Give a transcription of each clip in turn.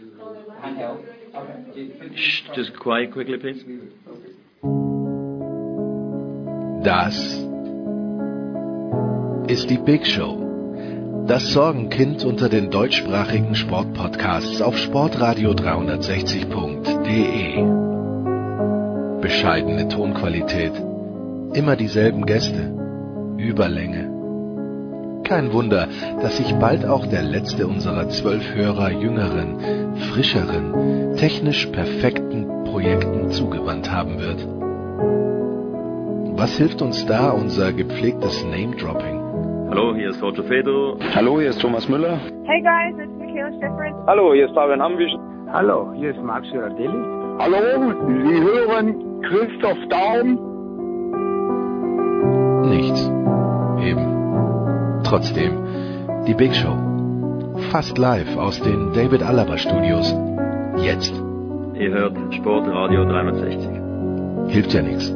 Just quiet quickly, please. Das ist die Big Show. Das Sorgenkind unter den deutschsprachigen Sportpodcasts auf sportradio360.de. Bescheidene Tonqualität, immer dieselben Gäste, Überlänge. Kein Wunder, dass sich bald auch der letzte unserer 12 Hörer jüngeren, frischeren, technisch perfekten Projekten zugewandt haben wird. Was hilft uns da unser gepflegtes Name-Dropping? Hallo, hier ist Roger Fedor. Hallo, hier ist Thomas Müller. Hey guys, it's Michaela Schifrin. Hallo, hier ist Fabian Hambisch. Hallo, hier ist Max Girardelli. Hallo, Sie hören Christoph Daum. Nichts. Eben. Trotzdem, die Big Show. Fast live aus den David Alaba Studios. Jetzt. Ihr hört Sportradio 360. Hilft ja nichts.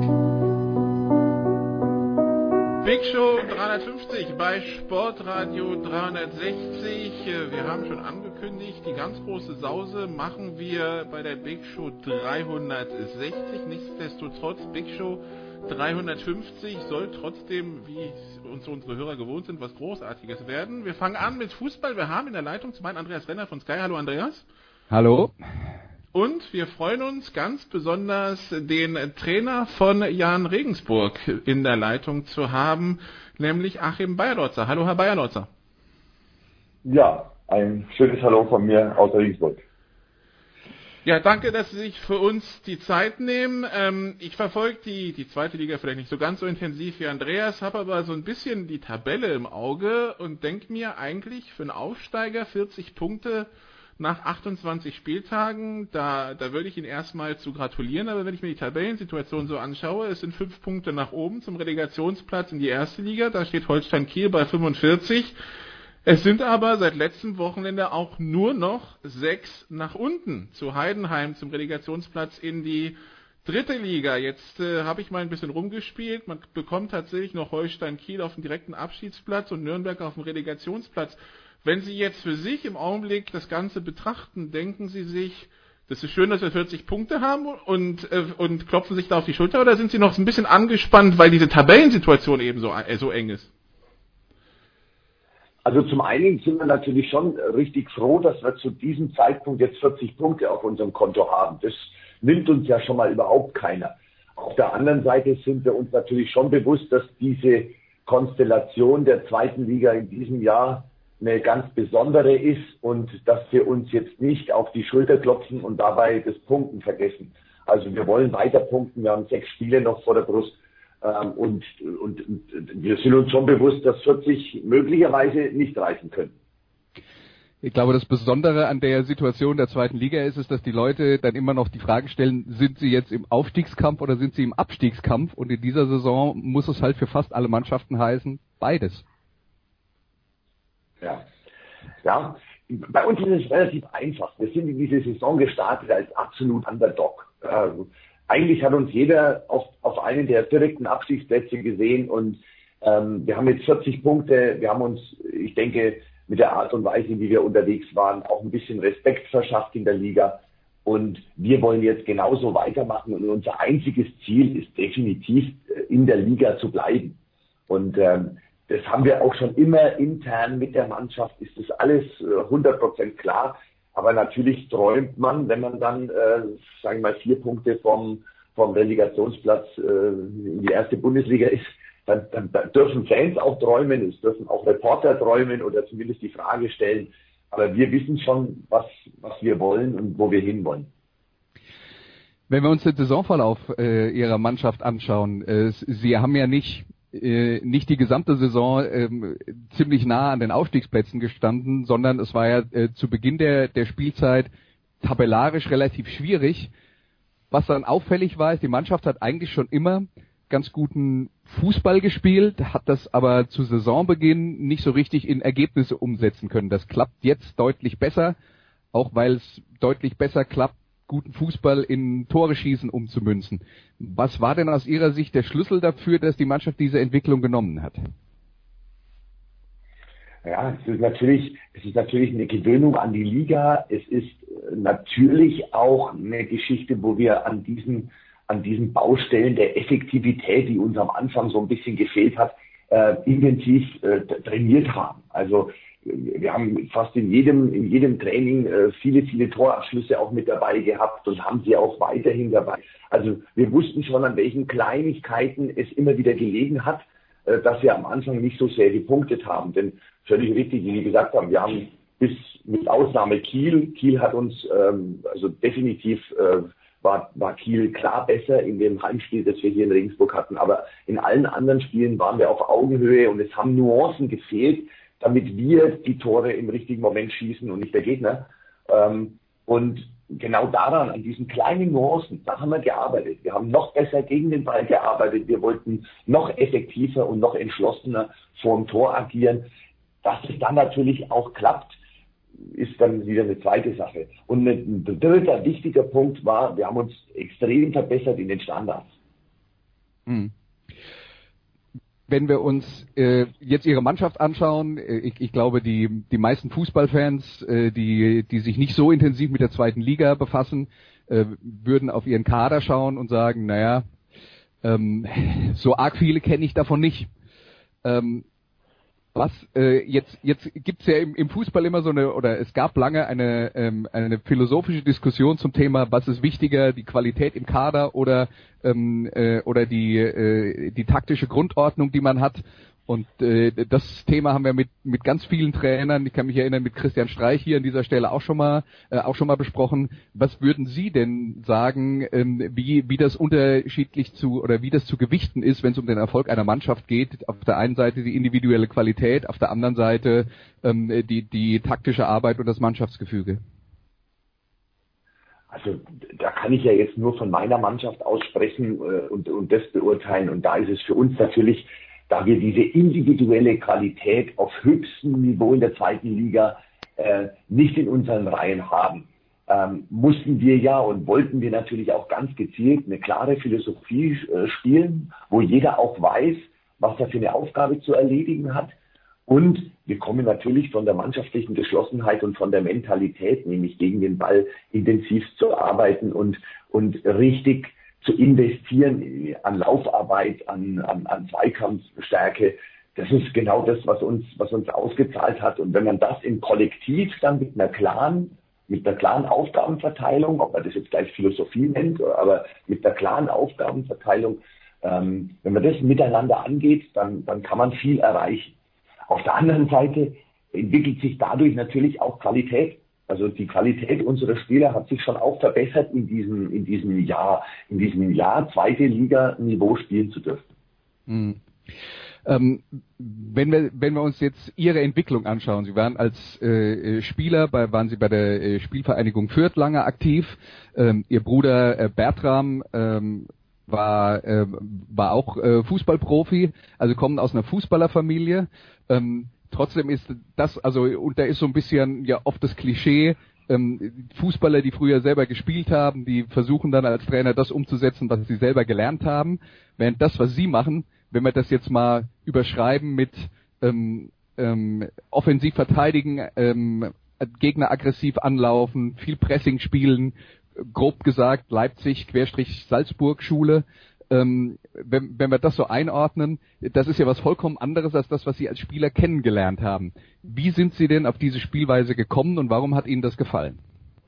Big Show 350 bei Sportradio 360. Wir haben schon angekündigt, die ganz große Sause machen wir bei der Big Show 360. Nichtsdestotrotz, Big Show 350 soll trotzdem, wie uns unsere Hörer gewohnt sind, was Großartiges werden. Wir fangen an mit Fußball. Wir haben in der Leitung zum einen Andreas Renner von Sky. Hallo Andreas. Hallo. Und wir freuen uns ganz besonders, den Trainer von Jahn Regensburg in der Leitung zu haben, nämlich Achim Bayerlotzer. Hallo, Herr Bayerlotzer. Ja, ein schönes Hallo von mir aus Regensburg. Ja, danke, dass Sie sich für uns die Zeit nehmen. Ich verfolge die zweite Liga vielleicht nicht so ganz so intensiv wie Andreas, habe aber so ein bisschen die Tabelle im Auge und denke mir eigentlich für einen Aufsteiger 40 Punkte nach 28 Spieltagen, da würde ich Ihnen erstmal zu gratulieren, aber wenn ich mir die Tabellensituation so anschaue, es sind 5 Punkte nach oben zum Relegationsplatz in die erste Liga, da steht Holstein Kiel bei 45, es sind aber seit letztem Wochenende auch nur noch 6 nach unten zu Heidenheim zum Relegationsplatz in die dritte Liga. Jetzt habe ich mal ein bisschen rumgespielt, man bekommt tatsächlich noch Holstein Kiel auf dem direkten Abschiedsplatz und Nürnberg auf dem Relegationsplatz. Wenn Sie jetzt für sich im Augenblick das Ganze betrachten, denken Sie sich, das ist schön, dass wir 40 Punkte haben und klopfen sich da auf die Schulter, oder sind Sie noch ein bisschen angespannt, weil diese Tabellensituation eben so eng ist? Also zum einen sind wir natürlich schon richtig froh, dass wir zu diesem Zeitpunkt jetzt 40 Punkte auf unserem Konto haben. Das nimmt uns ja schon mal überhaupt keiner. Auf der anderen Seite sind wir uns natürlich schon bewusst, dass diese Konstellation der zweiten Liga in diesem Jahr eine ganz besondere ist und dass wir uns jetzt nicht auf die Schulter klopfen und dabei das Punkten vergessen. Also wir wollen weiter punkten, wir haben 6 Spiele noch vor der Brust und wir sind uns schon bewusst, dass 40 möglicherweise nicht reichen können. Ich glaube, das Besondere an der Situation der zweiten Liga ist, dass die Leute dann immer noch die Frage stellen, sind sie jetzt im Aufstiegskampf oder sind sie im Abstiegskampf? Und in dieser Saison muss es halt für fast alle Mannschaften heißen, beides. Ja, bei uns ist es relativ einfach. Wir sind in diese Saison gestartet als absolut Underdog. Eigentlich hat uns jeder auf einen der direkten Abstiegsplätze gesehen und wir haben jetzt 40 Punkte. Wir haben uns, ich denke, mit der Art und Weise, wie wir unterwegs waren, auch ein bisschen Respekt verschafft in der Liga. Und wir wollen jetzt genauso weitermachen. Und unser einziges Ziel ist definitiv, in der Liga zu bleiben. Und das haben wir auch schon immer intern mit der Mannschaft, ist das alles 100% klar. Aber natürlich träumt man, wenn man dann, sagen wir mal, 4 Punkte vom Relegationsplatz in die erste Bundesliga ist, dann dürfen Fans auch träumen, es dürfen auch Reporter träumen oder zumindest die Frage stellen. Aber wir wissen schon, was wir wollen und wo wir hinwollen. Wenn wir uns den Saisonverlauf Ihrer Mannschaft anschauen, Sie haben ja nicht die gesamte Saison ziemlich nah an den Aufstiegsplätzen gestanden, sondern es war ja zu Beginn der Spielzeit tabellarisch relativ schwierig. Was dann auffällig war, ist, die Mannschaft hat eigentlich schon immer ganz guten Fußball gespielt, hat das aber zu Saisonbeginn nicht so richtig in Ergebnisse umsetzen können. Das klappt jetzt deutlich besser, auch weil es deutlich besser klappt, guten Fußball in Tore schießen umzumünzen. Was war denn aus Ihrer Sicht der Schlüssel dafür, dass die Mannschaft diese Entwicklung genommen hat? Ja, es ist natürlich eine Gewöhnung an die Liga. Es ist natürlich auch eine Geschichte, wo wir an diesen Baustellen der Effektivität, die uns am Anfang so ein bisschen gefehlt hat, intensiv trainiert haben. Also wir haben fast in jedem Training viele Torabschlüsse auch mit dabei gehabt und haben sie auch weiterhin dabei. Also wir wussten schon, an welchen Kleinigkeiten es immer wieder gelegen hat, dass wir am Anfang nicht so sehr gepunktet haben. Denn völlig richtig, wie Sie gesagt haben, wir haben bis mit Ausnahme Kiel hat uns also definitiv war Kiel klar besser in dem Heimspiel, das wir hier in Regensburg hatten. Aber in allen anderen Spielen waren wir auf Augenhöhe und es haben Nuancen gefehlt, damit wir die Tore im richtigen Moment schießen und nicht der Gegner. Und genau daran, an diesen kleinen Nuancen, da haben wir gearbeitet. Wir haben noch besser gegen den Ball gearbeitet. Wir wollten noch effektiver und noch entschlossener vorm Tor agieren. Dass es dann natürlich auch klappt, ist dann wieder eine zweite Sache. Und ein dritter wichtiger Punkt war, wir haben uns extrem verbessert in den Standards. Wenn wir uns jetzt Ihre Mannschaft anschauen, ich glaube, die meisten Fußballfans, die sich nicht so intensiv mit der zweiten Liga befassen, würden auf Ihren Kader schauen und sagen, naja, so arg viele kenne ich davon nicht. Jetzt gibt's ja im Fußball immer es gab lange eine philosophische Diskussion zum Thema, was ist wichtiger, die Qualität im Kader oder die taktische Grundordnung, die man hat. Und das Thema haben wir mit ganz vielen Trainern, ich kann mich erinnern, mit Christian Streich hier an dieser Stelle auch schon mal besprochen. Was würden Sie denn sagen, wie das wie das zu gewichten ist, wenn es um den Erfolg einer Mannschaft geht? Auf der einen Seite die individuelle Qualität, auf der anderen Seite die taktische Arbeit und das Mannschaftsgefüge. Also da kann ich ja jetzt nur von meiner Mannschaft aussprechen und das beurteilen. Und da ist es für uns natürlich, da wir diese individuelle Qualität auf höchstem Niveau in der zweiten Liga nicht in unseren Reihen haben, mussten wir ja und wollten wir natürlich auch ganz gezielt eine klare Philosophie spielen, wo jeder auch weiß, was er für eine Aufgabe zu erledigen hat. Und wir kommen natürlich von der mannschaftlichen Geschlossenheit und von der Mentalität, nämlich gegen den Ball intensiv zu arbeiten und richtig zu investieren an Laufarbeit, an Zweikampfstärke. Das ist genau das, was uns ausgezahlt hat. Und wenn man das im Kollektiv dann mit einer klaren Aufgabenverteilung, ob man das jetzt gleich Philosophie nennt, aber mit einer klaren Aufgabenverteilung, wenn man das miteinander angeht, dann kann man viel erreichen. Auf der anderen Seite entwickelt sich dadurch natürlich auch Qualität. Also die Qualität unserer Spieler hat sich schon auch verbessert in diesem Jahr zweite Liga-Niveau spielen zu dürfen. Wenn wir uns jetzt Ihre Entwicklung anschauen, Sie waren als Spieler waren Sie bei der Spielvereinigung Fürth lange aktiv. Ihr Bruder Bertram war auch Fußballprofi, also kommen aus einer Fußballerfamilie. Trotzdem ist und da ist so ein bisschen ja oft das Klischee, Fußballer, die früher selber gespielt haben, die versuchen dann als Trainer das umzusetzen, was sie selber gelernt haben, während das, was Sie machen, wenn wir das jetzt mal überschreiben mit offensiv verteidigen, Gegner aggressiv anlaufen, viel Pressing spielen, grob gesagt Leipzig/Salzburg-Schule, wenn wir das so einordnen, das ist ja was vollkommen anderes als das, was Sie als Spieler kennengelernt haben. Wie sind Sie denn auf diese Spielweise gekommen und warum hat Ihnen das gefallen?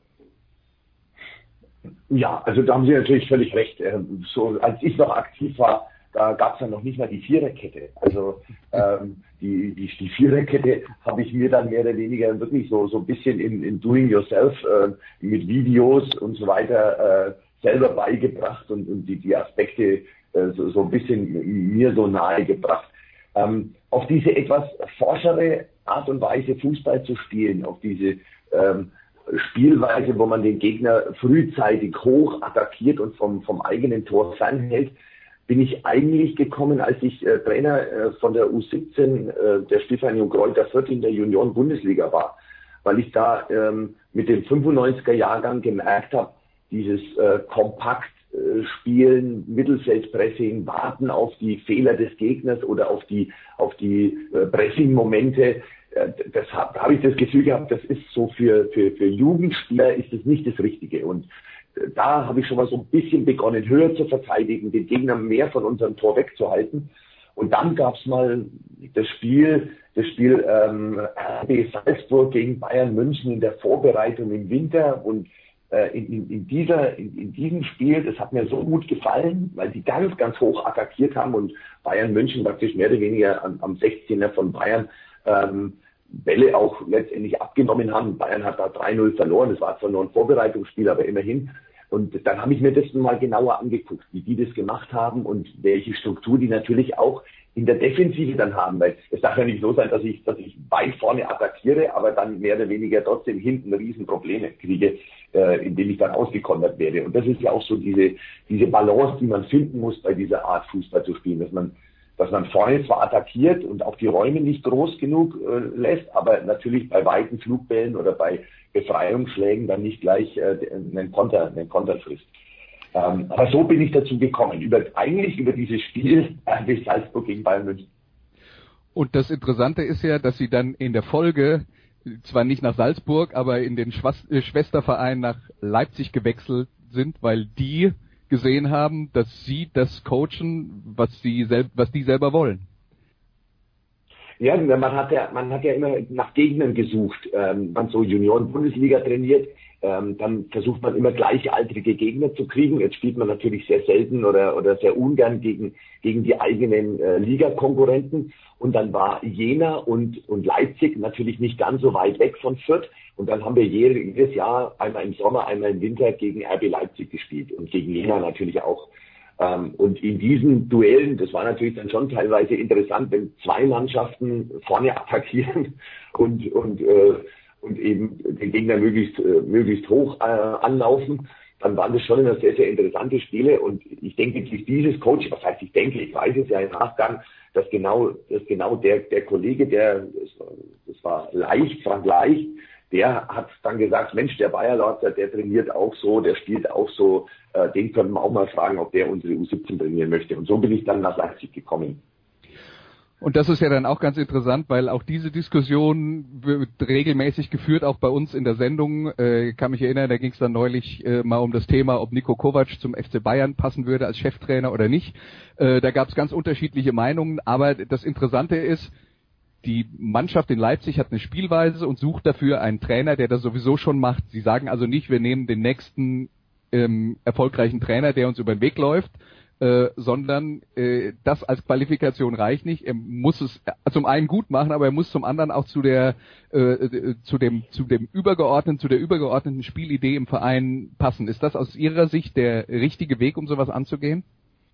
Ja, also da haben Sie natürlich völlig recht. So als ich noch aktiv war, da gab es ja noch nicht mal die Viererkette. Also die Viererkette habe ich mir dann mehr oder weniger wirklich so ein bisschen in Doing Yourself mit Videos und so weiter selber beigebracht und die Aspekte so ein bisschen mir so nahe gebracht. Auf diese etwas forschere Art und Weise Fußball zu spielen, auf diese Spielweise, wo man den Gegner frühzeitig hoch attackiert und vom eigenen Tor fernhält, bin ich eigentlich gekommen, als ich Trainer von der U17 der Spielvereinigung Greuther Fürth in der Junioren-Bundesliga war, weil ich da mit dem 95er Jahrgang gemerkt habe, dieses kompakt Spielen, Mittelfeldpressing, warten auf die Fehler des Gegners oder auf die Pressing-Momente, das habe ich das Gefühl gehabt, das ist so für Jugendspieler ist es nicht das Richtige. Und da habe ich schon mal so ein bisschen begonnen, höher zu verteidigen, den Gegner mehr von unserem Tor wegzuhalten. Und dann gab es mal das Spiel RB Salzburg gegen Bayern München in der Vorbereitung im Winter. Und in diesem Spiel, das hat mir so gut gefallen, weil die ganz, ganz hoch attackiert haben und Bayern München praktisch mehr oder weniger am 16er von Bayern Bälle auch letztendlich abgenommen haben. Bayern hat da 3-0 verloren. Das war zwar nur ein Vorbereitungsspiel, aber immerhin. Und dann habe ich mir das mal genauer angeguckt, wie die das gemacht haben und welche Struktur die natürlich auch in der Defensive dann haben. Weil es darf ja nicht so sein, dass ich weit vorne attackiere, aber dann mehr oder weniger trotzdem hinten Riesenprobleme kriege, indem ich dann ausgekontert werde. Und das ist ja auch so diese Balance, die man finden muss bei dieser Art Fußball zu spielen, dass man vorne zwar attackiert und auch die Räume nicht groß genug lässt, aber natürlich bei weiten Flugbällen oder bei Befreiungsschlägen dann nicht gleich einen Konter frisst. Aber so bin ich dazu gekommen, eigentlich über dieses Spiel RB Salzburg gegen Bayern München. Und das Interessante ist ja, dass Sie dann in der Folge zwar nicht nach Salzburg, aber in den Schwesterverein nach Leipzig gewechselt sind, weil die gesehen haben, dass Sie das coachen, was die selber wollen. Ja, man hat ja immer nach Gegnern gesucht. Man so Junioren-Bundesliga trainiert, dann versucht man immer gleichaltrige Gegner zu kriegen. Jetzt spielt man natürlich sehr selten oder sehr ungern gegen die eigenen Ligakonkurrenten. Und dann war Jena und Leipzig natürlich nicht ganz so weit weg von Fürth. Und dann haben wir jedes Jahr, einmal im Sommer, einmal im Winter, gegen RB Leipzig gespielt und gegen Jena natürlich auch. Und in diesen Duellen, das war natürlich dann schon teilweise interessant, wenn zwei Mannschaften vorne attackieren und eben den Gegner möglichst hoch anlaufen, dann waren das schon immer sehr, sehr interessante Spiele. Und ich denke, durch dieses Coaching, was heißt ich denke, ich weiß es ja im Nachgang, dass genau der Kollege, das war Frank Leicht, der hat dann gesagt, Mensch, der Bayer Lorzer, der trainiert auch so, der spielt auch so, den können wir auch mal fragen, ob der unsere U17 trainieren möchte. Und so bin ich dann nach Leipzig gekommen. Und das ist ja dann auch ganz interessant, weil auch diese Diskussion wird regelmäßig geführt, auch bei uns in der Sendung. Ich kann mich erinnern, da ging es dann neulich mal um das Thema, ob Niko Kovac zum FC Bayern passen würde als Cheftrainer oder nicht. Da gab es ganz unterschiedliche Meinungen, aber das Interessante ist, die Mannschaft in Leipzig hat eine Spielweise und sucht dafür einen Trainer, der das sowieso schon macht. Sie sagen also nicht, wir nehmen den nächsten erfolgreichen Trainer, der uns über den Weg läuft, sondern das als Qualifikation reicht nicht. Er muss es zum einen gut machen, aber er muss zum anderen auch zu der übergeordneten Spielidee im Verein passen. Ist das aus Ihrer Sicht der richtige Weg, um sowas anzugehen?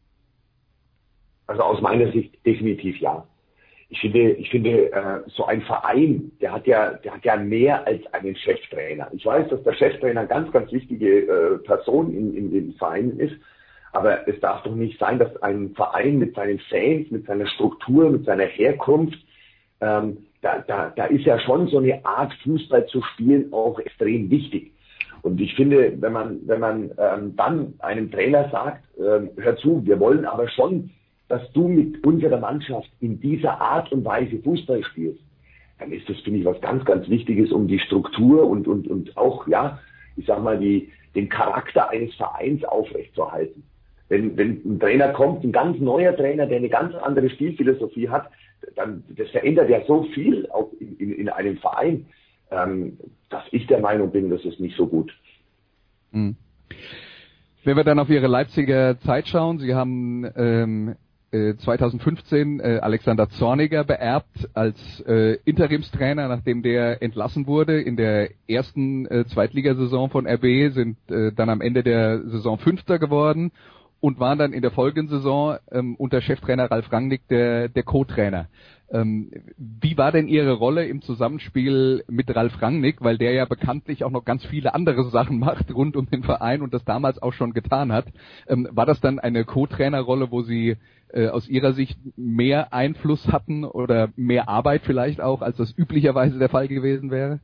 Also aus meiner Sicht definitiv ja. Ich finde, so ein Verein, der hat ja mehr als einen Cheftrainer. Ich weiß, dass der Cheftrainer eine ganz, ganz wichtige Person in den Vereinen ist. Aber es darf doch nicht sein, dass ein Verein mit seinen Fans, mit seiner Struktur, mit seiner Herkunft, da ist ja schon so eine Art Fußball zu spielen auch extrem wichtig. Und ich finde, wenn man dann einem Trainer sagt, hör zu, wir wollen aber schon, dass du mit unserer Mannschaft in dieser Art und Weise Fußball spielst, dann ist das, finde ich, was ganz, ganz Wichtiges, um die Struktur und auch, ja, ich sag mal, den Charakter eines Vereins aufrechtzuerhalten. Wenn ein Trainer kommt, ein ganz neuer Trainer, der eine ganz andere Spielphilosophie hat, dann, das verändert ja so viel auch in einem Verein, dass ich der Meinung bin, das ist nicht so gut. Wenn wir dann auf Ihre Leipziger Zeit schauen, Sie haben 2015 Alexander Zorniger beerbt als Interimstrainer, nachdem der entlassen wurde. In der ersten Zweitligasaison von RB sind dann am Ende der Saison Fünfter geworden und waren dann in der folgenden Saison unter Cheftrainer Ralf Rangnick der Co-Trainer. Wie war denn Ihre Rolle im Zusammenspiel mit Ralf Rangnick, weil der ja bekanntlich auch noch ganz viele andere Sachen macht rund um den Verein und das damals auch schon getan hat? War das dann eine Co-Trainerrolle, wo Sie aus Ihrer Sicht mehr Einfluss hatten oder mehr Arbeit vielleicht auch, als das üblicherweise der Fall gewesen wäre?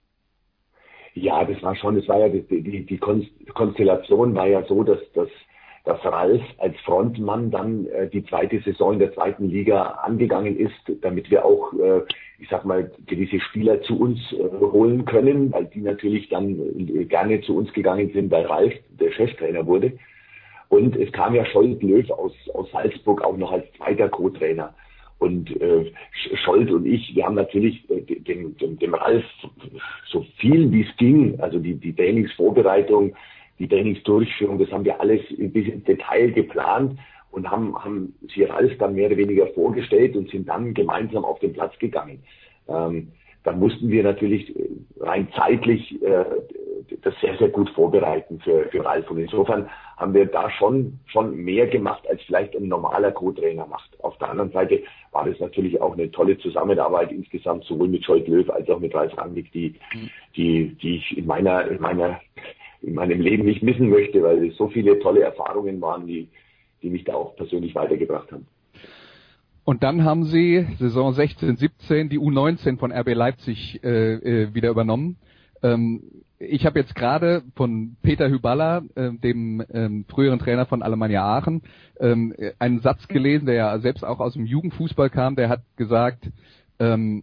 Ja, das war ja die Konstellation war ja so, dass dass Ralf als Frontmann dann die zweite Saison in der zweiten Liga angegangen ist, damit wir auch, ich sag mal, gewisse Spieler zu uns holen können, weil die natürlich dann gerne zu uns gegangen sind, weil Ralf der Cheftrainer wurde. Und es kam ja Scholt Löw aus Salzburg auch noch als zweiter Co-Trainer. Und Scholt und ich, wir haben natürlich dem Ralf so viel wie es ging, also die Trainingsvorbereitung, die Trainingsdurchführung, das haben wir alles bis ins Detail geplant und haben sie Ralf dann mehr oder weniger vorgestellt und sind dann gemeinsam auf den Platz gegangen. Dann mussten wir natürlich rein zeitlich das sehr, sehr gut vorbereiten für Ralf. Und insofern haben wir da schon mehr gemacht, als vielleicht ein normaler Co-Trainer macht. Auf der anderen Seite war das natürlich auch eine tolle Zusammenarbeit insgesamt, sowohl mit Scholt Löw als auch mit Ralf Rangnick, die ich in meinem Leben nicht missen möchte, weil es so viele tolle Erfahrungen waren, die mich da auch persönlich weitergebracht haben. Und dann haben Sie Saison 16/17 die U19 von RB Leipzig wieder übernommen. Ich habe jetzt gerade von Peter Hyballa, dem früheren Trainer von Alemannia Aachen, einen Satz gelesen, der ja selbst auch aus dem Jugendfußball kam. Der hat gesagt, eine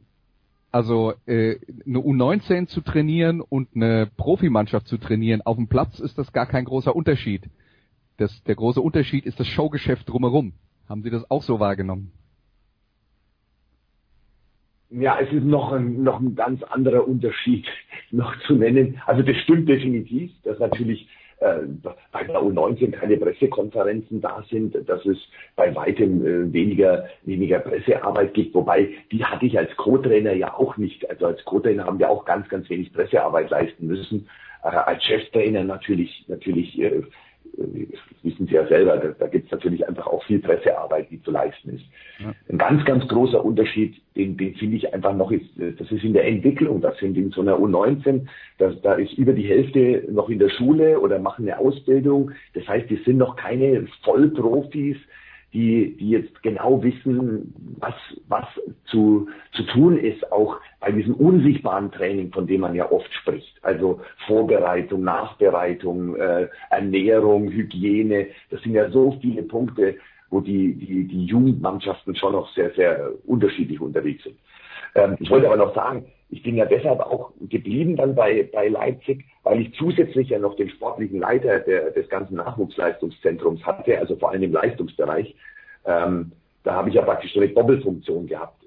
U19 zu trainieren und eine Profimannschaft zu trainieren auf dem Platz ist das gar kein großer Unterschied. Der große Unterschied ist das Showgeschäft drumherum. Haben Sie das auch so wahrgenommen? Ja, es ist noch ein ganz anderer Unterschied noch zu nennen. Also das stimmt definitiv, dass natürlich bei der U19 keine Pressekonferenzen da sind, dass es bei weitem weniger Pressearbeit gibt, wobei die hatte ich als Co-Trainer ja auch nicht. Also als Co-Trainer haben wir auch ganz, ganz wenig Pressearbeit leisten müssen. Als Cheftrainer natürlich wissen Sie ja selber, da gibt es natürlich einfach auch viel Pressearbeit, die zu leisten ist. Ja. Ein ganz, ganz großer Unterschied, den finde ich einfach noch, das ist in der Entwicklung. Das sind in so einer U19, da ist über die Hälfte noch in der Schule oder machen eine Ausbildung. Das heißt, die sind noch keine Vollprofis, die jetzt genau wissen, was zu tun ist, auch bei diesem unsichtbaren Training, von dem man ja oft spricht. Also Vorbereitung, Nachbereitung, Ernährung, Hygiene, das sind ja so viele Punkte, wo die Jugendmannschaften schon noch sehr, sehr unterschiedlich unterwegs sind. Ich wollte aber noch sagen, ich bin ja deshalb auch geblieben dann bei Leipzig, weil ich zusätzlich ja noch den sportlichen Leiter des ganzen Nachwuchsleistungszentrums hatte, also vor allem im Leistungsbereich. Da habe ich ja praktisch so eine Doppelfunktion gehabt.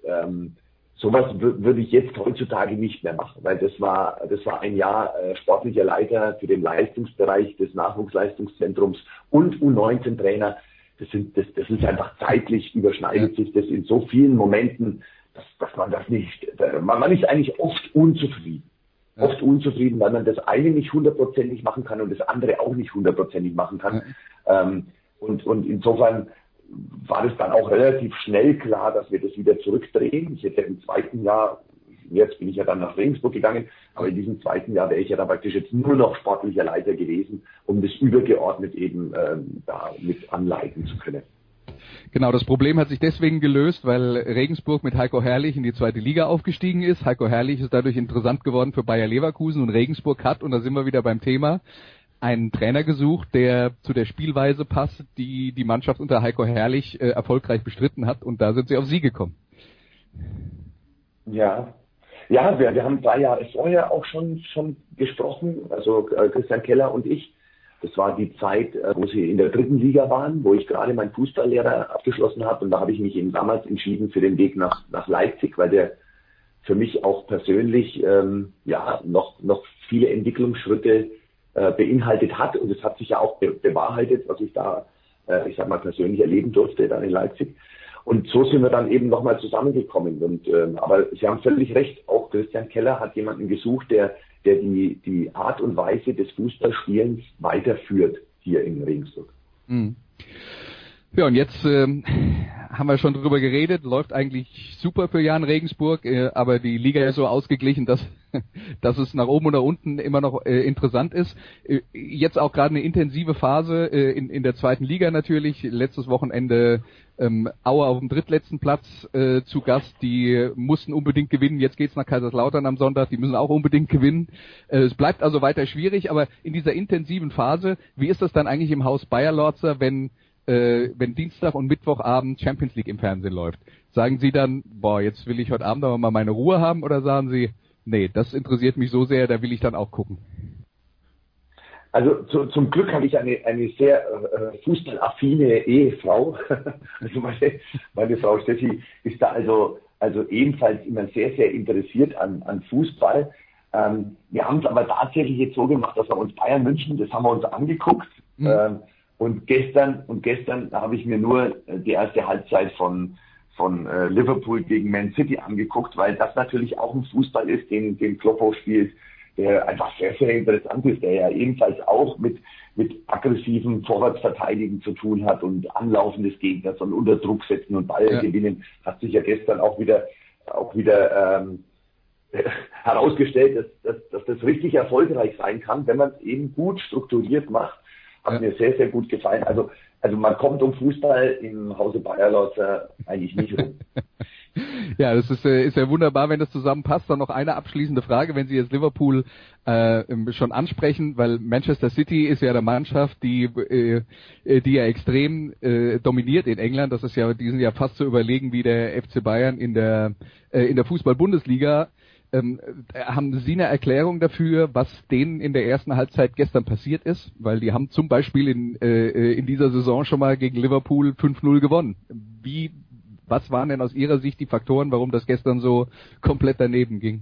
Sowas würde ich jetzt heutzutage nicht mehr machen, weil das war ein Jahr sportlicher Leiter für den Leistungsbereich des Nachwuchsleistungszentrums und U19-Trainer. Das ist einfach zeitlich, überschneidet sich das in so vielen Momenten, dass man das nicht, man ist eigentlich oft unzufrieden. Ja. Oft unzufrieden, weil man das eine nicht 100%ig machen kann und das andere auch nicht 100%ig machen kann. Ja. Und insofern war es dann auch relativ schnell klar, dass wir das wieder zurückdrehen. Ich hätte im zweiten Jahr, jetzt bin ich ja dann nach Regensburg gegangen, aber in diesem zweiten Jahr wäre ich ja dann praktisch jetzt nur noch sportlicher Leiter gewesen, um das übergeordnet eben da mit anleiten zu können. Genau, das Problem hat sich deswegen gelöst, weil Regensburg mit Heiko Herrlich in die zweite Liga aufgestiegen ist. Heiko Herrlich ist dadurch interessant geworden für Bayer Leverkusen und Regensburg hat, und da sind wir wieder beim Thema, einen Trainer gesucht, der zu der Spielweise passt, die die Mannschaft unter Heiko Herrlich erfolgreich bestritten hat, und da sind sie auf Sie gekommen. Ja, wir haben 3 Jahre vorher auch schon gesprochen, also Christian Keller und ich. Das war die Zeit, wo sie in der 3. Liga waren, wo ich gerade meinen Fußballlehrer abgeschlossen habe, und da habe ich mich eben damals entschieden für den Weg nach Leipzig, weil der für mich auch persönlich noch viele Entwicklungsschritte beinhaltet hat, und es hat sich ja auch bewahrheitet, was ich da, persönlich erleben durfte dann in Leipzig. Und so sind wir dann eben nochmal zusammengekommen. Und aber Sie haben völlig recht, auch Christian Keller hat jemanden gesucht, der die Art und Weise des Fußballspielens weiterführt hier in Regensburg. Mhm. Ja, und jetzt haben wir schon drüber geredet, läuft eigentlich super für Jahn Regensburg, aber die Liga ist so ausgeglichen, dass es nach oben oder unten immer noch interessant ist. Jetzt auch gerade eine intensive Phase in der zweiten Liga natürlich. Letztes Wochenende Aue auf dem drittletzten Platz zu Gast. Die mussten unbedingt gewinnen. Jetzt geht's nach Kaiserslautern am Sonntag. Die müssen auch unbedingt gewinnen. Es bleibt also weiter schwierig, aber in dieser intensiven Phase, wie ist das dann eigentlich im Haus Bayer-Lorzer, wenn Dienstag und Mittwochabend Champions League im Fernsehen läuft? Sagen Sie dann, jetzt will ich heute Abend aber mal meine Ruhe haben, oder sagen Sie, nee, das interessiert mich so sehr, da will ich dann auch gucken? Also zum Glück habe ich eine sehr fußballaffine Ehefrau. Also meine Frau Steffi ist da also ebenfalls immer sehr, sehr interessiert an Fußball. Wir haben es aber tatsächlich jetzt so gemacht, dass wir uns Bayern München, das haben wir uns angeguckt. Und gestern habe ich mir nur die erste Halbzeit von Liverpool gegen Man City angeguckt, weil das natürlich auch ein Fußball ist, den Kloppo spielt, der einfach sehr, sehr interessant ist, der ja ebenfalls auch mit aggressivem Vorwärtsverteidigen zu tun hat und Anlaufen des Gegners und unter Druck setzen und Ball gewinnen, hat sich ja gestern auch wieder herausgestellt, dass das richtig erfolgreich sein kann, wenn man es eben gut strukturiert macht. Hat mir sehr, sehr gut gefallen. Also man kommt um Fußball im Hause Bayer-Lorzer eigentlich nicht rum. Ja, das ist ja wunderbar, wenn das zusammenpasst. Dann noch eine abschließende Frage, wenn Sie jetzt Liverpool schon ansprechen, weil Manchester City ist ja eine Mannschaft, die ja extrem dominiert in England. Das ist ja, die sind ja fast so überlegen wie der FC Bayern in der Fußball-Bundesliga. Haben Sie eine Erklärung dafür, was denen in der ersten Halbzeit gestern passiert ist? Weil die haben zum Beispiel in dieser Saison schon mal gegen Liverpool 5-0 gewonnen. Was waren denn aus Ihrer Sicht die Faktoren, warum das gestern so komplett daneben ging?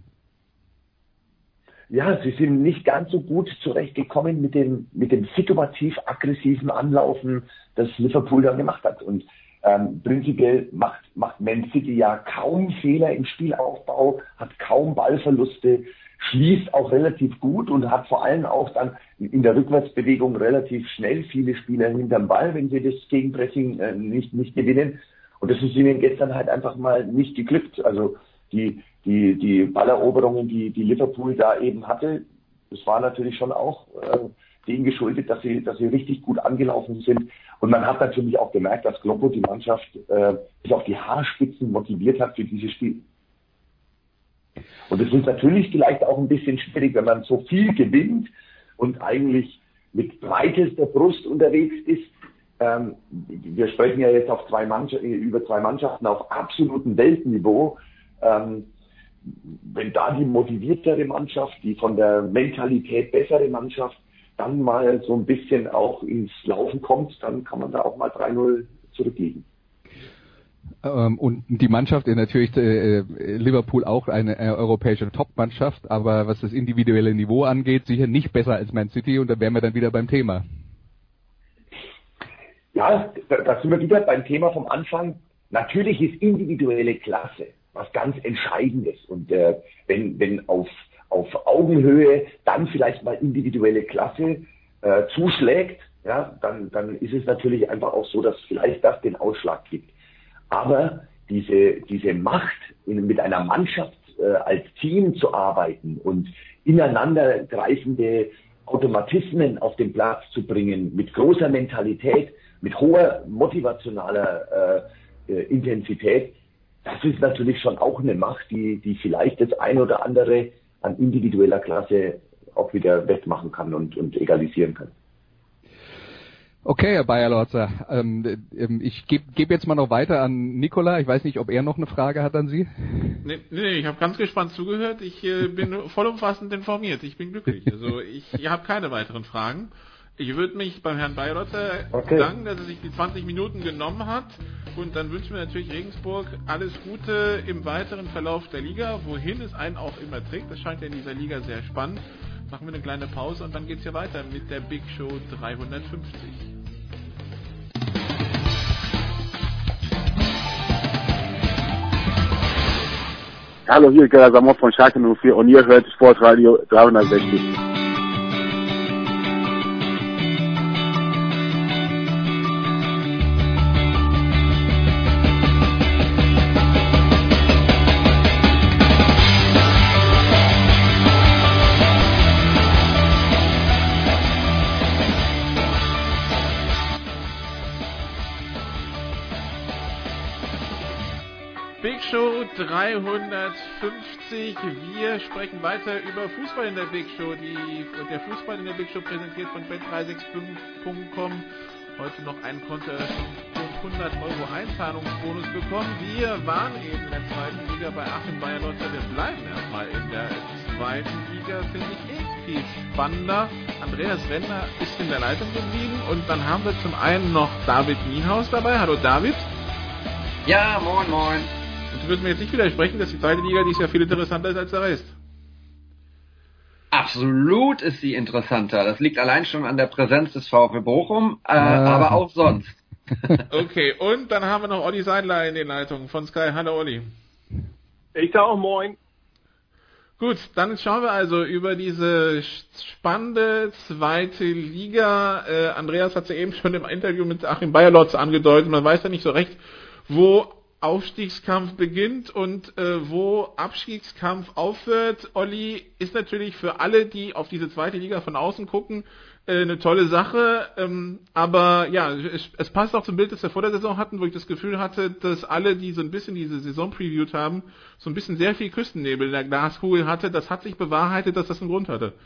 Ja, sie sind nicht ganz so gut zurechtgekommen mit dem situativ-aggressiven Anlaufen, das Liverpool dann gemacht hat. Und prinzipiell macht Man City ja kaum Fehler im Spielaufbau, hat kaum Ballverluste, schließt auch relativ gut und hat vor allem auch dann in der Rückwärtsbewegung relativ schnell viele Spieler hinterm Ball, wenn sie das Gegenpressing nicht gewinnen. Und das ist ihnen gestern halt einfach mal nicht geglückt. Also die Balleroberungen, die Liverpool da eben hatte, das war natürlich schon auch denen geschuldet, dass sie richtig gut angelaufen sind. Und man hat natürlich auch gemerkt, dass Kloppo die Mannschaft bis auf die Haarspitzen motiviert hat für dieses Spiel. Und es ist natürlich vielleicht auch ein bisschen schwierig, wenn man so viel gewinnt und eigentlich mit breitester Brust unterwegs ist. Wir sprechen ja jetzt über zwei Mannschaften auf absolutem Weltniveau. Wenn da die motiviertere Mannschaft, die von der Mentalität bessere Mannschaft dann mal so ein bisschen auch ins Laufen kommt, dann kann man da auch mal 3-0 zurückliegen. Und die Mannschaft ist natürlich Liverpool auch eine europäische Top-Mannschaft, aber was das individuelle Niveau angeht, sicher nicht besser als Man City, und da wären wir dann wieder beim Thema. Ja, da sind wir wieder beim Thema vom Anfang. Natürlich ist individuelle Klasse was ganz Entscheidendes. Und wenn auf Augenhöhe dann vielleicht mal individuelle Klasse zuschlägt, ja, dann ist es natürlich einfach auch so, dass vielleicht das den Ausschlag gibt. Aber diese Macht, mit einer Mannschaft als Team zu arbeiten und ineinandergreifende Automatismen auf den Platz zu bringen, mit großer Mentalität, mit hoher motivationaler Intensität, das ist natürlich schon auch eine Macht, die vielleicht das ein oder andere an individueller Klasse auch wieder wettmachen kann und egalisieren kann. Okay, Herr Bayer-Lorzer, ich gebe jetzt mal noch weiter an Nikola. Ich weiß nicht, ob er noch eine Frage hat an Sie. Nee, ich habe ganz gespannt zugehört. Ich bin vollumfassend informiert. Ich bin glücklich. Also ich habe keine weiteren Fragen. Ich würde mich beim Herrn Bayer-Lorzer bedanken, dass er sich die 20 Minuten genommen hat. Und dann wünschen wir natürlich Regensburg alles Gute im weiteren Verlauf der Liga, wohin es einen auch immer trägt. Das scheint ja in dieser Liga sehr spannend. Machen wir eine kleine Pause und dann geht's hier weiter mit der Big Show 350. Hallo, hier ist Gerhard Sammer von Schalke 04 und ihr hört Sportradio 360. Show 350. Wir sprechen weiter über Fußball in der Big Show. Der Fußball in der Big Show präsentiert von bet365.com. Heute noch ein Konto und 100 € Einzahlungsbonus bekommen. Wir waren eben in der zweiten Liga bei Achim Bayerlotzer. Wir bleiben erstmal in der zweiten Liga. Finde ich viel spannender. Andreas Wender ist in der Leitung geblieben. Und dann haben wir zum einen noch David Nienhaus dabei. Hallo David. Ja, moin, moin. Und du würdest mir jetzt nicht widersprechen, dass die zweite Liga dieses Jahr viel interessanter ist als der Rest. Absolut ist sie interessanter. Das liegt allein schon an der Präsenz des VfB Bochum, aber auch sonst. Okay, und dann haben wir noch Olli Seidler in den Leitungen von Sky. Hallo Olli. Ich sag auch moin. Gut, dann schauen wir also über diese spannende zweite Liga. Andreas hat es ja eben schon im Interview mit Achim Bayerlotz angedeutet. Man weiß ja nicht so recht, wo Aufstiegskampf beginnt und wo Abstiegskampf aufhört. Olli, ist natürlich für alle, die auf diese zweite Liga von außen gucken, eine tolle Sache, aber ja, es passt auch zum Bild, das wir vor der Saison hatten, wo ich das Gefühl hatte, dass alle, die so ein bisschen diese Saison previewt haben, so ein bisschen sehr viel Küstennebel in der Glaskugel hatte. Das hat sich bewahrheitet, dass das einen Grund hatte.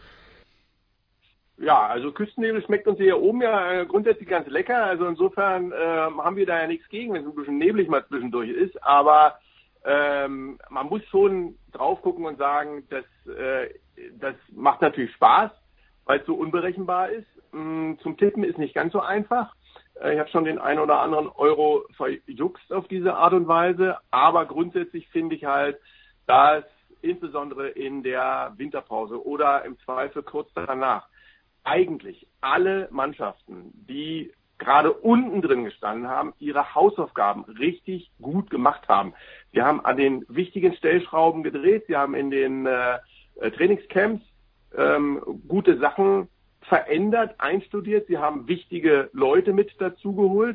Ja, also Küstennebel schmeckt uns hier oben ja grundsätzlich ganz lecker. Also insofern haben wir da ja nichts gegen, wenn es ein bisschen neblig mal zwischendurch ist. Aber man muss schon drauf gucken und sagen, dass das macht natürlich Spaß, weil es so unberechenbar ist. Zum Tippen ist nicht ganz so einfach. Ich habe schon den einen oder anderen Euro verjuckst auf diese Art und Weise. Aber grundsätzlich finde ich halt, dass insbesondere in der Winterpause oder im Zweifel kurz danach eigentlich alle Mannschaften, die gerade unten drin gestanden haben, ihre Hausaufgaben richtig gut gemacht haben. Sie haben an den wichtigen Stellschrauben gedreht, sie haben in den Trainingscamps gute Sachen verändert, einstudiert, sie haben wichtige Leute mit dazugeholt,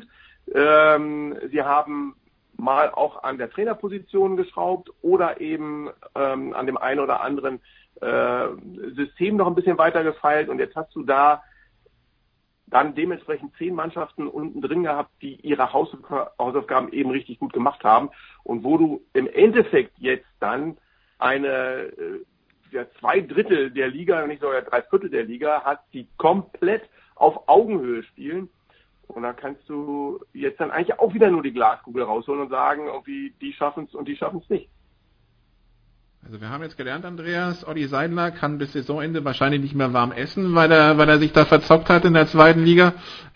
sie haben mal auch an der Trainerposition geschraubt oder eben an dem einen oder anderen System noch ein bisschen weiter gefeilt, und jetzt hast du da dann dementsprechend 10 Mannschaften unten drin gehabt, die ihre Hausaufgaben eben richtig gut gemacht haben, und wo du im Endeffekt jetzt dann eine 2/3 der Liga, wenn nicht sogar 3/4 der Liga hast, die komplett auf Augenhöhe spielen. Und da kannst du jetzt dann eigentlich auch wieder nur die Glaskugel rausholen und sagen, irgendwie die schaffen es und die schaffen es nicht. Also wir haben jetzt gelernt, Andreas, Olli Seidler kann bis Saisonende wahrscheinlich nicht mehr warm essen, weil er sich da verzockt hat in der zweiten Liga.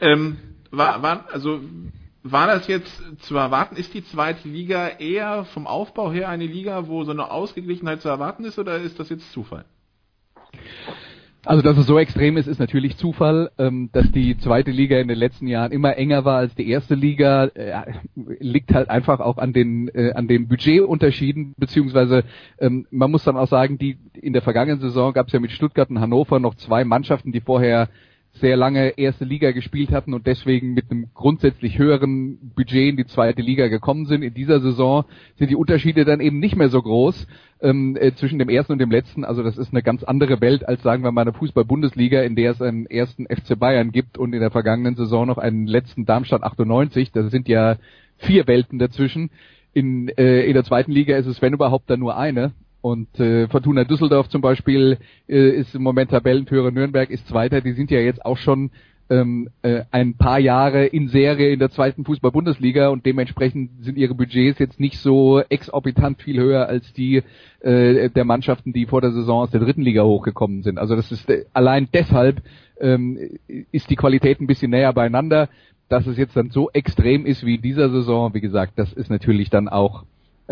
War das jetzt zu erwarten? Ist die zweite Liga eher vom Aufbau her eine Liga, wo so eine Ausgeglichenheit zu erwarten ist, oder ist das jetzt Zufall? Also, dass es so extrem ist, ist natürlich Zufall. Dass die zweite Liga in den letzten Jahren immer enger war als die erste Liga, liegt halt einfach auch an den Budgetunterschieden, beziehungsweise man muss dann auch sagen, in der vergangenen Saison gab es ja mit Stuttgart und Hannover noch 2 Mannschaften, die vorher sehr lange erste Liga gespielt hatten und deswegen mit einem grundsätzlich höheren Budget in die zweite Liga gekommen sind. In dieser Saison sind die Unterschiede dann eben nicht mehr so groß zwischen dem ersten und dem letzten. Also das ist eine ganz andere Welt als, sagen wir mal, eine Fußball-Bundesliga, in der es einen ersten FC Bayern gibt und in der vergangenen Saison noch einen letzten Darmstadt 98. Das sind ja 4 Welten dazwischen. In der zweiten Liga ist es, wenn überhaupt, dann nur eine. Und Fortuna Düsseldorf zum Beispiel ist im Moment Tabellenführer, Nürnberg ist Zweiter. Die sind ja jetzt auch schon ein paar Jahre in Serie in der zweiten Fußball-Bundesliga und dementsprechend sind ihre Budgets jetzt nicht so exorbitant viel höher als die der Mannschaften, die vor der Saison aus der dritten Liga hochgekommen sind. Also das ist allein deshalb ist die Qualität ein bisschen näher beieinander. Dass es jetzt dann so extrem ist wie in dieser Saison, wie gesagt, das ist natürlich dann auch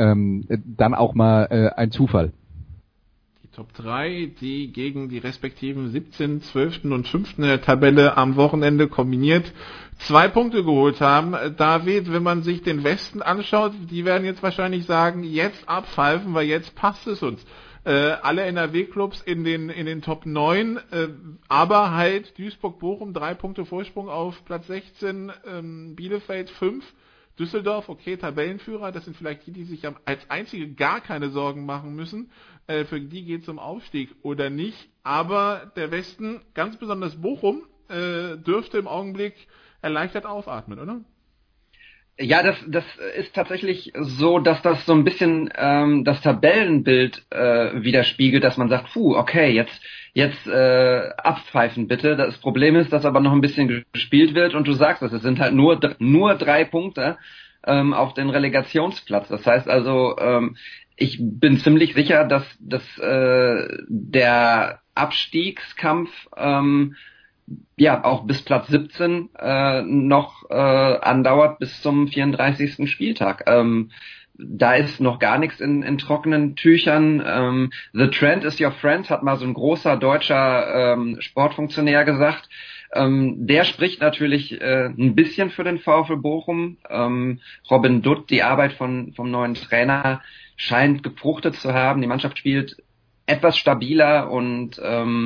mal ein Zufall. Die Top 3, die gegen die respektiven 17., 12. und 5. in der Tabelle am Wochenende kombiniert 2 Punkte geholt haben. David, wenn man sich den Westen anschaut, die werden jetzt wahrscheinlich sagen, jetzt abpfeifen, weil jetzt passt es uns. Alle NRW-Clubs in den Top 9, aber halt Duisburg-Bochum 3 Punkte Vorsprung auf Platz 16, Bielefeld 5. Düsseldorf, okay, Tabellenführer, das sind vielleicht die sich als einzige gar keine Sorgen machen müssen. Für die geht es um Aufstieg oder nicht. Aber der Westen, ganz besonders Bochum, dürfte im Augenblick erleichtert aufatmen, oder? Ja, das ist tatsächlich so, dass das so ein bisschen das Tabellenbild widerspiegelt, dass man sagt, okay, jetzt abpfeifen bitte. Das Problem ist, dass aber noch ein bisschen gespielt wird und du sagst es sind halt nur 3 Punkte auf den Relegationsplatz. Das heißt also, ich bin ziemlich sicher, dass der Abstiegskampf auch bis Platz 17 noch andauert bis zum 34. Spieltag. Da ist noch gar nichts in trockenen Tüchern. The trend is your friend, hat mal so ein großer deutscher Sportfunktionär gesagt. Der spricht natürlich ein bisschen für den VfL Bochum. Robin Dutt, die Arbeit vom neuen Trainer, scheint gefruchtet zu haben. Die Mannschaft spielt etwas stabiler und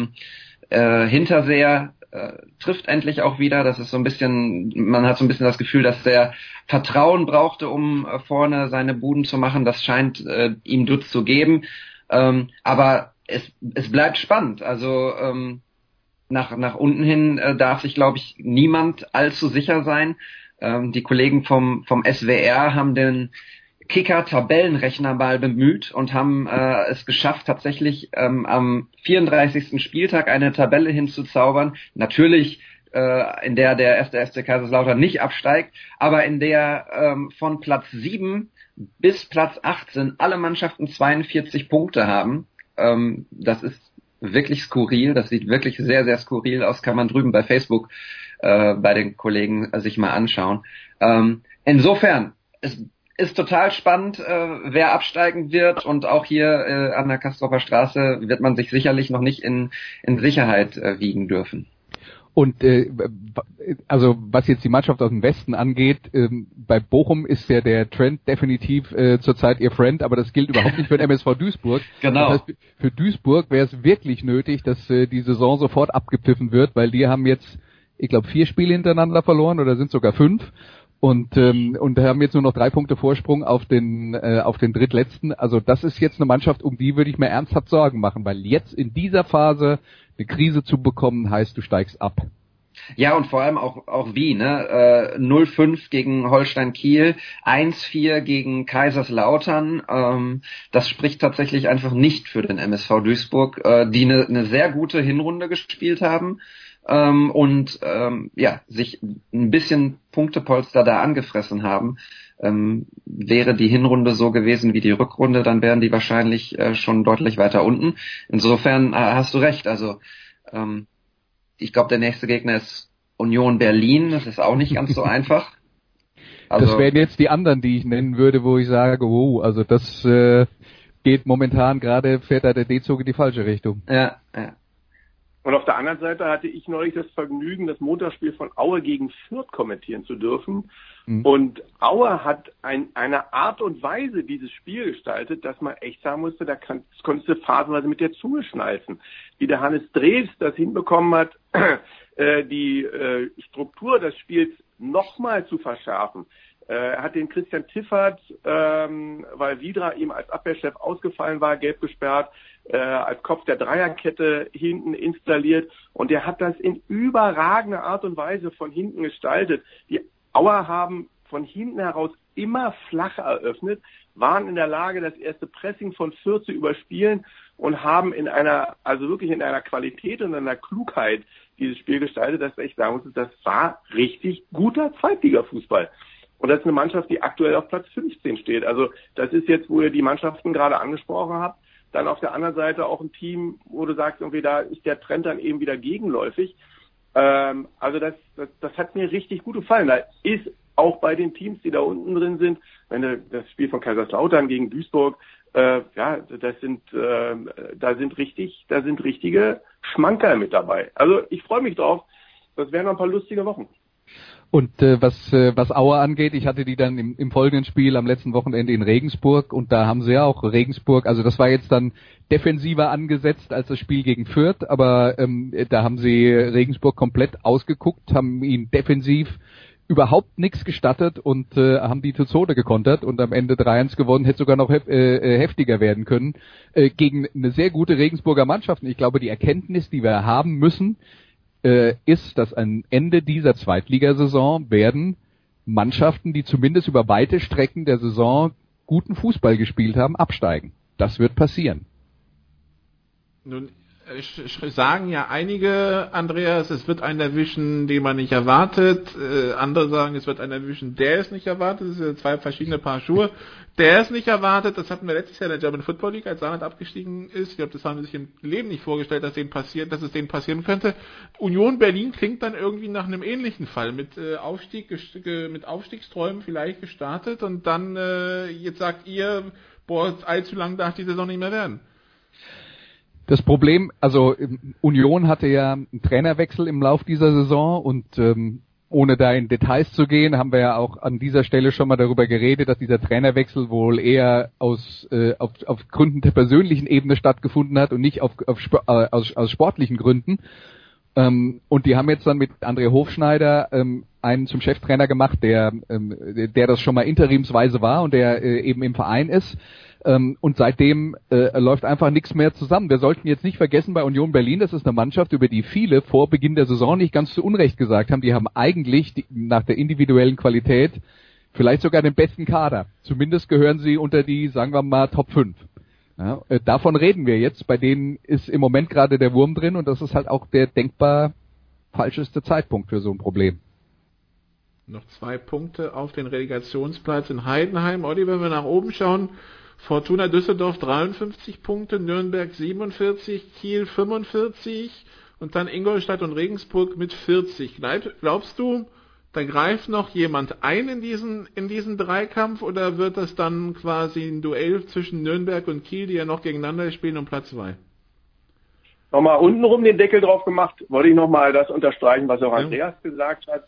Hinterseher trifft endlich auch wieder. Das ist so ein bisschen, man hat so ein bisschen das Gefühl, dass der Vertrauen brauchte, um vorne seine Buden zu machen. Das scheint ihm Dutz zu geben. Aber es bleibt spannend. Also nach unten hin darf sich, glaube ich, niemand allzu sicher sein. Die Kollegen vom SWR haben den Kicker-Tabellenrechner mal bemüht und haben es geschafft, tatsächlich am 34. Spieltag eine Tabelle hinzuzaubern. Natürlich in der 1. FC Kaiserslautern nicht absteigt, aber in der von Platz 7 bis Platz 18 alle Mannschaften 42 Punkte haben. Das ist wirklich skurril. Das sieht wirklich sehr, sehr skurril aus. Kann man drüben bei Facebook bei den Kollegen sich mal anschauen. Insofern, es ist total spannend, wer absteigen wird, und auch hier an der Castroper Straße wird man sich sicherlich noch nicht in Sicherheit wiegen dürfen. Und also was jetzt die Mannschaft aus dem Westen angeht, bei Bochum ist ja der Trend definitiv zurzeit ihr Friend, aber das gilt überhaupt nicht für den MSV Duisburg. Genau. Das heißt, für Duisburg wäre es wirklich nötig, dass die Saison sofort abgepfiffen wird, weil die haben jetzt, ich glaube, 4 Spiele hintereinander verloren oder sind sogar 5. Und haben jetzt nur noch 3 Punkte Vorsprung auf den Drittletzten. Also das ist jetzt eine Mannschaft, um die würde ich mir ernsthaft Sorgen machen, weil jetzt in dieser Phase eine Krise zu bekommen, heißt, du steigst ab. Ja, und vor allem auch wie, ne? 0-5 gegen Holstein Kiel, 1-4 gegen Kaiserslautern. Das spricht tatsächlich einfach nicht für den MSV Duisburg, die eine sehr gute Hinrunde gespielt haben. Sich ein bisschen Punktepolster da angefressen haben. Wäre die Hinrunde so gewesen wie die Rückrunde, dann wären die wahrscheinlich schon deutlich weiter unten. Insofern hast du recht. Also ich glaube, der nächste Gegner ist Union Berlin. Das ist auch nicht ganz so einfach. Also, das wären jetzt die anderen, die ich nennen würde, wo ich sage, also das geht momentan gerade, fährt da der D-Zug in die falsche Richtung. Ja. Und auf der anderen Seite hatte ich neulich das Vergnügen, das Montagsspiel von Aue gegen Fürth kommentieren zu dürfen. Mhm. Und Aue hat eine Art und Weise dieses Spiel gestaltet, dass man echt sagen musste, da konntest du phasenweise mit der Zunge schnalzen. Wie der Hannes Drews das hinbekommen hat, die Struktur des Spiels nochmal zu verschärfen. Er hat den Christian Tiffert, weil Widra ihm als Abwehrchef ausgefallen war, gelb gesperrt, als Kopf der Dreierkette hinten installiert, und er hat das in überragender Art und Weise von hinten gestaltet. Die Auer haben von hinten heraus immer flach eröffnet, waren in der Lage, das erste Pressing von Fürth zu überspielen und haben wirklich in einer Qualität und einer Klugheit dieses Spiel gestaltet, dass ich sagen muss, das war richtig guter Zweitliga-Fußball. Und das ist eine Mannschaft, die aktuell auf Platz 15 steht. Also das ist jetzt, wo ihr die Mannschaften gerade angesprochen habt, dann auf der anderen Seite auch ein Team, wo du sagst, irgendwie da ist der Trend dann eben wieder gegenläufig. Also das hat mir richtig gut gefallen. Da ist auch bei den Teams, die da unten drin sind, wenn du das Spiel von Kaiserslautern gegen Duisburg, da sind richtige Schmankerl mit dabei. Also ich freue mich drauf. Das wären noch ein paar lustige Wochen. Und was Aue angeht, ich hatte die dann im folgenden Spiel am letzten Wochenende in Regensburg, und da haben sie ja auch Regensburg, also das war jetzt dann defensiver angesetzt als das Spiel gegen Fürth, aber da haben sie Regensburg komplett ausgeguckt, haben ihnen defensiv überhaupt nichts gestattet und haben die zu Tode gekontert und am Ende 3-1 gewonnen, hätte sogar noch heftiger werden können gegen eine sehr gute Regensburger Mannschaft. Und ich glaube, die Erkenntnis, die wir haben müssen, ist, dass am Ende dieser Zweitligasaison werden Mannschaften, die zumindest über weite Strecken der Saison guten Fußball gespielt haben, absteigen. Das wird passieren. Nun sagen ja einige, Andreas, es wird einen erwischen, den man nicht erwartet. Andere sagen, es wird einen erwischen, der es nicht erwartet. Das sind zwei verschiedene Paar Schuhe. Der es nicht erwartet, das hatten wir letztes Jahr in der German Football League, als Saarland abgestiegen ist. Ich glaube, das haben sie sich im Leben nicht vorgestellt, dass es denen passieren könnte. Union Berlin klingt dann irgendwie nach einem ähnlichen Fall, mit Aufstiegsträumen vielleicht gestartet und dann jetzt sagt ihr, allzu lang darf die Saison nicht mehr werden. Das Problem, also Union hatte ja einen Trainerwechsel im Lauf dieser Saison und ohne da in Details zu gehen, haben wir ja auch an dieser Stelle schon mal darüber geredet, dass dieser Trainerwechsel wohl eher auf Gründen der persönlichen Ebene stattgefunden hat und nicht aus sportlichen Gründen. Und die haben jetzt dann mit André Hofschneider einen zum Cheftrainer gemacht, der das schon mal interimsweise war und der eben im Verein ist. Und seitdem läuft einfach nichts mehr zusammen. Wir sollten jetzt nicht vergessen, bei Union Berlin, das ist eine Mannschaft, über die viele vor Beginn der Saison nicht ganz zu Unrecht gesagt haben, die haben eigentlich nach der individuellen Qualität vielleicht sogar den besten Kader. Zumindest gehören sie unter die, sagen wir mal, Top 5. Ja, davon reden wir jetzt. Bei denen ist im Moment gerade der Wurm drin und das ist halt auch der denkbar falscheste Zeitpunkt für so ein Problem. Noch 2 Punkte auf den Relegationsplatz in Heidenheim. Olli, wenn wir nach oben schauen, Fortuna Düsseldorf 53 Punkte, Nürnberg 47, Kiel 45 und dann Ingolstadt und Regensburg mit 40. Glaubst du, da greift noch jemand ein in diesen Dreikampf oder wird das dann quasi ein Duell zwischen Nürnberg und Kiel, die ja noch gegeneinander spielen um Platz 2? Nochmal untenrum den Deckel drauf gemacht, wollte ich nochmal das unterstreichen, was auch Andreas gesagt hat.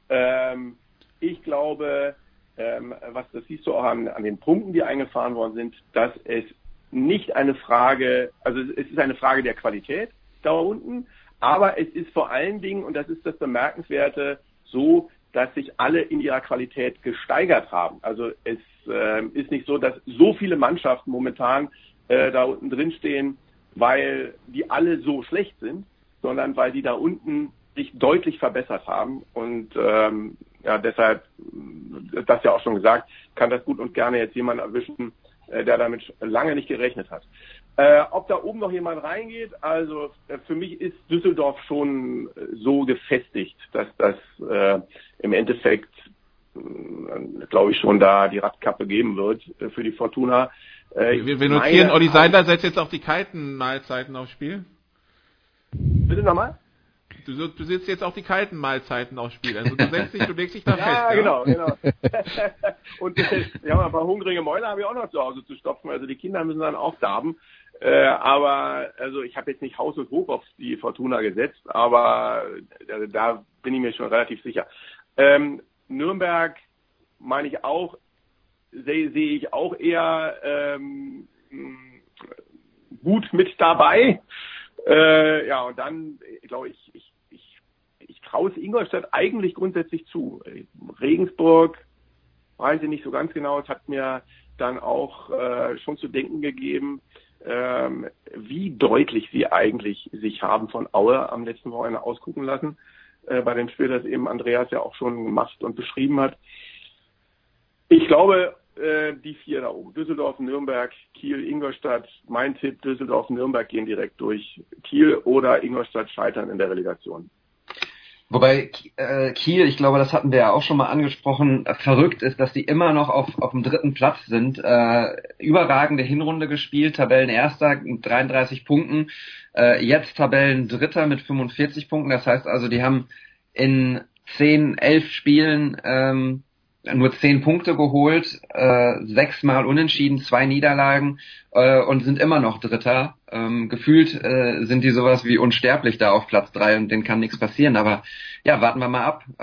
Ich glaube, das siehst du auch an den Punkten, die eingefahren worden sind, dass es nicht eine Frage, also es ist eine Frage der Qualität da unten, aber es ist vor allen Dingen, und das ist das Bemerkenswerte, so, dass sich alle in ihrer Qualität gesteigert haben. Also es ist nicht so, dass so viele Mannschaften momentan da unten drin stehen, weil die alle so schlecht sind, sondern weil die da unten sich deutlich verbessert haben und deshalb, das ja auch schon gesagt, kann das gut und gerne jetzt jemand erwischen, der damit lange nicht gerechnet hat. Ob da oben noch jemand reingeht, also für mich ist Düsseldorf schon so gefestigt, dass das im Endeffekt, glaube ich, schon da die Radkappe geben wird für die Fortuna. Wir notieren, Olli Seidler setzt jetzt auch die Kalten-Mahlzeiten aufs Spiel. Bitte nochmal? Du setzt jetzt auch die kalten Mahlzeiten aufs Spiel. Also du legst dich da fest. Ja, genau. Und ja, ein paar hungrige Mäuler habe ich auch noch zu Hause zu stopfen. Also die Kinder müssen dann auch darben. Aber also ich habe jetzt nicht Haus und Hof auf die Fortuna gesetzt, aber da bin ich mir schon relativ sicher. Nürnberg meine ich auch, sehe ich auch eher gut mit dabei. Und dann glaube ich traue es Ingolstadt eigentlich grundsätzlich zu. Regensburg, weiß ich nicht so ganz genau, es hat mir dann auch schon zu denken gegeben, wie deutlich sie eigentlich sich haben von Aue am letzten Wochenende ausgucken lassen, bei dem Spiel, das eben Andreas ja auch schon gemacht und beschrieben hat. Ich glaube, die 4 da oben, Düsseldorf, Nürnberg, Kiel, Ingolstadt, mein Tipp, Düsseldorf, Nürnberg gehen direkt durch, Kiel oder Ingolstadt scheitern in der Relegation. Wobei Kiel, ich glaube, das hatten wir ja auch schon mal angesprochen, verrückt ist, dass die immer noch auf dem 3. Platz sind. Überragende Hinrunde gespielt, Tabellenerster mit 33 Punkten, jetzt Tabellendritter mit 45 Punkten. Das heißt also, die haben in 10, 11 Spielen nur 10 Punkte geholt, 6 Mal unentschieden, 2 Niederlagen und sind immer noch Dritter. Gefühlt sind die sowas wie unsterblich da auf Platz 3 und denen kann nichts passieren. Aber ja, warten wir mal ab.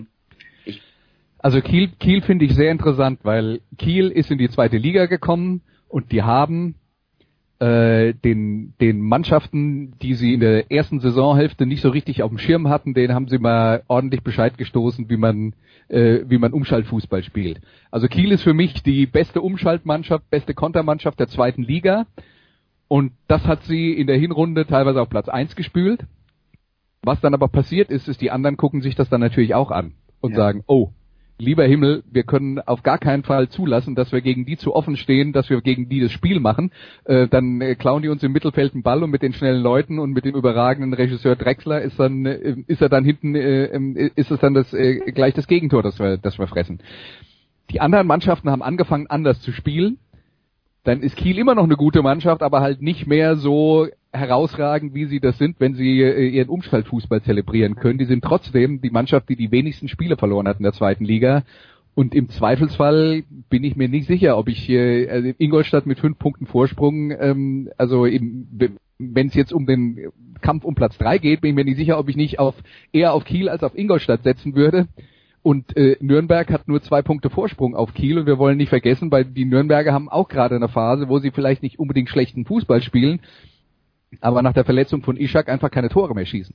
Also Kiel finde ich sehr interessant, weil Kiel ist in die 2. Liga gekommen und die haben den Mannschaften, die sie in der ersten Saisonhälfte nicht so richtig auf dem Schirm hatten, denen haben sie mal ordentlich Bescheid gestoßen, wie man Umschaltfußball spielt. Also Kiel ist für mich die beste Umschaltmannschaft, beste Kontermannschaft der 2. Liga und das hat sie in der Hinrunde teilweise auf Platz 1 gespült. Was dann aber passiert ist, die anderen gucken sich das dann natürlich auch an und sagen, oh, lieber Himmel, wir können auf gar keinen Fall zulassen, dass wir gegen die zu offen stehen, dass wir gegen die das Spiel machen. Dann klauen die uns im Mittelfeld einen Ball und mit den schnellen Leuten und mit dem überragenden Regisseur Drexler ist es dann gleich das Gegentor, das wir fressen. Die anderen Mannschaften haben angefangen, anders zu spielen. Dann ist Kiel immer noch eine gute Mannschaft, aber halt nicht mehr so herausragend, wie sie das sind, wenn sie ihren Umschaltfußball zelebrieren können. Die sind trotzdem die Mannschaft, die die wenigsten Spiele verloren hat in der zweiten Liga. Und im Zweifelsfall bin ich mir nicht sicher, ob ich Ingolstadt mit 5 Punkten Vorsprung, wenn es jetzt um den Kampf um Platz 3 geht, bin ich mir nicht sicher, ob ich nicht eher auf Kiel als auf Ingolstadt setzen würde. Und Nürnberg hat nur 2 Punkte Vorsprung auf Kiel und wir wollen nicht vergessen, weil die Nürnberger haben auch gerade eine Phase, wo sie vielleicht nicht unbedingt schlechten Fußball spielen, aber nach der Verletzung von Ishak einfach keine Tore mehr schießen.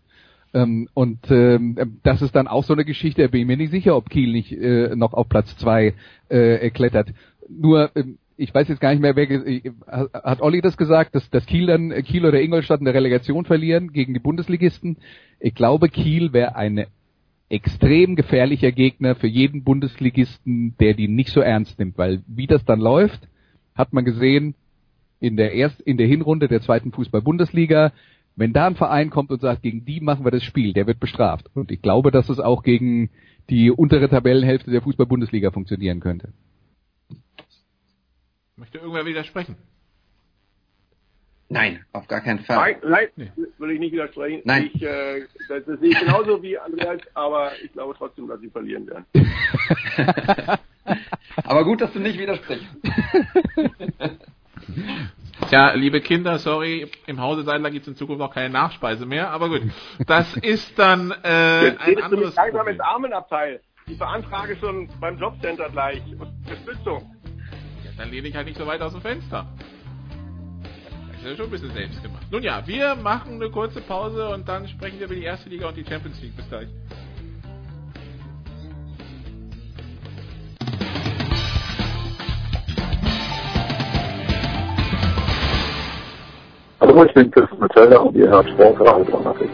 Das ist dann auch so eine Geschichte, da bin ich mir nicht sicher, ob Kiel nicht noch auf Platz 2 klettert. Nur, ich weiß jetzt gar nicht mehr, hat Olli das gesagt, dass Kiel oder Ingolstadt in der Relegation verlieren gegen die Bundesligisten? Ich glaube, Kiel wäre eine extrem gefährlicher Gegner für jeden Bundesligisten, der die nicht so ernst nimmt, weil wie das dann läuft, hat man gesehen in der Hinrunde der zweiten Fußball-Bundesliga, wenn da ein Verein kommt und sagt, gegen die machen wir das Spiel, der wird bestraft. Und ich glaube, dass es auch gegen die untere Tabellenhälfte der Fußball-Bundesliga funktionieren könnte. Möchte irgendwer widersprechen? Nein, auf gar keinen Fall. Nein, will ich nicht widersprechen. Nein. Das sehe ich genauso wie Andreas, aber ich glaube trotzdem, dass sie verlieren werden. Aber gut, dass du nicht widersprichst. Tja, liebe Kinder, sorry, im Hause Seidler gibt es in Zukunft auch keine Nachspeise mehr, aber gut. Das ist dann ein anderes Problem. Langsam ins Armenabteil. Ich beantrage schon beim Jobcenter gleich Unterstützung. Ja, dann lehne ich halt nicht so weit aus dem Fenster. Das ist ja schon ein bisschen selbst gemacht. Nun ja, wir machen eine kurze Pause und dann sprechen wir über die erste Liga und die Champions League. Bis gleich. Hallo, ich bin Christian Metzelder und ihr hört Sportradio 360.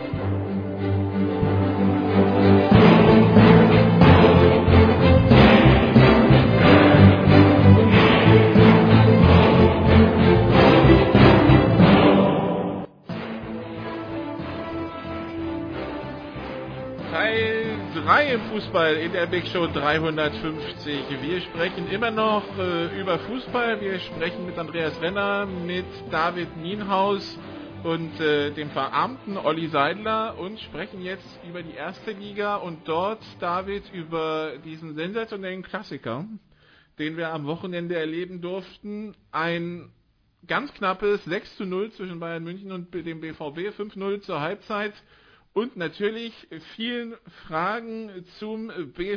Teil 3 im Fußball in der Big Show 350. Wir sprechen immer noch über Fußball. Wir sprechen mit Andreas Renner, mit David Nienhaus und dem verarmten Olli Seidler und sprechen jetzt über die erste Liga und dort, David, über diesen sensationellen Klassiker, den wir am Wochenende erleben durften. Ein ganz knappes 6:0 zwischen Bayern München und dem BVB, 5:0 zur Halbzeit. Und natürlich vielen Fragen zum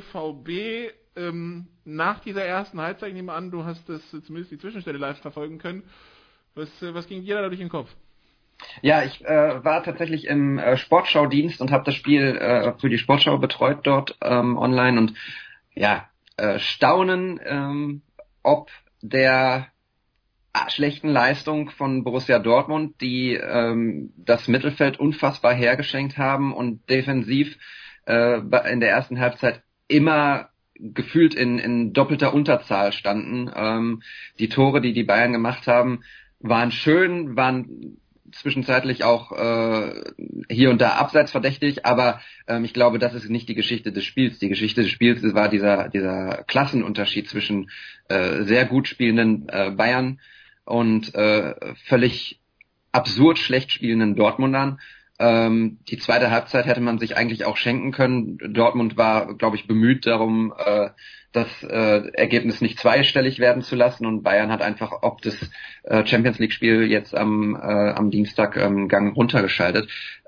BVB nach dieser ersten Halbzeit. Ich nehme an, du hast das zumindest die Zwischenstelle live verfolgen können. Was ging dir da durch den Kopf? Ja, ich war tatsächlich im Sportschau-Dienst und habe das Spiel für die Sportschau betreut dort online und ja, staunen, ob der schlechten Leistung von Borussia Dortmund, die das Mittelfeld unfassbar hergeschenkt haben und defensiv in der ersten Halbzeit immer gefühlt in doppelter Unterzahl standen. Die Tore, die Bayern gemacht haben, waren schön, waren zwischenzeitlich auch hier und da abseitsverdächtig, aber ich glaube, das ist nicht die Geschichte des Spiels. Die Geschichte des Spiels war dieser Klassenunterschied zwischen sehr gut spielenden Bayern und völlig absurd schlecht spielenden Dortmundern. Die zweite Halbzeit hätte man sich eigentlich auch schenken können. Dortmund war, glaube ich, bemüht darum, das Ergebnis nicht zweistellig werden zu lassen und Bayern hat einfach ob das Champions League Spiel jetzt am Dienstag Gang runtergeschaltet.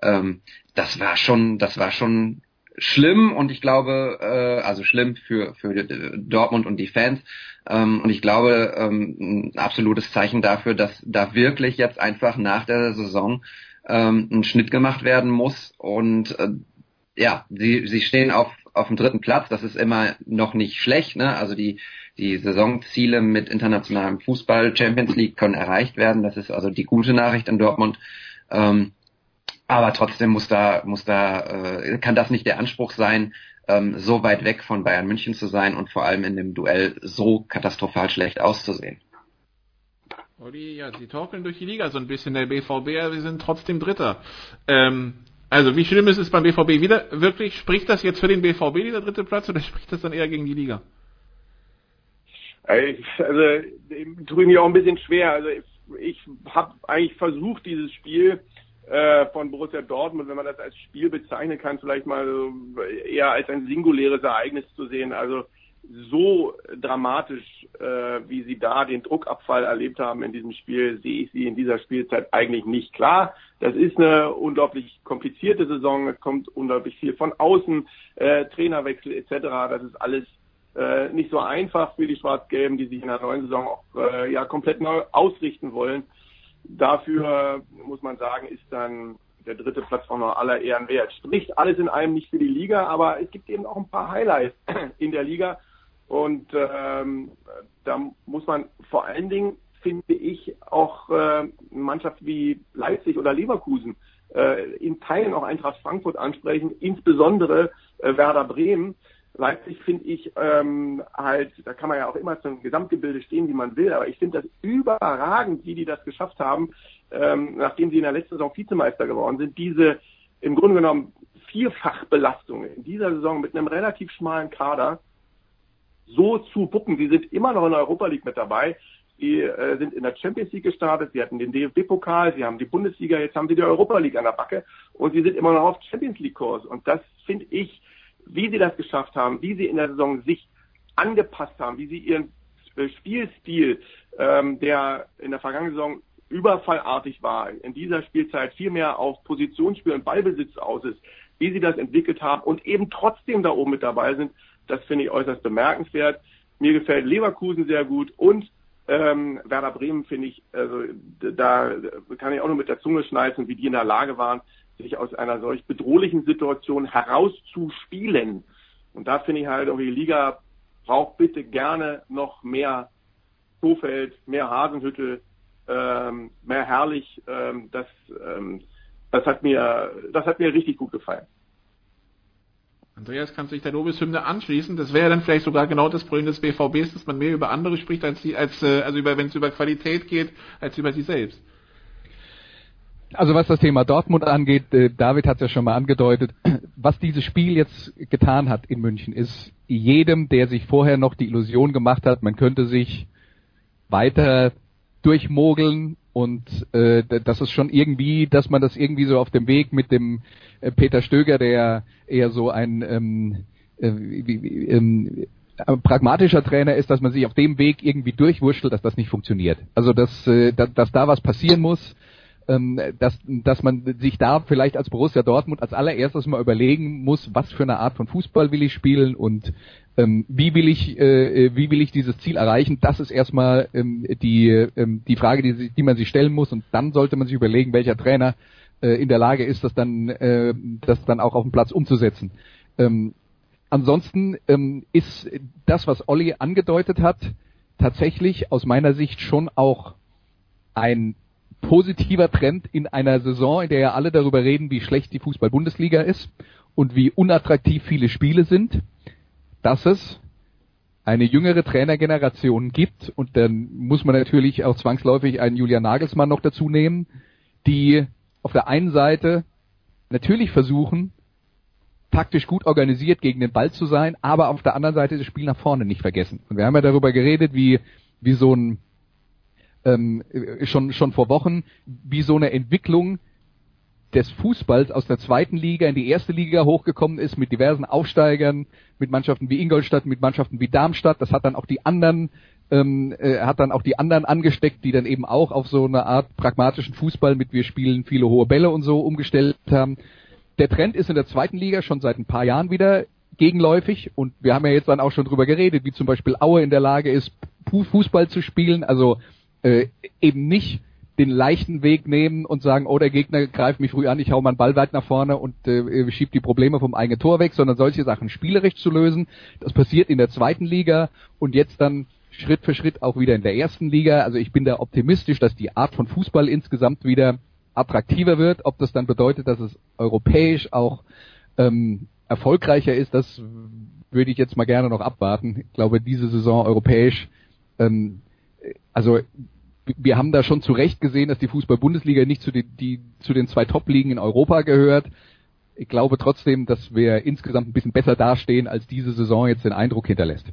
Das war schon schlimm und ich glaube, also schlimm für Dortmund und die Fans. Und ich glaube, ein absolutes Zeichen dafür, dass da wirklich jetzt einfach nach der Saison ein Schnitt gemacht werden muss. Und ja, sie stehen auf dem 3. Platz. Das ist immer noch nicht schlecht, ne? Also die Saisonziele mit internationalem Fußball, Champions League können erreicht werden. Das ist also die gute Nachricht in Dortmund. Aber Aber trotzdem kann das nicht der Anspruch sein, so weit weg von Bayern München zu sein und vor allem in dem Duell so katastrophal schlecht auszusehen. Olli, ja, Sie torkeln durch die Liga so ein bisschen, der BVB, wir sind trotzdem Dritter. Also, wie schlimm ist es beim BVB wieder? Wirklich, spricht das jetzt für den BVB, dieser dritte Platz, oder spricht das dann eher gegen die Liga? Also, tue ich mir auch ein bisschen schwer. Also, ich habe eigentlich versucht, dieses Spiel von Borussia Dortmund, wenn man das als Spiel bezeichnen kann, vielleicht mal eher als ein singuläres Ereignis zu sehen. Also, so dramatisch, wie sie da den Druckabfall erlebt haben in diesem Spiel, sehe ich sie in dieser Spielzeit eigentlich nicht. Klar, das ist eine unglaublich komplizierte Saison, es kommt unglaublich viel von außen, Trainerwechsel etc. Das ist alles nicht so einfach für die Schwarz-Gelben, die sich in der neuen Saison auch komplett neu ausrichten wollen. Dafür, muss man sagen, ist dann der dritte Platz auch noch aller Ehren wert. Spricht alles in allem nicht für die Liga, aber es gibt eben auch ein paar Highlights in der Liga. Und da muss man vor allen Dingen, finde ich, auch Mannschaften wie Leipzig oder Leverkusen, in Teilen auch Eintracht Frankfurt ansprechen, insbesondere Werder Bremen. Leipzig finde ich da kann man ja auch immer zum Gesamtgebilde stehen, wie man will, aber ich finde das überragend, wie die das geschafft haben, nachdem sie in der letzten Saison Vizemeister geworden sind, diese im Grunde genommen Vierfachbelastung in dieser Saison mit einem relativ schmalen Kader so zu wuppen. Sie sind immer noch in der Europa League mit dabei. Sie sind in der Champions League gestartet. Sie hatten den DFB-Pokal. Sie haben die Bundesliga. Jetzt haben sie die Europa League an der Backe. Und sie sind immer noch auf Champions League-Kurs. Und das finde ich, wie sie das geschafft haben, wie sie in der Saison sich angepasst haben, wie sie ihren Spielstil, der in der vergangenen Saison überfallartig war, in dieser Spielzeit viel mehr auf Positionsspiel und Ballbesitz aus ist, wie sie das entwickelt haben und eben trotzdem da oben mit dabei sind, das finde ich äußerst bemerkenswert. Mir gefällt Leverkusen sehr gut und Werder Bremen finde ich, also da kann ich auch nur mit der Zunge schnalzen, wie die in der Lage waren, sich aus einer solch bedrohlichen Situation herauszuspielen. Und da finde ich halt, auch die Liga braucht bitte gerne noch mehr Kofeld, mehr Hasenhüttl, mehr Herrlich. Das hat mir richtig gut gefallen. Andreas, kannst du dich der Lobeshymne anschließen? Das wäre dann vielleicht sogar genau das Problem des BVBs, dass man mehr über andere spricht, wenn es über Qualität geht, als über sie selbst. Also was das Thema Dortmund angeht, David hat es ja schon mal angedeutet, was dieses Spiel jetzt getan hat in München, ist jedem, der sich vorher noch die Illusion gemacht hat, man könnte sich weiter durchmogeln und das ist schon irgendwie, dass man das irgendwie so auf dem Weg mit dem Peter Stöger, der eher so ein pragmatischer Trainer ist, dass man sich auf dem Weg irgendwie durchwurschtelt, dass das nicht funktioniert. Also dass da was passieren muss, dass man sich da vielleicht als Borussia Dortmund als allererstes mal überlegen muss, was für eine Art von Fußball will ich spielen und wie will ich dieses Ziel erreichen. Das ist erstmal die Frage, die man sich stellen muss, und dann sollte man sich überlegen, welcher Trainer in der Lage ist, das dann auch auf dem Platz umzusetzen. Ansonsten ist das, was Olli angedeutet hat, tatsächlich aus meiner Sicht schon auch ein positiver Trend in einer Saison, in der ja alle darüber reden, wie schlecht die Fußball-Bundesliga ist und wie unattraktiv viele Spiele sind, dass es eine jüngere Trainergeneration gibt, und dann muss man natürlich auch zwangsläufig einen Julian Nagelsmann noch dazu nehmen, die auf der einen Seite natürlich versuchen, taktisch gut organisiert gegen den Ball zu sein, aber auf der anderen Seite das Spiel nach vorne nicht vergessen. Und wir haben ja darüber geredet, wie so ein schon vor Wochen, wie so eine Entwicklung des Fußballs aus der zweiten Liga in die erste Liga hochgekommen ist, mit diversen Aufsteigern, mit Mannschaften wie Ingolstadt, mit Mannschaften wie Darmstadt. Das hat dann auch die anderen angesteckt, die dann eben auch auf so eine Art pragmatischen Fußball mit wir spielen viele hohe Bälle und so umgestellt haben. Der Trend ist in der zweiten Liga schon seit ein paar Jahren wieder gegenläufig, und wir haben ja jetzt dann auch schon drüber geredet, wie zum Beispiel Aue in der Lage ist, Fußball zu spielen, also eben nicht den leichten Weg nehmen und sagen, oh, der Gegner greift mich früh an, ich hau mal einen Ball weit nach vorne und schiebt die Probleme vom eigenen Tor weg, sondern solche Sachen spielerisch zu lösen. Das passiert in der zweiten Liga und jetzt dann Schritt für Schritt auch wieder in der ersten Liga. Also ich bin da optimistisch, dass die Art von Fußball insgesamt wieder attraktiver wird. Ob das dann bedeutet, dass es europäisch auch erfolgreicher ist, das würde ich jetzt mal gerne noch abwarten. Ich glaube, diese Saison europäisch, also wir haben da schon zu Recht gesehen, dass die Fußball-Bundesliga nicht zu den 2 Top-Ligen in Europa gehört. Ich glaube trotzdem, dass wir insgesamt ein bisschen besser dastehen, als diese Saison jetzt den Eindruck hinterlässt.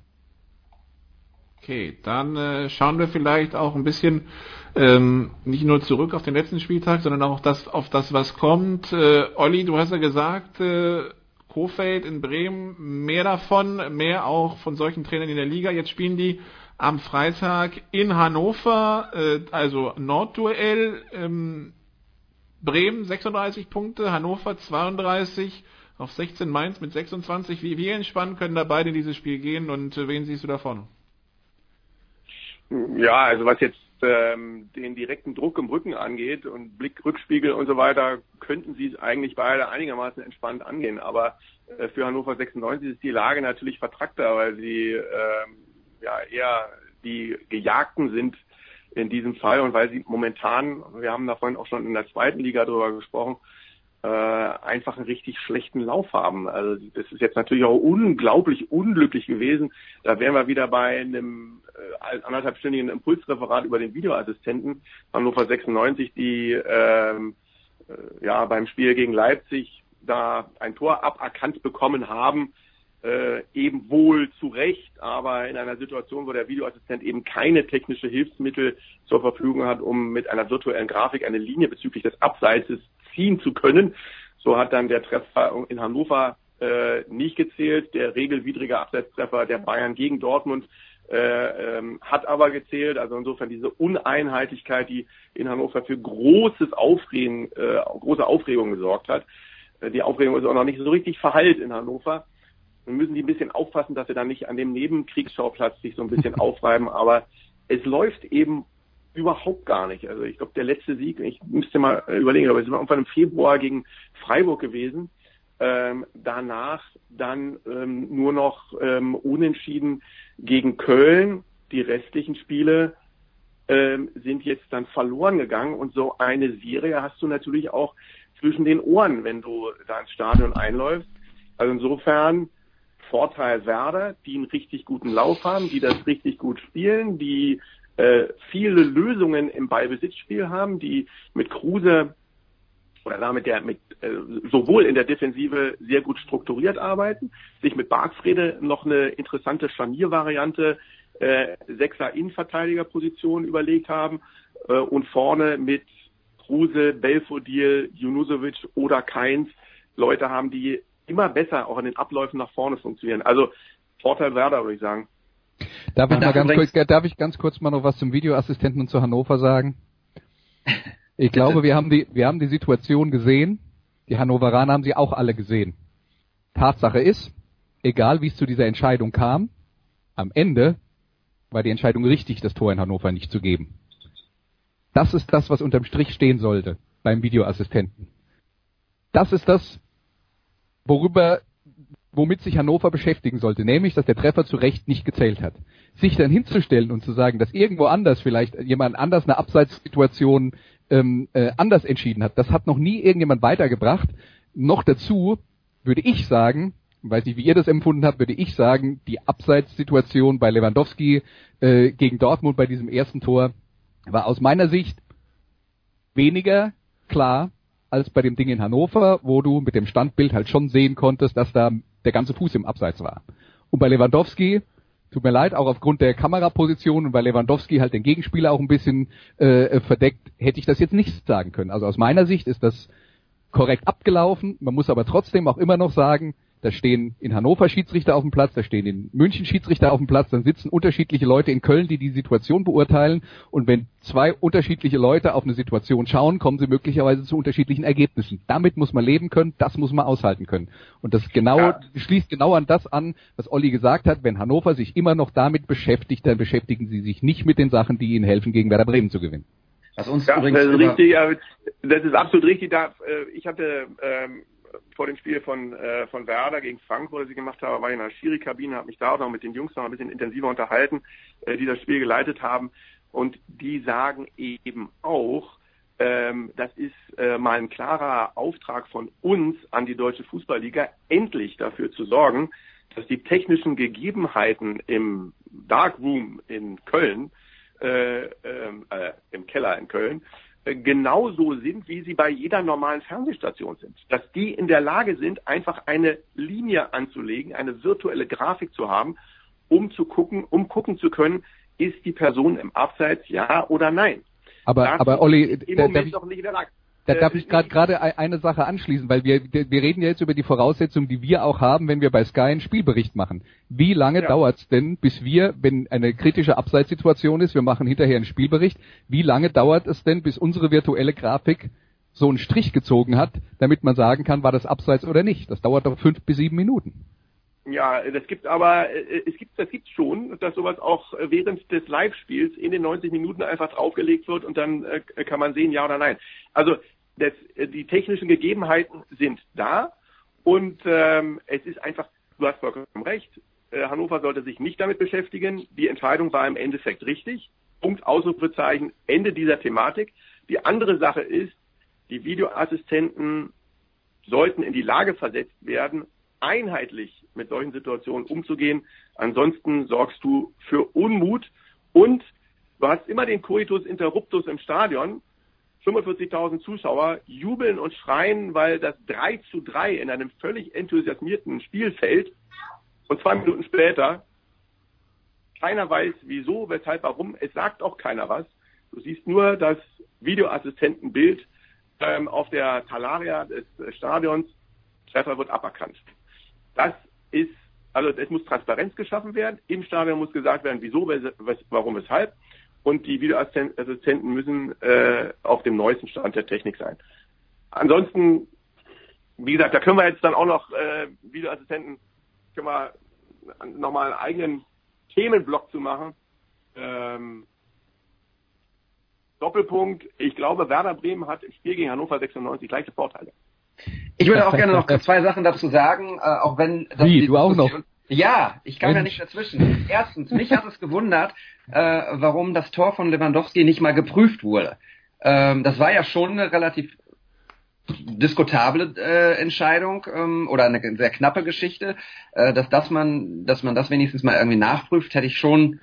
Okay, dann schauen wir vielleicht auch ein bisschen nicht nur zurück auf den letzten Spieltag, sondern auch auf das, was kommt. Olli, du hast ja gesagt, Kohfeldt in Bremen, mehr davon, mehr auch von solchen Trainern in der Liga. Jetzt spielen die am Freitag in Hannover, also Nordduell. Bremen 36 Punkte, Hannover 32, auf 16 Mainz mit 26. Wie entspannt können da beide in dieses Spiel gehen und wen siehst du davon? Ja, also was jetzt den direkten Druck im Rücken angeht und Blick, Rückspiegel und so weiter, könnten sie es eigentlich beide einigermaßen entspannt angehen. Aber für Hannover 96 ist die Lage natürlich vertrackter, weil sie eher die Gejagten sind in diesem Fall und weil sie momentan, wir haben da vorhin auch schon in der zweiten Liga drüber gesprochen, einfach einen richtig schlechten Lauf haben. Also das ist jetzt natürlich auch unglaublich unglücklich gewesen. Da wären wir wieder bei einem anderthalbstündigen Impulsreferat über den Videoassistenten Hannover 96, die beim Spiel gegen Leipzig da ein Tor aberkannt bekommen haben, eben wohl zu Recht, aber in einer Situation, wo der Videoassistent eben keine technische Hilfsmittel zur Verfügung hat, um mit einer virtuellen Grafik eine Linie bezüglich des Abseitses ziehen zu können. So hat dann der Treffer in Hannover nicht gezählt. Der regelwidrige Abseitstreffer der Bayern gegen Dortmund hat aber gezählt. Also insofern diese Uneinheitlichkeit, die in Hannover für große Aufregung gesorgt hat. Die Aufregung ist auch noch nicht so richtig verhallt in Hannover. Wir müssen die ein bisschen aufpassen, dass sie dann nicht an dem Nebenkriegsschauplatz sich so ein bisschen aufreiben. Aber es läuft eben überhaupt gar nicht. Also ich glaube, der letzte Sieg, ich müsste mal überlegen, aber es war irgendwann im Februar gegen Freiburg gewesen. Danach dann nur noch unentschieden gegen Köln. Die restlichen Spiele sind jetzt dann verloren gegangen. Und so eine Serie hast du natürlich auch zwischen den Ohren, wenn du da ins Stadion einläufst. Also insofern Vorteil Werder, die einen richtig guten Lauf haben, die das richtig gut spielen, die viele Lösungen im Ballbesitzspiel haben, die mit Kruse oder damit sowohl in der Defensive sehr gut strukturiert arbeiten, sich mit Bargfrede noch eine interessante Scharniervariante Sechser Innenverteidigerposition überlegt haben und vorne mit Kruse, Belfodil, Junusovic oder Kainz Leute haben, die immer besser auch in den Abläufen nach vorne funktionieren. Also Vorteil Werder, würde ich sagen. Darf ich ganz kurz mal noch was zum Videoassistenten und zu Hannover sagen? Ich glaube, wir haben die Situation gesehen. Die Hannoveraner haben sie auch alle gesehen. Tatsache ist, egal wie es zu dieser Entscheidung kam, am Ende war die Entscheidung richtig, das Tor in Hannover nicht zu geben. Das ist das, was unterm Strich stehen sollte beim Videoassistenten. Das ist das, womit sich Hannover beschäftigen sollte, nämlich, dass der Treffer zu Recht nicht gezählt hat. Sich dann hinzustellen und zu sagen, dass irgendwo anders vielleicht jemand anders eine Abseitssituation anders entschieden hat, das hat noch nie irgendjemand weitergebracht. Noch dazu würde ich sagen, weiß nicht, wie ihr das empfunden habt, würde ich sagen, die Abseitssituation bei Lewandowski gegen Dortmund bei diesem ersten Tor war aus meiner Sicht weniger klar als bei dem Ding in Hannover, wo du mit dem Standbild halt schon sehen konntest, dass da der ganze Fuß im Abseits war. Und bei Lewandowski, tut mir leid, auch aufgrund der Kameraposition und weil Lewandowski halt den Gegenspieler auch ein bisschen verdeckt, hätte ich das jetzt nicht sagen können. Also aus meiner Sicht ist das korrekt abgelaufen. Man muss aber trotzdem auch immer noch sagen, da stehen in Hannover Schiedsrichter auf dem Platz, da stehen in München Schiedsrichter auf dem Platz, dann sitzen unterschiedliche Leute in Köln, die die Situation beurteilen. Und wenn zwei unterschiedliche Leute auf eine Situation schauen, kommen sie möglicherweise zu unterschiedlichen Ergebnissen. Damit muss man leben können, das muss man aushalten können. Und das schließt genau an das an, was Olli gesagt hat. Wenn Hannover sich immer noch damit beschäftigt, dann beschäftigen sie sich nicht mit den Sachen, die ihnen helfen, gegen Werder Bremen zu gewinnen. Das ist richtig, das ist absolut richtig. Ich hatte vor dem Spiel von Werder gegen Frankfurt, das ich gemacht habe, war ich in der Schiri-Kabine, habe mich da auch noch mit den Jungs noch ein bisschen intensiver unterhalten, die das Spiel geleitet haben. Und die sagen eben auch, das ist mal ein klarer Auftrag von uns an die Deutsche Fußballliga, endlich dafür zu sorgen, dass die technischen Gegebenheiten im Darkroom in Köln, im Keller in Köln, genauso sind, wie sie bei jeder normalen Fernsehstation sind. Dass die in der Lage sind, einfach eine Linie anzulegen, eine virtuelle Grafik zu haben, um gucken zu können, ist die Person im Abseits, ja oder nein. Aber Olli, da darf ich gerade eine Sache anschließen, weil wir reden ja jetzt über die Voraussetzungen, die wir auch haben, wenn wir bei Sky einen Spielbericht machen. Wie lange dauert's denn, bis wir, wenn eine kritische Abseitssituation ist, wir machen hinterher einen Spielbericht, wie lange dauert es denn, bis unsere virtuelle Grafik so einen Strich gezogen hat, damit man sagen kann, war das Abseits oder nicht? Das dauert doch 5 bis 7 Minuten. Ja, das gibt's schon, dass sowas auch während des Live-Spiels in den 90 Minuten einfach draufgelegt wird und dann kann man sehen, ja oder nein. Also die technischen Gegebenheiten sind da und es ist einfach, du hast vollkommen recht, Hannover sollte sich nicht damit beschäftigen. Die Entscheidung war im Endeffekt richtig. Punkt, Ausrufezeichen, Ende dieser Thematik. Die andere Sache ist, die Videoassistenten sollten in die Lage versetzt werden, einheitlich mit solchen Situationen umzugehen. Ansonsten sorgst du für Unmut und du hast immer den Coitus Interruptus im Stadion. 45.000 Zuschauer jubeln und schreien, weil das 3:3 in einem völlig enthusiasmierten Spiel fällt und 2 Minuten später keiner weiß, wieso, weshalb, warum. Es sagt auch keiner was. Du siehst nur das Videoassistentenbild auf der Talaria des Stadions. Treffer wird aberkannt. Es muss Transparenz geschaffen werden. Im Stadion muss gesagt werden, wieso, warum, weshalb. Und die Videoassistenten müssen auf dem neuesten Stand der Technik sein. Ansonsten, wie gesagt, da können wir jetzt dann auch noch Videoassistenten, können wir nochmal einen eigenen Themenblock zu machen. Doppelpunkt, ich glaube, Werder Bremen hat im Spiel gegen Hannover 96 gleiche Vorteile. Ich würde auch gerne noch 2 Sachen dazu sagen, auch wenn... Du auch noch? Ja, ich kam ja nicht dazwischen. Erstens, mich hat es gewundert, warum das Tor von Lewandowski nicht mal geprüft wurde. Das war ja schon eine relativ diskutable Entscheidung oder eine sehr knappe Geschichte. Dass man das wenigstens mal irgendwie nachprüft, hätte ich schon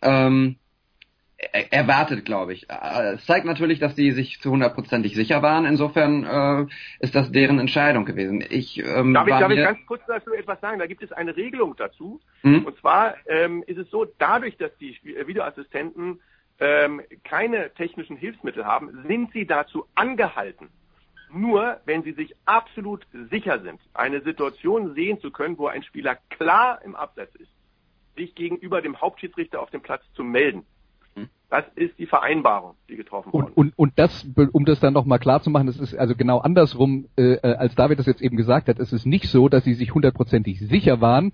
erwartet, glaube ich. Es zeigt natürlich, dass die sich zu 100%ig sicher waren. Insofern ist das deren Entscheidung gewesen. Darf ich ganz kurz dazu etwas sagen? Da gibt es eine Regelung dazu. Und zwar ist es so, dadurch, dass die Videoassistenten keine technischen Hilfsmittel haben, sind sie dazu angehalten, nur wenn sie sich absolut sicher sind, eine Situation sehen zu können, wo ein Spieler klar im Abseits ist, sich gegenüber dem Hauptschiedsrichter auf dem Platz zu melden. Das ist die Vereinbarung, die getroffen wurde. Und das, um das dann nochmal klar zu machen, das ist also genau andersrum, als David das jetzt eben gesagt hat. Es ist nicht so, dass sie sich 100%ig sicher waren,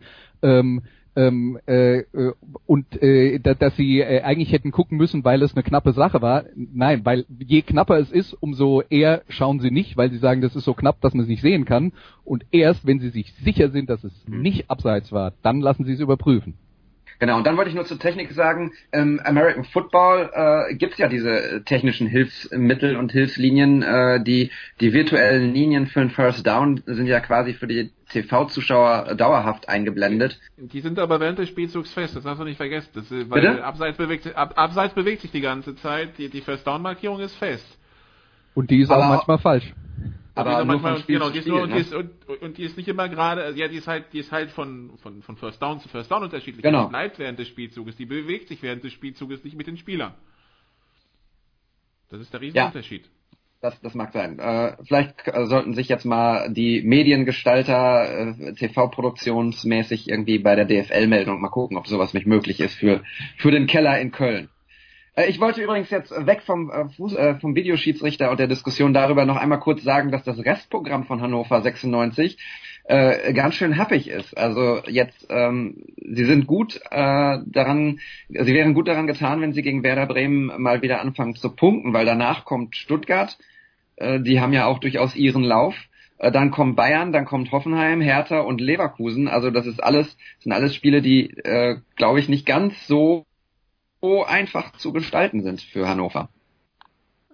dass sie eigentlich hätten gucken müssen, weil es eine knappe Sache war. Nein, weil je knapper es ist, umso eher schauen sie nicht, weil sie sagen, das ist so knapp, dass man es nicht sehen kann. Und erst, wenn sie sich sicher sind, dass es nicht abseits war, dann lassen sie es überprüfen. Genau, und dann wollte ich nur zur Technik sagen, im American Football gibt's ja diese technischen Hilfsmittel und Hilfslinien, die virtuellen Linien für einen First Down sind ja quasi für die TV-Zuschauer dauerhaft eingeblendet. Die sind aber während des Spielzugs fest, das darfst du nicht vergessen. Weil Abseits bewegt sich die ganze Zeit, die First Down-Markierung ist fest. Und die ist auch manchmal falsch. Aber nur von Spiel zu Spiel, und die ist nicht immer gerade, ja, die ist halt von First Down zu First Down unterschiedlich. Genau. Die bleibt während des Spielzuges, die bewegt sich während des Spielzuges nicht mit den Spielern. Das ist der Riesenunterschied. Das mag sein. Vielleicht sollten sich jetzt mal die Mediengestalter TV-produktionsmäßig irgendwie bei der DFL melden und mal gucken, ob sowas nicht möglich ist für den Keller in Köln. Ich wollte übrigens jetzt weg vom Videoschiedsrichter und der Diskussion darüber noch einmal kurz sagen, dass das Restprogramm von Hannover 96 ganz schön happig ist. Also jetzt, sie wären gut daran getan, wenn sie gegen Werder Bremen mal wieder anfangen zu punkten, weil danach kommt Stuttgart, die haben ja auch durchaus ihren Lauf. Dann kommt Bayern, dann kommt Hoffenheim, Hertha und Leverkusen. Also das sind alles Spiele, die, glaube ich, nicht ganz so einfach zu gestalten sind für Hannover.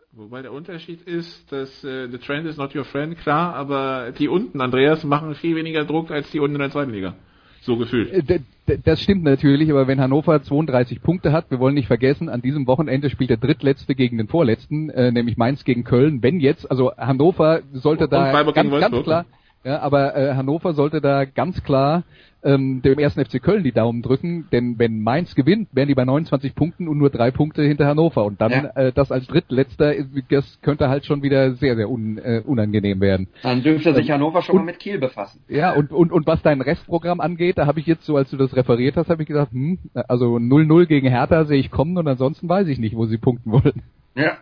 Wobei der Unterschied ist, dass the trend is not your friend, klar, aber die unten, Andreas, machen viel weniger Druck als die unten in der zweiten Liga. So gefühlt. Das stimmt natürlich, aber wenn Hannover 32 Punkte hat, wir wollen nicht vergessen, an diesem Wochenende spielt der Drittletzte gegen den Vorletzten, nämlich Mainz gegen Köln. Wenn jetzt, also Hannover sollte da ganz klar, ja, aber Hannover sollte da ganz klar dem 1. FC Köln die Daumen drücken, denn wenn Mainz gewinnt, wären die bei 29 Punkten und nur 3 Punkte hinter Hannover. Und dann das als Drittletzter, das könnte halt schon wieder sehr, sehr unangenehm werden. Dann dürfte sich Hannover schon mal mit Kiel befassen. Ja, und was dein Restprogramm angeht, da habe ich jetzt so, als du das referiert hast, habe ich gesagt, also 0-0 gegen Hertha sehe ich kommen und ansonsten weiß ich nicht, wo sie punkten wollen. Ja.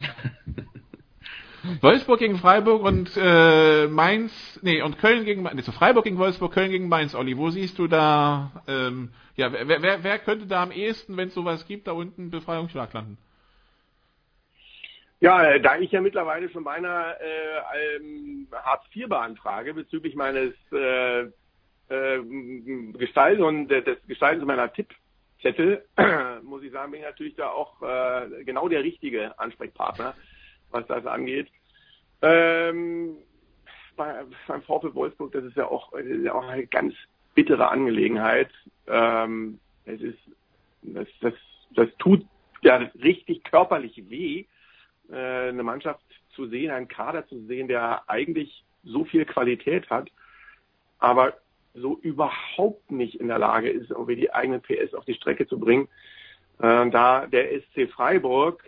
Wolfsburg gegen Freiburg und und Köln gegen Mainz. Freiburg gegen Wolfsburg, Köln gegen Mainz, Olli. Wo siehst du da, wer könnte da am ehesten, wenn es sowas gibt, da unten Befreiungsschlag landen? Ja, da ich ja mittlerweile schon meiner Hartz IV beantrage bezüglich meines des Gestaltens meiner Tippzettel, muss ich sagen, bin ich natürlich da auch genau der richtige Ansprechpartner, was das angeht. Beim VfL Wolfsburg, das ist ja auch eine ganz bittere Angelegenheit. Das tut ja richtig körperlich weh, eine Mannschaft zu sehen, einen Kader zu sehen, der eigentlich so viel Qualität hat, aber so überhaupt nicht in der Lage ist, irgendwie die eigenen PS auf die Strecke zu bringen. Da der SC Freiburg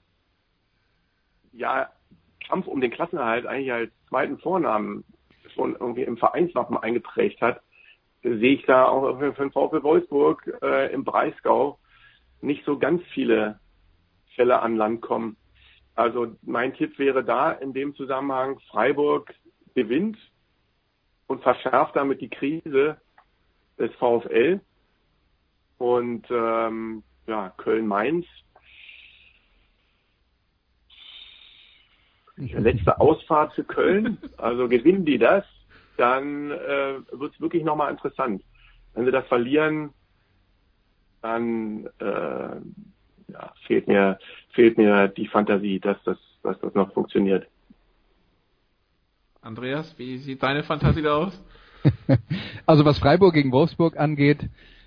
Kampf um den Klassenerhalt eigentlich als zweiten Vornamen schon irgendwie im Vereinswappen eingeprägt hat, sehe ich da auch für den VfL Wolfsburg im Breisgau nicht so ganz viele Fälle an Land kommen. Also mein Tipp wäre da in dem Zusammenhang, Freiburg gewinnt und verschärft damit die Krise des VfL und Köln-Mainz. Letzte Ausfahrt für Köln, also gewinnen die das, dann wird es wirklich nochmal interessant. Wenn sie das verlieren, dann fehlt mir die Fantasie, dass das noch funktioniert. Andreas, wie sieht deine Fantasie da aus? Also was Freiburg gegen Wolfsburg angeht,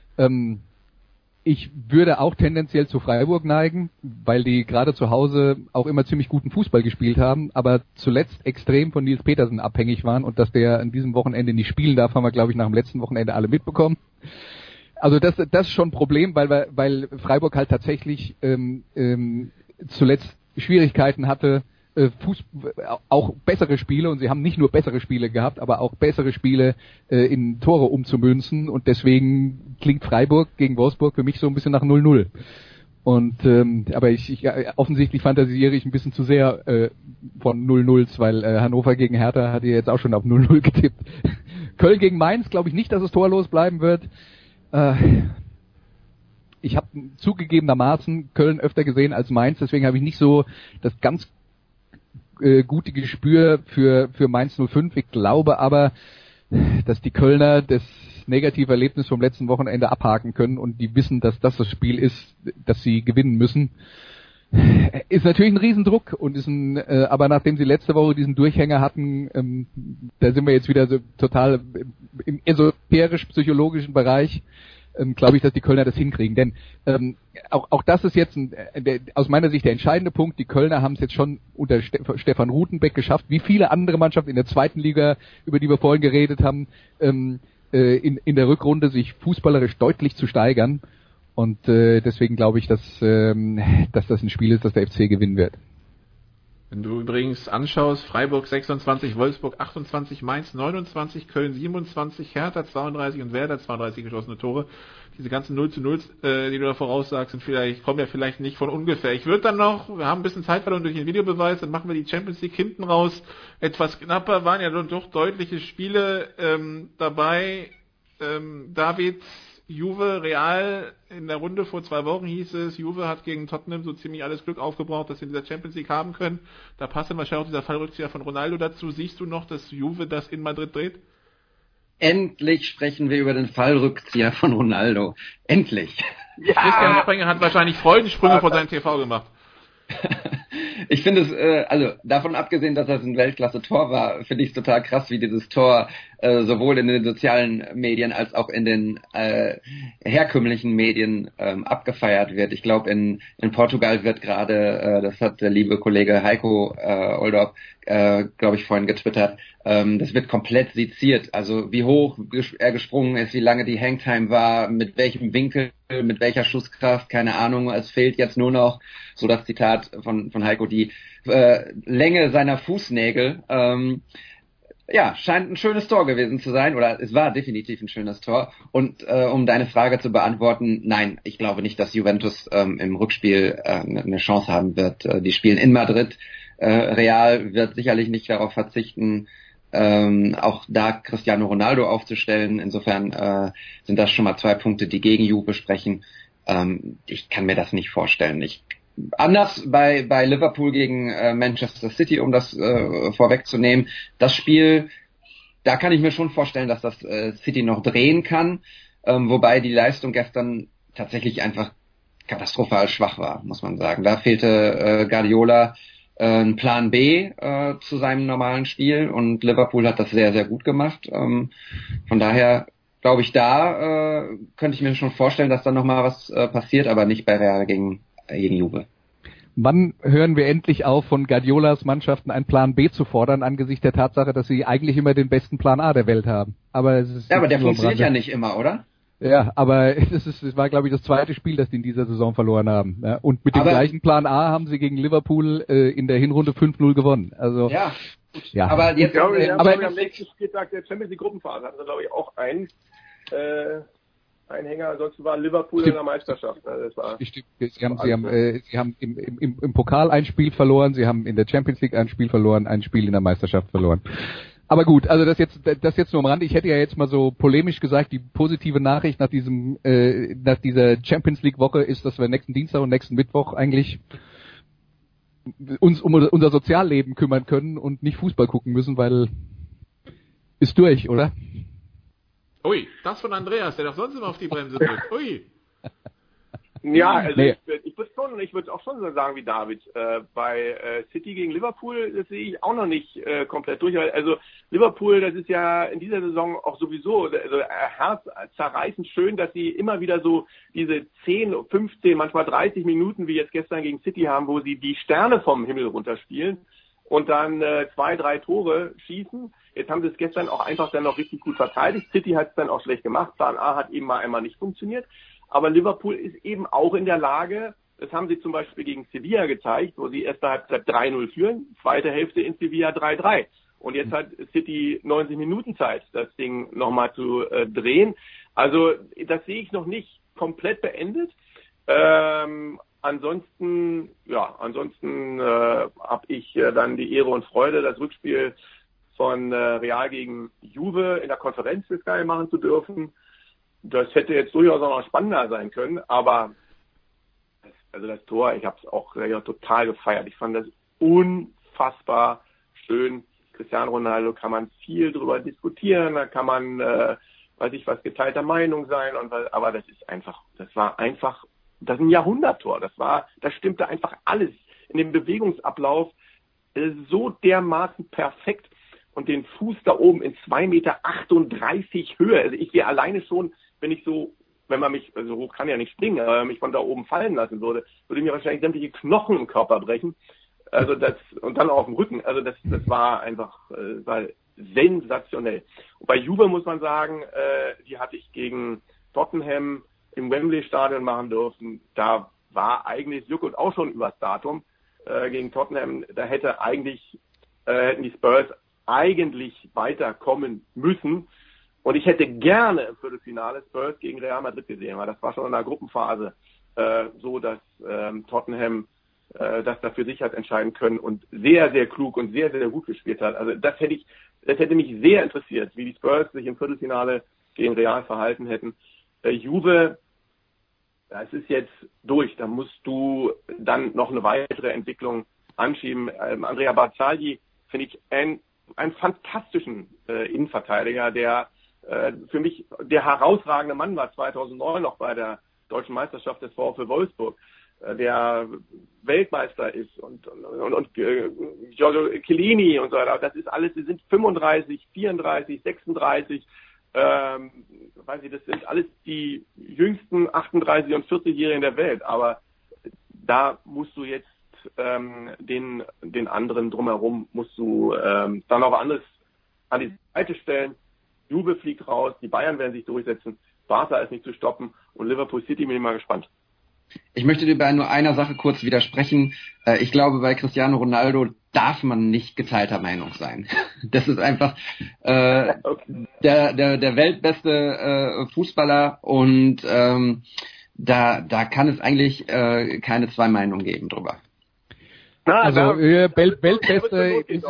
ich würde auch tendenziell zu Freiburg neigen, weil die gerade zu Hause auch immer ziemlich guten Fußball gespielt haben, aber zuletzt extrem von Nils Petersen abhängig waren und dass der an diesem Wochenende nicht spielen darf, haben wir, glaube ich, nach dem letzten Wochenende alle mitbekommen. Also das ist schon ein Problem, weil Freiburg halt tatsächlich zuletzt Schwierigkeiten hatte, auch bessere Spiele, und sie haben nicht nur bessere Spiele gehabt, aber auch bessere Spiele in Tore umzumünzen, und deswegen klingt Freiburg gegen Wolfsburg für mich so ein bisschen nach 0-0. Und aber offensichtlich fantasiere ich ein bisschen zu sehr von 0-0s, weil Hannover gegen Hertha hat ihr jetzt auch schon auf 0-0 getippt. Köln gegen Mainz glaube ich nicht, dass es torlos bleiben wird. Ich habe zugegebenermaßen Köln öfter gesehen als Mainz, deswegen habe ich nicht so das ganz gute Gespür für Mainz 05. Ich glaube aber, dass die Kölner das negative Erlebnis vom letzten Wochenende abhaken können und die wissen, dass das Spiel ist, das sie gewinnen müssen. Ist natürlich ein Riesendruck und aber nachdem sie letzte Woche diesen Durchhänger hatten, da sind wir jetzt wieder so total im esoterisch-psychologischen Bereich. Glaube ich, dass die Kölner das hinkriegen. Denn auch das ist jetzt aus meiner Sicht der entscheidende Punkt. Die Kölner haben es jetzt schon unter Stefan Rutenbeck geschafft, wie viele andere Mannschaften in der zweiten Liga, über die wir vorhin geredet haben, in der Rückrunde sich fußballerisch deutlich zu steigern. Und deswegen glaube ich, dass das ein Spiel ist, das der FC gewinnen wird. Wenn du übrigens anschaust, Freiburg 26, Wolfsburg 28, Mainz 29, Köln 27, Hertha 32 und Werder 32 geschossene Tore. Diese ganzen 0-0, die du da voraussagst, kommen ja vielleicht nicht von ungefähr. Ich würde dann noch, wir haben ein bisschen Zeit verloren durch den Videobeweis, dann machen wir die Champions League hinten raus. Etwas knapper, waren ja doch deutliche Spiele dabei. David, Juve, Real, in der Runde vor 2 Wochen hieß es, Juve hat gegen Tottenham so ziemlich alles Glück aufgebraucht, dass sie in dieser Champions League haben können. Da passt dann wahrscheinlich auch dieser Fallrückzieher von Ronaldo dazu. Siehst du noch, dass Juve das in Madrid dreht? Endlich sprechen wir über den Fallrückzieher von Ronaldo. Endlich. Ja. Christian Sprenger hat wahrscheinlich Freudensprünge vor seinem TV gemacht. Ich finde es, also davon abgesehen, dass das ein Weltklasse-Tor war, finde ich es total krass, wie dieses Tor sowohl in den sozialen Medien als auch in den herkömmlichen Medien abgefeiert wird. Ich glaube, in Portugal wird gerade, das hat der liebe Kollege Heiko Oldorf, glaube ich, vorhin getwittert, das wird komplett seziert. Also wie hoch er gesprungen ist, wie lange die Hangtime war, mit welchem Winkel, mit welcher Schusskraft, keine Ahnung. Es fehlt jetzt nur noch, so das Zitat von Heiko, die Länge seiner Fußnägel. Ja, scheint ein schönes Tor gewesen zu sein, oder es war definitiv ein schönes Tor. Und um deine Frage zu beantworten, nein, ich glaube nicht, dass Juventus im Rückspiel eine Chance haben wird. Die spielen in Madrid. Real wird sicherlich nicht darauf verzichten, auch da Cristiano Ronaldo aufzustellen. Insofern sind das schon mal 2 Punkte, die gegen Juve sprechen. Ich kann mir das nicht vorstellen. Anders bei Liverpool gegen Manchester City, um das vorwegzunehmen. Das Spiel, da kann ich mir schon vorstellen, dass das City noch drehen kann, wobei die Leistung gestern tatsächlich einfach katastrophal schwach war, muss man sagen. Da fehlte Guardiola ein Plan B zu seinem normalen Spiel und Liverpool hat das sehr, sehr gut gemacht. Von daher glaube ich, da könnte ich mir schon vorstellen, dass da nochmal was passiert, aber nicht bei Real gegen Juve. Wann hören wir endlich auf, von Guardiolas Mannschaften einen Plan B zu fordern, angesichts der Tatsache, dass sie eigentlich immer den besten Plan A der Welt haben? Aber der funktioniert ja nicht immer, oder? Ja, aber es war, glaube ich, das 2. Spiel, das die in dieser Saison verloren haben. Ja, und mit dem gleichen Plan A haben sie gegen Liverpool in der Hinrunde 5-0 gewonnen. Also ja. Aber jetzt, am nächsten Spieltag der Champions League Gruppenphase hatten sie, glaube ich, auch einen Hänger, ansonsten war Liverpool in der Meisterschaft. Das war Sie haben im Pokal ein Spiel verloren, sie haben in der Champions League ein Spiel verloren, ein Spiel in der Meisterschaft verloren. Aber gut, also das jetzt nur am Rande. Ich hätte ja jetzt mal so polemisch gesagt, die positive Nachricht nach dieser Champions League Woche ist, dass wir nächsten Dienstag und nächsten Mittwoch eigentlich uns um unser Sozialleben kümmern können und nicht Fußball gucken müssen, weil ist durch, oder? Ui, das von Andreas, der doch sonst immer auf die Bremse drückt. Ui. Ja, also ich würde auch schon so sagen wie David. Bei City gegen Liverpool, das sehe ich auch noch nicht komplett durch. Also Liverpool, das ist ja in dieser Saison auch sowieso herzzerreißend schön, dass sie immer wieder so diese 10, 15, manchmal 30 Minuten wie jetzt gestern gegen City haben, wo sie die Sterne vom Himmel runterspielen und dann 2, 3 Tore schießen. Jetzt haben sie es gestern auch einfach dann noch richtig gut verteidigt. City hat es dann auch schlecht gemacht. Plan A hat eben mal einmal nicht funktioniert. Aber Liverpool ist eben auch in der Lage, das haben sie zum Beispiel gegen Sevilla gezeigt, wo sie erste Halbzeit 3-0 führen, zweite Hälfte in Sevilla 3-3. Und jetzt hat City 90 Minuten Zeit, das Ding nochmal zu drehen. Also das sehe ich noch nicht komplett beendet. Ansonsten habe ich dann die Ehre und Freude, das Rückspiel von Real gegen Juve in der Konferenz für Sky machen zu dürfen. Das hätte jetzt durchaus auch noch spannender sein können, aber das Tor, ich habe es auch total gefeiert. Ich fand das unfassbar schön. Cristiano Ronaldo, kann man viel drüber diskutieren, da kann man, was geteilter Meinung sein, aber das ist ein Jahrhunderttor. Das stimmte einfach alles in dem Bewegungsablauf so dermaßen perfekt und den Fuß da oben in 2,38 Meter Höhe. Also ich wäre alleine schon, wenn man mich, also hoch kann ja nicht springen, aber wenn man mich von da oben fallen lassen würde mir wahrscheinlich sämtliche Knochen im Körper brechen. Also und dann auf dem Rücken. Also das war einfach, war sensationell. Und bei Juve muss man sagen, die hatte ich gegen Tottenham im Wembley-Stadion machen dürfen. Da war eigentlich Juck und auch schon übers Datum gegen Tottenham. Da hätten die Spurs eigentlich weiterkommen müssen. Und ich hätte gerne im Viertelfinale Spurs gegen Real Madrid gesehen, weil das war schon in der Gruppenphase so, dass Tottenham das da für sich hat entscheiden können und sehr, sehr klug und sehr, sehr gut gespielt hat. Also das hätte mich sehr interessiert, wie die Spurs sich im Viertelfinale gegen Real verhalten hätten. Juve, das ist jetzt durch. Da musst du dann noch eine weitere Entwicklung anschieben. Andrea Barzagli finde ich einen fantastischen Innenverteidiger, der für mich der herausragende Mann war 2009 noch bei der Deutschen Meisterschaft des VfL Wolfsburg. der Weltmeister ist und Giorgio Chiellini und so weiter. Das ist alles, die sind 35, 34, 36, weiß ich, das sind alles die jüngsten 38- und 40-Jährigen der Welt. Aber da musst du jetzt den anderen drumherum musst du dann auch anderes an die Seite stellen. Juve fliegt raus, die Bayern werden sich durchsetzen, Barca ist nicht zu stoppen und Liverpool City bin ich mal gespannt. Ich möchte dir bei nur einer Sache kurz widersprechen. Ich glaube, bei Cristiano Ronaldo darf man nicht geteilter Meinung sein. Das ist einfach der weltbeste Fußballer und da kann es eigentlich keine zwei Meinungen geben drüber. Also Weltbeste ist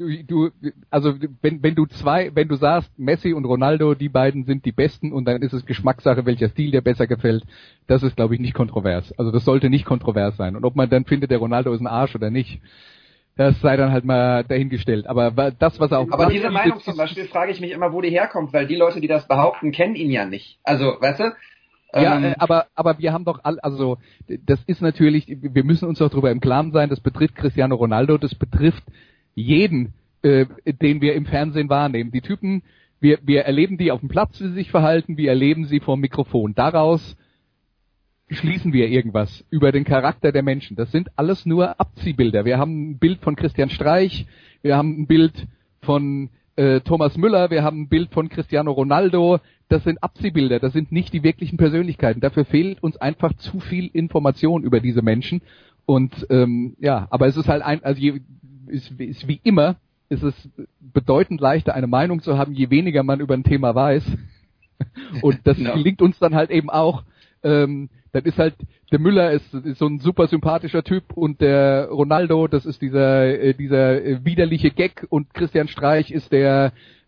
wenn du sagst, Messi und Ronaldo, die beiden sind die Besten und dann ist es Geschmackssache, welcher Stil dir besser gefällt, das ist, glaube ich, nicht kontrovers. Also das sollte nicht kontrovers sein. Und ob man dann findet, der Ronaldo ist ein Arsch oder nicht, das sei dann halt mal dahingestellt. Aber das, was er auch... Aber diese Meinung zum Beispiel frage ich mich immer, wo die herkommt, weil die Leute, die das behaupten, kennen ihn ja nicht. Also, weißt du? Ja, aber wir haben doch also das ist natürlich, wir müssen uns doch darüber im Klaren sein, das betrifft Cristiano Ronaldo, das betrifft jeden, den wir im Fernsehen wahrnehmen. Die Typen, wir erleben die auf dem Platz, wie sie sich verhalten, wir erleben sie vor dem Mikrofon. Daraus schließen wir irgendwas über den Charakter der Menschen. Das sind alles nur Abziehbilder. Wir haben ein Bild von Christian Streich, wir haben ein Bild von Thomas Müller, wir haben ein Bild von Cristiano Ronaldo. Das sind Abziehbilder, das sind nicht die wirklichen Persönlichkeiten. Dafür fehlt uns einfach zu viel Information über diese Menschen. Und aber es ist halt ist wie immer, ist es bedeutend leichter, eine Meinung zu haben, je weniger man über ein Thema weiß. Und das gelingt uns dann halt eben auch. Dann ist halt, der Müller ist so ein super sympathischer Typ und der Ronaldo, das ist dieser widerliche Gag und Christian Streich ist der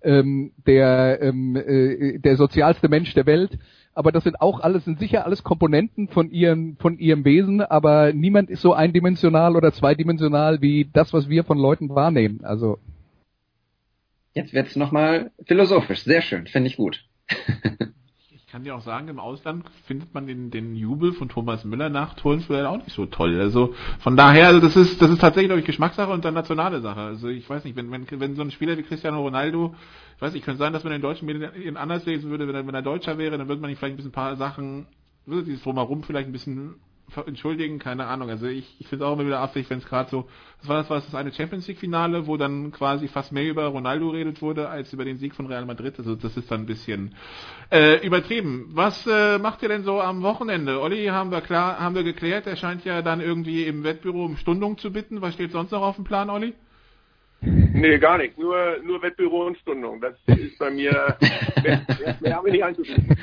sozialste Mensch der Welt. Aber das sind sicher alles Komponenten von ihrem Wesen, aber niemand ist so eindimensional oder zweidimensional wie das, was wir von Leuten wahrnehmen. Also. Jetzt wird's nochmal philosophisch. Sehr schön. Finde ich gut. Ich kann dir auch sagen, im Ausland findet man den Jubel von Thomas Müller nach Toren vielleicht auch nicht so toll. Also von daher, also das ist tatsächlich, glaube ich, Geschmackssache und dann nationale Sache. Also ich weiß nicht, wenn so ein Spieler wie Cristiano Ronaldo, ich weiß nicht, könnte sein, dass man in den deutschen Medien anders lesen würde, wenn er Deutscher wäre, dann würde man ihn vielleicht ein paar Sachen, dieses Drumherum vielleicht ein bisschen entschuldigen, keine Ahnung. Also ich finde es auch immer wieder affig, wenn es gerade so, was war das eine Champions League Finale, wo dann quasi fast mehr über Ronaldo redet wurde, als über den Sieg von Real Madrid. Also das ist dann ein bisschen übertrieben. Was macht ihr denn so am Wochenende? Olli haben wir geklärt, er scheint ja dann irgendwie im Wettbüro um Stundung zu bitten. Was steht sonst noch auf dem Plan, Olli? Nee, gar nichts. Nur Wettbüro und Stundung. Das ist bei mir, mehr haben wir nicht einzubieten.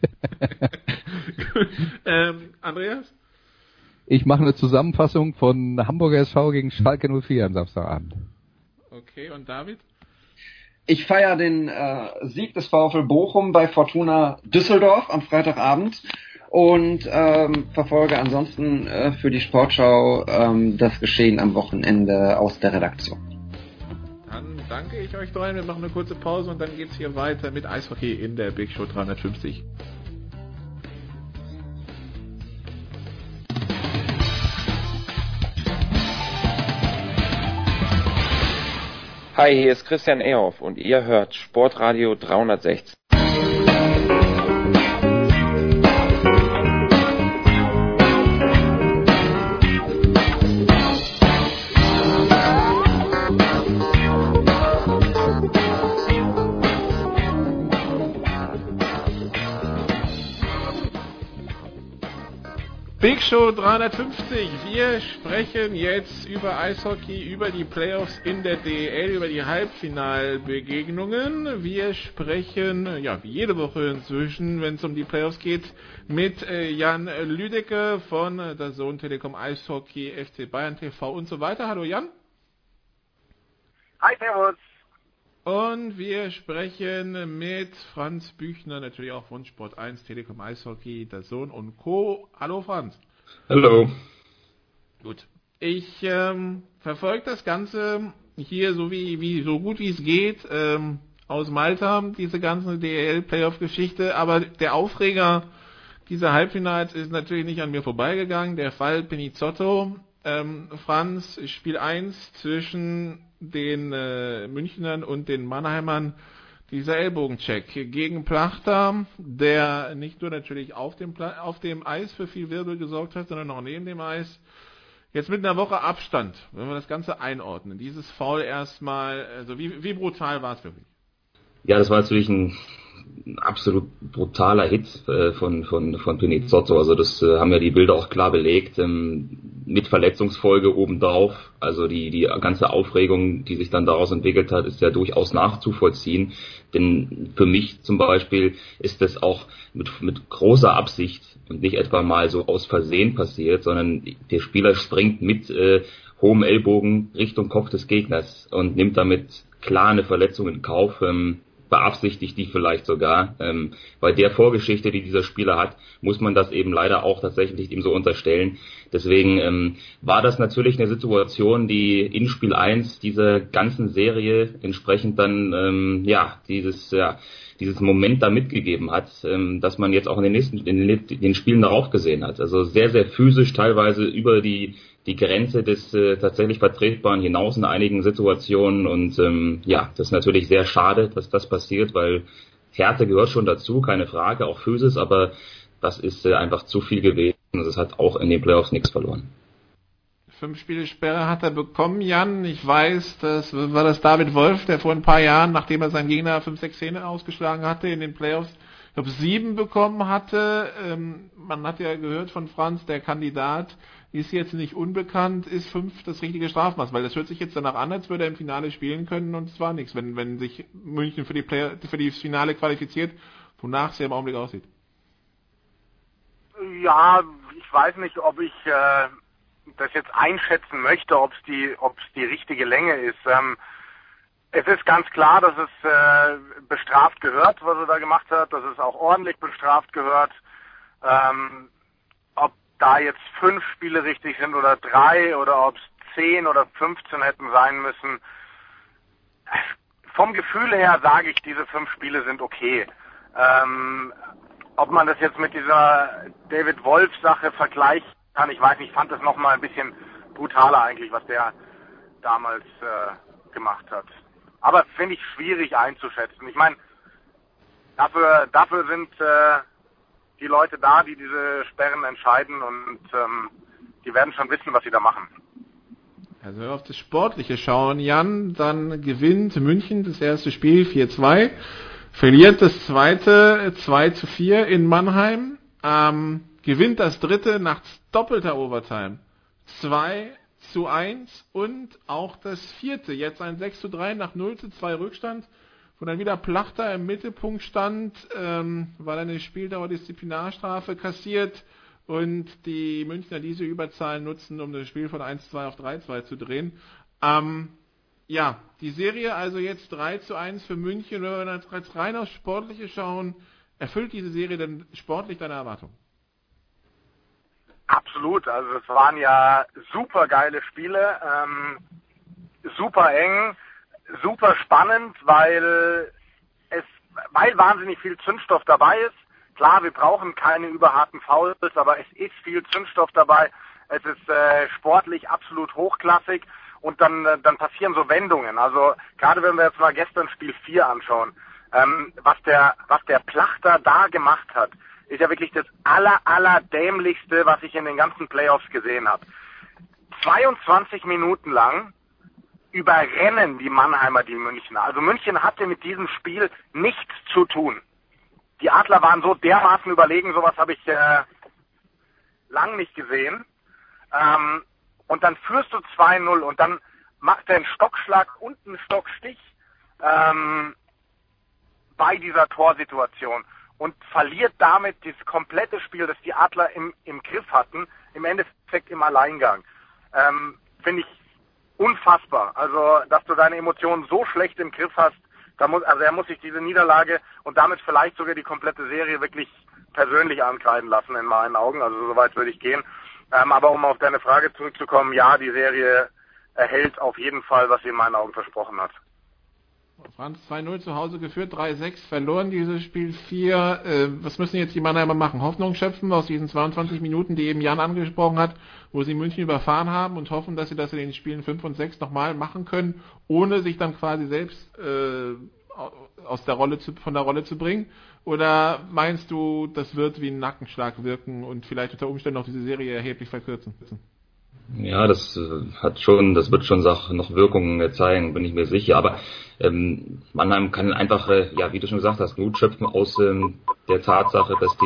Andreas? Ich mache eine Zusammenfassung von Hamburger SV gegen Schalke 04 am Samstagabend. Okay, und David? Ich feiere den Sieg des VfL Bochum bei Fortuna Düsseldorf am Freitagabend und verfolge ansonsten für die Sportschau das Geschehen am Wochenende aus der Redaktion. Dann danke ich euch dreien. Wir machen eine kurze Pause und dann geht's hier weiter mit Eishockey in der Big Show 350. Hi, hier ist Christian Ehoff und ihr hört Sportradio 360. Big Show 350. Wir sprechen jetzt über Eishockey, über die Playoffs in der DEL, über die Halbfinalbegegnungen. Wir sprechen, ja, wie jede Woche inzwischen, wenn es um die Playoffs geht, mit Jan Lüdecke von der DAZN Telekom Eishockey, FC Bayern TV und so weiter. Hallo Jan. Hi, servus. Und wir sprechen mit Franz Büchner, natürlich auch von Sport 1, Telekom Eishockey, DAZN und Co. Hallo Franz. Hallo. Gut. Ich verfolge das Ganze hier so gut wie es geht aus Malta, diese ganze DEL-Playoff-Geschichte, aber der Aufreger dieser Halbfinals ist natürlich nicht an mir vorbeigegangen. Der Fall Pinizzotto, Franz, Spiel 1 zwischen den Münchnern und den Mannheimern. Dieser Ellbogencheck gegen Plachter, der nicht nur natürlich auf dem Eis für viel Wirbel gesorgt hat, sondern auch neben dem Eis. Jetzt mit einer Woche Abstand, wenn wir das Ganze einordnen, dieses Foul erstmal, also wie brutal war es für mich? Ja, das war natürlich ein absolut brutaler Hit von Pinizzotto. Also das haben ja die Bilder auch klar belegt, mit Verletzungsfolge obendrauf. Also die ganze Aufregung, die sich dann daraus entwickelt hat, ist ja durchaus nachzuvollziehen. Denn für mich zum Beispiel ist das auch mit großer Absicht und nicht etwa mal so aus Versehen passiert, sondern der Spieler springt mit hohem Ellbogen Richtung Kopf des Gegners und nimmt damit klar eine Verletzung in Kauf. Beabsichtigt die vielleicht sogar. Bei der Vorgeschichte, die dieser Spieler hat, muss man das eben leider auch tatsächlich ihm so unterstellen. Deswegen war das natürlich eine Situation, die in Spiel 1 dieser ganzen Serie entsprechend dann dieses Moment da mitgegeben hat, dass man jetzt auch in den Spielen darauf gesehen hat. Also sehr, sehr physisch, teilweise über die Grenze des tatsächlich Vertretbaren hinaus in einigen Situationen und das ist natürlich sehr schade, dass das passiert, weil Härte gehört schon dazu, keine Frage, auch Physis, aber das ist einfach zu viel gewesen und es hat auch in den Playoffs nichts verloren. 5 Spiele Sperre hat er bekommen, Jan. Ich weiß, das war das David Wolf, der vor ein paar Jahren, nachdem er seinen Gegner 5-6 Szenen ausgeschlagen hatte, in den Playoffs, ich glaube 7 bekommen hatte. Man hat ja gehört von Franz, der Kandidat ist jetzt nicht unbekannt, ist 5 das richtige Strafmaß, weil das hört sich jetzt danach an, als würde er im Finale spielen können und es war nichts, wenn sich München für das Finale qualifiziert, wonach es ja im Augenblick aussieht. Ja, ich weiß nicht, ob ich das jetzt einschätzen möchte, ob es die richtige Länge ist. Es ist ganz klar, dass es bestraft gehört, was er da gemacht hat, dass es auch ordentlich bestraft gehört. Ob da jetzt 5 Spiele richtig sind oder 3 oder ob es 10 oder 15 hätten sein müssen. Vom Gefühl her sage ich, diese 5 Spiele sind okay. Ob man das jetzt mit dieser David Wolf-Sache vergleichen kann, ich weiß nicht, ich fand das nochmal ein bisschen brutaler eigentlich, was der damals gemacht hat. Aber finde ich schwierig einzuschätzen. Ich meine, dafür sind die Leute da, die diese Sperren entscheiden und die werden schon wissen, was sie da machen. Also wenn wir auf das Sportliche schauen, Jan, dann gewinnt München das erste Spiel 4-2, verliert das zweite 2-4 in Mannheim, gewinnt das dritte nach doppelter Overtime 2-1 und auch das vierte, jetzt ein 6-3 nach 0-2 Rückstand, wo dann wieder Plachter im Mittelpunkt stand, weil er eine Spieldauer-Disziplinarstrafe kassiert und die Münchner diese Überzahl nutzen, um das Spiel von 1-2 auf 3-2 zu drehen. Die Serie also jetzt 3-1 für München. Wenn wir jetzt rein aufs Sportliche schauen, erfüllt diese Serie denn sportlich deine Erwartung? Absolut, also es waren ja super geile Spiele, super eng, super spannend, weil wahnsinnig viel Zündstoff dabei ist. Klar, wir brauchen keine überharten Fouls, aber es ist viel Zündstoff dabei. Es ist sportlich absolut hochklassig und dann passieren so Wendungen. Also gerade wenn wir jetzt mal gestern Spiel 4 anschauen, was der Plachter da gemacht hat, ist ja wirklich das allerdämlichste, was ich in den ganzen Playoffs gesehen habe. 22 Minuten lang überrennen die Mannheimer die Münchner. Also München hatte mit diesem Spiel nichts zu tun. Die Adler waren so dermaßen überlegen, sowas habe ich lang nicht gesehen. Und dann führst du 2-0 und dann macht er einen Stockschlag und einen Stockstich bei dieser Torsituation und verliert damit das komplette Spiel, das die Adler im Griff hatten, im Endeffekt im Alleingang. Finde ich unfassbar. Also, dass du deine Emotionen so schlecht im Griff hast, er muss sich diese Niederlage und damit vielleicht sogar die komplette Serie wirklich persönlich ankreiden lassen, in meinen Augen. Also, so weit würde ich gehen. Aber um auf deine Frage zurückzukommen, ja, die Serie erhält auf jeden Fall, was sie in meinen Augen versprochen hat. Franz, 2-0 zu Hause geführt, 3-6 verloren dieses Spiel 4. Was müssen jetzt die Mannheimer machen? Hoffnung schöpfen aus diesen 22 Minuten, die eben Jan angesprochen hat, wo sie München überfahren haben und hoffen, dass sie das in den Spielen 5 und 6 nochmal machen können, ohne sich dann quasi selbst von der Rolle zu bringen? Oder meinst du, das wird wie ein Nackenschlag wirken und vielleicht unter Umständen auch diese Serie erheblich verkürzen? Ja, das wird schon noch Wirkungen zeigen, bin ich mir sicher. Aber Mannheim kann einfach, wie du schon gesagt hast, Mut schöpfen aus der Tatsache, dass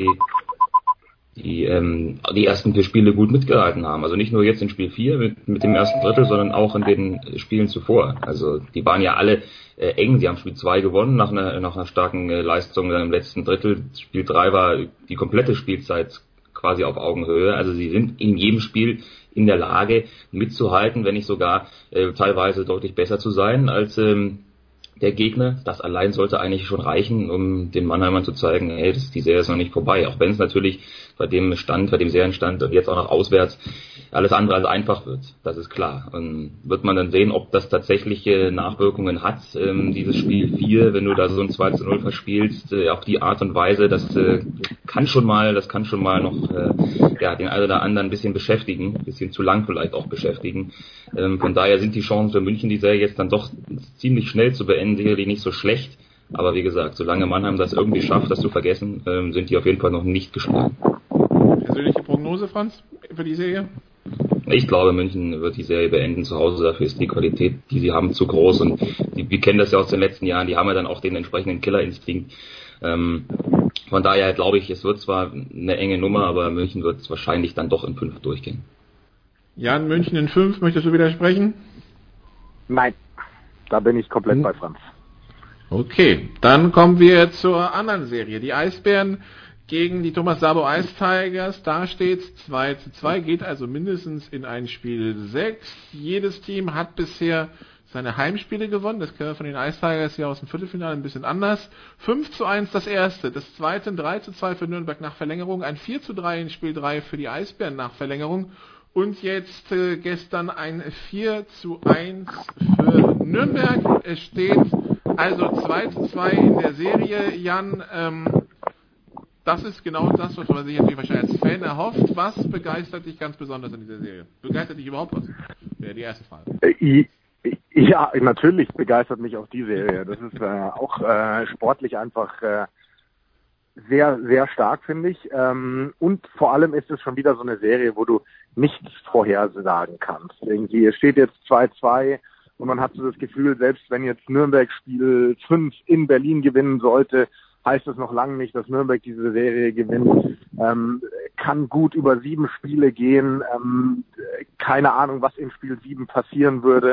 die ersten 4 Spiele gut mitgehalten haben. Also nicht nur jetzt in Spiel 4 mit dem ersten Drittel, sondern auch in den Spielen zuvor. Also die waren ja alle eng. Sie haben Spiel 2 gewonnen nach einer starken Leistung dann im letzten Drittel. Spiel 3 war die komplette Spielzeit quasi auf Augenhöhe. Also sie sind in jedem Spiel in der Lage mitzuhalten, wenn nicht sogar teilweise deutlich besser zu sein als der Gegner. Das allein sollte eigentlich schon reichen, um den Mannheimern zu zeigen, hey, die Serie ist noch nicht vorbei. Auch wenn es natürlich bei dem Serienstand und jetzt auch noch auswärts alles andere als einfach wird. Das ist klar. Und wird man dann sehen, ob das tatsächliche Nachwirkungen hat, dieses Spiel 4, wenn du da so ein 2-0 verspielst, auf die Art und Weise, das kann schon mal noch den einen oder anderen ein bisschen beschäftigen, ein bisschen zu lang vielleicht auch beschäftigen. Von daher sind die Chancen für München, die Serie jetzt dann doch ziemlich schnell zu beenden, sicherlich nicht so schlecht. Aber wie gesagt, solange Mannheim das irgendwie schafft, das zu vergessen, sind die auf jeden Fall noch nicht geschlagen. Persönliche Prognose, Franz, für die Serie? Ich glaube, München wird die Serie beenden zu Hause. Dafür ist die Qualität, die sie haben, zu groß. Und wir kennen das ja aus den letzten Jahren. Die haben ja dann auch den entsprechenden Killerinstinkt. Von daher glaube ich, es wird zwar eine enge Nummer, aber München wird es wahrscheinlich dann doch in 5 durchgehen. Jan, München in 5, möchtest du widersprechen? Nein, da bin ich komplett bei Franz. Okay, dann kommen wir zur anderen Serie. Die Eisbären gegen die Thomas Sabo Ice Tigers. Da steht 2-2, geht also mindestens in ein Spiel 6. Jedes Team hat bisher seine Heimspiele gewonnen. Das kennen wir von den Ice Tigers ja aus dem Viertelfinale ein bisschen anders. 5-1 das erste, das zweite 3-2 für Nürnberg nach Verlängerung, ein 4-3 in Spiel 3 für die Eisbären nach Verlängerung und jetzt gestern ein 4-1 für Nürnberg. Es steht also 2-2 in der Serie. Jan, das ist genau das, was man sich natürlich wahrscheinlich als Fan erhofft. Was begeistert dich ganz besonders in dieser Serie? Begeistert dich überhaupt was? Wäre die erste Frage. Ja, natürlich begeistert mich auch die Serie. Das ist auch sportlich einfach sehr, sehr stark, finde ich. Und vor allem ist es schon wieder so eine Serie, wo du nichts vorhersagen kannst. Irgendwie, es steht jetzt 2-2 und man hat so das Gefühl, selbst wenn jetzt Nürnberg Spiel 5 in Berlin gewinnen sollte, heißt es noch lange nicht, dass Nürnberg diese Serie gewinnt. Kann gut über 7 Spiele gehen. Keine Ahnung, was in Spiel 7 passieren würde.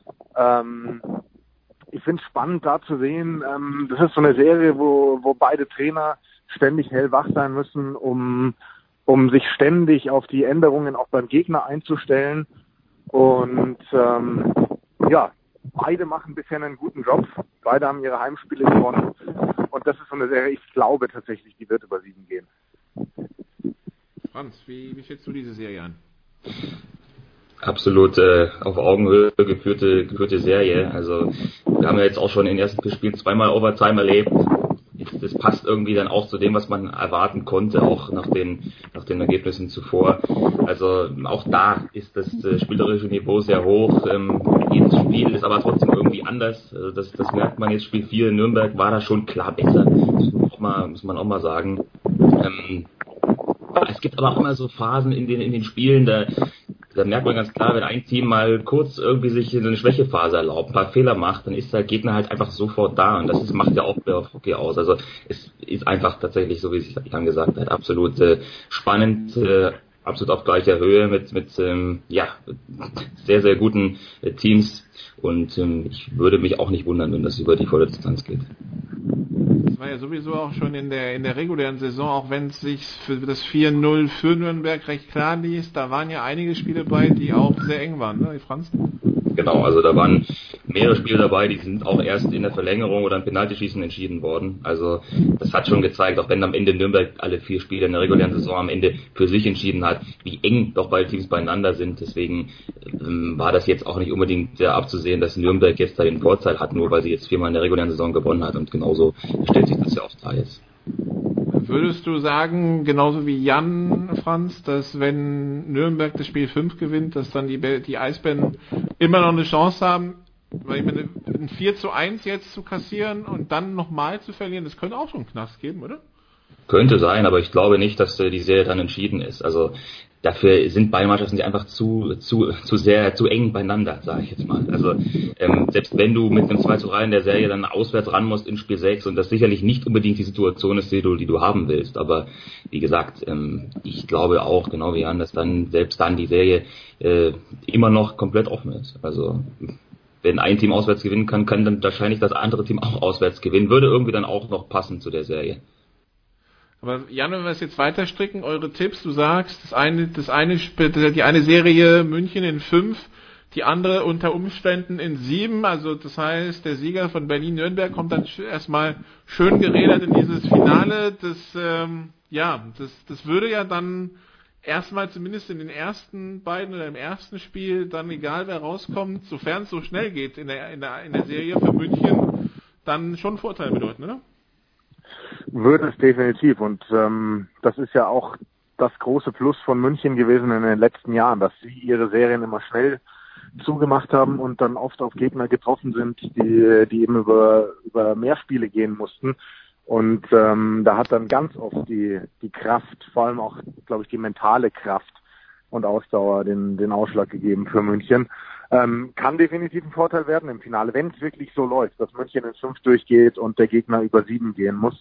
Ich finde es spannend, da zu sehen. Das ist so eine Serie, wo beide Trainer ständig hellwach sein müssen, um sich ständig auf die Änderungen auch beim Gegner einzustellen. Und beide machen bisher einen guten Job. Beide haben ihre Heimspiele gewonnen. Und das ist so eine Serie, ich glaube tatsächlich, die wird über 7 gehen. Franz, wie schätzt du diese Serie an? Absolut auf Augenhöhe geführte Serie. Also wir haben ja jetzt auch schon in den ersten 4 Spielen 2-mal Overtime erlebt. Das passt irgendwie dann auch zu dem, was man erwarten konnte, auch nach den Ergebnissen zuvor. Also auch da ist das spielerische Niveau sehr hoch. Jedes Spiel ist aber trotzdem irgendwie anders. Also das merkt man jetzt. Spiel 4 in Nürnberg war da schon klar besser. Muss man auch mal sagen. Es gibt aber auch immer so Phasen in den Spielen, da merkt man ganz klar, wenn ein Team mal kurz irgendwie sich in eine Schwächephase erlaubt, ein paar Fehler macht, dann ist der Gegner halt einfach sofort da und das macht ja auch auf Hockey aus. Also es ist einfach tatsächlich, so wie es Jan gesagt hat, absolut spannend, absolut auf gleicher Höhe mit sehr, sehr guten Teams und ich würde mich auch nicht wundern, wenn das über die volle Distanz geht. Das war ja sowieso auch schon in der regulären Saison, auch wenn es sich für das 4-0 für Nürnberg recht klar liest, da waren ja einige Spiele bei, die auch sehr eng waren, ne, Franz? Genau, also da waren mehrere Spiele dabei, die sind auch erst in der Verlängerung oder im Penaltyschießen entschieden worden. Also das hat schon gezeigt, auch wenn am Ende Nürnberg alle 4 Spiele in der regulären Saison am Ende für sich entschieden hat, wie eng doch beide Teams beieinander sind. Deswegen war das jetzt auch nicht unbedingt abzusehen, dass Nürnberg jetzt da den Vorteil hat, nur weil sie jetzt 4-mal in der regulären Saison gewonnen hat. Und genauso stellt sich das ja auch dar jetzt. Würdest du sagen, genauso wie Jan, Franz, dass wenn Nürnberg das Spiel 5 gewinnt, dass dann die Eisbären immer noch eine Chance haben, weil ich meine, ein 4:1 jetzt zu kassieren und dann nochmal zu verlieren, das könnte auch schon einen Knast geben, oder? Könnte sein, aber ich glaube nicht, dass die Serie dann entschieden ist. Also dafür sind beide Mannschaften einfach zu eng beieinander, sage ich jetzt mal. Also selbst wenn du mit einem 2:3 in der Serie dann auswärts ran musst in Spiel 6 und das sicherlich nicht unbedingt die Situation ist, die du haben willst. Aber wie gesagt, ich glaube auch, genau wie Jan, dass dann selbst dann die Serie immer noch komplett offen ist. Also wenn ein Team auswärts gewinnen kann dann wahrscheinlich das andere Team auch auswärts gewinnen. Würde irgendwie dann auch noch passen zu der Serie. Aber Jan, wenn wir es jetzt weiter stricken, eure Tipps, du sagst, die eine Serie München in 5, die andere unter Umständen in 7, also das heißt, der Sieger von Berlin-Nürnberg kommt dann erstmal schön gerädert in dieses Finale, das würde ja dann erstmal zumindest in den ersten beiden oder im ersten Spiel dann egal wer rauskommt, sofern es so schnell geht in der Serie für München, dann schon Vorteil bedeuten, oder? Würde es definitiv, und das ist ja auch das große Plus von München gewesen in den letzten Jahren, dass sie ihre Serien immer schnell zugemacht haben und dann oft auf Gegner getroffen sind, die eben über mehr Spiele gehen mussten. Und da hat dann ganz oft die Kraft, vor allem auch, glaube ich, die mentale Kraft und Ausdauer den Ausschlag gegeben für München. Kann definitiv ein Vorteil werden im Finale, wenn es wirklich so läuft, dass München in 5 durchgeht und der Gegner über 7 gehen muss.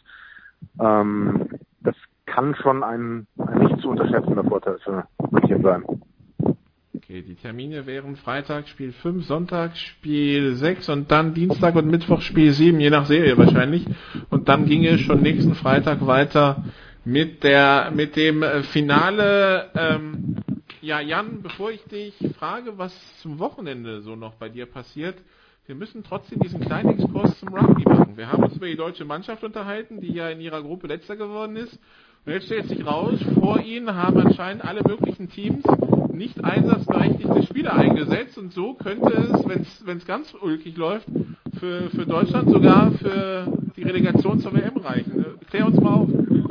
Das kann schon ein nicht zu unterschätzender Vorteil für München sein. Okay, die Termine wären Freitag Spiel 5, Sonntag Spiel 6 und dann Dienstag und Mittwoch Spiel 7, je nach Serie wahrscheinlich. Und dann ginge es schon nächsten Freitag weiter mit dem Finale. Ja, Jan, bevor ich dich frage, was zum Wochenende so noch bei dir passiert, wir müssen trotzdem diesen kleinen Exkurs zum Rugby machen. Wir haben uns über die deutsche Mannschaft unterhalten, die ja in ihrer Gruppe Letzter geworden ist. Und jetzt stellt sich raus, vor ihnen haben anscheinend alle möglichen Teams nicht einsatzberechtigte Spieler eingesetzt. Und so könnte es, wenn es ganz ulkig läuft, für Deutschland sogar für die Relegation zur WM reichen. Klär uns mal auf.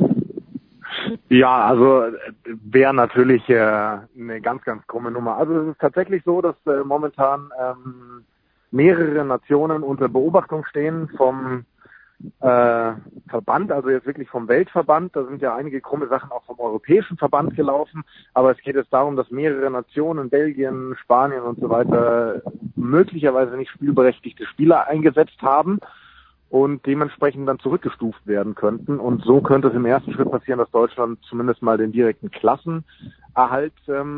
Ja, also wäre natürlich eine ganz, ganz krumme Nummer. Also es ist tatsächlich so, dass momentan mehrere Nationen unter Beobachtung stehen vom Verband, also jetzt wirklich vom Weltverband. Da sind ja einige krumme Sachen auch vom Europäischen Verband gelaufen. Aber es geht jetzt darum, dass mehrere Nationen, Belgien, Spanien und so weiter, möglicherweise nicht spielberechtigte Spieler eingesetzt haben und dementsprechend dann zurückgestuft werden könnten. Und so könnte es im ersten Schritt passieren, dass Deutschland zumindest mal den direkten Klassenerhalt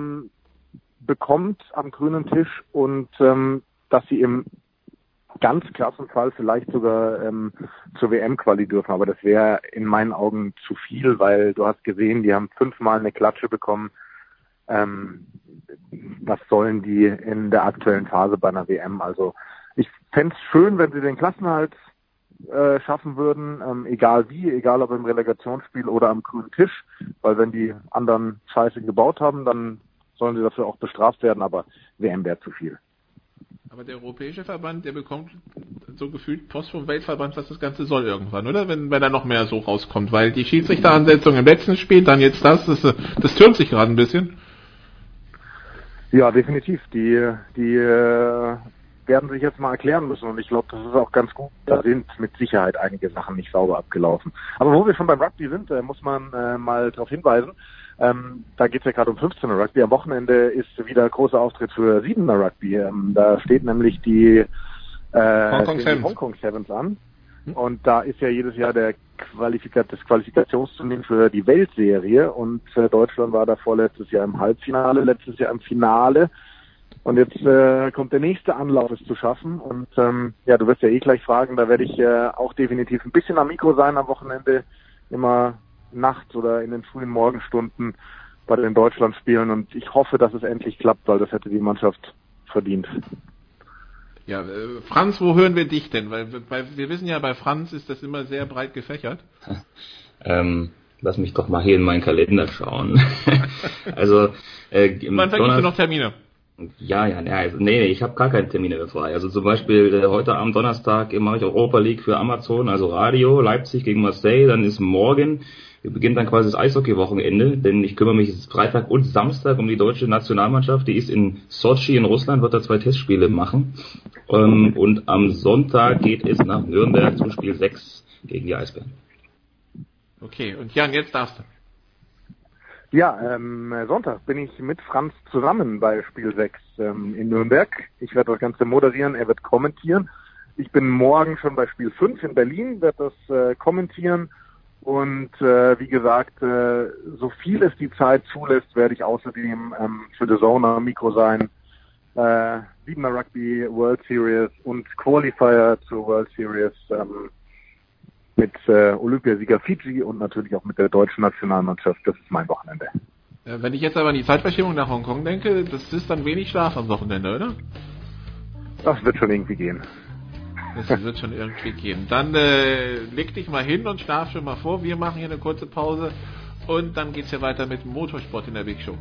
bekommt am grünen Tisch und dass sie im ganz krassen Fall vielleicht sogar zur WM-Quali dürfen. Aber das wäre in meinen Augen zu viel, weil du hast gesehen, die haben 5-mal eine Klatsche bekommen. Was sollen die in der aktuellen Phase bei einer WM? Also ich fände es schön, wenn sie den Klassenerhalt schaffen würden, egal wie, egal ob im Relegationsspiel oder am grünen Tisch, weil wenn die anderen Scheiße gebaut haben, dann sollen sie dafür auch bestraft werden, aber WM wäre zu viel. Aber der Europäische Verband, der bekommt so gefühlt Post vom Weltverband, was das Ganze soll irgendwann, oder? Wenn da noch mehr so rauskommt, weil die Schiedsrichteransetzung im letzten Spiel, dann jetzt das türmt sich gerade ein bisschen. Ja, definitiv. Die werden sich jetzt mal erklären müssen und ich glaube, das ist auch ganz gut. Da sind mit Sicherheit einige Sachen nicht sauber abgelaufen. Aber wo wir schon beim Rugby sind, muss man mal darauf hinweisen, da geht es ja gerade um 15er Rugby. Am Wochenende ist wieder großer Auftritt für 7er Rugby. Da steht nämlich die Hongkong Sevens an. Und da ist ja jedes Jahr das Qualifikationsturnier für die Weltserie und Deutschland war da vorletztes Jahr im Halbfinale, letztes Jahr im Finale. Und jetzt kommt der nächste Anlauf, es zu schaffen. Und ja, du wirst ja eh gleich fragen, da werde ich auch definitiv ein bisschen am Mikro sein am Wochenende, immer nachts oder in den frühen Morgenstunden bei den Deutschlandspielen. Und ich hoffe, dass es endlich klappt, weil das hätte die Mannschaft verdient. Ja, Franz, wo hören wir dich denn? Weil wir wissen ja, bei Franz ist das immer sehr breit gefächert. Lass mich doch mal hier in meinen Kalender schauen. Also, wann vergibst du noch Termine? Ja, also, nee, ich habe gar keine Termine mehr frei. Also zum Beispiel heute Abend Donnerstag mache ich Europa League für Amazon, also Radio, Leipzig gegen Marseille, dann ist morgen, beginnt dann quasi das Eishockey-Wochenende, denn ich kümmere mich jetzt Freitag und Samstag um die deutsche Nationalmannschaft, die ist in Sochi in Russland, wird da 2 Testspiele machen. Und am Sonntag geht es nach Nürnberg zum Spiel 6 gegen die Eisbären. Okay, und Jan, jetzt darfst du. Ja, Sonntag bin ich mit Franz zusammen bei Spiel 6 in Nürnberg. Ich werde das Ganze moderieren, er wird kommentieren. Ich bin morgen schon bei Spiel 5 in Berlin, werde das kommentieren. Und wie gesagt, so viel es die Zeit zulässt, werde ich außerdem für The Zone am Mikro sein. 7er Rugby World Series und Qualifier zur World Series mit Olympiasieger Fiji und natürlich auch mit der deutschen Nationalmannschaft. Das ist mein Wochenende. Wenn ich jetzt aber an die Zeitverschiebung nach Hongkong denke, das ist dann wenig Schlaf am Wochenende, oder? Das wird schon irgendwie gehen. Das wird schon irgendwie gehen. Dann leg dich mal hin und schlaf schon mal vor. Wir machen hier eine kurze Pause und dann geht's ja weiter mit Motorsport in der Big Show.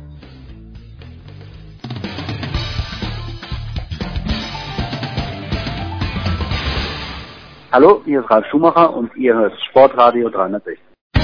Hallo, hier ist Ralf Schumacher und ihr hört Sportradio 360.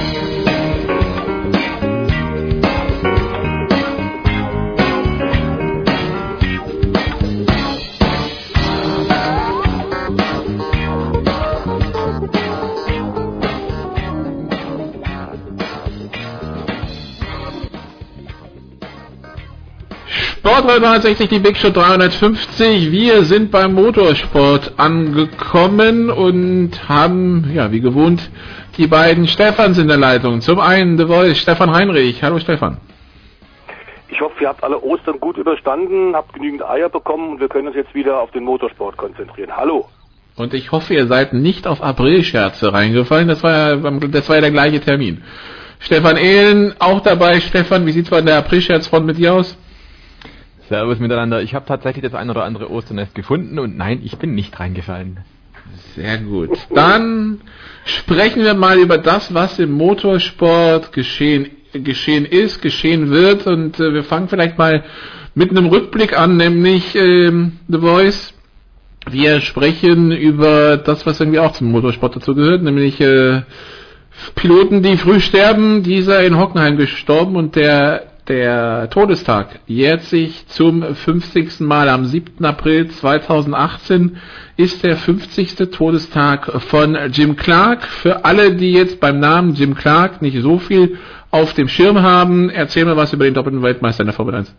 Sportradio 360, die Big Show 350. Wir sind beim Motorsport angekommen und haben, ja, wie gewohnt, die beiden Stefans in der Leitung. Zum einen The Voice, Stefan Heinrich. Hallo Stefan. Ich hoffe, ihr habt alle Ostern gut überstanden, habt genügend Eier bekommen und wir können uns jetzt wieder auf den Motorsport konzentrieren. Hallo. Und ich hoffe, ihr seid nicht auf April-Scherze reingefallen. Das war ja der gleiche Termin. Stefan Ehlen auch dabei. Stefan, wie sieht's bei der April-Scherzfront mit dir aus? Servus miteinander. Ich habe tatsächlich das ein oder andere Osternest gefunden und nein, ich bin nicht reingefallen. Sehr gut. Dann sprechen wir mal über das, was im Motorsport geschehen wird und wir fangen vielleicht mal mit einem Rückblick an, nämlich The Voice. Wir sprechen über das, was irgendwie auch zum Motorsport dazu gehört, nämlich Piloten, die früh sterben. Dieser in Hockenheim gestorben und der Todestag jährt sich zum 50. Mal. Am 7. April 2018 ist der 50. Todestag von Jim Clark. Für alle, die jetzt beim Namen Jim Clark nicht so viel auf dem Schirm haben, erzähl mal was über den doppelten Weltmeister in der Formel 1.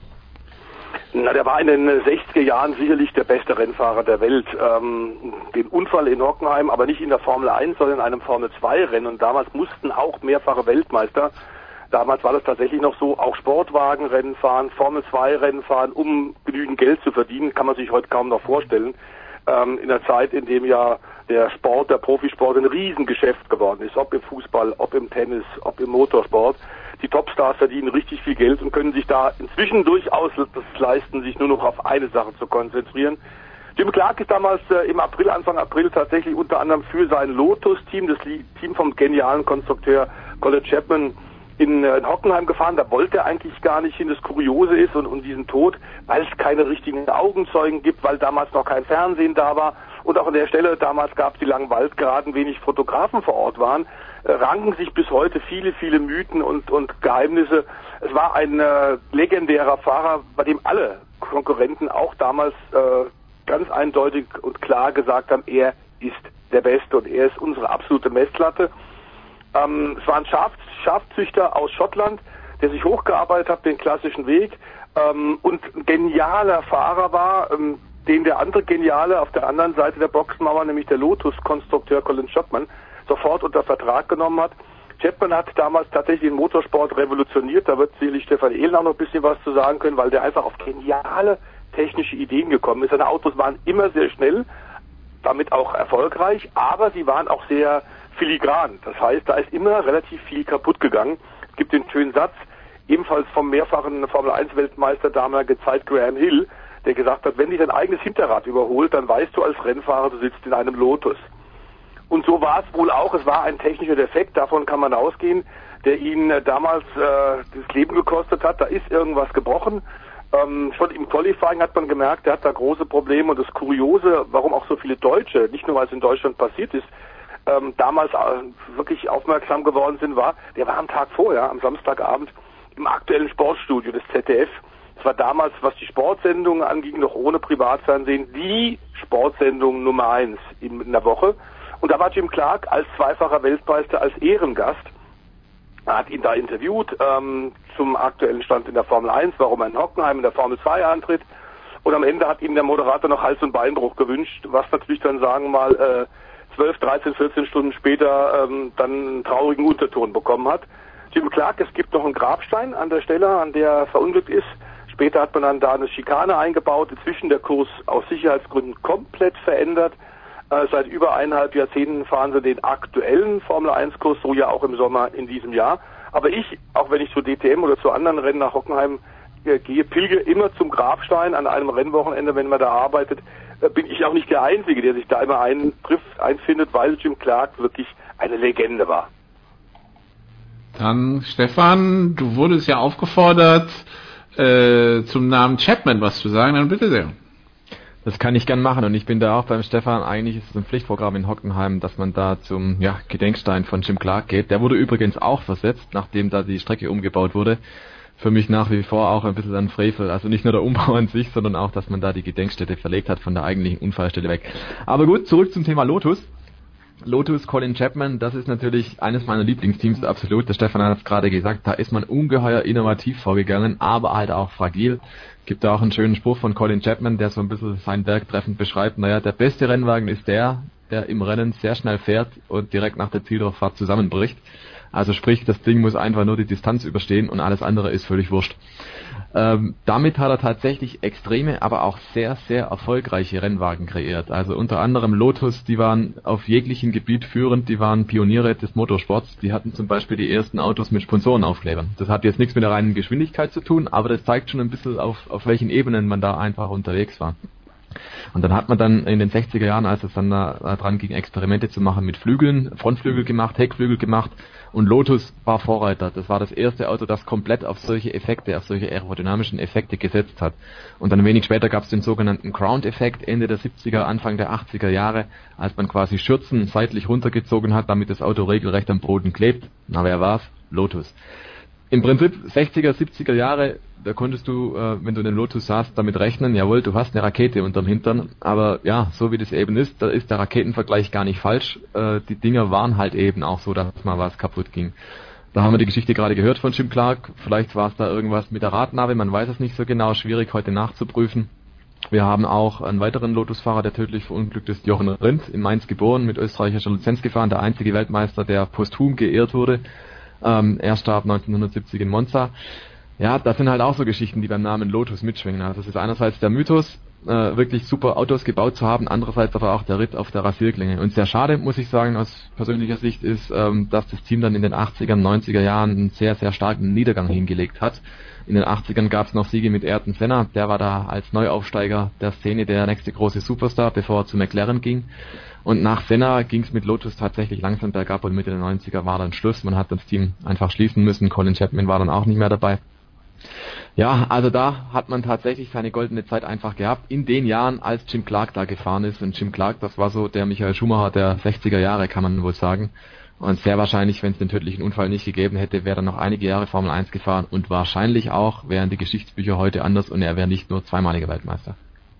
Na, der war in den 60er Jahren sicherlich der beste Rennfahrer der Welt. Den Unfall in Hockenheim, aber nicht in der Formel 1, sondern in einem Formel 2 Rennen. Und damals mussten auch mehrfache Weltmeister, damals war das tatsächlich noch so, auch Sportwagenrennen fahren, Formel 2 Rennen fahren, um genügend Geld zu verdienen, kann man sich heute kaum noch vorstellen. In der Zeit, in dem ja der Sport, der Profisport ein Riesengeschäft geworden ist, ob im Fußball, ob im Tennis, ob im Motorsport. Die Topstars verdienen richtig viel Geld und können sich da inzwischen durchaus das leisten, sich nur noch auf eine Sache zu konzentrieren. Jim Clark ist damals im April, Anfang April tatsächlich unter anderem für sein Lotus-Team, das Team vom genialen Konstrukteur Colin Chapman, in Hockenheim gefahren. Da wollte er eigentlich gar nicht hin. Das Kuriose ist und diesen Tod, weil es keine richtigen Augenzeugen gibt, weil damals noch kein Fernsehen da war und auch an der Stelle, damals gab es die langen Waldgeraden, wenig Fotografen vor Ort waren, ranken sich bis heute viele, viele Mythen und Geheimnisse. Es war ein legendärer Fahrer, bei dem alle Konkurrenten auch damals ganz eindeutig und klar gesagt haben, er ist der Beste und er ist unsere absolute Messlatte. Es war ein Schafzüchter aus Schottland, der sich hochgearbeitet hat, den klassischen Weg, und ein genialer Fahrer war, den der andere Geniale auf der anderen Seite der Boxenmauer, nämlich der Lotus-Konstrukteur Colin Chapman, sofort unter Vertrag genommen hat. Chapman hat damals tatsächlich den Motorsport revolutioniert, da wird sicherlich Stefan Ehlen auch noch ein bisschen was zu sagen können, weil der einfach auf geniale technische Ideen gekommen ist. Seine Autos waren immer sehr schnell, damit auch erfolgreich, aber sie waren auch sehr filigran. Das heißt, da ist immer relativ viel kaputt gegangen. Es gibt den schönen Satz, ebenfalls vom mehrfachen Formel-1-Weltmeister damaliger Zeit Graham Hill, der gesagt hat, wenn dich dein eigenes Hinterrad überholt, dann weißt du als Rennfahrer, du sitzt in einem Lotus. Und so war es wohl auch. Es war ein technischer Defekt, davon kann man ausgehen, der ihn damals das Leben gekostet hat. Da ist irgendwas gebrochen. Schon im Qualifying hat man gemerkt, er hat da große Probleme. Und das Kuriose, warum auch so viele Deutsche, nicht nur weil es in Deutschland passiert ist, damals wirklich aufmerksam geworden sind, war, der war am Tag vorher, am Samstagabend, im aktuellen Sportstudio des ZDF. Es war damals, was die Sportsendungen anging, noch ohne Privatfernsehen, die Sportsendung Nummer 1 in der Woche. Und da war Jim Clark als zweifacher Weltmeister als Ehrengast. Er hat ihn da interviewt zum aktuellen Stand in der Formel 1, warum er in Hockenheim in der Formel 2 antritt. Und am Ende hat ihm der Moderator noch Hals- und Beinbruch gewünscht, was natürlich dann, sagen wir mal, 12, 13, 14 Stunden später dann einen traurigen Unterton bekommen hat. Jim Clark, es gibt noch einen Grabstein an der Stelle, an der er verunglückt ist. Später hat man dann da eine Schikane eingebaut, inzwischen der Kurs aus Sicherheitsgründen komplett verändert. Seit über 1,5 Jahrzehnten fahren sie den aktuellen Formel-1-Kurs, so ja auch im Sommer in diesem Jahr. Aber ich, auch wenn ich zu DTM oder zu anderen Rennen nach Hockenheim gehe, pilge immer zum Grabstein an einem Rennwochenende, wenn man da arbeitet. Bin ich auch nicht der Einzige, der sich da immer einfindet, weil Jim Clark wirklich eine Legende war. Dann, Stefan, du wurdest ja aufgefordert, zum Namen Chapman was zu sagen, dann bitte sehr. Das kann ich gern machen und ich bin da auch beim Stefan. Eigentlich ist es ein Pflichtprogramm in Hockenheim, dass man da zum Gedenkstein von Jim Clark geht. Der wurde übrigens auch versetzt, nachdem da die Strecke umgebaut wurde. Für mich nach wie vor auch ein bisschen ein Frevel. Also nicht nur der Umbau an sich, sondern auch, dass man da die Gedenkstätte verlegt hat von der eigentlichen Unfallstelle weg. Aber gut, zurück zum Thema Lotus. Lotus, Colin Chapman, das ist natürlich eines meiner Lieblingsteams, absolut. Der Stefan hat es gerade gesagt, da ist man ungeheuer innovativ vorgegangen, aber halt auch fragil. Gibt da auch einen schönen Spruch von Colin Chapman, der so ein bisschen sein Werk treffend beschreibt. Naja, der beste Rennwagen ist der im Rennen sehr schnell fährt und direkt nach der Zieldurchfahrt zusammenbricht. Also sprich, das Ding muss einfach nur die Distanz überstehen und alles andere ist völlig wurscht. Damit hat er tatsächlich extreme, aber auch sehr, sehr erfolgreiche Rennwagen kreiert. Also unter anderem Lotus, die waren auf jeglichem Gebiet führend, die waren Pioniere des Motorsports. Die hatten zum Beispiel die ersten Autos mit Sponsorenaufklebern. Das hat jetzt nichts mit der reinen Geschwindigkeit zu tun, aber das zeigt schon ein bisschen auf welchen Ebenen man da einfach unterwegs war. Und dann hat man dann in den 60er Jahren, als es dann da dran ging, Experimente zu machen mit Flügeln, Frontflügel gemacht, Heckflügel gemacht und Lotus war Vorreiter. Das war das erste Auto, das komplett auf solche Effekte, auf solche aerodynamischen Effekte gesetzt hat. Und dann wenig später gab es den sogenannten Ground-Effekt, Ende der 70er, Anfang der 80er Jahre, als man quasi Schürzen seitlich runtergezogen hat, damit das Auto regelrecht am Boden klebt. Na, wer war's? Lotus. Im Prinzip 60er, 70er Jahre, da konntest du, wenn du den Lotus sahst, damit rechnen, jawohl, du hast eine Rakete unterm Hintern, aber ja, so wie das eben ist, da ist der Raketenvergleich gar nicht falsch. Die Dinger waren halt eben auch so, dass mal was kaputt ging. Da haben wir die Geschichte gerade gehört von Jim Clark, vielleicht war es da irgendwas mit der Radnabe, man weiß es nicht so genau, schwierig heute nachzuprüfen. Wir haben auch einen weiteren Lotusfahrer, der tödlich verunglückt ist, Jochen Rindt, in Mainz geboren, mit österreichischer Lizenz gefahren, der einzige Weltmeister, der posthum geehrt wurde. Er starb 1970 in Monza. Ja, das sind halt auch so Geschichten, die beim Namen Lotus mitschwingen. Also das ist einerseits der Mythos, wirklich super Autos gebaut zu haben, andererseits aber auch der Ritt auf der Rasierklinge. Und sehr schade, muss ich sagen, aus persönlicher Sicht ist, dass das Team dann in den 80er, 90er Jahren einen sehr, sehr starken Niedergang hingelegt hat. In den 80ern gab es noch Siege mit Ayrton Senna, der war da als Neuaufsteiger der Szene der nächste große Superstar, bevor er zu McLaren ging. Und nach Senna ging es mit Lotus tatsächlich langsam bergab und Mitte der 90er war dann Schluss. Man hat das Team einfach schließen müssen. Colin Chapman war dann auch nicht mehr dabei. Ja, also da hat man tatsächlich seine goldene Zeit einfach gehabt, in den Jahren, als Jim Clark da gefahren ist. Und Jim Clark, das war so der Michael Schumacher der 60er Jahre, kann man wohl sagen. Und sehr wahrscheinlich, wenn es den tödlichen Unfall nicht gegeben hätte, wäre er noch einige Jahre Formel 1 gefahren. Und wahrscheinlich auch wären die Geschichtsbücher heute anders und er wäre nicht nur zweimaliger Weltmeister.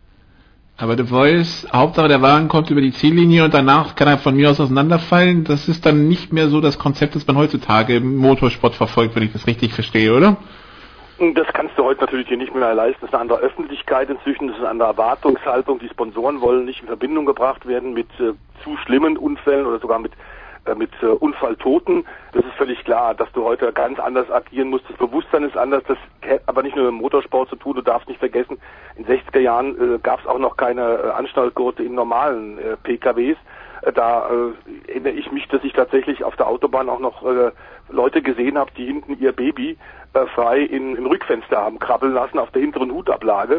Aber The Voice, Hauptsache der Wagen kommt über die Ziellinie und danach kann er von mir aus auseinanderfallen. Das ist dann nicht mehr so das Konzept, das man heutzutage im Motorsport verfolgt, wenn ich das richtig verstehe, oder? Das kannst du heute natürlich hier nicht mehr leisten. Das ist eine andere Öffentlichkeit inzwischen, das ist eine andere Erwartungshaltung. Die Sponsoren wollen nicht in Verbindung gebracht werden mit zu schlimmen Unfällen oder sogar mit Unfalltoten. Das ist völlig klar, dass du heute ganz anders agieren musst. Das Bewusstsein ist anders, das hat aber nicht nur mit dem Motorsport zu tun. Du darfst nicht vergessen, in den 60er Jahren gab es auch noch keine Anschnallgurte in normalen PKWs. Da erinnere ich mich, dass ich tatsächlich auf der Autobahn auch noch Leute gesehen habe, die hinten ihr Baby frei im Rückfenster haben krabbeln lassen auf der hinteren Hutablage.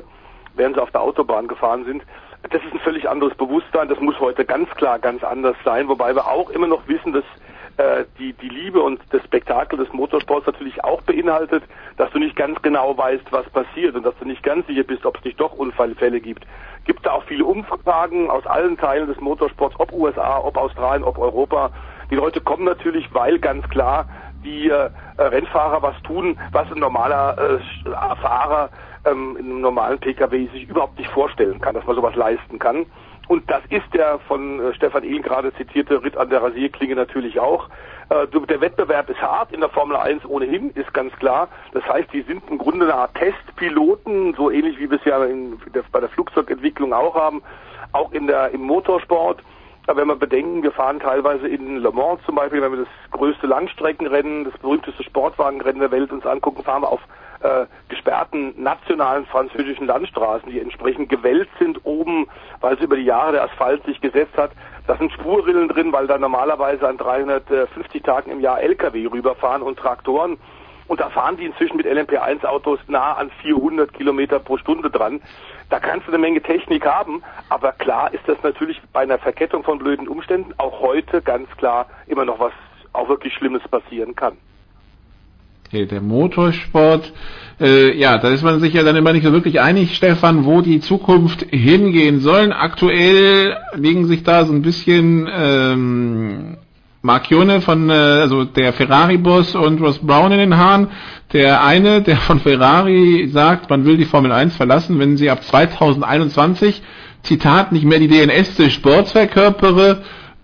während sie auf der Autobahn gefahren sind. Das ist ein völlig anderes Bewusstsein, das muss heute ganz klar ganz anders sein, wobei wir auch immer noch wissen, dass die Liebe und das Spektakel des Motorsports natürlich auch beinhaltet, dass du nicht ganz genau weißt, was passiert und dass du nicht ganz sicher bist, ob es nicht doch Unfallfälle gibt. Gibt da auch viele Umfragen aus allen Teilen des Motorsports, ob USA, ob Australien, ob Europa. Die Leute kommen natürlich, weil ganz klar die Rennfahrer was tun, was ein normaler Fahrer in einem normalen PKW sich überhaupt nicht vorstellen kann, dass man sowas leisten kann. Und das ist der von Stefan Ehlen gerade zitierte Ritt an der Rasierklinge natürlich auch. Der Wettbewerb ist hart in der Formel 1 ohnehin, ist ganz klar. Das heißt, die sind im Grunde eine Art Testpiloten, so ähnlich wie wir es ja bei der Flugzeugentwicklung auch haben, auch im Motorsport. Aber wenn wir bedenken, wir fahren teilweise in Le Mans zum Beispiel, wenn wir das größte Langstreckenrennen, das berühmteste Sportwagenrennen der Welt uns angucken, fahren wir auf gesperrten nationalen französischen Landstraßen, die entsprechend gewellt sind oben, weil es über die Jahre der Asphalt sich gesetzt hat. Da sind Spurrillen drin, weil da normalerweise an 350 Tagen im Jahr LKW rüberfahren und Traktoren. Und da fahren die inzwischen mit LMP1-Autos nah an 400 Kilometer pro Stunde dran. Da kannst du eine Menge Technik haben, aber klar ist das natürlich bei einer Verkettung von blöden Umständen auch heute ganz klar immer noch was auch wirklich Schlimmes passieren kann. Okay, der Motorsport, da ist man sich ja dann immer nicht so wirklich einig, Stefan, wo die Zukunft hingehen soll. Aktuell liegen sich da so ein bisschen Marchione also der Ferrari-Boss und Ross Brown in den Haaren. Der eine, der von Ferrari sagt, man will die Formel 1 verlassen, wenn sie ab 2021, Zitat, nicht mehr die DNS des Sports verkörpere.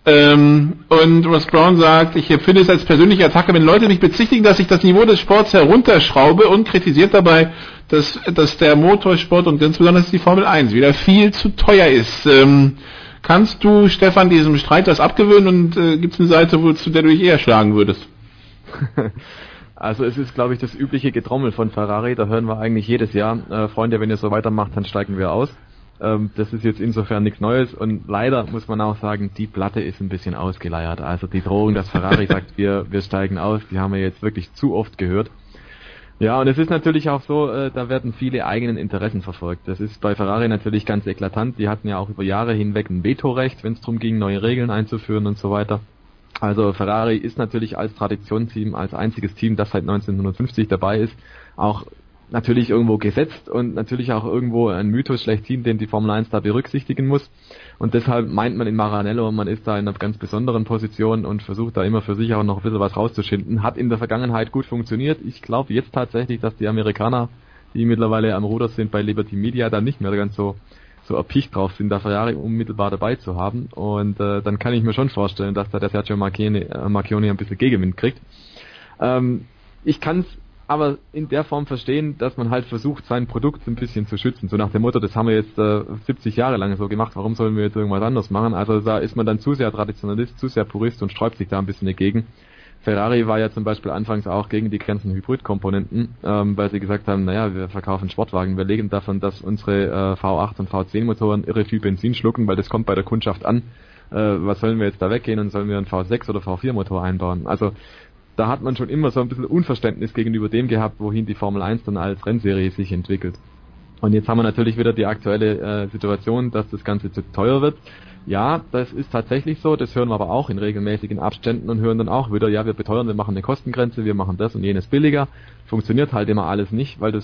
Und Ross Brown sagt, ich empfinde es als persönliche Attacke, wenn Leute mich bezichtigen, dass ich das Niveau des Sports herunterschraube, und kritisiert dabei, dass der Motorsport und ganz besonders die Formel 1 wieder viel zu teuer ist. Kannst du, Stefan, diesem Streit was abgewöhnen, und gibt es eine Seite, zu der du dich eher schlagen würdest? Also es ist, glaube ich, das übliche Getrommel von Ferrari, da hören wir eigentlich jedes Jahr, Freunde, wenn ihr so weitermacht, dann steigen wir aus. Das ist jetzt insofern nichts Neues, und leider muss man auch sagen, die Platte ist ein bisschen ausgeleiert. Also die Drohung, dass Ferrari sagt, wir steigen aus, die haben wir jetzt wirklich zu oft gehört. Ja, und es ist natürlich auch so, da werden viele eigenen Interessen verfolgt. Das ist bei Ferrari natürlich ganz eklatant. Die hatten ja auch über Jahre hinweg ein Vetorecht, wenn es darum ging, neue Regeln einzuführen und so weiter. Also Ferrari ist natürlich als Traditionsteam, als einziges Team, das seit 1950 dabei ist, auch natürlich irgendwo gesetzt und natürlich auch irgendwo ein Mythos schlechthin, den die Formel 1 da berücksichtigen muss. Und deshalb meint man in Maranello, man ist da in einer ganz besonderen Position und versucht da immer für sich auch noch ein bisschen was rauszuschinden. Hat in der Vergangenheit gut funktioniert. Ich glaube jetzt tatsächlich, dass die Amerikaner, die mittlerweile am Ruder sind bei Liberty Media, da nicht mehr ganz so erpicht drauf sind, da Ferrari unmittelbar dabei zu haben. Und dann kann ich mir schon vorstellen, dass da der Sergio Marchionne ein bisschen Gegenwind kriegt. Ich kann es aber in der Form verstehen, dass man halt versucht, sein Produkt ein bisschen zu schützen. So nach dem Motto, das haben wir jetzt 70 Jahre lang so gemacht, warum sollen wir jetzt irgendwas anderes machen? Also da ist man dann zu sehr Traditionalist, zu sehr Purist und sträubt sich da ein bisschen dagegen. Ferrari war ja zum Beispiel anfangs auch gegen die ganzen Hybridkomponenten, weil sie gesagt haben, naja, wir verkaufen Sportwagen, wir legen davon, dass unsere V8 und V10 Motoren irre viel Benzin schlucken, weil das kommt bei der Kundschaft an. Was sollen wir jetzt da weggehen und sollen wir einen V6 oder V4 Motor einbauen? Also da hat man schon immer so ein bisschen Unverständnis gegenüber dem gehabt, wohin die Formel 1 dann als Rennserie sich entwickelt. Und jetzt haben wir natürlich wieder die aktuelle Situation, dass das Ganze zu teuer wird. Ja, das ist tatsächlich so, das hören wir aber auch in regelmäßigen Abständen und hören dann auch wieder, ja, wir beteuern, wir machen eine Kostengrenze, wir machen das und jenes billiger. Funktioniert halt immer alles nicht, weil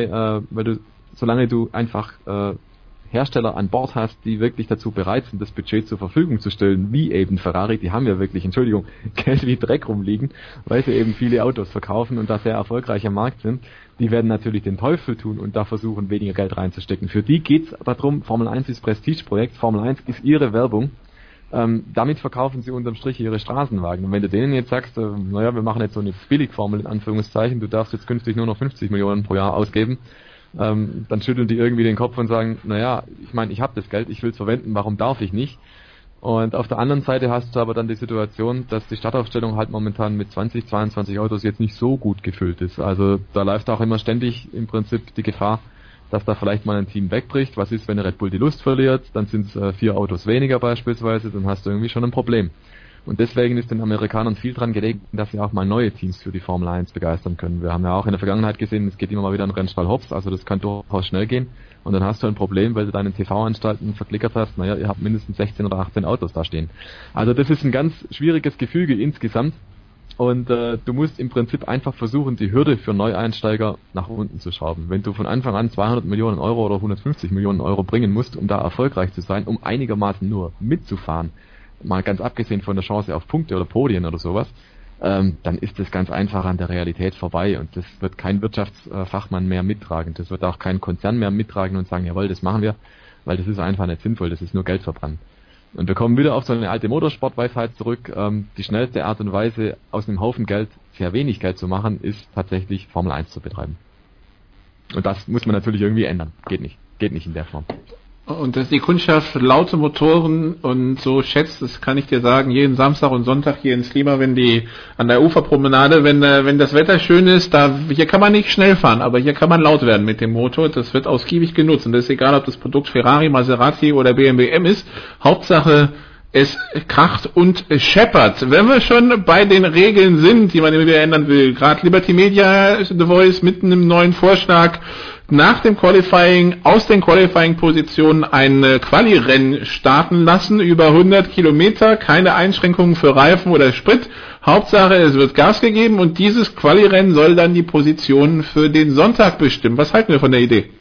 solange du einfach Hersteller an Bord hast, die wirklich dazu bereit sind, das Budget zur Verfügung zu stellen, wie eben Ferrari, die haben ja wirklich, Geld wie Dreck rumliegen, weil sie eben viele Autos verkaufen und da sehr erfolgreich am Markt sind. Die werden natürlich den Teufel tun und da versuchen, weniger Geld reinzustecken. Für die geht's darum, Formel 1 ist Prestigeprojekt, Formel 1 ist ihre Werbung. Damit verkaufen sie unterm Strich ihre Straßenwagen. Und wenn du denen jetzt sagst, wir machen jetzt so eine Billigformel in Anführungszeichen, du darfst jetzt künftig nur noch 50 Millionen pro Jahr ausgeben, dann schütteln die irgendwie den Kopf und sagen, ich habe das Geld, ich will es verwenden, warum darf ich nicht? Und auf der anderen Seite hast du aber dann die Situation, dass die Startaufstellung halt momentan mit 20, 22 Autos jetzt nicht so gut gefüllt ist. Also da läuft auch immer ständig im Prinzip die Gefahr, dass da vielleicht mal ein Team wegbricht. Was ist, wenn Red Bull die Lust verliert? Dann sind es 4 Autos weniger beispielsweise, dann hast du irgendwie schon ein Problem. Und deswegen ist den Amerikanern viel dran gelegen, dass sie auch mal neue Teams für die Formel 1 begeistern können. Wir haben ja auch in der Vergangenheit gesehen, es geht immer mal wieder ein Rennstall hops, also das kann durchaus schnell gehen. Und dann hast du ein Problem, weil du deinen TV-Anstalten verklickert hast, naja, ihr habt mindestens 16 oder 18 Autos da stehen. Also das ist ein ganz schwieriges Gefüge insgesamt. Und du musst im Prinzip einfach versuchen, die Hürde für Neueinsteiger nach unten zu schrauben. Wenn du von Anfang an 200 Millionen Euro oder 150 Millionen Euro bringen musst, um da erfolgreich zu sein, um einigermaßen nur mitzufahren, mal ganz abgesehen von der Chance auf Punkte oder Podien oder sowas, dann ist das ganz einfach an der Realität vorbei und das wird kein Wirtschaftsfachmann mehr mittragen. Das wird auch kein Konzern mehr mittragen und sagen, jawohl, das machen wir, weil das ist einfach nicht sinnvoll, das ist nur Geld verbrannt. Und wir kommen wieder auf so eine alte Motorsportweisheit zurück. Die schnellste Art und Weise, aus einem Haufen Geld sehr wenig Geld zu machen, ist tatsächlich Formel 1 zu betreiben. Und das muss man natürlich irgendwie ändern. Geht nicht in der Form. Und dass die Kundschaft laute Motoren und so schätzt, das kann ich dir sagen, jeden Samstag und Sonntag hier in Slima, wenn die an der Uferpromenade, wenn das Wetter schön ist, hier kann man nicht schnell fahren, aber hier kann man laut werden mit dem Motor, das wird ausgiebig genutzt und das ist egal, ob das Produkt Ferrari, Maserati oder BMW M ist, Hauptsache es kracht und scheppert. Wenn wir schon bei den Regeln sind, die man immer wieder ändern will, gerade Liberty Media, The Voice, mitten im neuen Vorschlag, nach dem Qualifying, aus den Qualifying-Positionen ein Quali-Rennen starten lassen, über 100 Kilometer, keine Einschränkungen für Reifen oder Sprit. Hauptsache, es wird Gas gegeben und dieses Quali-Rennen soll dann die Positionen für den Sonntag bestimmen. Was halten wir von der Idee?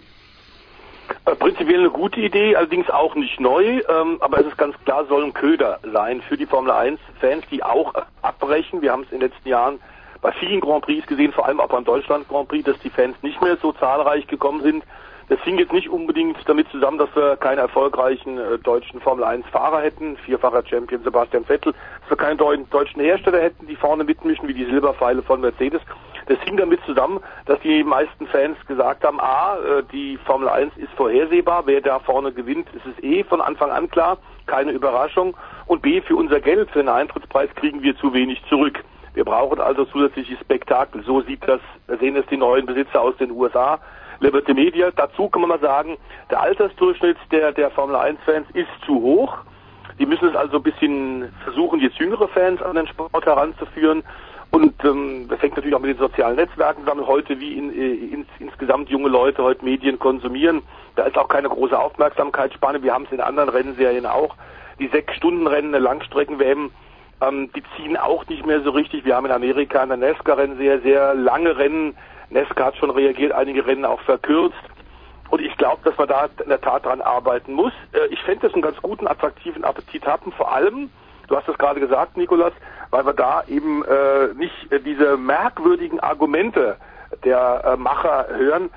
Prinzipiell eine gute Idee, allerdings auch nicht neu, aber es ist ganz klar, soll ein Köder sein für die Formel 1-Fans, die auch abbrechen. Wir haben es in den letzten Jahren bei vielen Grand Prix gesehen, vor allem auch beim Deutschland Grand Prix, dass die Fans nicht mehr so zahlreich gekommen sind. Das hing jetzt nicht unbedingt damit zusammen, dass wir keine erfolgreichen deutschen Formel 1 Fahrer hätten, vierfacher Champion Sebastian Vettel, dass wir keine deutschen Hersteller hätten, die vorne mitmischen, wie die Silberpfeile von Mercedes. Das hing damit zusammen, dass die meisten Fans gesagt haben, die Formel 1 ist vorhersehbar, wer da vorne gewinnt, ist es von Anfang an klar, keine Überraschung. Und B, für unser Geld, für den Eintrittspreis kriegen wir zu wenig zurück. Wir brauchen also zusätzliches Spektakel. So sehen es die neuen Besitzer aus den USA. Liberty Media. Dazu kann man mal sagen, der Altersdurchschnitt der Formel 1-Fans ist zu hoch. Die müssen es also ein bisschen versuchen, jetzt jüngere Fans an den Sport heranzuführen. Und das hängt natürlich auch mit den sozialen Netzwerken zusammen. Heute wie insgesamt junge Leute heute Medien konsumieren. Da ist auch keine große Aufmerksamkeitsspanne. Wir haben es in anderen Rennserien auch. Die 6-Stunden-Rennen, eine Langstrecken-WM, die ziehen auch nicht mehr so richtig. Wir haben in Amerika in der NASCAR-Rennen sehr, sehr lange Rennen. NASCAR hat schon reagiert, einige Rennen auch verkürzt. Und ich glaube, dass man da in der Tat dran arbeiten muss. Ich fände das einen ganz guten, attraktiven Appetit haben. Vor allem, du hast es gerade gesagt, Nikolas, weil wir da eben nicht diese merkwürdigen Argumente der Macher hören,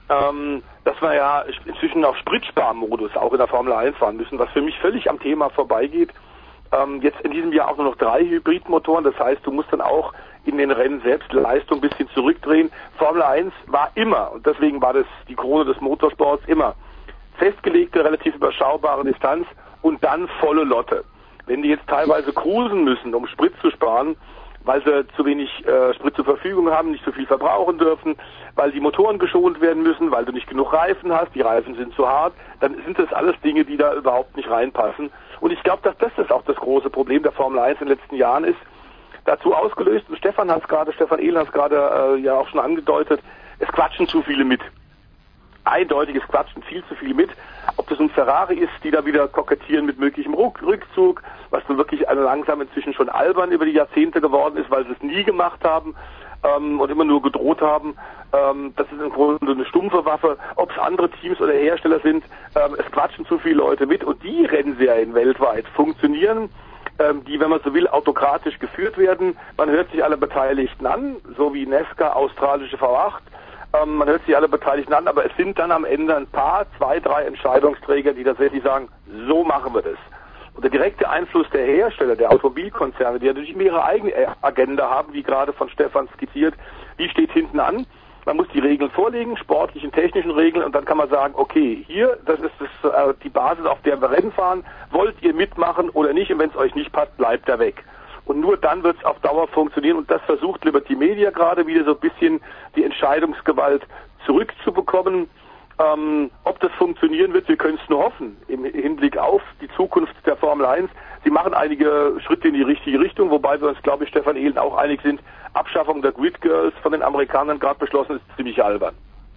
dass wir ja inzwischen auf Spritsparmodus auch in der Formel 1 fahren müssen, was für mich völlig am Thema vorbeigeht. Jetzt in diesem Jahr auch nur noch 3 Hybridmotoren, das heißt, du musst dann auch in den Rennen selbst Leistung ein bisschen zurückdrehen. Formel 1 war immer, und deswegen war das die Krone des Motorsports, immer festgelegte, relativ überschaubare Distanz und dann volle Lotte. Wenn die jetzt teilweise cruisen müssen, um Sprit zu sparen, weil sie zu wenig Sprit zur Verfügung haben, nicht so viel verbrauchen dürfen, weil die Motoren geschont werden müssen, weil du nicht genug Reifen hast, die Reifen sind zu hart, dann sind das alles Dinge, die da überhaupt nicht reinpassen. Und ich glaube, dass das auch das große Problem der Formel 1 in den letzten Jahren ist. Dazu ausgelöst, und Stefan Ehlen hat es gerade ja auch schon angedeutet, es quatschen zu viele mit. Eindeutiges Quatschen, viel zu viel mit. Ob das ein Ferrari ist, die da wieder kokettieren mit möglichem Rückzug, was nun wirklich langsam inzwischen schon albern über die Jahrzehnte geworden ist, weil sie es nie gemacht haben und immer nur gedroht haben. Das ist im Grunde eine stumpfe Waffe. Ob es andere Teams oder Hersteller sind, es quatschen zu viele Leute mit und die Rennserien weltweit funktionieren, die, wenn man so will, autokratisch geführt werden. Man hört sich alle Beteiligten an, so wie NASCAR, australische V8. Man hört sich alle Beteiligten an, aber es sind dann am Ende ein paar, 2, 3 Entscheidungsträger, die tatsächlich sagen, so machen wir das. Und der direkte Einfluss der Hersteller, der Automobilkonzerne, die natürlich ihre eigene Agenda haben, wie gerade von Stefan skizziert, die steht hinten an. Man muss die Regeln vorlegen, sportlichen, technischen Regeln, und dann kann man sagen, okay, hier, das ist die Basis, auf der wir Rennen fahren. Wollt ihr mitmachen oder nicht? Und wenn es euch nicht passt, bleibt er weg. Und nur dann wird es auf Dauer funktionieren. Und das versucht Liberty Media gerade wieder so ein bisschen die Entscheidungsgewalt zurückzubekommen. Ob das funktionieren wird, wir können es nur hoffen, im Hinblick auf die Zukunft der Formel 1. Sie machen einige Schritte in die richtige Richtung, wobei wir uns, glaube ich, Stefan Ehlen auch einig sind, Abschaffung der Grid Girls von den Amerikanern gerade beschlossen, ist ziemlich albern.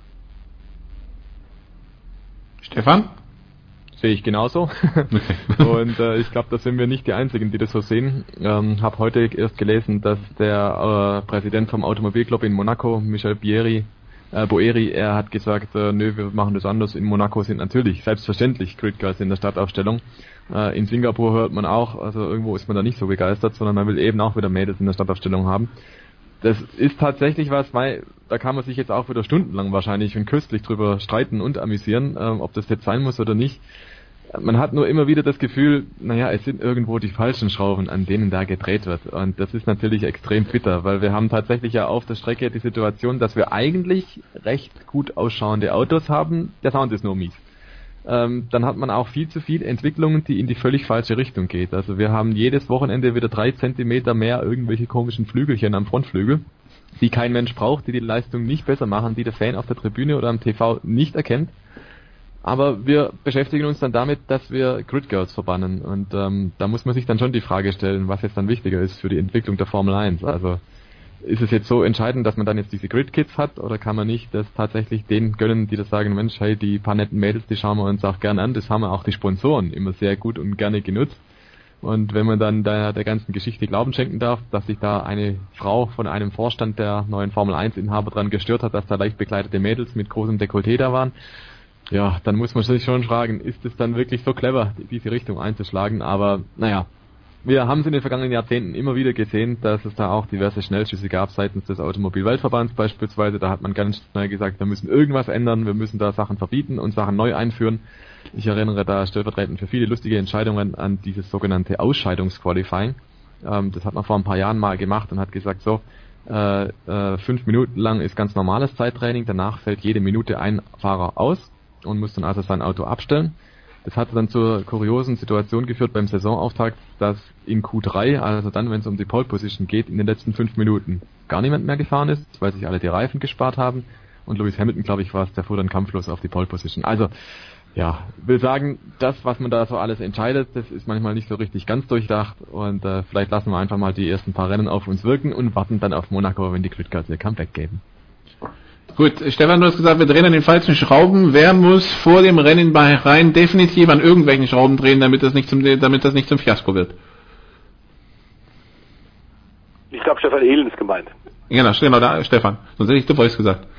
Stefan? Sehe ich genauso. Und ich glaube, da sind wir nicht die Einzigen, die das so sehen. Habe heute erst gelesen, dass der Präsident vom Automobilclub in Monaco, Michel Boeri, er hat gesagt, nö, wir machen das anders. In Monaco sind natürlich selbstverständlich Grid Girls in der Startaufstellung. In Singapur hört man auch, also irgendwo ist man da nicht so begeistert, sondern man will eben auch wieder Mädels in der Startaufstellung haben. Das ist tatsächlich was, weil da kann man sich jetzt auch wieder stundenlang wahrscheinlich und köstlich drüber streiten und amüsieren, ob das jetzt sein muss oder nicht. Man hat nur immer wieder das Gefühl, naja, es sind irgendwo die falschen Schrauben, an denen da gedreht wird. Und das ist natürlich extrem bitter, weil wir haben tatsächlich ja auf der Strecke die Situation, dass wir eigentlich recht gut ausschauende Autos haben. Der Sound ist nur mies. Dann hat man auch viel zu viel Entwicklungen, die in die völlig falsche Richtung geht. Also wir haben jedes Wochenende wieder 3 Zentimeter mehr irgendwelche komischen Flügelchen am Frontflügel, die kein Mensch braucht, die die Leistung nicht besser machen, die der Fan auf der Tribüne oder am TV nicht erkennt. Aber wir beschäftigen uns dann damit, dass wir Grid Girls verbannen. Und da muss man sich dann schon die Frage stellen, was jetzt dann wichtiger ist für die Entwicklung der Formel 1. Also ist es jetzt so entscheidend, dass man dann jetzt diese Grid Kids hat, oder kann man nicht das tatsächlich denen gönnen, die das sagen, Mensch, hey, die paar netten Mädels, die schauen wir uns auch gerne an. Das haben auch die Sponsoren immer sehr gut und gerne genutzt. Und wenn man dann der ganzen Geschichte Glauben schenken darf, dass sich da eine Frau von einem Vorstand der neuen Formel 1-Inhaber dran gestört hat, dass da leicht bekleidete Mädels mit großem Dekolleté da waren, ja, dann muss man sich schon fragen, ist es dann wirklich so clever, diese Richtung einzuschlagen? Aber naja, wir haben es in den vergangenen Jahrzehnten immer wieder gesehen, dass es da auch diverse Schnellschüsse gab seitens des Automobilweltverbands beispielsweise. Da hat man ganz schnell gesagt, wir müssen irgendwas ändern, wir müssen da Sachen verbieten und Sachen neu einführen. Ich erinnere da stellvertretend für viele lustige Entscheidungen an dieses sogenannte Ausscheidungsqualifying. Das hat man vor ein paar Jahren mal gemacht und hat gesagt, so, 5 Minuten lang ist ganz normales Zeittraining, danach fällt jede Minute ein Fahrer aus und muss dann also sein Auto abstellen. Das hat dann zur kuriosen Situation geführt beim Saisonauftakt, dass in Q3, also dann, wenn es um die Pole Position geht, in den letzten 5 Minuten gar niemand mehr gefahren ist, weil sich alle die Reifen gespart haben. Und Lewis Hamilton, glaube ich, war es, der fuhr dann kampflos auf die Pole Position. Also, ja, will sagen, das, was man da so alles entscheidet, das ist manchmal nicht so richtig ganz durchdacht. Und vielleicht lassen wir einfach mal die ersten paar Rennen auf uns wirken und warten dann auf Monaco, wenn die Grid Girls ihr Comeback geben. Gut, Stefan, du hast gesagt, wir drehen an den falschen Schrauben. Wer muss vor dem Rennen bei Bahrain definitiv an irgendwelchen Schrauben drehen, damit das nicht zum Fiasko wird? Ich glaube, Stefan Ehlen ist gemeint. Genau, da, Stefan. Sonst hätte ich The Voice gesagt.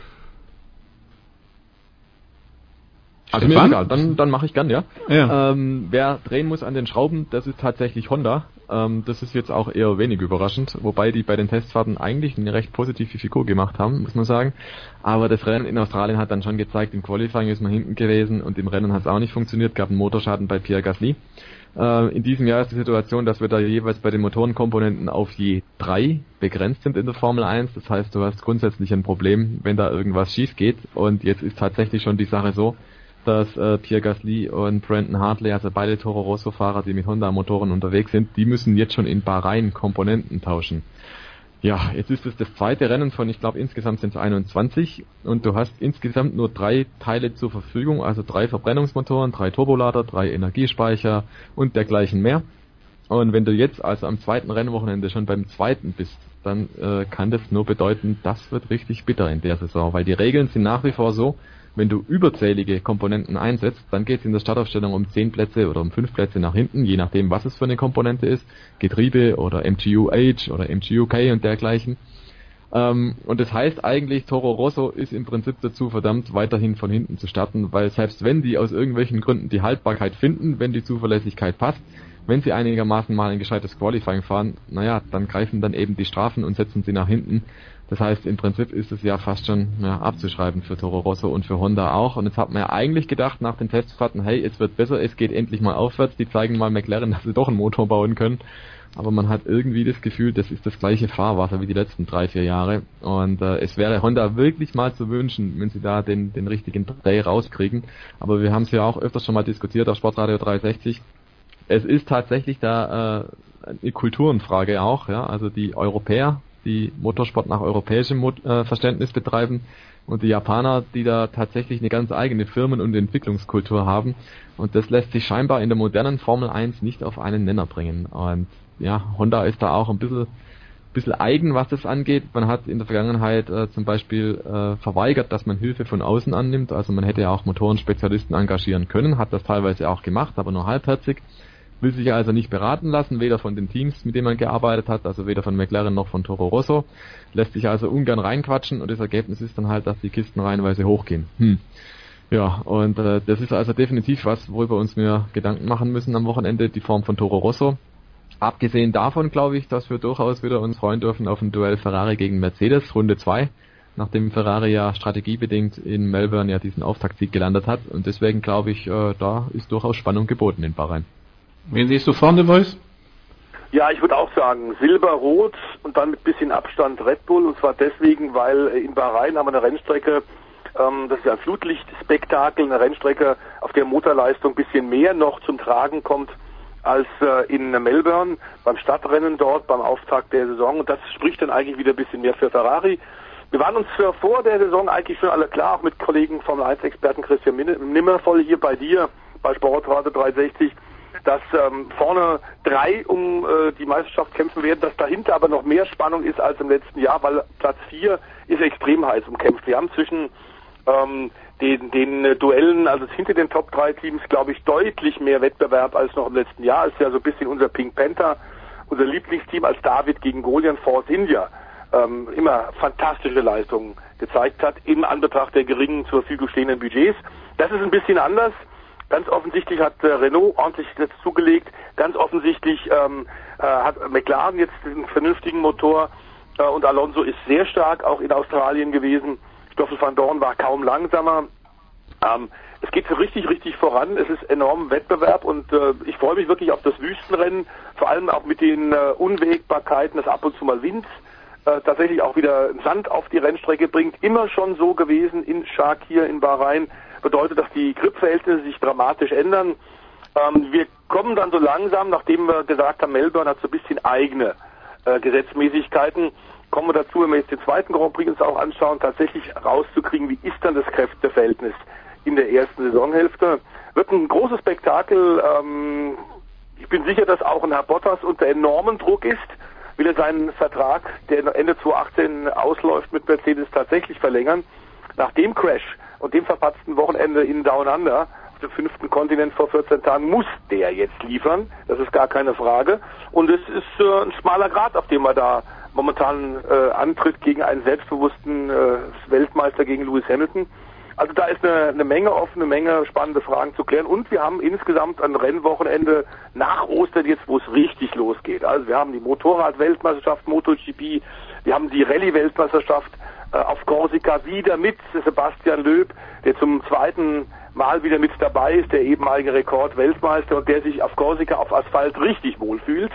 Also mir ist egal, dann mache ich gern, ja. Wer drehen muss an den Schrauben, das ist tatsächlich Honda. Das ist jetzt auch eher wenig überraschend, wobei die bei den Testfahrten eigentlich eine recht positive Figur gemacht haben, muss man sagen. Aber das Rennen in Australien hat dann schon gezeigt, im Qualifying ist man hinten gewesen und im Rennen hat es auch nicht funktioniert, gab einen Motorschaden bei Pierre Gasly. In diesem Jahr ist die Situation, dass wir da jeweils bei den Motorenkomponenten auf je 3 begrenzt sind in der Formel 1. Das heißt, du hast grundsätzlich ein Problem, wenn da irgendwas schief geht. Und jetzt ist tatsächlich schon die Sache so, dass Pierre Gasly und Brandon Hartley, also beide Toro Rosso Fahrer, die mit Honda-Motoren unterwegs sind, die müssen jetzt schon in Bahrain Komponenten tauschen. Ja, jetzt ist es das zweite Rennen von, ich glaube insgesamt sind es 21 und du hast insgesamt nur 3 Teile zur Verfügung, also 3 Verbrennungsmotoren, 3 Turbolader, 3 Energiespeicher und dergleichen mehr. Und wenn du jetzt also am zweiten Rennwochenende schon beim zweiten bist, dann kann das nur bedeuten, das wird richtig bitter in der Saison, weil die Regeln sind nach wie vor so, wenn du überzählige Komponenten einsetzt, dann geht es in der Startaufstellung um 10 Plätze oder um 5 Plätze nach hinten, je nachdem, was es für eine Komponente ist. Getriebe oder MGU-H oder MGU-K und dergleichen. Und das heißt eigentlich, Toro Rosso ist im Prinzip dazu verdammt, weiterhin von hinten zu starten, weil selbst wenn die aus irgendwelchen Gründen die Haltbarkeit finden, wenn die Zuverlässigkeit passt, wenn sie einigermaßen mal ein gescheites Qualifying fahren, naja, dann greifen dann eben die Strafen und setzen sie nach hinten. Das heißt, im Prinzip ist es ja fast schon abzuschreiben für Toro Rosso und für Honda auch. Und jetzt hat man ja eigentlich gedacht nach den Testfahrten, hey, es wird besser, es geht endlich mal aufwärts. Die zeigen mal McLaren, dass sie doch einen Motor bauen können. Aber man hat irgendwie das Gefühl, das ist das gleiche Fahrwasser wie die letzten 3-4 Jahre. Und es wäre Honda wirklich mal zu wünschen, wenn sie da den richtigen Dreh rauskriegen. Aber wir haben es ja auch öfters schon mal diskutiert auf Sportradio 360. Es ist tatsächlich da eine Kulturenfrage auch, ja. Also die Europäer, die Motorsport nach europäischem Verständnis betreiben, und die Japaner, die da tatsächlich eine ganz eigene Firmen- und Entwicklungskultur haben. Und das lässt sich scheinbar in der modernen Formel 1 nicht auf einen Nenner bringen. Und ja, Honda ist da auch ein bisschen eigen, was das angeht. Man hat in der Vergangenheit zum Beispiel verweigert, dass man Hilfe von außen annimmt. Also man hätte ja auch Motorenspezialisten engagieren können, hat das teilweise auch gemacht, aber nur halbherzig. Will sich also nicht beraten lassen, weder von den Teams, mit denen man gearbeitet hat, also weder von McLaren noch von Toro Rosso. Lässt sich also ungern reinquatschen, und das Ergebnis ist dann halt, dass die Kisten reihenweise hochgehen. Ja, und das ist also definitiv was, worüber uns wir Gedanken machen müssen am Wochenende, die Form von Toro Rosso. Abgesehen davon glaube ich, dass wir durchaus wieder uns freuen dürfen auf ein Duell Ferrari gegen Mercedes, Runde 2, nachdem Ferrari ja strategiebedingt in Melbourne ja diesen Auftaktsieg gelandet hat, und deswegen glaube ich, da ist durchaus Spannung geboten in Bahrain. Wen siehst du vorne, Voice? Ja, ich würde auch sagen, Silber-Rot und dann mit bisschen Abstand Red Bull, und zwar deswegen, weil in Bahrain haben wir eine Rennstrecke, das ist ja ein Flutlichtspektakel, eine Rennstrecke, auf der Motorleistung ein bisschen mehr noch zum Tragen kommt als in Melbourne, beim Stadtrennen dort, beim Auftakt der Saison, und das spricht dann eigentlich wieder ein bisschen mehr für Ferrari. Wir waren uns vor der Saison eigentlich schon alle klar, auch mit Kollegen Formel 1-Experten Christian Nimmervoll hier bei dir, bei Sportradio 360, dass vorne 3 um die Meisterschaft kämpfen werden, dass dahinter aber noch mehr Spannung ist als im letzten Jahr, weil Platz 4 ist extrem heiß umkämpft. Wir haben zwischen den Duellen, also hinter den Top 3 Teams, glaube ich, deutlich mehr Wettbewerb als noch im letzten Jahr. Es ist ja so ein bisschen unser Pink Panther, unser Lieblingsteam, als David gegen Goliath Force India immer fantastische Leistungen gezeigt hat, in Anbetracht der geringen zur Verfügung stehenden Budgets. Das ist ein bisschen anders. Ganz offensichtlich hat Renault ordentlich jetzt zugelegt. Ganz offensichtlich hat McLaren jetzt einen vernünftigen Motor und Alonso ist sehr stark auch in Australien gewesen. Stoffel van Dorn war kaum langsamer. Es geht so richtig, richtig voran. Es ist enorm Wettbewerb, und ich freue mich wirklich auf das Wüstenrennen, vor allem auch mit den Unwägbarkeiten, dass ab und zu mal Wind tatsächlich auch wieder Sand auf die Rennstrecke bringt. Immer schon so gewesen in Shakir in Bahrain. Bedeutet, dass die Gripverhältnisse sich dramatisch ändern. Wir kommen dann so langsam, nachdem wir gesagt haben, Melbourne hat so ein bisschen eigene Gesetzmäßigkeiten, kommen wir dazu, wenn wir jetzt den zweiten Grand Prix uns auch anschauen, tatsächlich rauszukriegen, wie ist dann das Kräfteverhältnis in der ersten Saisonhälfte. Wird ein großes Spektakel. Ich bin sicher, dass auch ein Herr Bottas unter enormen Druck ist, will er seinen Vertrag, der Ende 2018 ausläuft, mit Mercedes tatsächlich verlängern. Nach dem Crash und dem verpatzten Wochenende in Down Under, auf dem 5. Kontinent vor 14 Tagen, muss der jetzt liefern. Das ist gar keine Frage. Und es ist ein schmaler Grat, auf dem er da momentan antritt gegen einen selbstbewussten Weltmeister, gegen Lewis Hamilton. Also da ist eine Menge offen, eine Menge spannende Fragen zu klären. Und wir haben insgesamt ein Rennwochenende nach Ostern jetzt, wo es richtig losgeht. Also wir haben die Motorrad-Weltmeisterschaft, MotoGP, wir haben die Rallye-Weltmeisterschaft auf Korsika wieder mit Sebastian Loeb, der zum zweiten Mal wieder mit dabei ist, der ehemalige Rekordweltmeister und der sich auf Korsika auf Asphalt richtig wohlfühlt.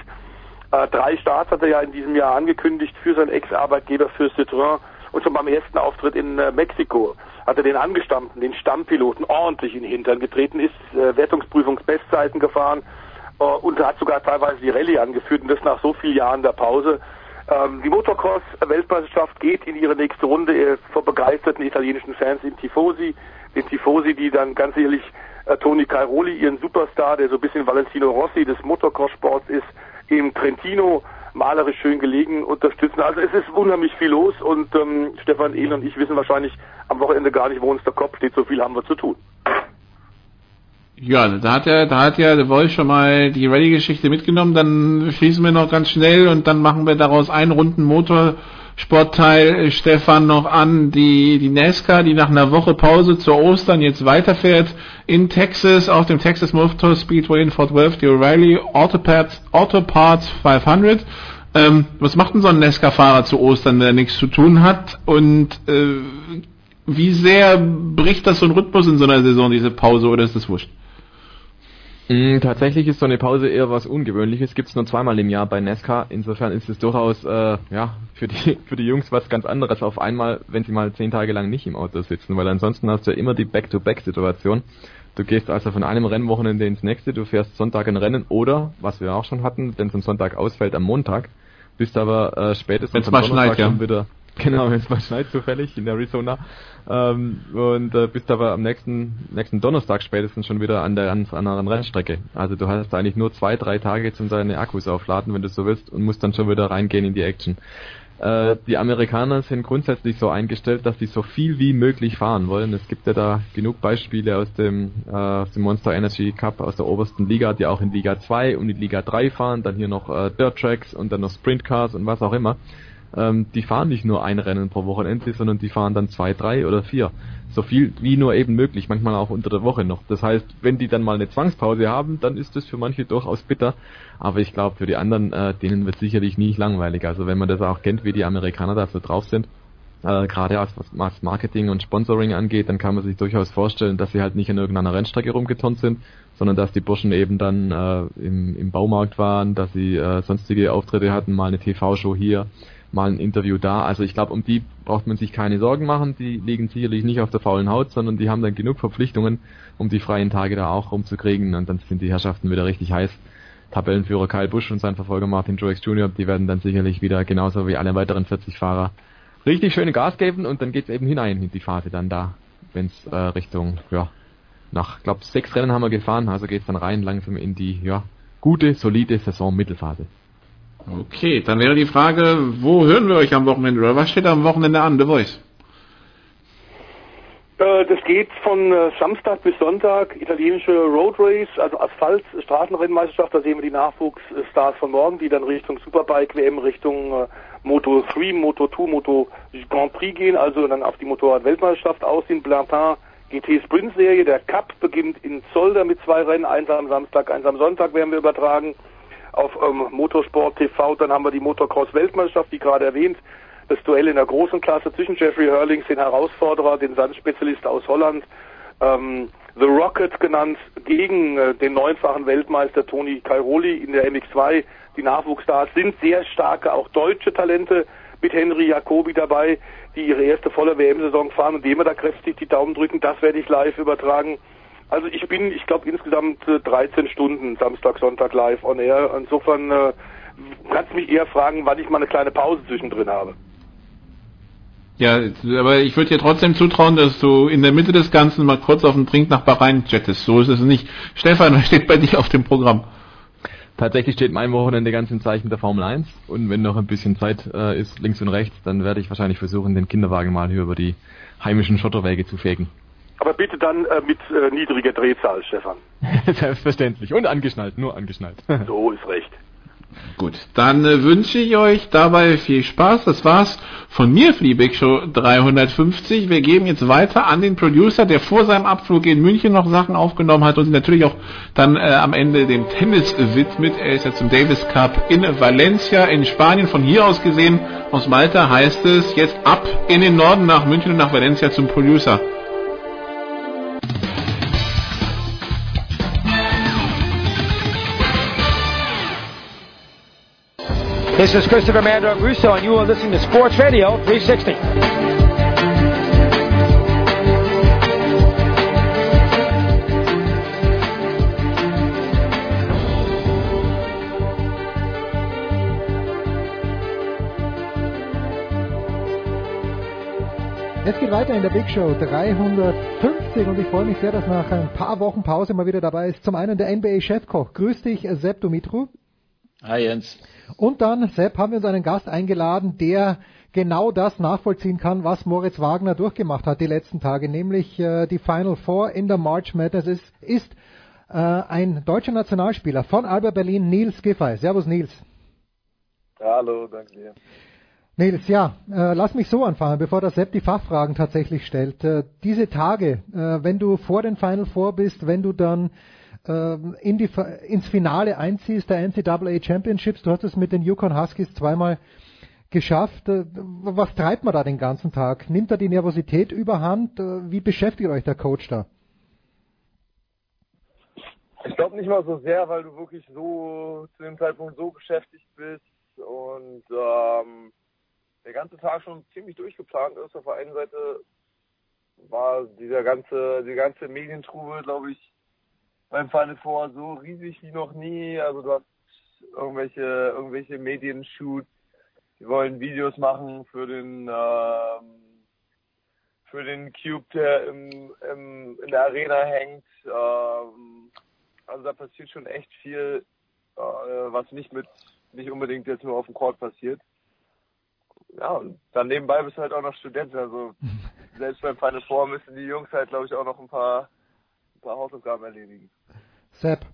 3 Starts hat er ja in diesem Jahr angekündigt für seinen Ex-Arbeitgeber, für Citroën, und schon beim ersten Auftritt in Mexiko hat er den Angestammten, den Stammpiloten ordentlich in den Hintern getreten, ist Wertungsprüfungsbestzeiten gefahren und hat sogar teilweise die Rallye angeführt, und das nach so vielen Jahren der Pause. Die Motocross-Weltmeisterschaft geht in ihre nächste Runde vor begeisterten italienischen Fans in Tifosi. Den Tifosi, die dann ganz ehrlich Toni Cairoli, ihren Superstar, der so ein bisschen Valentino Rossi des Motocross-Sports ist, im Trentino malerisch schön gelegen unterstützen. Also es ist unheimlich viel los, und Stefan Ehl und ich wissen wahrscheinlich am Wochenende gar nicht, wo uns der Kopf steht. So viel haben wir zu tun. Ja, da hat ja der Wolf schon mal die Rallye-Geschichte mitgenommen. Dann schließen wir noch ganz schnell und dann machen wir daraus einen runden Motorsportteil, Stefan, noch an die NASCAR, die nach einer Woche Pause zu Ostern jetzt weiterfährt in Texas, auf dem Texas Motor Speedway in Fort Worth, die O'Reilly Autoparts 500. Was macht denn so ein NASCAR-Fahrer zu Ostern, wenn er nichts zu tun hat? Und wie sehr bricht das so ein Rhythmus in so einer Saison, diese Pause, oder ist das wurscht? Tatsächlich ist so eine Pause eher was Ungewöhnliches. Gibt's nur 2-mal im Jahr bei NASCAR. Insofern ist es durchaus für die Jungs was ganz anderes auf einmal, wenn sie mal 10 Tage lang nicht im Auto sitzen, weil ansonsten hast du ja immer die Back-to-Back-Situation. Du gehst also von einem Rennwochenende ins nächste, du fährst Sonntag ein Rennen oder, was wir auch schon hatten, wenn es am Sonntag ausfällt, am Montag. bist aber spätestens wenn's mal schneit, schon wieder, genau, wenn es mal schneit zufällig in Arizona, und bist aber am nächsten Donnerstag spätestens schon wieder an der ganz anderen Rennstrecke. Also du hast eigentlich nur 2-3 Tage zum deine Akkus aufladen, wenn du so willst, und musst dann schon wieder reingehen in die Action. Die Amerikaner sind grundsätzlich so eingestellt, dass sie so viel wie möglich fahren wollen. Es gibt ja da genug Beispiele aus dem Monster Energy Cup, aus der obersten Liga, die auch in Liga 2 und in Liga 3 fahren, dann hier noch Dirt Tracks und dann noch Sprint Cars und was auch immer. Die fahren nicht nur ein Rennen pro Wochenende, sondern die fahren dann 2, 3 oder 4. So viel wie nur eben möglich, manchmal auch unter der Woche noch. Das heißt, wenn die dann mal eine Zwangspause haben, dann ist das für manche durchaus bitter. Aber ich glaube, für die anderen, denen wird sicherlich nicht langweilig. Also wenn man das auch kennt, wie die Amerikaner da so drauf sind, gerade was Marketing und Sponsoring angeht, dann kann man sich durchaus vorstellen, dass sie halt nicht an irgendeiner Rennstrecke rumgeturnt sind, sondern dass die Burschen eben dann im Baumarkt waren, dass sie sonstige Auftritte hatten, mal eine TV-Show hier, mal ein Interview da. Also ich glaube, um die braucht man sich keine Sorgen machen. Die liegen sicherlich nicht auf der faulen Haut, sondern die haben dann genug Verpflichtungen, um die freien Tage da auch rumzukriegen. Und dann sind die Herrschaften wieder richtig heiß. Tabellenführer Kyle Busch und sein Verfolger Martin Truex Jr., die werden dann sicherlich wieder genauso wie alle weiteren 40 Fahrer richtig schöne Gas geben, und dann geht's eben hinein in die Phase dann da, wenn's Richtung, nach, glaube 6 Rennen haben wir gefahren, also geht's dann rein langsam in die, gute, solide Saison-Mittelphase. Okay, dann wäre die Frage, wo hören wir euch am Wochenende, oder was steht am Wochenende an, The Voice? Das geht von Samstag bis Sonntag, italienische Road Race, also Asphalt, Straßenrennmeisterschaft, da sehen wir die Nachwuchsstars von morgen, die dann Richtung Superbike WM, Richtung Moto 3, Moto 2, Moto Grand Prix gehen, also dann auf die Motorrad-Weltmeisterschaft aussehen. Blantin GT Sprint Serie, der Cup beginnt in Zolder mit 2 Rennen, eins am Samstag, eins am Sonntag werden wir übertragen auf Motorsport TV. Dann haben wir die Motocross-Weltmeisterschaft, wie gerade erwähnt, das Duell in der großen Klasse zwischen Jeffrey Hurlings, den Herausforderer, den Sandspezialist aus Holland, The Rocket genannt, gegen den 9-fachen Weltmeister Toni Cairoli in der MX2. Die Nachwuchsstars sind sehr starke, auch deutsche Talente mit Henry Jacobi dabei, die ihre erste volle WM-Saison fahren und dem wir da kräftig die Daumen drücken. Das werde ich live übertragen. Also ich glaube insgesamt 13 Stunden Samstag, Sonntag live on air. Insofern kannst du mich eher fragen, wann ich mal eine kleine Pause zwischendrin habe. Ja, aber ich würde dir trotzdem zutrauen, dass du in der Mitte des Ganzen mal kurz auf den Trink nach Bahrain jettest. So ist es nicht. Stefan, was steht bei dir auf dem Programm? Tatsächlich steht mein Wochenende ganz im Zeichen der Formel 1, und wenn noch ein bisschen Zeit ist, links und rechts, dann werde ich wahrscheinlich versuchen, den Kinderwagen mal hier über die heimischen Schotterwege zu fegen. Aber bitte dann mit niedriger Drehzahl, Stefan. Selbstverständlich. Und angeschnallt, nur angeschnallt. So ist recht. Gut, dann wünsche ich euch dabei viel Spaß. Das war's von mir für die Big Show 350. Wir geben jetzt weiter an den Producer, der vor seinem Abflug in München noch Sachen aufgenommen hat und sich natürlich auch dann am Ende dem Tennis widmet. Er ist ja zum Davis Cup in Valencia in Spanien. Von hier aus gesehen, aus Malta, heißt es jetzt ab in den Norden nach München und nach Valencia zum Producer. This is Christopher Mandor Russo, and you are listening to Sports Radio 360. Es geht weiter in der Big Show 350 und ich freue mich sehr, dass nach ein paar Wochen Pause mal wieder dabei ist. Zum einen der NBA-Chefkoch. Grüß dich, Sepp Dumitru. Hi Jens. Und dann, Sepp, haben wir uns einen Gast eingeladen, der genau das nachvollziehen kann, was Moritz Wagner durchgemacht hat die letzten Tage, nämlich die Final Four in der March Madness. Es ist ein deutscher Nationalspieler von Alba Berlin, Nils Giffey. Servus Nils. Hallo, danke dir. Nils, ja, lass mich so anfangen, bevor der Sepp die Fachfragen tatsächlich stellt. Diese Tage, wenn du vor den Final Four bist, wenn du dann ins Finale einziehst der NCAA Championships, du hast es mit den Yukon Huskies zweimal geschafft. Was treibt man da den ganzen Tag? Nimmt da die Nervosität überhand? Wie beschäftigt euch der Coach da? Ich glaube nicht mal so sehr, weil du wirklich so zu dem Zeitpunkt so beschäftigt bist und der ganze Tag schon ziemlich durchgeplant ist. Auf der einen Seite war die ganze Medientrubel, glaube ich, beim Final Four so riesig wie noch nie. Also du hast irgendwelche Medienshoots die wollen Videos machen für den Cube, der in der Arena hängt. Also da passiert schon echt viel, was nicht unbedingt jetzt nur auf dem Court passiert. Ja, und dann nebenbei bist du halt auch noch Student, also selbst beim Final Four müssen die Jungs halt, glaube ich, auch noch ein paar Hausaufgaben erledigen. Sepp.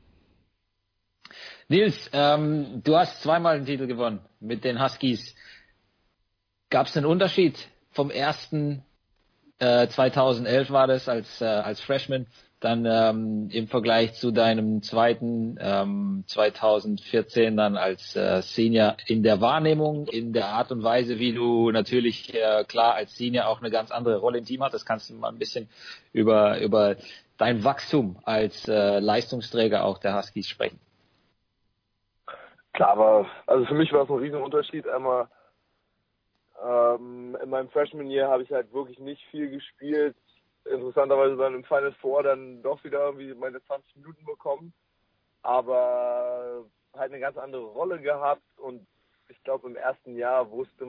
Nils, du hast zweimal den Titel gewonnen mit den Huskies. Gab es einen Unterschied vom ersten 2011 war das als Freshman, dann im Vergleich zu deinem zweiten 2014 dann als Senior in der Wahrnehmung, in der Art und Weise, wie du natürlich klar als Senior auch eine ganz andere Rolle im Team hast. Das kannst du mal ein bisschen über dein Wachstum als Leistungsträger auch der Huskies sprechen. Klar, aber also für mich war es ein riesen Unterschied. Einmal in meinem Freshman-Year habe ich halt wirklich nicht viel gespielt. Interessanterweise dann im Final Four dann doch wieder irgendwie meine 20 Minuten bekommen. Aber halt eine ganz andere Rolle gehabt. Und ich glaube, im ersten Jahr wusste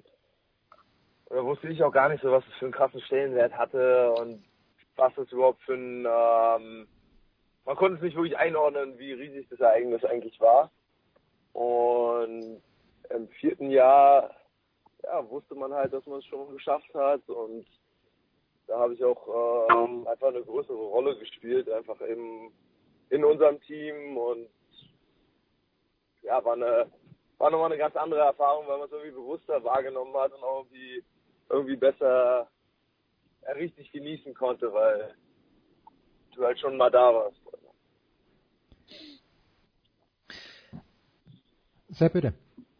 ich auch gar nicht so, was es für einen krassen Stellenwert hatte und was das überhaupt für ein... man konnte es nicht wirklich einordnen, wie riesig das Ereignis eigentlich war. Und im vierten Jahr wusste man halt, dass man es schon geschafft hat, und da habe ich auch einfach eine größere Rolle gespielt, einfach in unserem Team, und ja, war nochmal eine ganz andere Erfahrung, weil man es irgendwie bewusster wahrgenommen hat und auch irgendwie besser richtig genießen konnte, weil du halt schon mal da warst. Sehr bitte.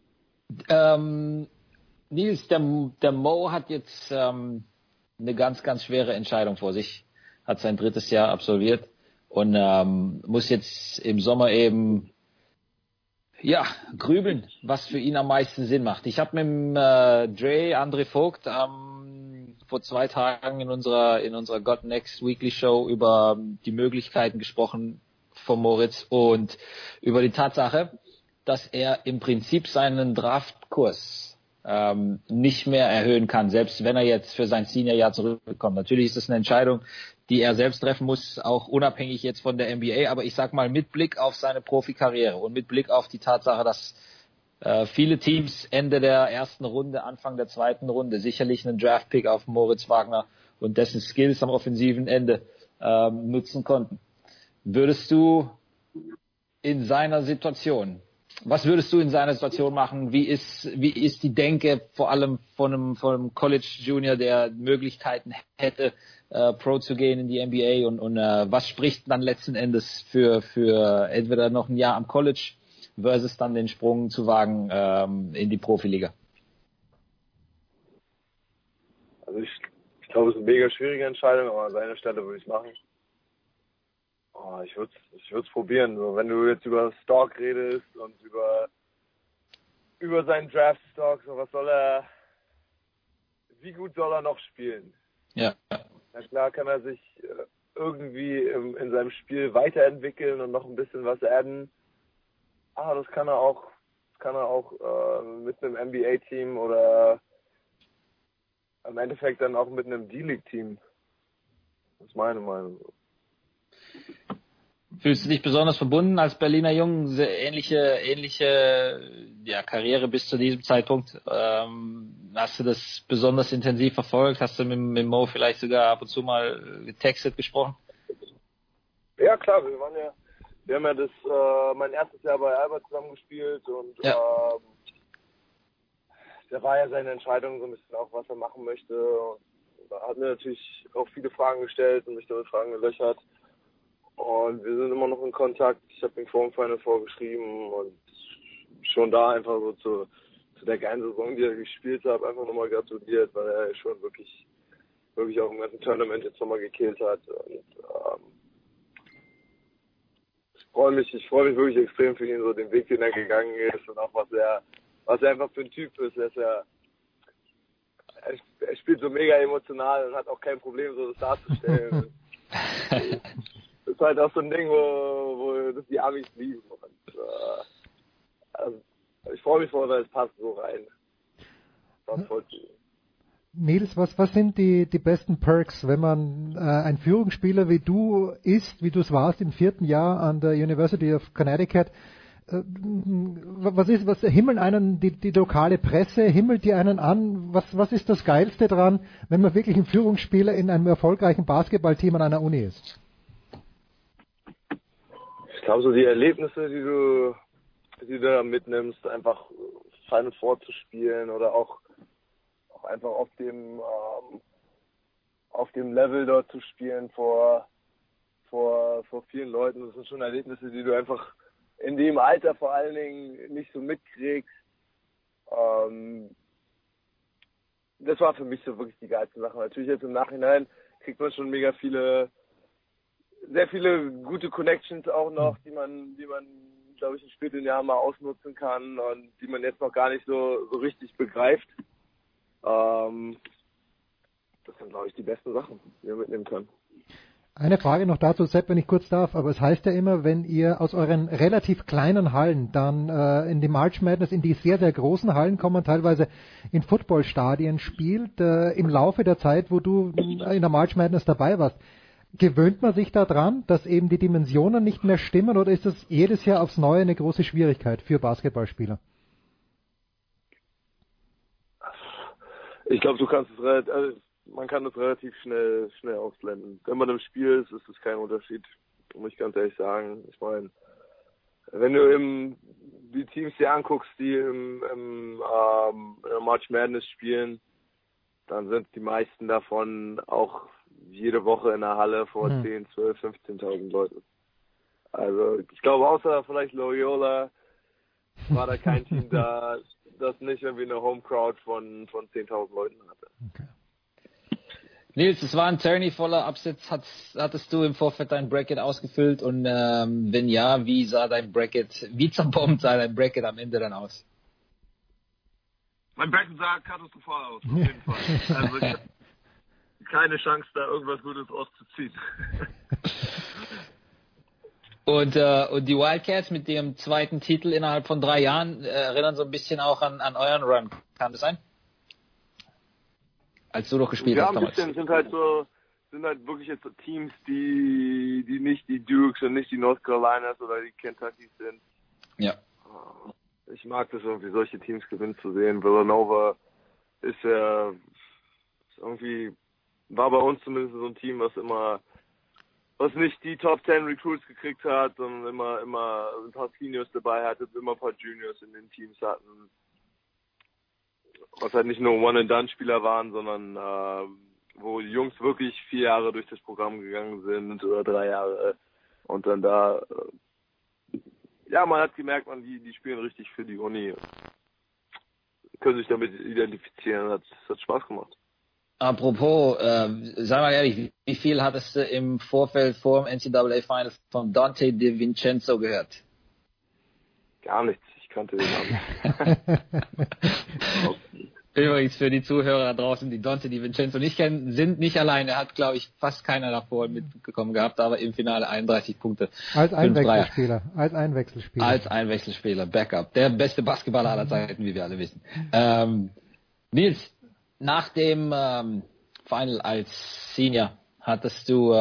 Nils, der Mo hat jetzt eine ganz, ganz schwere Entscheidung vor sich, hat sein 3. Jahr absolviert und muss jetzt im Sommer eben grübeln, was für ihn am meisten Sinn macht. Ich habe mit dem André Vogt vor 2 Tagen in unserer God Next Weekly Show über die Möglichkeiten gesprochen von Moritz und über die Tatsache, dass er im Prinzip seinen Draftkurs nicht mehr erhöhen kann, selbst wenn er jetzt für sein Seniorjahr zurückkommt. Natürlich ist das eine Entscheidung, die er selbst treffen muss, auch unabhängig jetzt von der NBA, aber ich sag mal mit Blick auf seine Profikarriere und mit Blick auf die Tatsache, dass viele Teams Ende der 1. Runde, Anfang der 2. Runde sicherlich einen Draftpick auf Moritz Wagner und dessen Skills am offensiven Ende nutzen konnten. Was würdest du in seiner Situation machen? Wie ist die Denke vor allem von einem College Junior, der Möglichkeiten hätte, Pro zu gehen in die NBA, und was spricht dann letzten Endes für entweder noch ein Jahr am College versus dann den Sprung zu wagen in die Profiliga? Also ich glaube, es ist eine mega schwierige Entscheidung, aber an seiner Stelle würde ich es machen. Ich würde es probieren. So, wenn du jetzt über Stock redest und über seinen Draft-Stock, so wie gut soll er noch spielen? Ja. Na klar kann er sich irgendwie in seinem Spiel weiterentwickeln und noch ein bisschen was adden. Aber das kann er auch mit einem NBA-Team oder im Endeffekt dann auch mit einem D-League-Team. Das ist meine Meinung. Fühlst du dich besonders verbunden als Berliner Jung? Ähnliche Karriere bis zu diesem Zeitpunkt. Hast du das besonders intensiv verfolgt? Hast du mit Mo vielleicht sogar ab und zu mal getextet, gesprochen? Ja klar, wir haben ja mein erstes Jahr bei Albert zusammengespielt, und da war ja seine Entscheidung so ein bisschen auch, was er machen möchte. Und da hat mir natürlich auch viele Fragen gestellt und mich damit Fragen gelöchert. Und wir sind immer noch in Kontakt. Ich habe ihn vor dem Final Four geschrieben und schon da einfach so zu der geilen Saison, die er gespielt hat, einfach nochmal gratuliert, weil er schon wirklich auch im ganzen Tournament jetzt nochmal gekillt hat. Und ich freue mich wirklich extrem für ihn, so den Weg, den er gegangen ist, und auch was er einfach für ein Typ ist. Er spielt so mega emotional und hat auch kein Problem, so das darzustellen. Das ist halt auch so ein Ding, wo das die Amis lieben. Und, ich freue mich vor, weil es passt so rein. Das voll cool. Nils, was sind die besten Perks, wenn man ein Führungsspieler wie du ist, wie du es warst im 4. Jahr an der University of Connecticut? Was himmeln einen die lokale Presse, himmelt die einen an? Was ist das Geilste dran, wenn man wirklich ein Führungsspieler in einem erfolgreichen Basketballteam an einer Uni ist? Ich glaube, so die Erlebnisse, die du da mitnimmst, einfach Final Four zu spielen oder auch einfach auf dem Level dort zu spielen vor vielen Leuten, das sind schon Erlebnisse, die du einfach in dem Alter vor allen Dingen nicht so mitkriegst. Das war für mich so wirklich die geilste Sache. Natürlich jetzt im Nachhinein kriegt man schon sehr viele gute Connections auch noch, die man, glaube ich, in späteren Jahren mal ausnutzen kann und die man jetzt noch gar nicht so richtig begreift. Das sind, glaube ich, die besten Sachen, die man mitnehmen kann. Eine Frage noch dazu, Sepp, wenn ich kurz darf, aber es heißt ja immer, wenn ihr aus euren relativ kleinen Hallen dann in die March Madness, in die sehr, sehr großen Hallen kommen, teilweise in Footballstadien spielt, im Laufe der Zeit, wo du in der March Madness dabei warst, gewöhnt man sich daran, dass eben die Dimensionen nicht mehr stimmen, oder ist das jedes Jahr aufs Neue eine große Schwierigkeit für Basketballspieler? Ich glaube, man kann das relativ schnell ausblenden. Wenn man im Spiel ist es kein Unterschied, muss ich ganz ehrlich sagen. Ich meine, wenn du die Teams dir anguckst, die in der March Madness spielen, dann sind die meisten davon auch jede Woche in der Halle vor 10, 12, 15.000 Leuten. Also ich glaube, außer vielleicht Loyola war da kein Team da, das nicht irgendwie eine Home Crowd von 10.000 Leuten hatte. Okay. Nils, es war ein Tourney voller Upsets. Hattest du im Vorfeld dein Bracket ausgefüllt? Und wenn ja, wie zerbombt sah dein Bracket am Ende dann aus? Mein Bracket sah katastrophal aus, auf jeden Fall. Also ich hatte keine Chance, da irgendwas Gutes rauszuziehen. Und die Wildcats mit dem zweiten Titel innerhalb von 3 Jahren erinnern so ein bisschen auch an euren Run. Kann das sein? Als du doch gespielt hast damals. Sind halt wirklich jetzt so Teams, die nicht die Dukes und nicht die North Carolinas oder die Kentuckys sind. Ja. Ich mag das irgendwie, solche Teams gewinnen zu sehen. Villanova ist ja irgendwie, war bei uns zumindest so ein Team, was nicht die Top 10 Recruits gekriegt hat, sondern immer ein paar Seniors dabei hatte, immer ein paar Juniors in den Teams hatten. Was halt nicht nur One-and-Done-Spieler waren, sondern wo die Jungs wirklich 4 Jahre durch das Programm gegangen sind oder 3 Jahre und dann da man hat gemerkt, die spielen richtig für die Uni, können sich damit identifizieren, hat Spaß gemacht. Apropos, sag mal ehrlich, wie viel hattest du im Vorfeld vor dem NCAA Final von Dante DiVincenzo gehört? Gar nichts. Ich kannte den Namen. Übrigens für die Zuhörer da draußen, die Dante DiVincenzo nicht kennen, sind nicht alleine. Er hat, glaube ich, fast keiner davor mitbekommen gehabt, aber im Finale 31 Punkte. Als Einwechselspieler. Als Einwechselspieler, Backup. Der beste Basketballer aller Zeiten, wie wir alle wissen. Nils, nach dem Final als Senior hattest du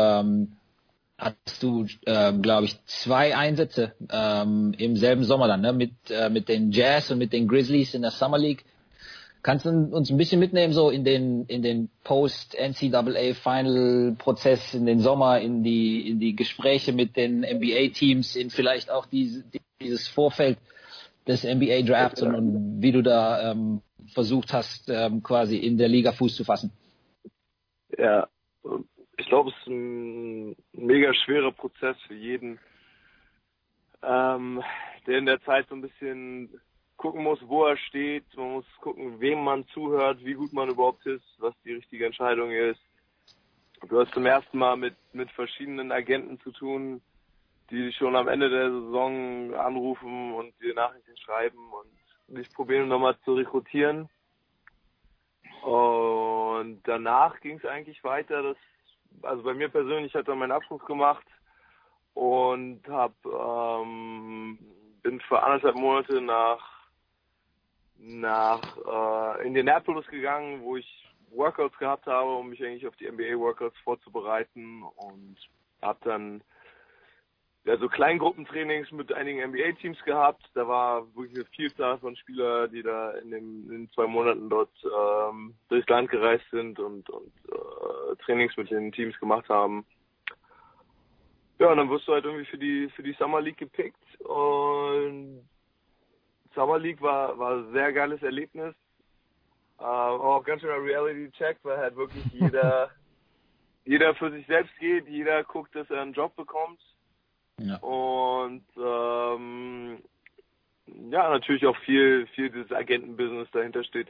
glaube ich, 2 Einsätze im selben Sommer dann, ne? Mit den Jazz und mit den Grizzlies in der Summer League. Kannst du uns ein bisschen mitnehmen, so in den Post-NCAA-Final-Prozess, in den Sommer, in die Gespräche mit den NBA-Teams, in vielleicht auch dieses Vorfeld des NBA-Drafts und wie du da versucht hast, quasi in der Liga Fuß zu fassen? Ja, ich glaube, es ist ein mega schwerer Prozess für jeden, der in der Zeit so ein bisschen gucken muss, wo er steht. Man muss gucken, wem man zuhört, wie gut man überhaupt ist, was die richtige Entscheidung ist. Du hast zum ersten Mal mit verschiedenen Agenten zu tun, die dich schon am Ende der Saison anrufen und dir Nachrichten schreiben und dich probieren nochmal zu rekrutieren. Und danach ging es eigentlich weiter. Also bei mir persönlich, ich hatte meinen Abschluss gemacht und bin für 1,5 Monate nach nach Indianapolis gegangen, wo ich Workouts gehabt habe, um mich eigentlich auf die NBA-Workouts vorzubereiten, und habe dann so Kleingruppentrainings mit einigen NBA-Teams gehabt. Da war wirklich eine Vielzahl von Spielern, die da in den 2 Monaten dort durchs Land gereist sind und Trainings mit den Teams gemacht haben. Ja, und dann wirst du halt irgendwie für die Summer League gepickt, und Summer League war ein sehr geiles Erlebnis. Auch ganz schön ein Reality-Check, weil halt wirklich jeder für sich selbst geht, jeder guckt, dass er einen Job bekommt. Ja. Und natürlich auch viel dieses Agentenbusiness dahinter steht.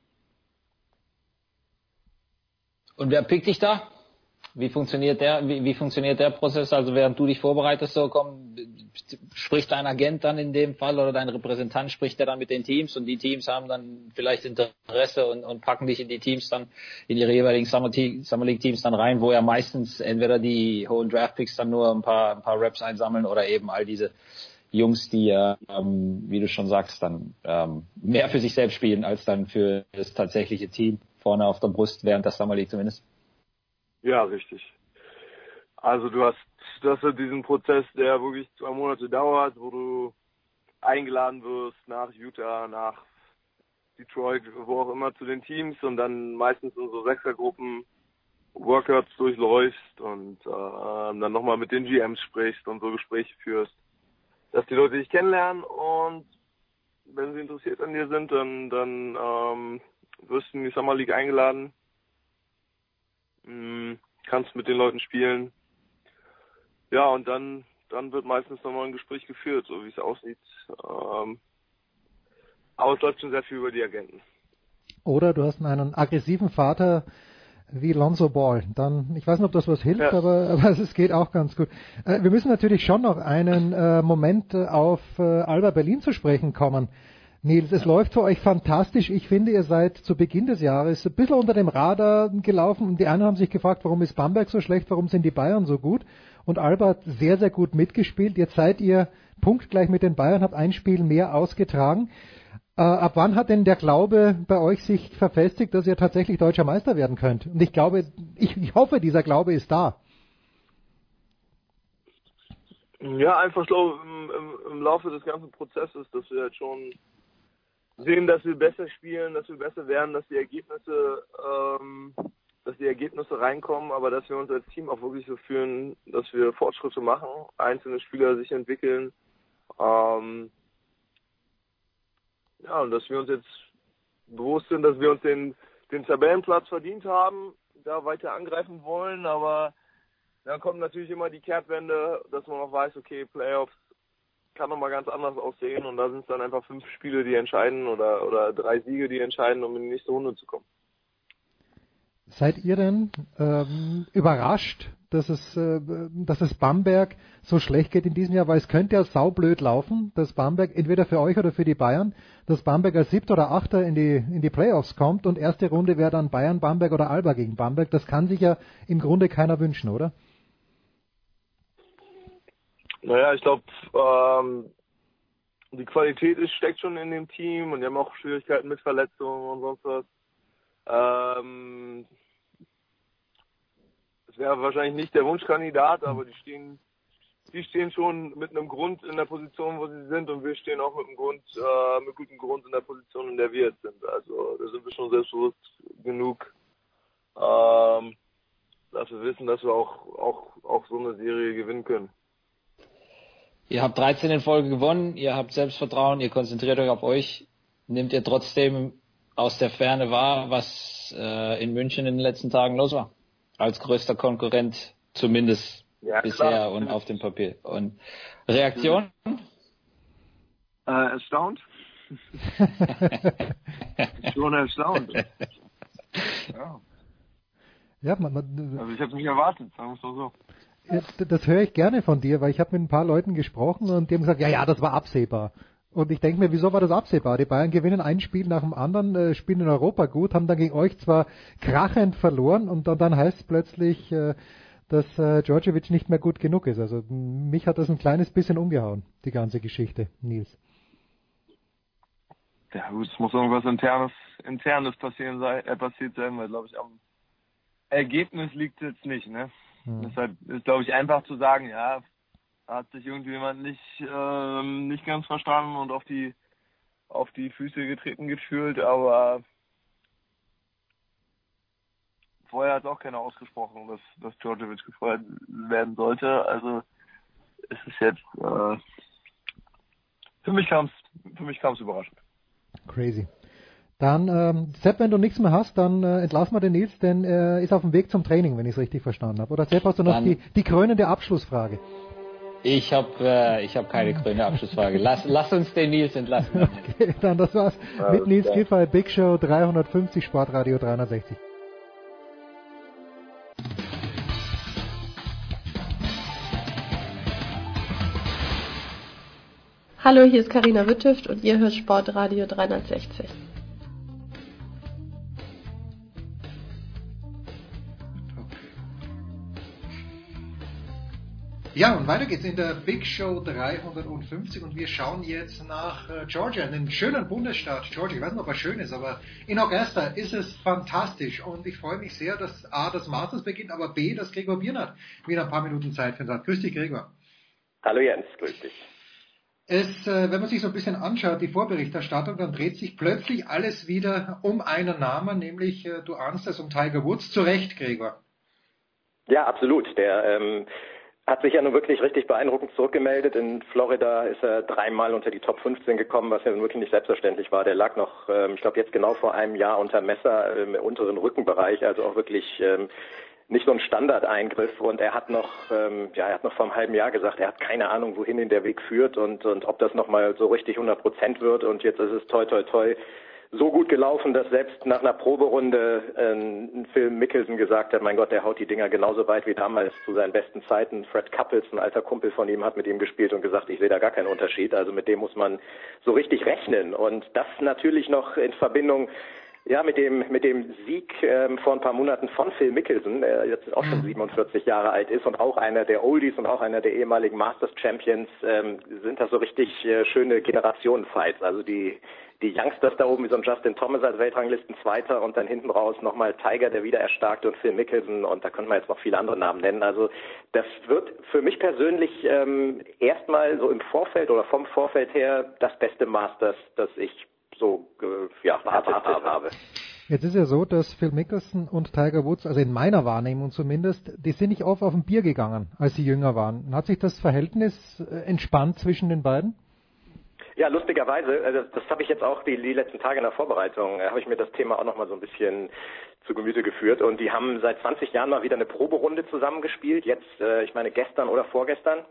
Und wer pickt dich da? Wie funktioniert der Prozess? Also während du dich vorbereitest, spricht dein Agent dann in dem Fall oder dein Repräsentant, spricht der dann mit den Teams, und die Teams haben dann vielleicht Interesse und packen dich in die Teams dann, in ihre jeweiligen Summer League Teams dann rein, wo ja meistens entweder die hohen Draftpicks dann nur ein paar Reps einsammeln oder eben all diese Jungs, die wie du schon sagst, dann mehr für sich selbst spielen als dann für das tatsächliche Team vorne auf der Brust während der Summer League zumindest. Ja, richtig. Also du hast diesen Prozess, der wirklich 2 Monate dauert, wo du eingeladen wirst nach Utah, nach Detroit, wo auch immer, zu den Teams, und dann meistens in so 6er-Gruppen Workouts durchläufst und dann nochmal mit den GMs sprichst und so Gespräche führst, dass die Leute dich kennenlernen, und wenn sie interessiert an dir sind, dann wirst du in die Summer League eingeladen. Kannst mit den Leuten spielen. Ja, und dann wird meistens nochmal ein Gespräch geführt, so wie es aussieht. Aber es läuft schon sehr viel über die Agenten. Oder du hast einen aggressiven Vater wie Lonzo Ball. Dann, ich weiß nicht, ob das was hilft, ja. aber es geht auch ganz gut. Wir müssen natürlich schon noch einen Moment auf Alba Berlin zu sprechen kommen. Nils, es läuft für euch fantastisch. Ich finde, ihr seid zu Beginn des Jahres ein bisschen unter dem Radar gelaufen, und die einen haben sich gefragt, warum ist Bamberg so schlecht, warum sind die Bayern so gut? Und Alba hat sehr, sehr gut mitgespielt. Jetzt seid ihr punktgleich mit den Bayern, habt ein Spiel mehr ausgetragen. Ab wann hat denn der Glaube bei euch sich verfestigt, dass ihr tatsächlich deutscher Meister werden könnt? Und ich hoffe, dieser Glaube ist da. Ja, einfach so im Laufe des ganzen Prozesses, dass wir halt schon sehen, dass wir besser spielen, dass wir besser werden, dass die Ergebnisse reinkommen, aber dass wir uns als Team auch wirklich so fühlen, dass wir Fortschritte machen, einzelne Spieler sich entwickeln, und dass wir uns jetzt bewusst sind, dass wir uns den Tabellenplatz verdient haben, da weiter angreifen wollen, aber dann kommt natürlich immer die Kehrtwende, dass man auch weiß, okay, Playoffs kann nochmal ganz anders aussehen, und da sind es dann einfach 5 Spiele, die entscheiden, oder 3 Siege, die entscheiden, um in die nächste Runde zu kommen. Seid ihr denn überrascht, dass es Bamberg so schlecht geht in diesem Jahr? Weil es könnte ja saublöd laufen, dass Bamberg entweder für euch oder für die Bayern, dass Bamberg als 7. oder 8. in die Playoffs kommt, und erste Runde wäre dann Bayern, Bamberg oder Alba gegen Bamberg. Das kann sich ja im Grunde keiner wünschen, oder? Naja, ich glaube, die Qualität steckt schon in dem Team, und die haben auch Schwierigkeiten mit Verletzungen und sonst was. Es wäre wahrscheinlich nicht der Wunschkandidat, aber die stehen schon mit einem Grund in der Position, wo sie sind, und wir stehen auch mit gutem Grund in der Position, in der wir jetzt sind. Also da sind wir schon selbstbewusst genug, dass wir wissen, dass wir auch so eine Serie gewinnen können. Ihr habt 13 in Folge gewonnen, ihr habt Selbstvertrauen, ihr konzentriert euch auf euch. Nehmt ihr trotzdem aus der Ferne wahr, was in München in den letzten Tagen los war? Als größter Konkurrent zumindest bisher, klar, und auf dem Papier. Und Reaktion? Erstaunt. Schon erstaunt. Ja, also ich habe nicht erwartet, sagen wir es doch so. Das höre ich gerne von dir, weil ich habe mit ein paar Leuten gesprochen, und die haben gesagt, ja, das war absehbar. Und ich denke mir, wieso war das absehbar? Die Bayern gewinnen ein Spiel nach dem anderen, spielen in Europa gut, haben dann gegen euch zwar krachend verloren, und dann heißt es plötzlich, dass Djordjevic nicht mehr gut genug ist. Also mich hat das ein kleines bisschen umgehauen, die ganze Geschichte, Nils. Ja gut, es muss irgendwas Internes passiert sein, weil, glaube ich, am Ergebnis liegt es jetzt nicht, ne? Deshalb ist, glaube ich, einfach zu sagen, ja, hat sich irgendjemand nicht ganz verstanden und auf die Füße getreten gefühlt, aber vorher hat auch keiner ausgesprochen, dass Djordjevic gefeuert werden sollte. Also es ist jetzt für mich kam es überraschend. Crazy. Dann, Sepp, wenn du nichts mehr hast, dann entlassen wir den Nils, denn er ist auf dem Weg zum Training, wenn ich es richtig verstanden habe. Oder Sepp, hast du noch die krönende Abschlussfrage? Ich hab keine krönende Abschlussfrage. Lass uns den Nils entlassen. Okay, dann das war's mit Nils Giffey, Big Show 350, Sportradio 360. Hallo, hier ist Carina Wittüft und ihr hört Sportradio 360. Ja, und weiter geht's in der Big Show 350 und wir schauen jetzt nach Georgia, einen schönen Bundesstaat Georgia. Ich weiß nicht, ob er schön ist, aber in Augusta ist es fantastisch und ich freue mich sehr, dass A, das Masters beginnt, aber B, dass Gregor Biernat wieder ein paar Minuten Zeit für uns hat. Grüß dich, Gregor. Hallo Jens, grüß dich. Wenn man sich so ein bisschen anschaut, die Vorberichterstattung, dann dreht sich plötzlich alles wieder um einen Namen, nämlich du ahnst es, um Tiger Woods. Zu Recht, Gregor. Ja, absolut. Der hat sich ja nun wirklich richtig beeindruckend zurückgemeldet. In Florida ist er 3-mal unter die Top 15 gekommen, was ja nun wirklich nicht selbstverständlich war. Der lag noch, ich glaube jetzt genau vor einem Jahr unter Messer im unteren Rückenbereich, also auch wirklich nicht so ein Standardeingriff. Und er hat noch vor einem halben Jahr gesagt, er hat keine Ahnung, wohin ihn der Weg führt und ob das nochmal so richtig 100% wird. Und jetzt ist es toi toi toi so gut gelaufen, dass selbst nach einer Proberunde Phil Mickelson gesagt hat, mein Gott, der haut die Dinger genauso weit wie damals zu seinen besten Zeiten. Fred Couples, ein alter Kumpel von ihm, hat mit ihm gespielt und gesagt, ich sehe da gar keinen Unterschied. Also mit dem muss man so richtig rechnen. Und das natürlich noch in Verbindung mit dem Sieg vor ein paar Monaten von Phil Mickelson, der jetzt auch schon 47 Jahre alt ist und auch einer der Oldies und auch einer der ehemaligen Masters Champions, sind das so richtig schöne Generationenfights. Also die Youngsters da oben, wie so ein Justin Thomas als Weltranglistenzweiter und dann hinten raus nochmal Tiger, der wieder erstarkte und Phil Mickelson und da könnte man jetzt noch viele andere Namen nennen. Also das wird für mich persönlich erstmal so im Vorfeld oder vom Vorfeld her das beste Masters, das ich so erwartet habe. Jetzt ist ja so, dass Phil Mickelson und Tiger Woods, also in meiner Wahrnehmung zumindest, die sind nicht oft auf ein Bier gegangen, als sie jünger waren. Hat sich das Verhältnis entspannt zwischen den beiden? Ja, lustigerweise, das habe ich jetzt auch die letzten Tage in der Vorbereitung, habe ich mir das Thema auch nochmal so ein bisschen zu Gemüte geführt und die haben seit 20 Jahren mal wieder eine Proberunde zusammengespielt, jetzt, ich meine gestern oder vorgestern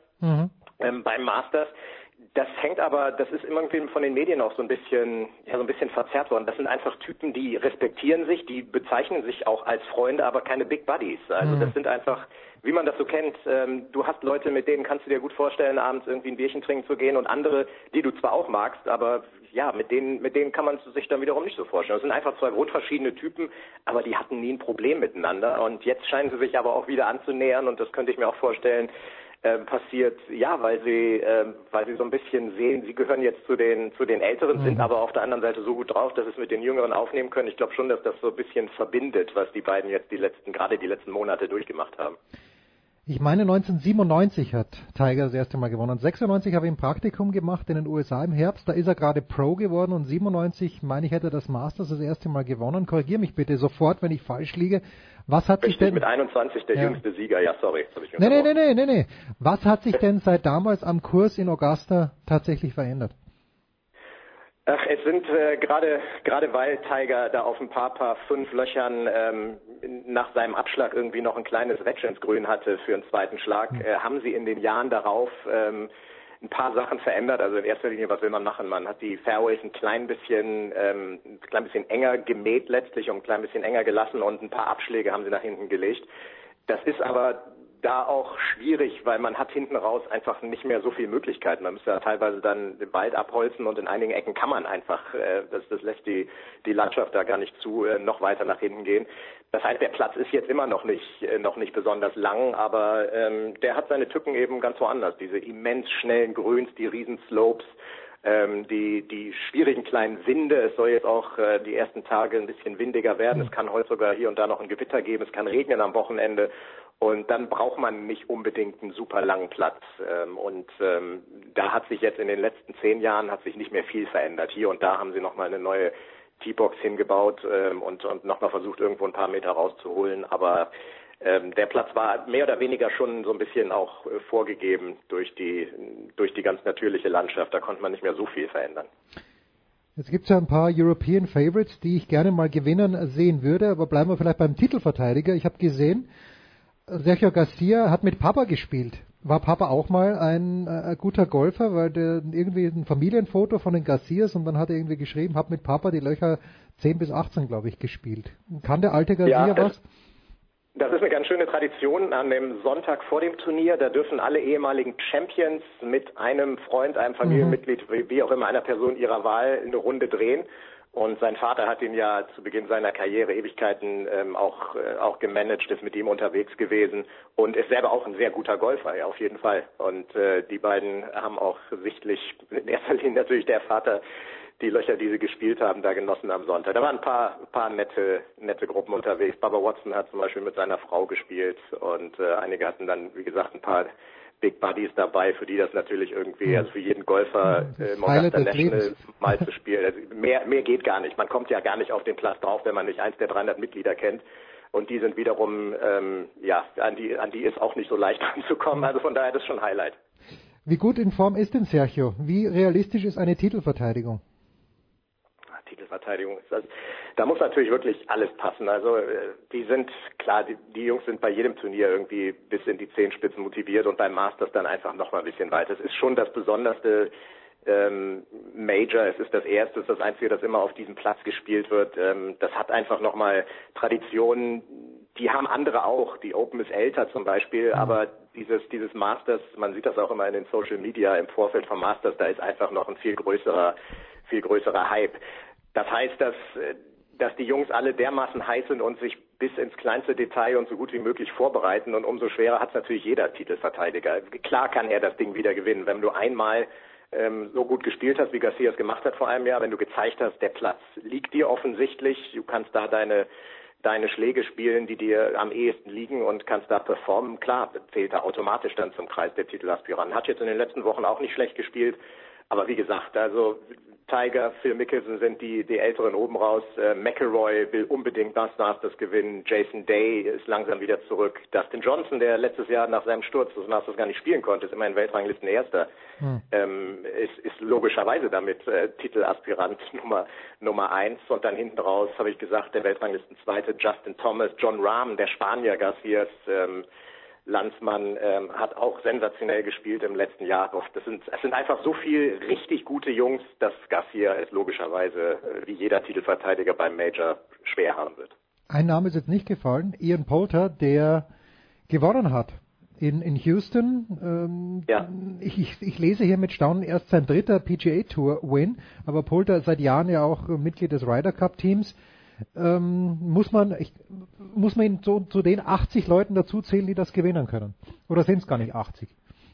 beim Masters. Das ist irgendwie von den Medien auch so ein bisschen verzerrt worden. Das sind einfach Typen, die respektieren sich, die bezeichnen sich auch als Freunde, aber keine Big Buddies. Also das sind einfach, wie man das so kennt, du hast Leute, mit denen kannst du dir gut vorstellen, abends irgendwie ein Bierchen trinken zu gehen und andere, die du zwar auch magst, aber ja, mit denen kann man sich dann wiederum nicht so vorstellen. Das sind einfach zwei grundverschiedene Typen, aber die hatten nie ein Problem miteinander und jetzt scheinen sie sich aber auch wieder anzunähern und das könnte ich mir auch vorstellen, passiert, ja, weil sie so ein bisschen sehen, sie gehören jetzt zu den Älteren, sind aber auf der anderen Seite so gut drauf, dass sie es mit den Jüngeren aufnehmen können. Ich glaube schon, dass das so ein bisschen verbindet, was die beiden jetzt die letzten Monate durchgemacht haben. Ich meine, 1997 hat Tiger das erste Mal gewonnen. 96 habe ich ein Praktikum gemacht in den USA im Herbst. Da ist er gerade Pro geworden und 97, meine ich, hätte das Masters das erste Mal gewonnen. Korrigier mich bitte sofort, wenn ich falsch liege. Was hat sich denn... Mit 21 der jüngste Sieger, ja, sorry. Das habe ich Nee. Was hat sich denn seit damals am Kurs in Augusta tatsächlich verändert? Ach, es sind gerade weil Tiger da auf ein paar 5 Löchern nach seinem Abschlag irgendwie noch ein kleines Wedge ins Grün hatte für einen zweiten Schlag, haben sie in den Jahren darauf ein paar Sachen verändert. Also in erster Linie, was will man machen? Man hat die Fairways ein klein bisschen enger gemäht letztlich und ein klein bisschen enger gelassen und ein paar Abschläge haben sie nach hinten gelegt. Das ist aber da auch schwierig, weil man hat hinten raus einfach nicht mehr so viele Möglichkeiten. Man müsste ja teilweise dann den Wald abholzen und in einigen Ecken kann man einfach, das lässt die Landschaft da gar nicht zu, noch weiter nach hinten gehen. Das heißt, der Platz ist jetzt immer noch nicht besonders lang, aber der hat seine Tücken eben ganz woanders. Diese immens schnellen Grüns, die riesen Slopes, Die schwierigen kleinen Winde, es soll jetzt auch die ersten Tage ein bisschen windiger werden. Es kann heute sogar hier und da noch ein Gewitter geben, es kann regnen am Wochenende. Und dann braucht man nicht unbedingt einen super langen Platz. Da hat sich jetzt in den letzten 10 Jahren hat sich nicht mehr viel verändert. Hier und da haben sie nochmal eine neue Teebox hingebaut und nochmal versucht, irgendwo ein paar Meter rauszuholen. Aber der Platz war mehr oder weniger schon so ein bisschen auch vorgegeben durch die ganz natürliche Landschaft. Da konnte man nicht mehr so viel verändern. Jetzt gibt es ja ein paar European Favorites, die ich gerne mal gewinnen sehen würde, aber bleiben wir vielleicht beim Titelverteidiger. Ich habe gesehen, Sergio Garcia hat mit Papa gespielt. War Papa auch mal ein guter Golfer, weil der irgendwie ein Familienfoto von den Garcias und dann hat er irgendwie geschrieben, hab mit Papa die Löcher 10 bis 18, glaube ich, gespielt. Kann der alte Garcia was? Das ist eine ganz schöne Tradition. An dem Sonntag vor dem Turnier, da dürfen alle ehemaligen Champions mit einem Freund, einem Familienmitglied, wie auch immer, einer Person ihrer Wahl eine Runde drehen. Und sein Vater hat ihn ja zu Beginn seiner Karriere Ewigkeiten auch gemanagt, ist mit ihm unterwegs gewesen und ist selber auch ein sehr guter Golfer, ja, auf jeden Fall. Und die beiden haben auch sichtlich, in erster Linie natürlich der Vater, die Löcher, die sie gespielt haben, da genossen am Sonntag. Da waren ein paar nette Gruppen unterwegs. Bubba Watson hat zum Beispiel mit seiner Frau gespielt und einige hatten dann, wie gesagt, ein paar Big Buddies dabei, für die das natürlich irgendwie, also für jeden Golfer im Augusta National mal zu spielen. Also mehr geht gar nicht. Man kommt ja gar nicht auf den Platz drauf, wenn man nicht eins der 300 Mitglieder kennt. Und die sind wiederum, an die ist auch nicht so leicht ranzukommen. Also von daher, das ist schon ein Highlight. Wie gut in Form ist denn Sergio? Wie realistisch ist eine Titelverteidigung? Titelverteidigung ist das. Da muss natürlich wirklich alles passen. Also die sind, klar, die Jungs sind bei jedem Turnier irgendwie bis in die Zehenspitzen motiviert und beim Masters dann einfach noch mal ein bisschen weiter. Es ist schon das besonderste Major, es ist das erste, es ist das einzige, das immer auf diesem Platz gespielt wird. Das hat einfach noch mal Traditionen, die haben andere auch. Die Open ist älter zum Beispiel, aber dieses Masters, man sieht das auch immer in den Social Media im Vorfeld vom Masters, da ist einfach noch ein viel größerer Hype. Das heißt, dass die Jungs alle dermaßen heiß sind und sich bis ins kleinste Detail und so gut wie möglich vorbereiten und umso schwerer hat es natürlich jeder Titelverteidiger. Klar kann er das Ding wieder gewinnen, wenn du einmal so gut gespielt hast, wie Garcia es gemacht hat vor einem Jahr, wenn du gezeigt hast, der Platz liegt dir offensichtlich, du kannst da deine Schläge spielen, die dir am ehesten liegen und kannst da performen. Klar, zählt er automatisch dann zum Kreis der Titelaspiranten. Hat jetzt in den letzten Wochen auch nicht schlecht gespielt, aber wie gesagt, also Tiger, Phil Mickelson sind die Älteren oben raus. McIlroy will unbedingt das Masters gewinnen. Jason Day ist langsam wieder zurück. Dustin Johnson, der letztes Jahr nach seinem Sturz das Masters gar nicht spielen konnte, ist immerhin Weltranglisten-Erster, ist logischerweise damit Titelaspirant Nummer 1. Und dann hinten raus, habe ich gesagt, der Weltranglisten-Zweite Justin Thomas, John Rahm, der Spanier Garcias Landsmann, hat auch sensationell gespielt im letzten Jahr. Es sind einfach so viel richtig gute Jungs, dass Garcia es logischerweise wie jeder Titelverteidiger beim Major schwer haben wird. Ein Name ist jetzt nicht gefallen, Ian Poulter, der gewonnen hat in Houston. Ich lese hier mit Staunen erst sein 3. PGA Tour Win, aber Poulter ist seit Jahren ja auch Mitglied des Ryder Cup Teams. Muss man ihn zu den 80 Leuten dazu zählen, die das gewinnen können? Oder sind es gar nicht 80?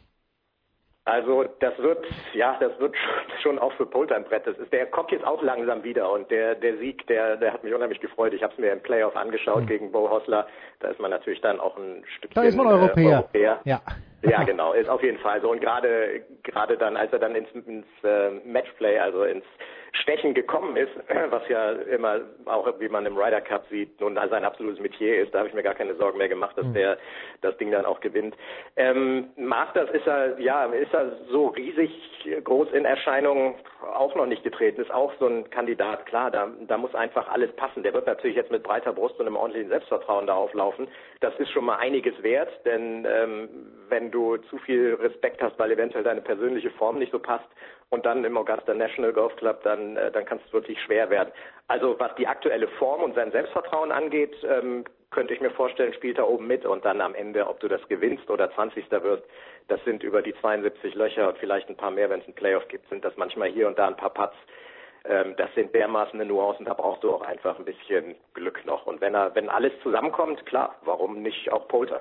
Also das wird schon auch für Poulter ein Brett. Der kommt jetzt auch langsam wieder und der Sieg, der hat mich unheimlich gefreut. Ich habe es mir im Playoff angeschaut gegen Bo Hosler. Da ist man natürlich dann auch ein Stückchen da ist man Europäer. Ja, genau, ist auf jeden Fall so. Und gerade dann, als er dann ins Matchplay, also ins Stechen gekommen ist, was ja immer auch, wie man im Ryder Cup sieht, nun sein absolutes Metier ist, da habe ich mir gar keine Sorgen mehr gemacht, dass der das Ding dann auch gewinnt. Masters ist er so riesig groß in Erscheinung auch noch nicht getreten, ist auch so ein Kandidat, klar, da muss einfach alles passen. Der wird natürlich jetzt mit breiter Brust und einem ordentlichen Selbstvertrauen da auflaufen. Das ist schon mal einiges wert, denn wenn du zu viel Respekt hast, weil eventuell deine persönliche Form nicht so passt und dann im Augusta National Golf Club, dann kann es wirklich schwer werden. Also was die aktuelle Form und sein Selbstvertrauen angeht, könnte ich mir vorstellen, spielt er oben mit und dann am Ende, ob du das gewinnst oder 20. wirst, das sind über die 72 Löcher und vielleicht ein paar mehr, wenn es einen Playoff gibt, sind das manchmal hier und da ein paar Putts. Das sind dermaßen Nuancen, da brauchst du auch einfach ein bisschen Glück noch. Und wenn alles zusammenkommt, klar, warum nicht auch Poulter?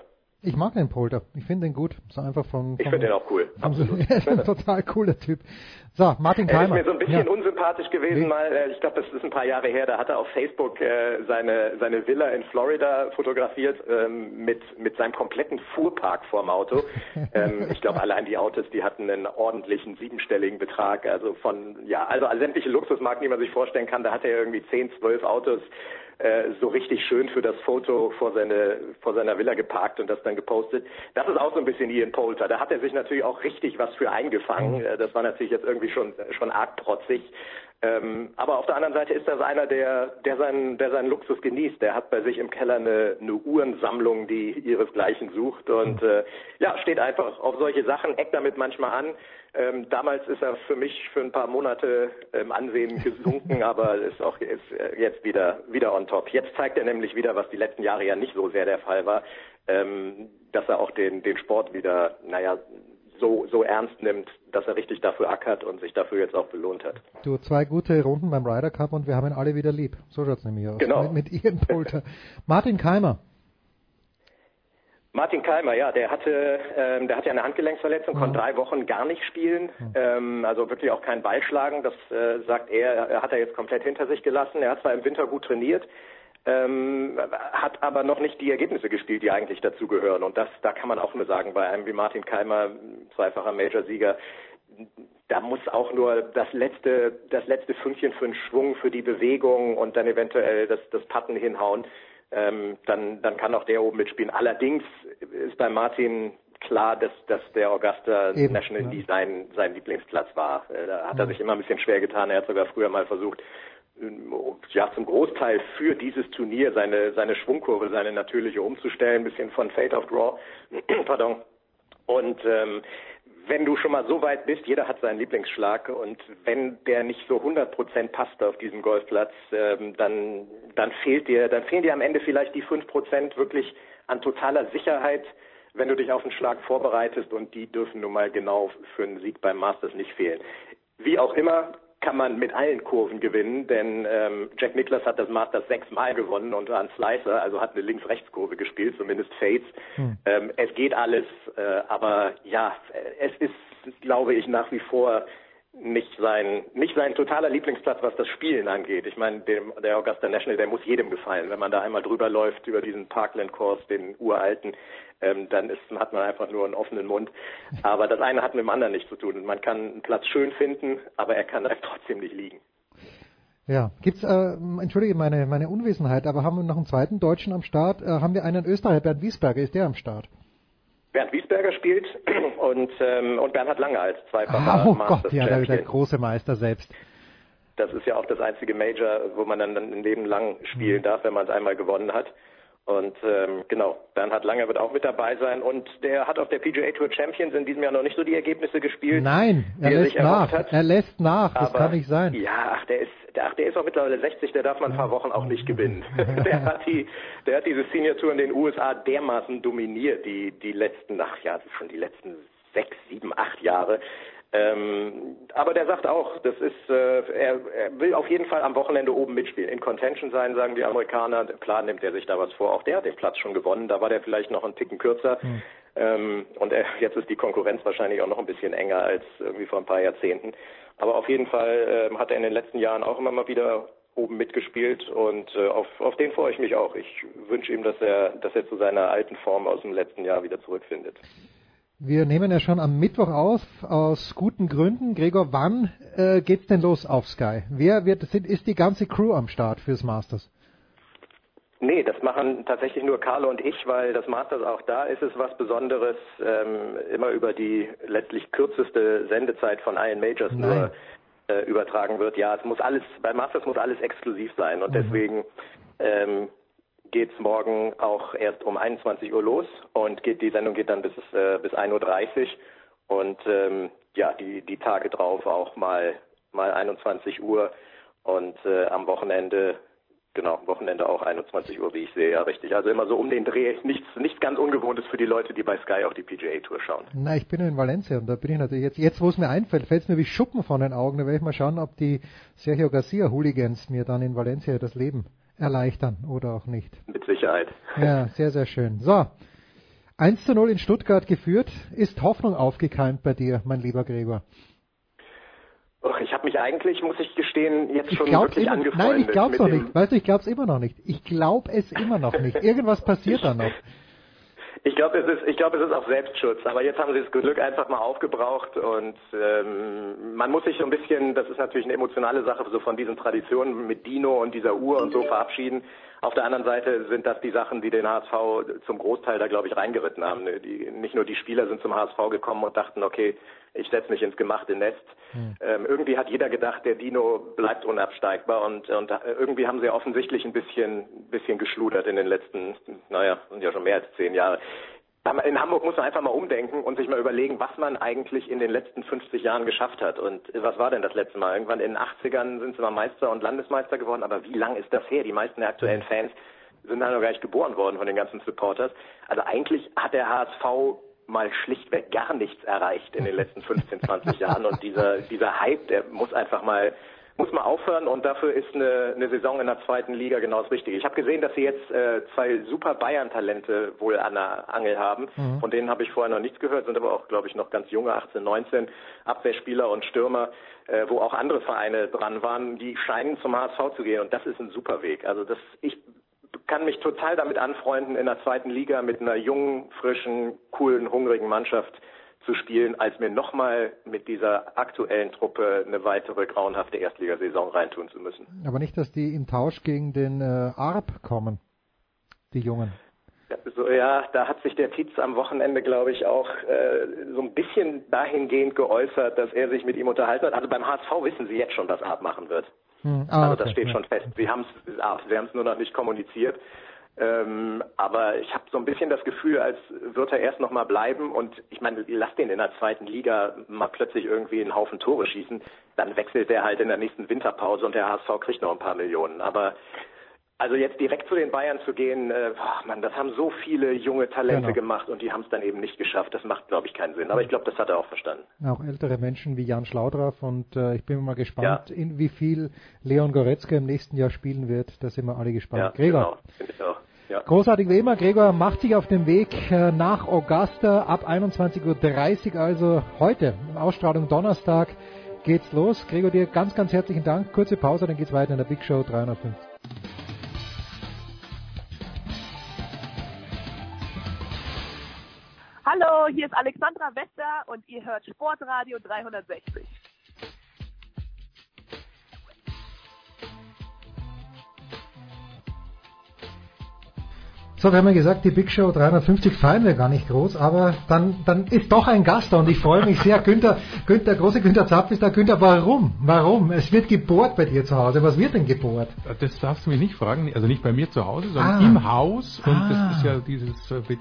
Ich mag den Poulter. Ich finde den gut. So einfach ich finde den auch cool. Absolut. Er ist ein total cooler Typ. So, Martin Er Keimer. ist mir so ein bisschen unsympathisch gewesen mal. Ich glaube, das ist ein paar Jahre her. Da hat er auf Facebook seine Villa in Florida fotografiert mit seinem kompletten Fuhrpark vorm Auto. Ich glaube, allein die Autos, die hatten einen ordentlichen 7-stelligen Betrag. Also also sämtliche Luxusmarken, die man sich vorstellen kann. Da hat er irgendwie 10, 12 Autos so richtig schön für das Foto vor seiner Villa geparkt und das dann gepostet. Das ist auch so ein bisschen Ian Poulter. Da hat er sich natürlich auch richtig was für eingefangen. Das war natürlich jetzt irgendwie schon arg protzig. Aber auf der anderen Seite ist das einer, der seinen Luxus genießt. Der hat bei sich im Keller eine Uhrensammlung, die ihresgleichen sucht und steht einfach auf solche Sachen, eckt damit manchmal an. Damals ist er für mich für ein paar Monate im Ansehen gesunken, aber ist jetzt wieder on top. Jetzt zeigt er nämlich wieder, was die letzten Jahre ja nicht so sehr der Fall war, dass er auch den Sport wieder, so ernst nimmt, dass er richtig dafür ackert und sich dafür jetzt auch belohnt hat. Du, 2 gute Runden beim Ryder Cup und wir haben ihn alle wieder lieb. So schaut's nämlich aus. Genau. Mit Ian Poulter. Martin Keimer. Martin Keimer, ja, der hatte eine Handgelenksverletzung, konnte 3 Wochen gar nicht spielen, also wirklich auch kein Ballschlagen, das sagt er hat er jetzt komplett hinter sich gelassen. Er hat zwar im Winter gut trainiert, hat aber noch nicht die Ergebnisse gespielt, die eigentlich dazugehören. Und da kann man auch nur sagen, bei einem wie Martin Keimer, zweifacher Major-Sieger, da muss auch nur das letzte Fünkchen für den Schwung, für die Bewegung und dann eventuell das Putten hinhauen. Dann kann auch der oben mitspielen. Allerdings ist bei Martin klar, dass der Augusta National nie sein Lieblingsplatz war. Da hat er sich immer ein bisschen schwer getan. Er hat sogar früher mal versucht, zum Großteil für dieses Turnier seine Schwungkurve, seine natürliche umzustellen, ein bisschen von Fade of Draw. Pardon. Und wenn du schon mal so weit bist, jeder hat seinen Lieblingsschlag und wenn der nicht so 100% passt auf diesem Golfplatz, dann fehlen dir am Ende vielleicht die 5% wirklich an totaler Sicherheit, wenn du dich auf einen Schlag vorbereitest und die dürfen nun mal genau für einen Sieg beim Masters nicht fehlen. Wie auch immer, kann man mit allen Kurven gewinnen, denn Jack Nicklaus hat das Masters 6-mal gewonnen und war ein Slicer, also hat eine Links-Rechts-Kurve gespielt, zumindest Fades. Es geht alles, aber ja, es ist, glaube ich, nach wie vor nicht sein totaler Lieblingsplatz, was das Spielen angeht. Ich meine, der Augusta National, der muss jedem gefallen. Wenn man da einmal drüber läuft, über diesen Parkland-Course, den uralten, dann hat man einfach nur einen offenen Mund. Aber das eine hat mit dem anderen nichts zu tun. Man kann einen Platz schön finden, aber er kann einfach trotzdem nicht liegen. Ja, gibt's, entschuldige meine Unwissenheit, aber haben wir noch einen zweiten Deutschen am Start? Haben wir einen Österreicher, Bernd Wiesberger, ist der am Start? Bernd Wiesberger spielt und Bernhard Lange als zweifacher Masters Champion. Der große Meister selbst. Das ist ja auch das einzige Major, wo man dann ein Leben lang spielen darf, wenn man es einmal gewonnen hat. Und Bernhard Lange wird auch mit dabei sein und der hat auf der PGA Tour Champions in diesem Jahr noch nicht so die Ergebnisse gespielt. Nein, er lässt nach. Er lässt nach, das kann nicht sein. Ja, der ist auch mittlerweile 60, der darf man ein paar Wochen auch nicht gewinnen. Der hat diese Senior Tour in den USA dermaßen dominiert, die letzten 6, 7, 8 Jahre. Aber der sagt auch, das ist, er will auf jeden Fall am Wochenende oben mitspielen, in Contention sein, sagen die Amerikaner. Klar nimmt er sich da was vor. Auch der hat den Platz schon gewonnen. Da war der vielleicht noch einen Ticken kürzer. Jetzt ist die Konkurrenz wahrscheinlich auch noch ein bisschen enger als irgendwie vor ein paar Jahrzehnten. Aber auf jeden Fall hat er in den letzten Jahren auch immer mal wieder oben mitgespielt und auf den freue ich mich auch. Ich wünsche ihm, dass er zu seiner alten Form aus dem letzten Jahr wieder zurückfindet. Wir nehmen ja schon am Mittwoch auf, aus guten Gründen. Gregor, wann geht's denn los auf Sky? Ist die ganze Crew am Start fürs Masters? Nee, das machen tatsächlich nur Carlo und ich, weil das Masters auch da ist es was Besonderes, immer über die letztlich kürzeste Sendezeit von allen Majors nur übertragen wird. Ja, bei Masters muss alles exklusiv sein und deswegen geht's morgen auch erst um 21 Uhr los und die Sendung geht dann bis 1:30 Uhr und die Tage drauf auch mal 21 Uhr und am Wochenende auch 21 Uhr, wie ich sehe, ja richtig. Also immer so um den Dreh, nichts ganz Ungewohntes für die Leute, die bei Sky auch die PGA Tour schauen. Na, ich bin in Valencia und da bin ich natürlich jetzt wo es mir einfällt, fällt es mir wie Schuppen von den Augen. Da werde ich mal schauen, ob die Sergio Garcia Hooligans mir dann in Valencia das Leben erleichtern oder auch nicht. Mit Sicherheit. Ja, sehr, sehr schön. So, 1:0 in Stuttgart geführt. Ist Hoffnung aufgekeimt bei dir, mein lieber Gregor? Ich habe mich eigentlich, muss ich gestehen, jetzt schon wirklich angefreundet. Nein, ich glaube es noch nicht. Weißt du, ich glaube es immer noch nicht. Ich glaube es immer noch nicht. Irgendwas passiert da noch. Ich glaube, es ist auch Selbstschutz. Aber jetzt haben sie das Glück einfach mal aufgebraucht und man muss sich so ein bisschen, das ist natürlich eine emotionale Sache, so von diesen Traditionen mit Dino und dieser Uhr und so verabschieden. Auf der anderen Seite sind das die Sachen, die den HSV zum Großteil da, glaube ich, reingeritten haben. Nicht nur die Spieler sind zum HSV gekommen und dachten, okay, ich setze mich ins gemachte Nest. Irgendwie hat jeder gedacht, der Dino bleibt unabsteigbar und irgendwie haben sie offensichtlich ein bisschen geschludert in den letzten, sind ja schon mehr als 10 Jahre. In Hamburg muss man einfach mal umdenken und sich mal überlegen, was man eigentlich in den letzten 50 Jahren geschafft hat. Und was war denn das letzte Mal? Irgendwann in den 80ern sind sie mal Meister und Landesmeister geworden, aber wie lang ist das her? Die meisten der aktuellen Fans sind da noch gar nicht geboren worden von den ganzen Supporters. Also eigentlich hat der HSV mal schlichtweg gar nichts erreicht in den letzten 15, 20 Jahren und dieser Hype, der muss mal aufhören und dafür ist eine Saison in der 2. Liga genau das Richtige. Ich habe gesehen, dass sie jetzt 2 super Bayern-Talente wohl an der Angel haben. Von denen habe ich vorher noch nichts gehört, sind aber auch, glaube ich, noch ganz junge, 18, 19 Abwehrspieler und Stürmer, wo auch andere Vereine dran waren, die scheinen zum HSV zu gehen und das ist ein super Weg. Also ich kann mich total damit anfreunden, in der 2. Liga mit einer jungen, frischen, coolen, hungrigen Mannschaft zu spielen, als mir nochmal mit dieser aktuellen Truppe eine weitere grauenhafte Erstligasaison reintun zu müssen. Aber nicht, dass die im Tausch gegen den Arp kommen, die Jungen. Ja, da hat sich der Tietz am Wochenende, glaube ich, auch so ein bisschen dahingehend geäußert, dass er sich mit ihm unterhalten hat. Also beim HSV wissen sie jetzt schon, was Arp machen wird. Also das steht schon fest. Sie haben es nur noch nicht kommuniziert. Aber ich habe so ein bisschen das Gefühl, als wird er erst noch mal bleiben und ich meine, lass den in der 2. Liga mal plötzlich irgendwie einen Haufen Tore schießen, dann wechselt er halt in der nächsten Winterpause und der HSV kriegt noch ein paar Millionen. Aber also jetzt direkt zu den Bayern zu gehen, das haben so viele junge Talente gemacht und die haben es dann eben nicht geschafft. Das macht, glaube ich, keinen Sinn. Aber ich glaube, das hat er auch verstanden. Auch ältere Menschen wie Jan Schlaudraff und ich bin mal gespannt, in wie viel Leon Goretzka im nächsten Jahr spielen wird. Da sind wir alle gespannt. Ja, Gregor. Genau, finde ich auch. Ja. Großartig wie immer. Gregor macht sich auf den Weg nach Augusta ab 21:30 Uhr, also heute, Ausstrahlung Donnerstag, geht's los. Gregor, dir ganz, ganz herzlichen Dank. Kurze Pause, dann geht's weiter in der Big Show 305. Hallo, hier ist Alexandra Wester und ihr hört Sportradio 360. So, wir haben ja gesagt, die Big Show 350 feiern wir gar nicht groß, aber dann ist doch ein Gast da und ich freue mich sehr. Günther, große Günther Zapf ist da. Günther, warum? Es wird gebohrt bei dir zu Hause. Was wird denn gebohrt? Das darfst du mich nicht fragen, also nicht bei mir zu Hause, sondern im Haus. Und das ist ja dieses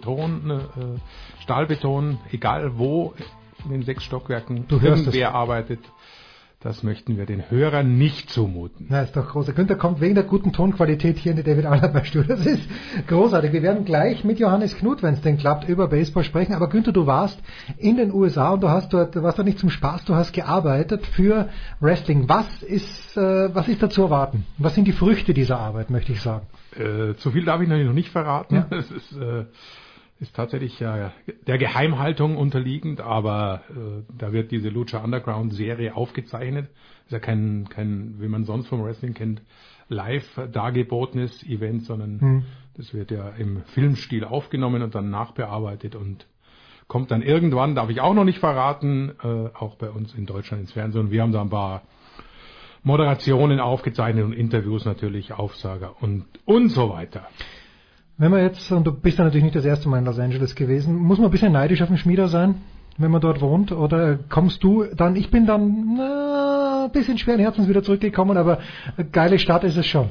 Stahlbeton, egal wo in den 6 Stockwerken irgendwer arbeitet. Das möchten wir den Hörern nicht zumuten. Na, ist doch großartig. Günther kommt wegen der guten Tonqualität hier in die David Alaba Studio. Das ist großartig. Wir werden gleich mit Johannes Knut, wenn es denn klappt, über Baseball sprechen. Aber Günther, du warst in den USA und du warst dort nicht zum Spaß, du hast gearbeitet für Wrestling. Was ist da zu erwarten? Was sind die Früchte dieser Arbeit, möchte ich sagen? Zu viel darf ich noch nicht verraten. Ja. Es ist tatsächlich der Geheimhaltung unterliegend, aber da wird diese Lucha Underground Serie aufgezeichnet. Das ist ja kein, wie man sonst vom Wrestling kennt, live dargebotenes Event, sondern das wird ja im Filmstil aufgenommen und dann nachbearbeitet und kommt dann irgendwann, darf ich auch noch nicht verraten, auch bei uns in Deutschland ins Fernsehen. Und wir haben da ein paar Moderationen aufgezeichnet und Interviews natürlich, Aufsager und so weiter. Wenn man jetzt, und du bist ja natürlich nicht das erste Mal in Los Angeles gewesen, muss man ein bisschen neidisch auf den Schmieder sein, wenn man dort wohnt? Oder kommst du dann, ich bin dann ein bisschen schweren Herzens wieder zurückgekommen, aber eine geile Stadt ist es schon.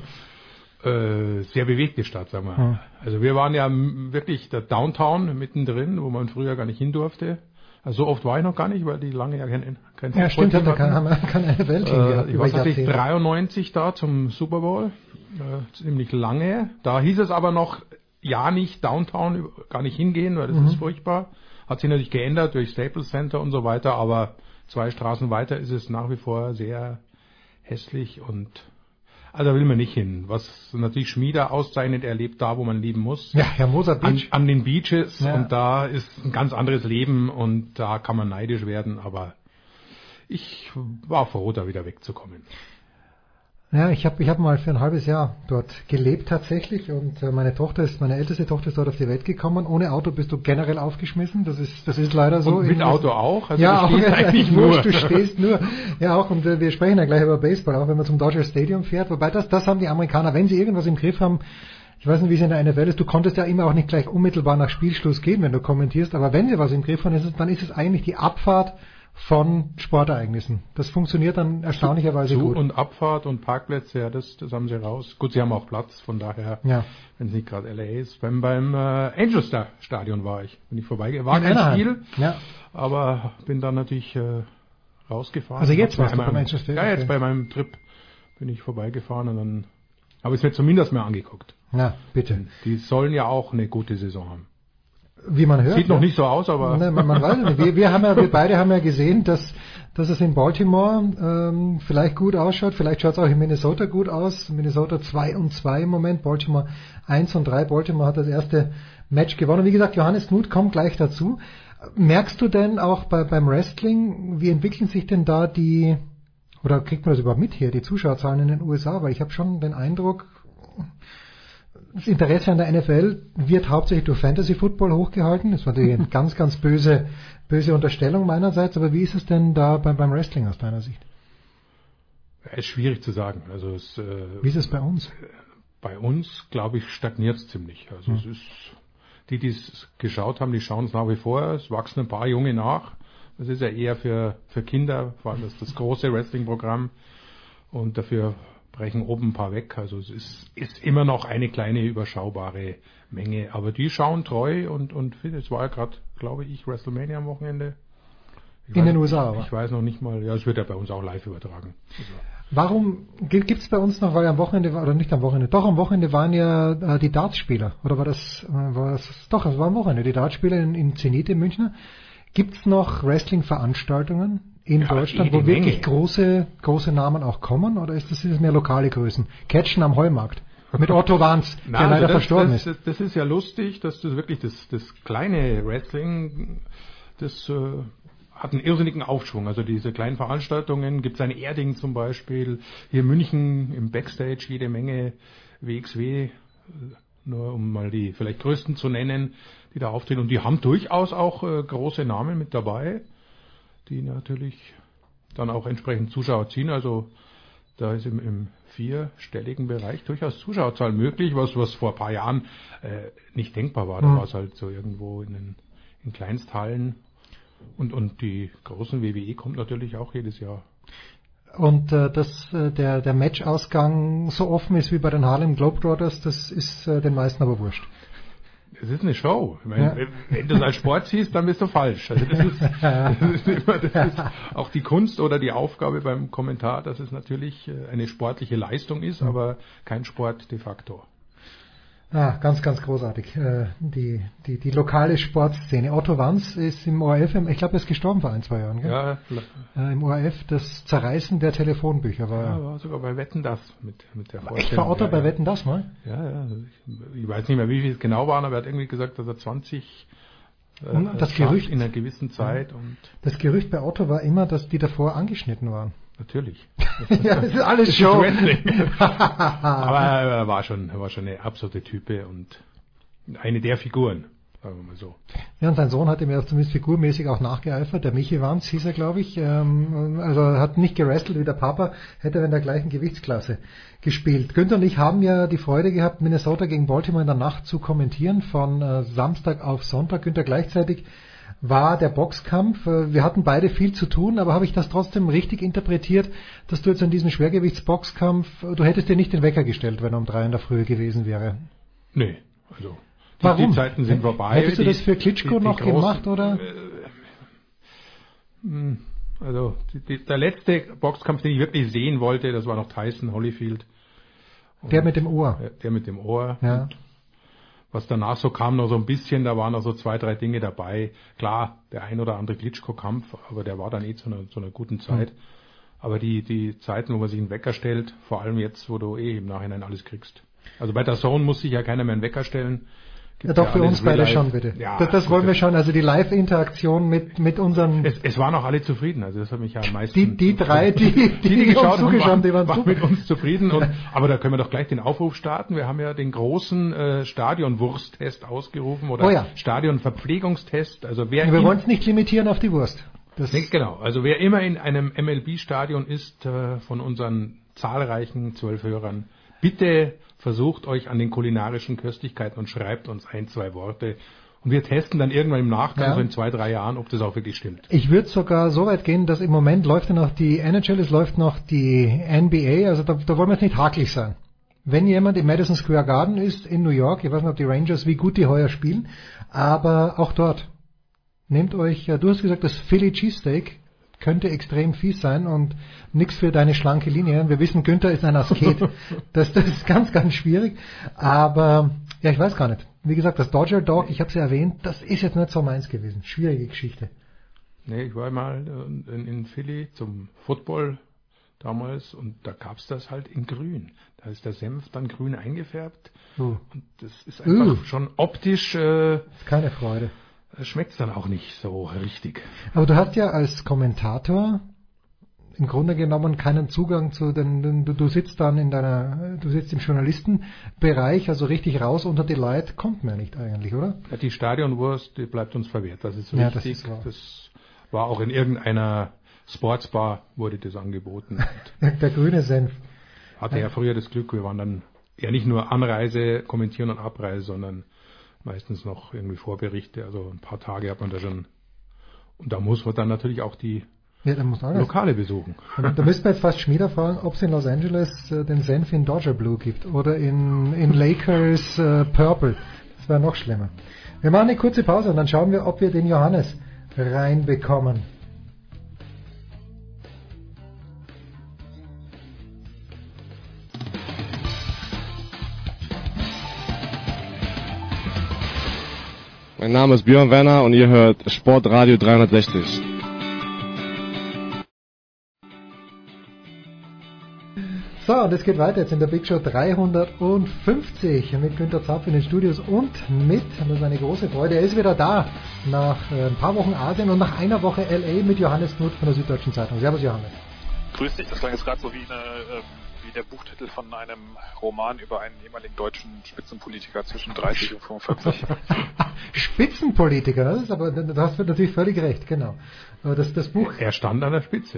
Sehr bewegte Stadt, sagen wir. Also wir waren ja wirklich der Downtown mittendrin, wo man früher gar nicht hin durfte. Also so oft war ich noch gar nicht, weil die lange ja kein ja, stimmt, hat keine Welt hingehabt. Ich war tatsächlich 93 da zum Super Bowl, ziemlich lange. Da hieß es aber noch, ja nicht Downtown, gar nicht hingehen, weil das ist furchtbar. Hat sich natürlich geändert durch Staples Center und so weiter, aber 2 Straßen weiter ist es nach wie vor sehr hässlich und Also da will man nicht hin. Was natürlich Schmieder auszeichnet, er lebt da, wo man leben muss. Ja, Hermosa Beach. An den Beaches. Ja. Und da ist ein ganz anderes Leben und da kann man neidisch werden. Aber ich war froh, da wieder wegzukommen. Ja, ich hab mal für ein halbes Jahr dort gelebt tatsächlich und meine älteste Tochter ist dort auf die Welt gekommen. Ohne Auto bist du generell aufgeschmissen, das ist leider so. Und mit Auto auch? Also ja, du stehst eigentlich nur. Du stehst nur. Ja, auch, und wir sprechen ja gleich über Baseball, auch wenn man zum Dodger Stadium fährt. Wobei das haben die Amerikaner, wenn sie irgendwas im Griff haben. Ich weiß nicht, wie es in der NFL ist. Du konntest ja immer auch nicht gleich unmittelbar nach Spielschluss gehen, wenn du kommentierst. Aber wenn sie was im Griff haben, dann ist es eigentlich die Abfahrt von Sportereignissen. Das funktioniert dann erstaunlicherweise gut. Und Abfahrt und Parkplätze, ja, das haben sie raus. Gut, sie haben auch Platz, von daher, wenn es nicht gerade LA ist. Beim Angels Stadion war ich, bin ich vorbeigefahren. War kein Spiel, aber bin dann natürlich rausgefahren. Also jetzt warst du beim Angels Stadion? Ja, jetzt bei meinem Trip bin ich vorbeigefahren und dann habe ich es mir zumindest mal angeguckt. Ja, bitte. Die sollen ja auch eine gute Saison haben. Wie man hört. Sieht noch nicht so aus, aber... Nein, man weiß nicht. Wir beide haben ja gesehen, dass es in Baltimore vielleicht gut ausschaut. Vielleicht schaut es auch in Minnesota gut aus. Minnesota 2-2 im Moment, Baltimore 1-3. Baltimore hat das erste Match gewonnen. Wie gesagt, Johannes Knuth kommt gleich dazu. Merkst du denn auch beim Wrestling, wie entwickeln sich denn da oder kriegt man das überhaupt mit hier, die Zuschauerzahlen in den USA? Weil ich habe schon den Eindruck... Das Interesse an der NFL wird hauptsächlich durch Fantasy Football hochgehalten. Das war natürlich eine ganz, ganz böse Unterstellung meinerseits. Aber wie ist es denn da beim Wrestling aus deiner Sicht? Ja, ist schwierig zu sagen. Also wie ist es bei uns? Bei uns, glaube ich, stagniert es ziemlich. Also es ist, die es geschaut haben, die schauen es nach wie vor. Es wachsen ein paar Junge nach. Das ist ja eher für Kinder, vor allem das große Wrestling-Programm. Und dafür brechen oben ein paar weg. Also es ist immer noch eine kleine überschaubare Menge. Aber die schauen treu und es war ja gerade, glaube ich, WrestleMania am Wochenende. In den USA aber. Ich weiß noch nicht mal, ja, es wird ja bei uns auch live übertragen. Also. Warum gibt's bei uns noch, weil am Wochenende war, oder nicht am Wochenende, doch am Wochenende waren ja die Dartspieler, oder war das doch, es war am Wochenende, die Dartspieler in Zenit in München. Gibt's noch Wrestling-Veranstaltungen in Deutschland, wo wirklich große Namen auch kommen, oder ist das mehr lokale Größen? Catchen am Heumarkt mit Otto Wanz, der leider verstorben ist. Das ist ja lustig, dass das wirklich das kleine Wrestling, das hat einen irrsinnigen Aufschwung. Also diese kleinen Veranstaltungen, gibt es ein Erding zum Beispiel, hier in München im Backstage jede Menge WXW, nur um mal die vielleicht größten zu nennen, die da auftreten. Und die haben durchaus auch große Namen mit dabei, die natürlich dann auch entsprechend Zuschauer ziehen. Also da ist im vierstelligen Bereich durchaus Zuschauerzahl möglich, was vor ein paar Jahren nicht denkbar war. Da war es halt so irgendwo in Kleinsthallen. Und die großen WWE kommt natürlich auch jedes Jahr. Und dass der Matchausgang so offen ist wie bei den Harlem Globetrotters, das ist den meisten aber wurscht. Es ist eine Show. Ich meine, wenn du es als Sport siehst, dann bist du falsch. Also das ist auch die Kunst oder die Aufgabe beim Kommentar, dass es natürlich eine sportliche Leistung ist, aber kein Sport de facto. Ganz, ganz großartig. Die lokale Sportszene. Otto Wanz ist im ORF, ich glaube, er ist gestorben vor 1-2 Jahren, gell? Ja. Im ORF, das Zerreißen der Telefonbücher war. Ja, war sogar bei Wetten, dass mit der Vorstellung. Echt, war Otto bei Wetten, dass mal? Ja. Ich weiß nicht mehr, wie viel es genau waren, aber er hat irgendwie gesagt, dass er 20 das Gerücht in einer gewissen Zeit. Und das Gerücht bei Otto war immer, dass die davor angeschnitten waren. Natürlich. Ja, das ist alles Show. Aber er war schon eine absolute Type und eine der Figuren, sagen wir mal so. Ja, und sein Sohn hat ihm ja zumindest figurmäßig auch nachgeeifert. Der Michi Wanz hieß er, glaube ich. Also hat nicht gerestelt wie der Papa, hätte er in der gleichen Gewichtsklasse gespielt. Günther und ich haben ja die Freude gehabt, Minnesota gegen Baltimore in der Nacht zu kommentieren, von Samstag auf Sonntag. Günther, gleichzeitig war der Boxkampf. Wir hatten beide viel zu tun, aber habe ich das trotzdem richtig interpretiert, dass du jetzt an diesem Schwergewichtsboxkampf, du hättest dir nicht den Wecker gestellt, wenn er um 3 in der Früh gewesen wäre? Nee, also warum? Die Zeiten sind vorbei. Hättest du das für Klitschko noch gemacht, oder? Also der letzte Boxkampf, den ich wirklich sehen wollte, das war noch Tyson Holyfield. Und der mit dem Ohr. Der mit dem Ohr. Ja. Was danach so kam, noch so ein bisschen, da waren noch so 2, 3 Dinge dabei. Klar, der ein oder andere Klitschko-Kampf, aber der war dann zu einer guten Zeit. Aber die Zeiten, wo man sich einen Wecker stellt, vor allem jetzt, wo du im Nachhinein alles kriegst. Also bei der Zone muss sich ja keiner mehr einen Wecker stellen. Ja, doch, für uns beide schon, bitte. Ja, das wollen wir schon, also die Live-Interaktion mit unseren... Es waren auch alle zufrieden, also das hat mich ja am meisten... Die drei, die geschaut haben, die waren super. Mit uns zufrieden. Aber da können wir doch gleich den Aufruf starten. Wir haben ja den großen Stadionwursttest ausgerufen oder Stadionverpflegungstest. Also wir wollen es nicht limitieren auf die Wurst. Genau, also wer immer in einem MLB-Stadion ist, von unseren zahlreichen 12 Hörern, bitte versucht euch an den kulinarischen Köstlichkeiten und schreibt uns 1-2 Worte. Und wir testen dann irgendwann im Nachgang, so in 2-3 Jahren, ob das auch wirklich stimmt. Ich würde sogar so weit gehen, dass im Moment läuft ja noch die NHL, es läuft noch die NBA, also da wollen wir jetzt nicht hakelig sein. Wenn jemand im Madison Square Garden ist in New York, ich weiß nicht, ob die Rangers, wie gut die heuer spielen, aber auch dort, nehmt euch, du hast gesagt, das Philly Cheesesteak könnte extrem fies sein und nichts für deine schlanke Linie. Wir wissen, Günther ist ein Asket. Das ist ganz, ganz schwierig. Aber, ja, ich weiß gar nicht. Wie gesagt, das Dodger Dog, ich habe es ja erwähnt, das ist jetzt nicht so meins gewesen. Schwierige Geschichte. Nee, ich war mal in Philly zum Football damals und da gab's das halt in grün. Da ist der Senf dann grün eingefärbt. Und das ist einfach schon optisch... ist keine Freude. Schmeckt's dann auch nicht so richtig. Aber du hast ja als Kommentator im Grunde genommen keinen Zugang zu den, du sitzt dann du sitzt im Journalistenbereich, also richtig raus unter die Leute kommt man ja nicht eigentlich, oder? Ja, die Stadionwurst, die bleibt uns verwehrt, das ist richtig. Das war auch in irgendeiner Sportsbar, wurde das angeboten. Der grüne Senf. Hatte ja früher das Glück, wir waren dann ja nicht nur Anreise, Kommentieren und Abreise, sondern meistens noch irgendwie Vorberichte, also ein paar Tage hat man da schon. Und da muss man dann natürlich auch die Lokale besuchen. Da müssten wir jetzt fast Schmieder fragen, ob es in Los Angeles den Senf in Dodger Blue gibt oder in Lakers Purple. Das wäre noch schlimmer. Wir machen eine kurze Pause und dann schauen wir, ob wir den Johannes reinbekommen. Mein Name ist Björn Werner und ihr hört Sportradio 360. So, und es geht weiter jetzt in der Big Show 350 mit Günther Zapf in den Studios und mit, das ist eine große Freude, er ist wieder da nach ein paar Wochen Asien und nach einer Woche LA mit Johannes Knut von der Süddeutschen Zeitung. Servus Johannes. Grüß dich, das klang jetzt gerade so wie der Buchtitel von einem Roman über einen ehemaligen deutschen Spitzenpolitiker zwischen 30 und 45. Spitzenpolitiker, das ist aber, da hast du natürlich völlig recht, genau. Das Buch. Er stand an der Spitze.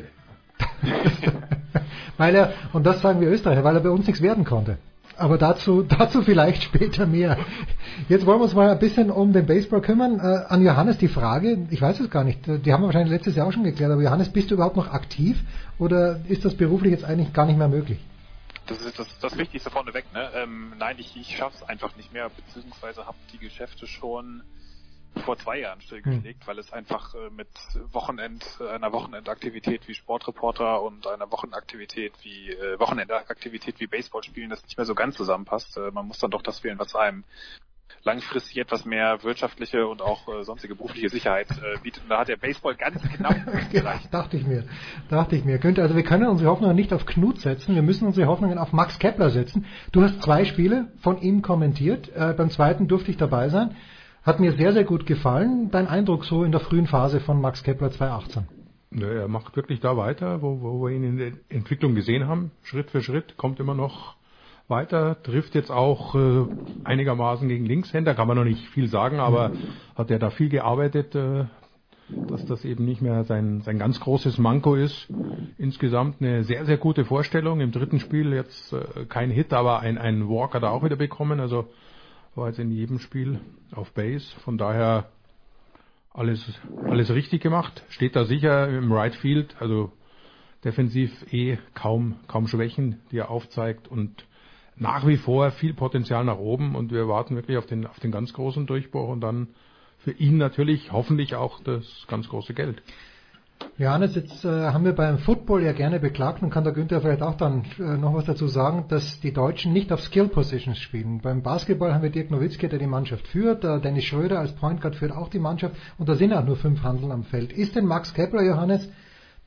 Und das sagen wir Österreicher, weil er bei uns nichts werden konnte. Aber dazu vielleicht später mehr. Jetzt wollen wir uns mal ein bisschen um den Baseball kümmern. An Johannes die Frage, ich weiß es gar nicht, die haben wir wahrscheinlich letztes Jahr auch schon geklärt, aber Johannes, bist du überhaupt noch aktiv oder ist das beruflich jetzt eigentlich gar nicht mehr möglich? Das ist das Wichtigste vorneweg, ne? Nein, ich schaffe es einfach nicht mehr, beziehungsweise habe die Geschäfte schon vor 2 Jahren stillgelegt, weil es einfach mit einer Wochenendaktivität wie Sportreporter und einer Wochenendaktivität wie Baseball spielen, das nicht mehr so ganz zusammenpasst. Man muss dann doch das wählen, was einem langfristig etwas mehr wirtschaftliche und auch sonstige berufliche Sicherheit bietet. Und da hat der Baseball ganz knapp gereicht. Dachte ich mir. Günther, also wir können unsere Hoffnungen nicht auf Knut setzen, wir müssen unsere Hoffnungen auf Max Kepler setzen. Du hast 2 Spiele von ihm kommentiert, beim zweiten durfte ich dabei sein. Hat mir sehr, sehr gut gefallen. Dein Eindruck so in der frühen Phase von Max Kepler 2018? Ja, er macht wirklich da weiter, wo wir ihn in der Entwicklung gesehen haben. Schritt für Schritt kommt immer noch weiter, trifft jetzt auch einigermaßen gegen Linkshänder, kann man noch nicht viel sagen, aber hat er da viel gearbeitet, dass das eben nicht mehr sein ganz großes Manko ist. Insgesamt eine sehr, sehr gute Vorstellung. Im dritten Spiel jetzt kein Hit, aber ein Walk hat er auch wieder bekommen, also war jetzt in jedem Spiel auf Base, von daher alles richtig gemacht, steht da sicher im Right Field, also defensiv kaum Schwächen, die er aufzeigt und nach wie vor viel Potenzial nach oben und wir warten wirklich auf den ganz großen Durchbruch und dann für ihn natürlich hoffentlich auch das ganz große Geld. Johannes, jetzt haben wir beim Football ja gerne beklagt und kann der Günther vielleicht auch dann noch was dazu sagen, dass die Deutschen nicht auf Skill Positions spielen. Beim Basketball haben wir Dirk Nowitzki, der die Mannschaft führt, Dennis Schröder als Point Guard führt auch die Mannschaft und da sind auch nur 5 Handeln am Feld. Ist denn Max Kepler, Johannes,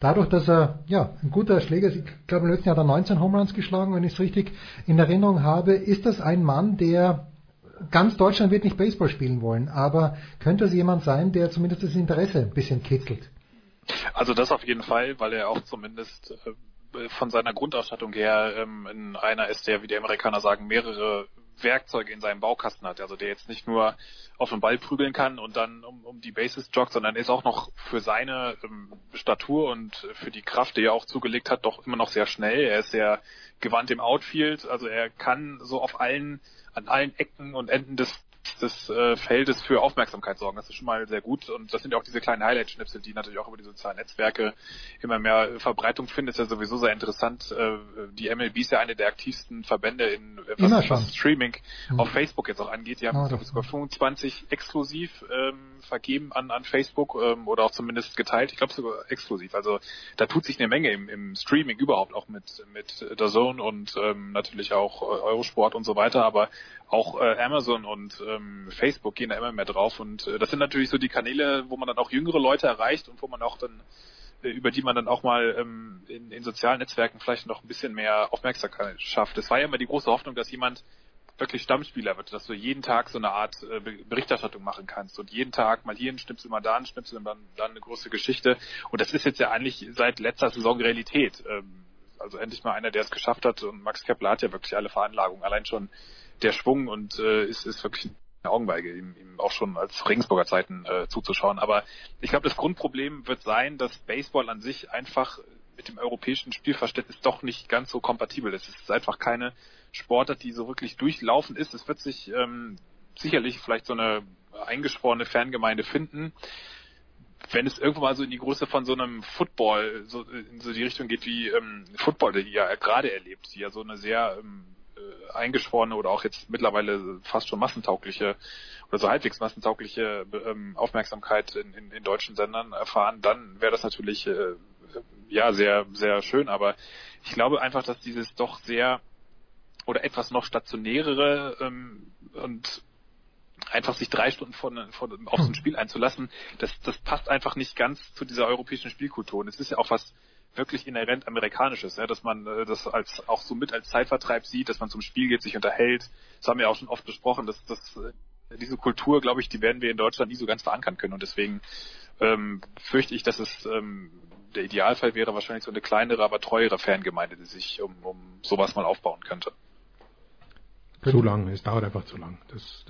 dadurch, dass er ein guter Schläger ist, ich glaube im letzten Jahr hat er 19 Home Runs geschlagen, wenn ich es richtig in Erinnerung habe, ist das ein Mann, der ganz Deutschland wird nicht Baseball spielen wollen, aber könnte es jemand sein, der zumindest das Interesse ein bisschen kitzelt? Also das auf jeden Fall, weil er auch zumindest von seiner Grundausstattung her einer ist, der, wie die Amerikaner sagen, mehrere Werkzeuge in seinem Baukasten hat. Also der jetzt nicht nur auf den Ball prügeln kann und dann um die Bases joggt, sondern ist auch noch für seine Statur und für die Kraft, die er auch zugelegt hat, doch immer noch sehr schnell. Er ist sehr gewandt im Outfield, also er kann so an allen Ecken und Enden des Feldes für Aufmerksamkeit sorgen. Das ist schon mal sehr gut und das sind ja auch diese kleinen Highlight-Schnipsel, die natürlich auch über die sozialen Netzwerke immer mehr Verbreitung finden. Ist ja sowieso sehr interessant. Die MLB ist ja eine der aktivsten Verbände was Streaming auf Facebook jetzt auch angeht. Die haben sogar 25 exklusiv vergeben an Facebook oder auch zumindest geteilt. Ich glaube sogar exklusiv. Also da tut sich eine Menge im Streaming überhaupt, auch mit DAZN und natürlich auch Eurosport und so weiter, aber auch Amazon und Facebook gehen da immer mehr drauf und das sind natürlich so die Kanäle, wo man dann auch jüngere Leute erreicht und wo man auch dann über die man dann auch mal in sozialen Netzwerken vielleicht noch ein bisschen mehr Aufmerksamkeit schafft. Es war ja immer die große Hoffnung, dass jemand wirklich Stammspieler wird, dass du jeden Tag so eine Art Berichterstattung machen kannst und jeden Tag mal hier ein Schnipsel, mal da ein Schnipsel und dann eine große Geschichte und das ist jetzt ja eigentlich seit letzter Saison Realität. Also endlich mal einer, der es geschafft hat und Max Kepler hat ja wirklich alle Veranlagungen, allein schon der Schwung und ist wirklich eine Augenweide, ihm auch schon als Regensburger Zeiten zuzuschauen. Aber ich glaube, das Grundproblem wird sein, dass Baseball an sich einfach mit dem europäischen Spielverständnis doch nicht ganz so kompatibel ist. Es ist einfach keine Sportart, die so wirklich durchlaufen ist. Es wird sich sicherlich vielleicht so eine eingeschworene Fangemeinde finden. Wenn es irgendwann mal so in die Größe von so einem Football, so in so die Richtung geht wie Football, die ja gerade erlebt, die ja so eine sehr eingeschworene oder auch jetzt mittlerweile fast schon massentaugliche oder so halbwegs massentaugliche Aufmerksamkeit in deutschen Sendern erfahren, dann wäre das natürlich sehr, sehr schön. Aber ich glaube einfach, dass dieses doch sehr oder etwas noch stationärere und einfach sich 3 Stunden auf so ein Spiel einzulassen, das passt einfach nicht ganz zu dieser europäischen Spielkultur. Und es ist ja auch was wirklich inhärent Amerikanisches, dass man das als Zeitvertreib sieht, dass man zum Spiel geht, sich unterhält. Das haben wir auch schon oft besprochen, dass diese Kultur, glaube ich, die werden wir in Deutschland nie so ganz verankern können. Und deswegen fürchte ich, dass es der Idealfall wäre wahrscheinlich so eine kleinere, aber treuere Fangemeinde, die sich um sowas mal aufbauen könnte. Zu lang, es dauert einfach zu lang.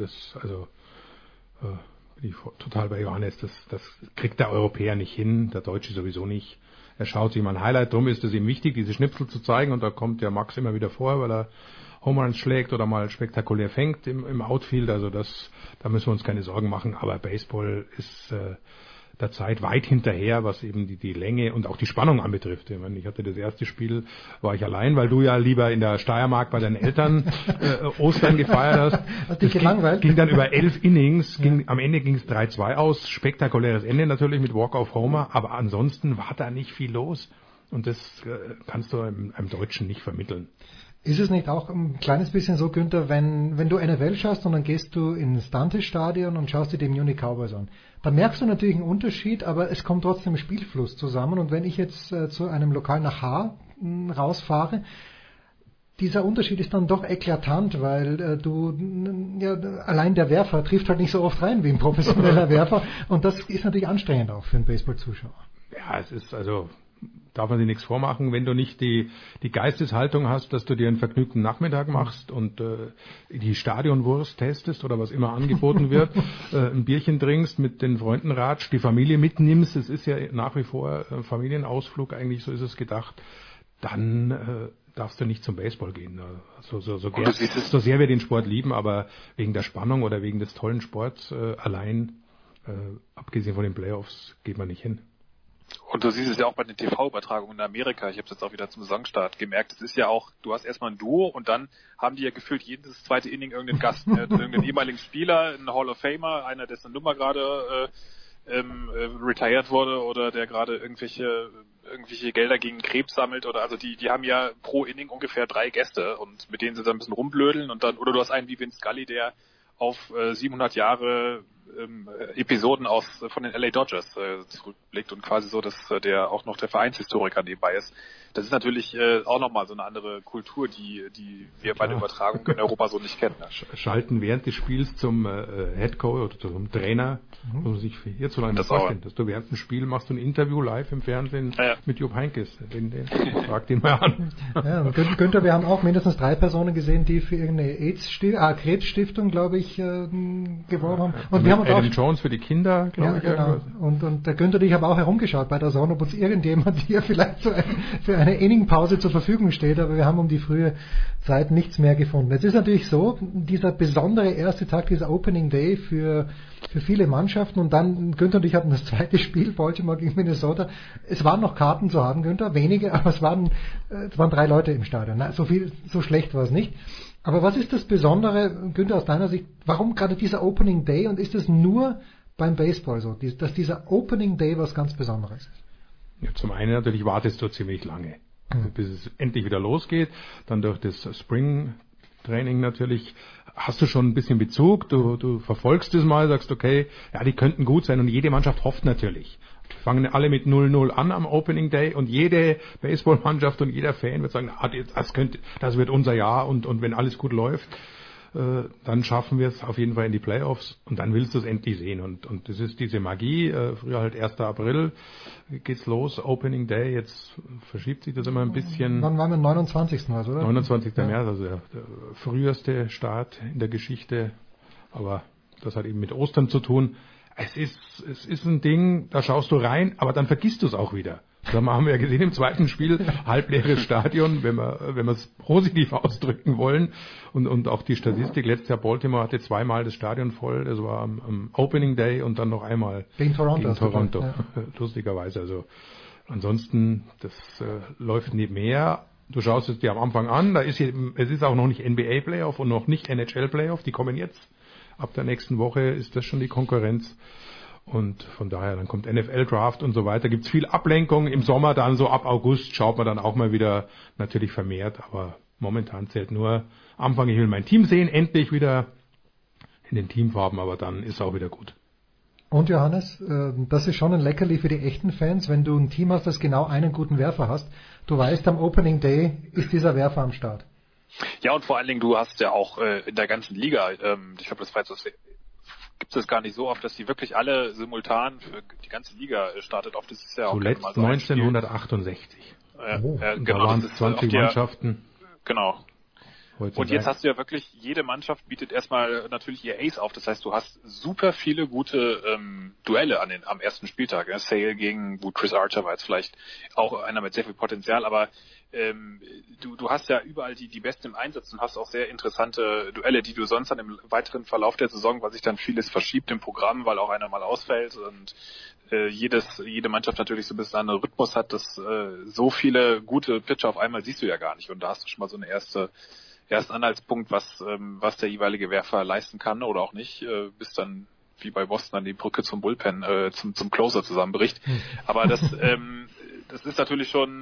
Bin ich total bei Johannes, das kriegt der Europäer nicht hin, der Deutsche sowieso nicht. Er schaut sich mal ein Highlight, darum ist es ihm wichtig, diese Schnipsel zu zeigen und da kommt der Max immer wieder vor, weil er Home Runs schlägt oder mal spektakulär fängt im Outfield, also da müssen wir uns keine Sorgen machen, aber Baseball ist der Zeit weit hinterher, was eben die Länge und auch die Spannung anbetrifft. Ich meine, ich hatte das erste Spiel, war ich allein, weil du ja lieber in der Steiermark bei deinen Eltern Ostern gefeiert hast. Hast dich gelangweilt? Ging dann über 11 Innings, am Ende ging es 3-2 aus, spektakuläres Ende natürlich mit Walk-off-Homer, aber ansonsten war da nicht viel los und das kannst du einem Deutschen nicht vermitteln. Ist es nicht auch ein kleines bisschen so, Günther, wenn du NFL schaust und dann gehst du ins Dante-Stadion und schaust dir die Munich Cowboys an, dann merkst du natürlich einen Unterschied, aber es kommt trotzdem ein Spielfluss zusammen und wenn ich jetzt zu einem Lokal nach Haar rausfahre, dieser Unterschied ist dann doch eklatant, weil allein der Werfer trifft halt nicht so oft rein wie ein professioneller Werfer und das ist natürlich anstrengend auch für einen Baseball-Zuschauer. Ja, es ist darf man sich nichts vormachen, wenn du nicht die Geisteshaltung hast, dass du dir einen vergnügten Nachmittag machst und die Stadionwurst testest oder was immer angeboten wird, ein Bierchen trinkst, mit den Freunden ratscht, die Familie mitnimmst, es ist ja nach wie vor ein Familienausflug, eigentlich so ist es gedacht, dann darfst du nicht zum Baseball gehen. So sehr wir den Sport lieben, aber wegen der Spannung oder wegen des tollen Sports allein, abgesehen von den Playoffs, geht man nicht hin. Und du siehst es ja auch bei den TV-Übertragungen in Amerika. Ich habe es jetzt auch wieder zum Saisonstart gemerkt. Es ist ja auch, du hast erstmal ein Duo und dann haben die ja gefühlt jedes zweite Inning irgendeinen Gast, irgendeinen ehemaligen Spieler, einen Hall of Famer, einer, dessen Nummer gerade retired wurde oder der gerade irgendwelche Gelder gegen Krebs sammelt oder also die haben ja pro Inning ungefähr 3 Gäste und mit denen sie dann ein bisschen rumblödeln und dann oder du hast einen wie Vince Scully, der auf 700 Jahre Episoden von den LA Dodgers zurückblickt und quasi so, dass der auch noch der Vereinshistoriker nebenbei ist. Das ist natürlich auch nochmal so eine andere Kultur, die wir bei der Übertragung in Europa so nicht kennen. Schalten während des Spiels zum Headcoach oder zum Trainer, muss man sich hierzulande vorstellen, dass du während dem Spiel machst ein Interview live im Fernsehen mit Jupp Heynckes. Frag den mal an. Ja, und Günther, wir haben auch mindestens 3 Personen gesehen, die für irgendeine Krebsstiftung, glaube ich, geworben haben. Und wir haben uns Adam Jones für die Kinder, glaube ich. Genau. Und der Günther und ich haben auch herumgeschaut bei der Sonne, ob uns irgendjemand hier vielleicht für eine Inningpause zur Verfügung steht, aber wir haben um die frühe Zeit nichts mehr gefunden. Jetzt ist natürlich so, dieser besondere erste Tag, dieser Opening Day für viele Mannschaften und dann, Günther und ich hatten das zweite Spiel, Baltimore gegen Minnesota. Es waren noch Karten zu haben, Günther, wenige, aber es waren 3 Leute im Stadion. Na, so schlecht war es nicht. Aber was ist das Besondere, Günther, aus deiner Sicht, warum gerade dieser Opening Day und ist es nur beim Baseball so, dass dieser Opening Day was ganz Besonderes ist? Ja, zum einen natürlich wartest du ziemlich lange, bis es endlich wieder losgeht. Dann durch das Spring-Training natürlich hast du schon ein bisschen Bezug. Du verfolgst es mal, sagst, okay, ja, die könnten gut sein und jede Mannschaft hofft natürlich. Wir fangen alle mit 0-0 an am Opening Day und jede Baseballmannschaft und jeder Fan wird sagen, das wird unser Jahr und wenn alles gut läuft, dann schaffen wir es auf jeden Fall in die Playoffs und dann willst du es endlich sehen und das ist diese Magie, früher halt 1. April geht's los, Opening Day, jetzt verschiebt sich das immer ein bisschen. Wann waren wir am 29. was, oder? 29. März, also der früheste Start in der Geschichte, aber das hat eben mit Ostern zu tun. Es ist ein Ding, da schaust du rein, aber dann vergisst du es auch wieder. Das haben wir ja gesehen im zweiten Spiel, halbleeres Stadion, wenn wir es positiv ausdrücken wollen. Und auch die Statistik, letztes Jahr Baltimore hatte 2-mal das Stadion voll, das war am Opening Day und dann noch einmal gegen Toronto. Ja. Lustigerweise. Also ansonsten, das läuft nebenher. Du schaust es dir am Anfang an, es ist auch noch nicht NBA Playoff und noch nicht NHL Playoff, die kommen jetzt. Ab der nächsten Woche ist das schon die Konkurrenz. Und von daher, dann kommt NFL-Draft und so weiter. Gibt's viel Ablenkung. Im Sommer dann so ab August schaut man dann auch mal wieder natürlich vermehrt. Aber momentan zählt nur Anfang, ich will mein Team sehen, endlich wieder in den Teamfarben, aber dann ist auch wieder gut. Und Johannes, das ist schon ein Leckerli für die echten Fans, wenn du ein Team hast, das genau einen guten Werfer hast. Du weißt, am Opening Day ist dieser Werfer am Start. Ja, und vor allen Dingen, du hast ja auch in der ganzen Liga, ich glaube, das war jetzt gibt es gar nicht so oft, dass die wirklich alle simultan für die ganze Liga startet. Oft ist es ja auch zuletzt mal so 1968. Genau, da waren es 20 Mannschaften. Genau. Und jetzt hast du ja wirklich, jede Mannschaft bietet erstmal natürlich ihr Ace auf. Das heißt, du hast super viele gute Duelle am ersten Spieltag. Ja. Sale gegen Chris Archer war jetzt vielleicht auch einer mit sehr viel Potenzial, aber du hast ja überall die Besten im Einsatz und hast auch sehr interessante Duelle, die du sonst dann im weiteren Verlauf der Saison, weil sich dann vieles verschiebt im Programm, weil auch einer mal ausfällt und jede Mannschaft natürlich so ein bisschen einen Rhythmus hat, dass so viele gute Pitcher auf einmal siehst du ja gar nicht. Und da hast du schon mal so eine ersten Anhaltspunkt, was der jeweilige Werfer leisten kann oder auch nicht, bis dann wie bei Boston dann die Brücke zum Bullpen, zum Closer zusammenbricht. Aber das ist natürlich schon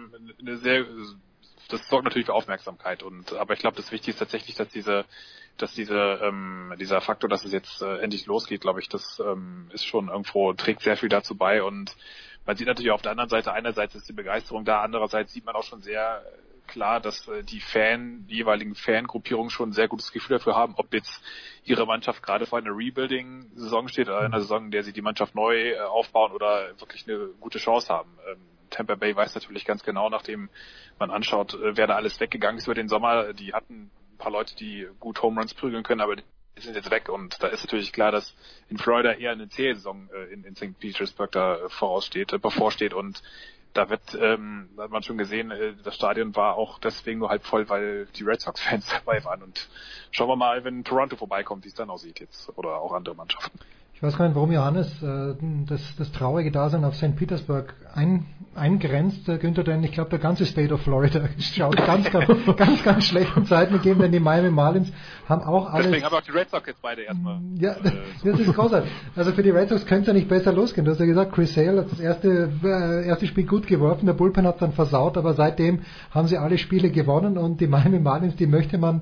das sorgt natürlich für Aufmerksamkeit aber ich glaube, das Wichtige ist tatsächlich, dass dieser Faktor, dass es jetzt endlich losgeht, glaube ich, das ist schon irgendwo, trägt sehr viel dazu bei und man sieht natürlich auf der anderen Seite, einerseits ist die Begeisterung da, andererseits sieht man auch schon sehr klar, dass die jeweiligen Fangruppierungen schon ein sehr gutes Gefühl dafür haben, ob jetzt ihre Mannschaft gerade vor einer Rebuilding-Saison steht oder einer Saison, in der sie die Mannschaft neu aufbauen oder wirklich eine gute Chance haben. Tampa Bay weiß natürlich ganz genau, nachdem man anschaut, wer da alles weggegangen ist über den Sommer. Die hatten ein paar Leute, die gut Home Runs prügeln können, aber die sind jetzt weg. Und da ist natürlich klar, dass in Florida eher eine zähe Saison in St. Petersburg da bevorsteht. Und da hat man schon gesehen, das Stadion war auch deswegen nur halb voll, weil die Red Sox-Fans dabei waren. Und schauen wir mal, wenn Toronto vorbeikommt, wie es dann aussieht jetzt oder auch andere Mannschaften. Ich weiß gar nicht, warum Johannes das traurige Dasein auf St. Petersburg eingrenzt, Günther, denn ich glaube, der ganze State of Florida schaut ganz schlechten Zeiten gegeben, denn die Miami Marlins haben auch alles... Deswegen haben auch die Red Sox jetzt beide erstmal... Ja, das ist großartig. Also für die Red Sox könnte es ja nicht besser losgehen. Du hast ja gesagt, Chris Sale hat das erste Spiel gut geworfen, der Bullpen hat dann versaut, aber seitdem haben sie alle Spiele gewonnen und die Miami Marlins, die möchte man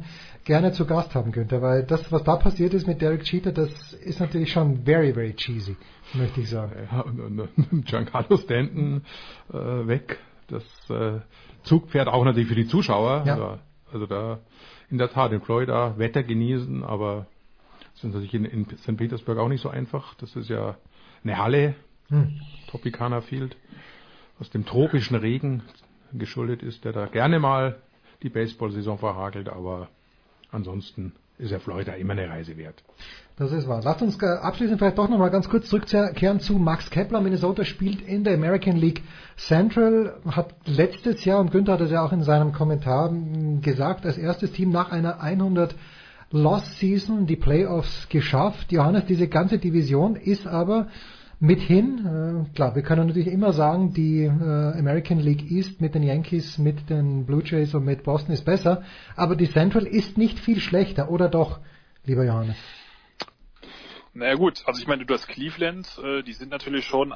gerne zu Gast haben, Günther, weil das, was da passiert ist mit Derek Jeter, das ist natürlich schon very, very cheesy, möchte ich sagen. Ja, und Giancarlo Stanton weg, das Zugpferd auch natürlich für die Zuschauer. Ja. Also da in der Tat in Florida Wetter genießen, aber das ist natürlich in St. Petersburg auch nicht so einfach. Das ist ja eine Halle, Tropicana Field, aus dem tropischen Regen geschuldet ist, der da gerne mal die Baseball-Saison verhagelt, aber ansonsten ist ja Florida immer eine Reise wert. Das ist wahr. Lasst uns abschließend vielleicht doch nochmal ganz kurz zurückkehren zu Max Kepler. Minnesota spielt in der American League Central, hat letztes Jahr, und Günther hat es ja auch in seinem Kommentar gesagt, als erstes Team nach einer 100-Loss-Season die Playoffs geschafft. Johannes, diese ganze Division ist aber mithin, klar, wir können natürlich immer sagen, die American League East mit den Yankees, mit den Blue Jays und mit Boston ist besser, aber die Central ist nicht viel schlechter, oder doch, lieber Johannes? Naja gut, also ich meine, du hast Cleveland, die sind natürlich schon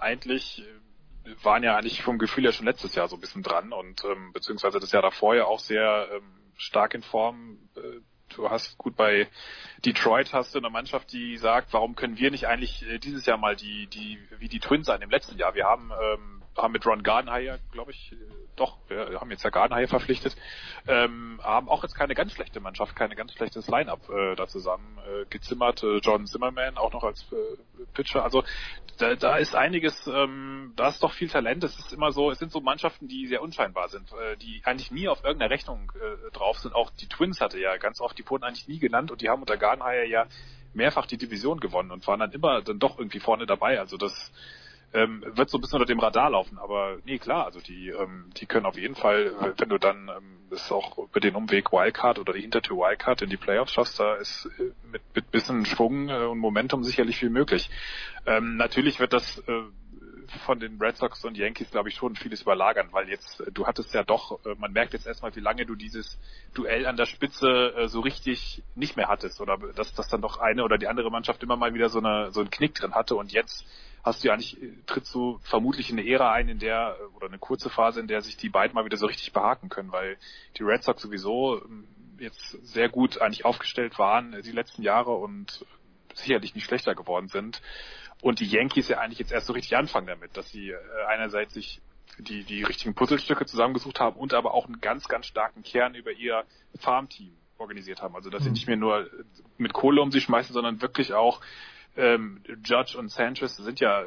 waren ja eigentlich vom Gefühl her schon letztes Jahr so ein bisschen dran und beziehungsweise das Jahr davor ja auch sehr stark in Form. Du hast gut bei Detroit hast du eine Mannschaft, die sagt, warum können wir nicht eigentlich dieses Jahr mal wie die Twins sein im letzten Jahr? Wir haben mit Ron Gardenhire, glaube ich, wir haben jetzt ja Gardenhire verpflichtet, haben auch jetzt keine ganz schlechte Mannschaft, keine ganz schlechtes Line-Up da zusammen gezimmert. Jordan Zimmerman auch noch als Pitcher. Also da ist einiges, da ist doch viel Talent. Es ist immer so, es sind so Mannschaften, die sehr unscheinbar sind, die eigentlich nie auf irgendeiner Rechnung drauf sind. Auch die Twins hatte ja ganz oft, die wurden eigentlich nie genannt und die haben unter Gardenhire ja mehrfach die Division gewonnen und waren dann immer dann doch irgendwie vorne dabei. Also das wird so ein bisschen unter dem Radar laufen, aber nee, klar, also die können auf jeden Fall, wenn du dann das auch über den Umweg Wildcard oder die Hintertür Wildcard in die Playoffs schaffst, da ist mit bisschen Schwung und Momentum sicherlich viel möglich. Natürlich wird das von den Red Sox und Yankees, glaube ich, schon vieles überlagern, weil jetzt, du hattest ja doch, man merkt jetzt erstmal, wie lange du dieses Duell an der Spitze so richtig nicht mehr hattest oder dass dann doch eine oder die andere Mannschaft immer mal wieder so einen Knick drin hatte und jetzt trittst du vermutlich in eine Ära ein, oder eine kurze Phase, in der sich die beiden mal wieder so richtig behaken können, weil die Red Sox sowieso jetzt sehr gut eigentlich aufgestellt waren die letzten Jahre und sicherlich nicht schlechter geworden sind. Und die Yankees ja eigentlich jetzt erst so richtig anfangen damit, dass sie einerseits sich die richtigen Puzzlestücke zusammengesucht haben und aber auch einen ganz, ganz starken Kern über ihr Farmteam organisiert haben. Also dass sie nicht mehr nur mit Kohle um sich schmeißen, sondern wirklich auch Judge und Sanchez sind ja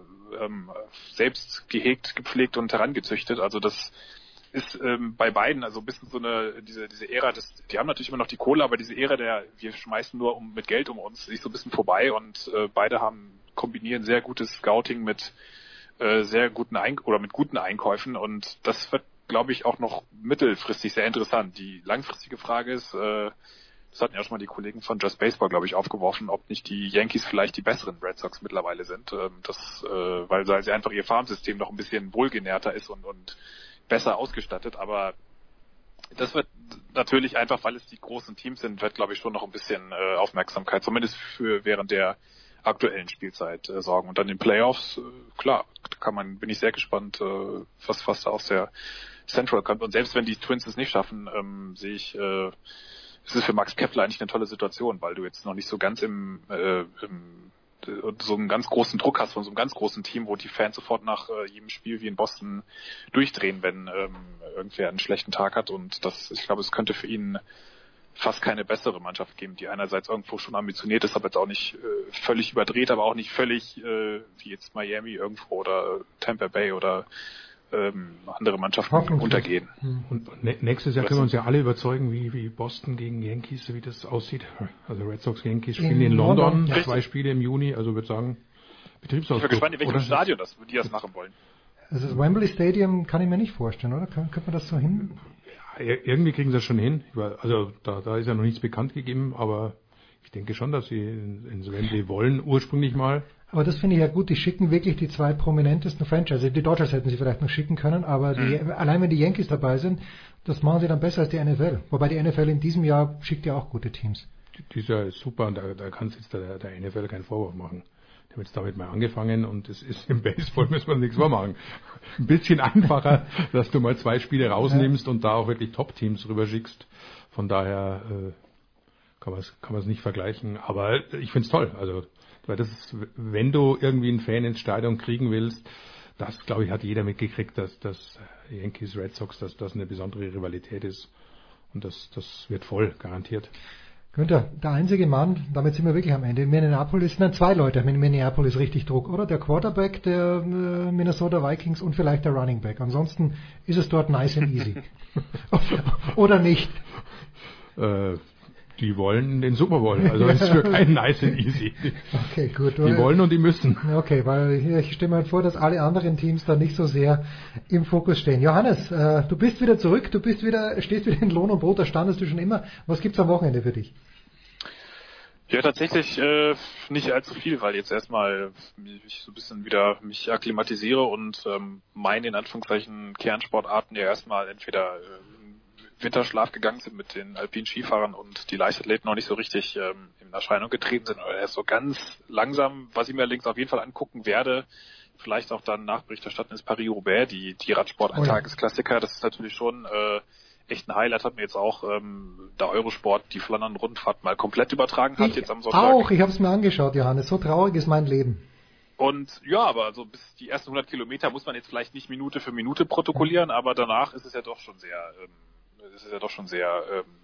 selbst gehegt, gepflegt und herangezüchtet. Also das ist bei beiden also ein bisschen so diese Ära, die haben natürlich immer noch die Kohle, aber diese Ära wir schmeißen nur mit Geld um uns, ist so ein bisschen vorbei und beide kombinieren sehr gutes Scouting mit sehr guten mit guten Einkäufen und das wird, glaube ich, auch noch mittelfristig sehr interessant. Die langfristige Frage ist, das hatten ja schon mal die Kollegen von Just Baseball, glaube ich, aufgeworfen, ob nicht die Yankees vielleicht die besseren Red Sox mittlerweile sind, weil sie einfach ihr Farmsystem noch ein bisschen wohlgenährter ist und besser ausgestattet, aber das wird natürlich einfach, weil es die großen Teams sind, wird, glaube ich, schon noch ein bisschen Aufmerksamkeit, zumindest während der aktuellen Spielzeit sorgen. Und dann in den Playoffs, klar, bin ich sehr gespannt, was da aus der Central kommt. Und selbst wenn die Twins es nicht schaffen, sehe ich, es ist für Max Kepler eigentlich eine tolle Situation, weil du jetzt noch nicht so ganz so einen ganz großen Druck hast von so einem ganz großen Team, wo die Fans sofort nach jedem Spiel wie in Boston durchdrehen, wenn irgendwer einen schlechten Tag hat. Und ich glaube, es könnte für ihn fast keine bessere Mannschaft geben, die einerseits irgendwo schon ambitioniert ist, aber jetzt auch nicht völlig überdreht, aber auch nicht völlig wie jetzt Miami irgendwo oder Tampa Bay oder andere Mannschaften untergehen. Und nächstes Jahr können wir uns ja alle überzeugen, wie Boston gegen Yankees, wie das aussieht. Also Red Sox Yankees spielen in London, 2 Spiele im Juni, also würde sagen Betriebsausflug. Ich bin gespannt, in welchem Stadion die das machen wollen. Also das Wembley Stadium kann ich mir nicht vorstellen, oder? Könnte man das so hin? Ja, irgendwie kriegen sie das schon hin. Also da ist ja noch nichts bekannt gegeben, aber ich denke schon, dass sie ins Wembley wollen, ursprünglich mal. Aber das finde ich ja gut, die schicken wirklich die 2 prominentesten Franchises. Die Dodgers hätten sie vielleicht noch schicken können, aber allein wenn die Yankees dabei sind, das machen sie dann besser als die NFL. Wobei die NFL in diesem Jahr schickt ja auch gute Teams. Dieses Jahr ist super und da kann es jetzt der NFL keinen Vorwurf machen. Die haben jetzt damit mal angefangen und es ist im Baseball, müssen wir nichts vormachen. Ein bisschen einfacher, dass du mal 2 Spiele rausnimmst und da auch wirklich Top-Teams rüber schickst. Von daher kann man es nicht vergleichen. Aber ich finde es toll. Also, weil das ist, wenn du irgendwie einen Fan ins Stadion kriegen willst, das, glaube ich, hat jeder mitgekriegt, dass Yankees, Red Sox, dass das eine besondere Rivalität ist. Und das wird voll, garantiert. Günther, der einzige Mann, damit sind wir wirklich am Ende, in Minneapolis, nein, zwei Leute haben in Minneapolis richtig Druck, oder? Der Quarterback der Minnesota Vikings und vielleicht der Running Back. Ansonsten ist es dort nice and easy. Oder nicht? Die wollen den Super Bowl, also es ist für keinen nice and easy. Okay, gut. Die wollen und die müssen. Okay, weil ich stelle mir vor, dass alle anderen Teams da nicht so sehr im Fokus stehen. Johannes, du bist wieder zurück, stehst wieder in Lohn und Brot, da standest du schon immer. Was gibt's am Wochenende für dich? Ja, tatsächlich nicht allzu viel, weil jetzt erstmal ich so ein bisschen wieder mich akklimatisiere und meine in Anführungszeichen Kernsportarten ja erstmal entweder Winterschlaf gegangen sind mit den alpinen Skifahrern und die Leichtathleten noch nicht so richtig in Erscheinung getreten sind oder erst so ganz langsam, was ich mir allerdings auf jeden Fall angucken werde, vielleicht auch dann nach Bericht erstatten, ist Paris-Roubaix, die Radsport-Eintagesklassiker, das ist natürlich schon echt ein Highlight, hat mir jetzt auch der Eurosport die Flandern-Rundfahrt mal komplett übertragen hat, jetzt am Sonntag. Ich habe es mir angeschaut, Johannes, so traurig ist mein Leben. Und ja, aber so bis die ersten 100 Kilometer muss man jetzt vielleicht nicht Minute für Minute protokollieren, aber danach ist es ja doch schon sehr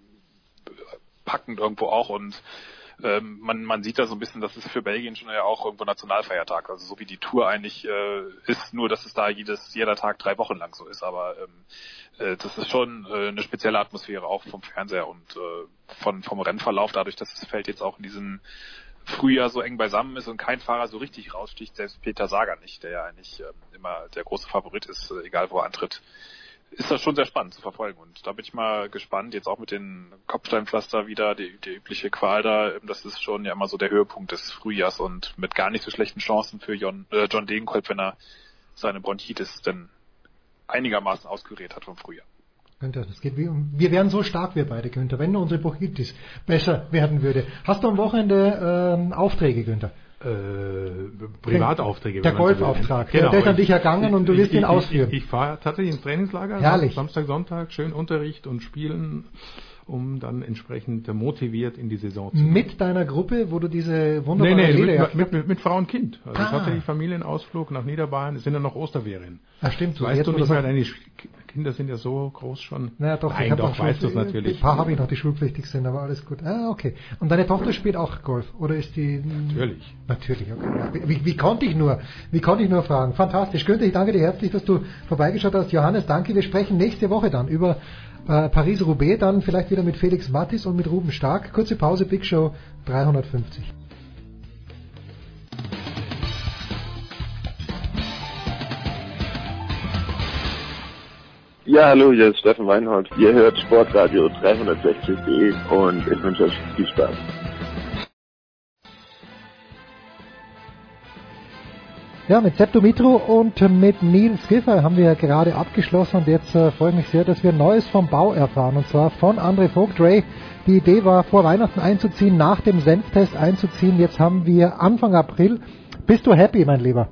packend irgendwo auch und man sieht da so ein bisschen, das ist für Belgien schon ja auch irgendwo Nationalfeiertag, also so wie die Tour eigentlich ist, nur dass es da jeder Tag 3 Wochen lang so ist, aber das ist schon eine spezielle Atmosphäre auch vom Fernseher und vom Rennverlauf, dadurch, dass das Feld jetzt auch in diesem Frühjahr so eng beisammen ist und kein Fahrer so richtig raussticht, selbst Peter Sagan nicht, der ja eigentlich immer der große Favorit ist, egal wo er antritt, ist das schon sehr spannend zu verfolgen und da bin ich mal gespannt, jetzt auch mit den Kopfsteinpflaster wieder, die übliche Qual da, das ist schon ja immer so der Höhepunkt des Frühjahrs und mit gar nicht so schlechten Chancen für John Degenkolb, wenn er seine Bronchitis denn einigermaßen auskuriert hat vom Frühjahr. Günther, das geht wir wären so stark, wir beide, Günther, wenn nur unsere Bronchitis besser werden würde. Hast du am Wochenende Aufträge, Günther? Privataufträge. Der Golfauftrag, genau, der ist an dich ergangen und du wirst ihn ausführen. Ich fahre tatsächlich ins Trainingslager, herrlich. Samstag, Sonntag, schön Unterricht und Spielen, um dann entsprechend motiviert in die Saison zu gehen. Mit deiner Gruppe, wo du diese wunderbare Rede... mit Frau und Kind. Also tatsächlich Familienausflug nach Niederbayern, es sind ja noch Osterferien. Ach stimmt. So, weißt du nicht mehr, deine Kinder sind ja so groß schon. Naja, doch, nein, doch, weißt du es natürlich. Ein paar habe ich noch, die schulpflichtig sind, aber alles gut. Okay. Und deine Tochter spielt auch Golf, oder ist die... Natürlich, okay. Wie konnte ich nur fragen? Fantastisch. Günther, ich danke dir herzlich, dass du vorbeigeschaut hast. Johannes, danke. Wir sprechen nächste Woche dann über Paris-Roubaix, dann vielleicht wieder mit Felix Mattis und mit Ruben Stark. Kurze Pause, Big Show 350. Ja, hallo, hier ist Steffen Weinhold. Ihr hört Sportradio 360.de und ich wünsche euch viel Spaß. Ja, mit Sepp Dumitru und mit Neil Skiffer haben wir ja gerade abgeschlossen und jetzt freue ich mich sehr, dass wir Neues vom Bau erfahren und zwar von André Vogt. Ray, die Idee war vor Weihnachten einzuziehen, nach dem Senftest einzuziehen, jetzt haben wir Anfang April. Bist du happy, mein Lieber?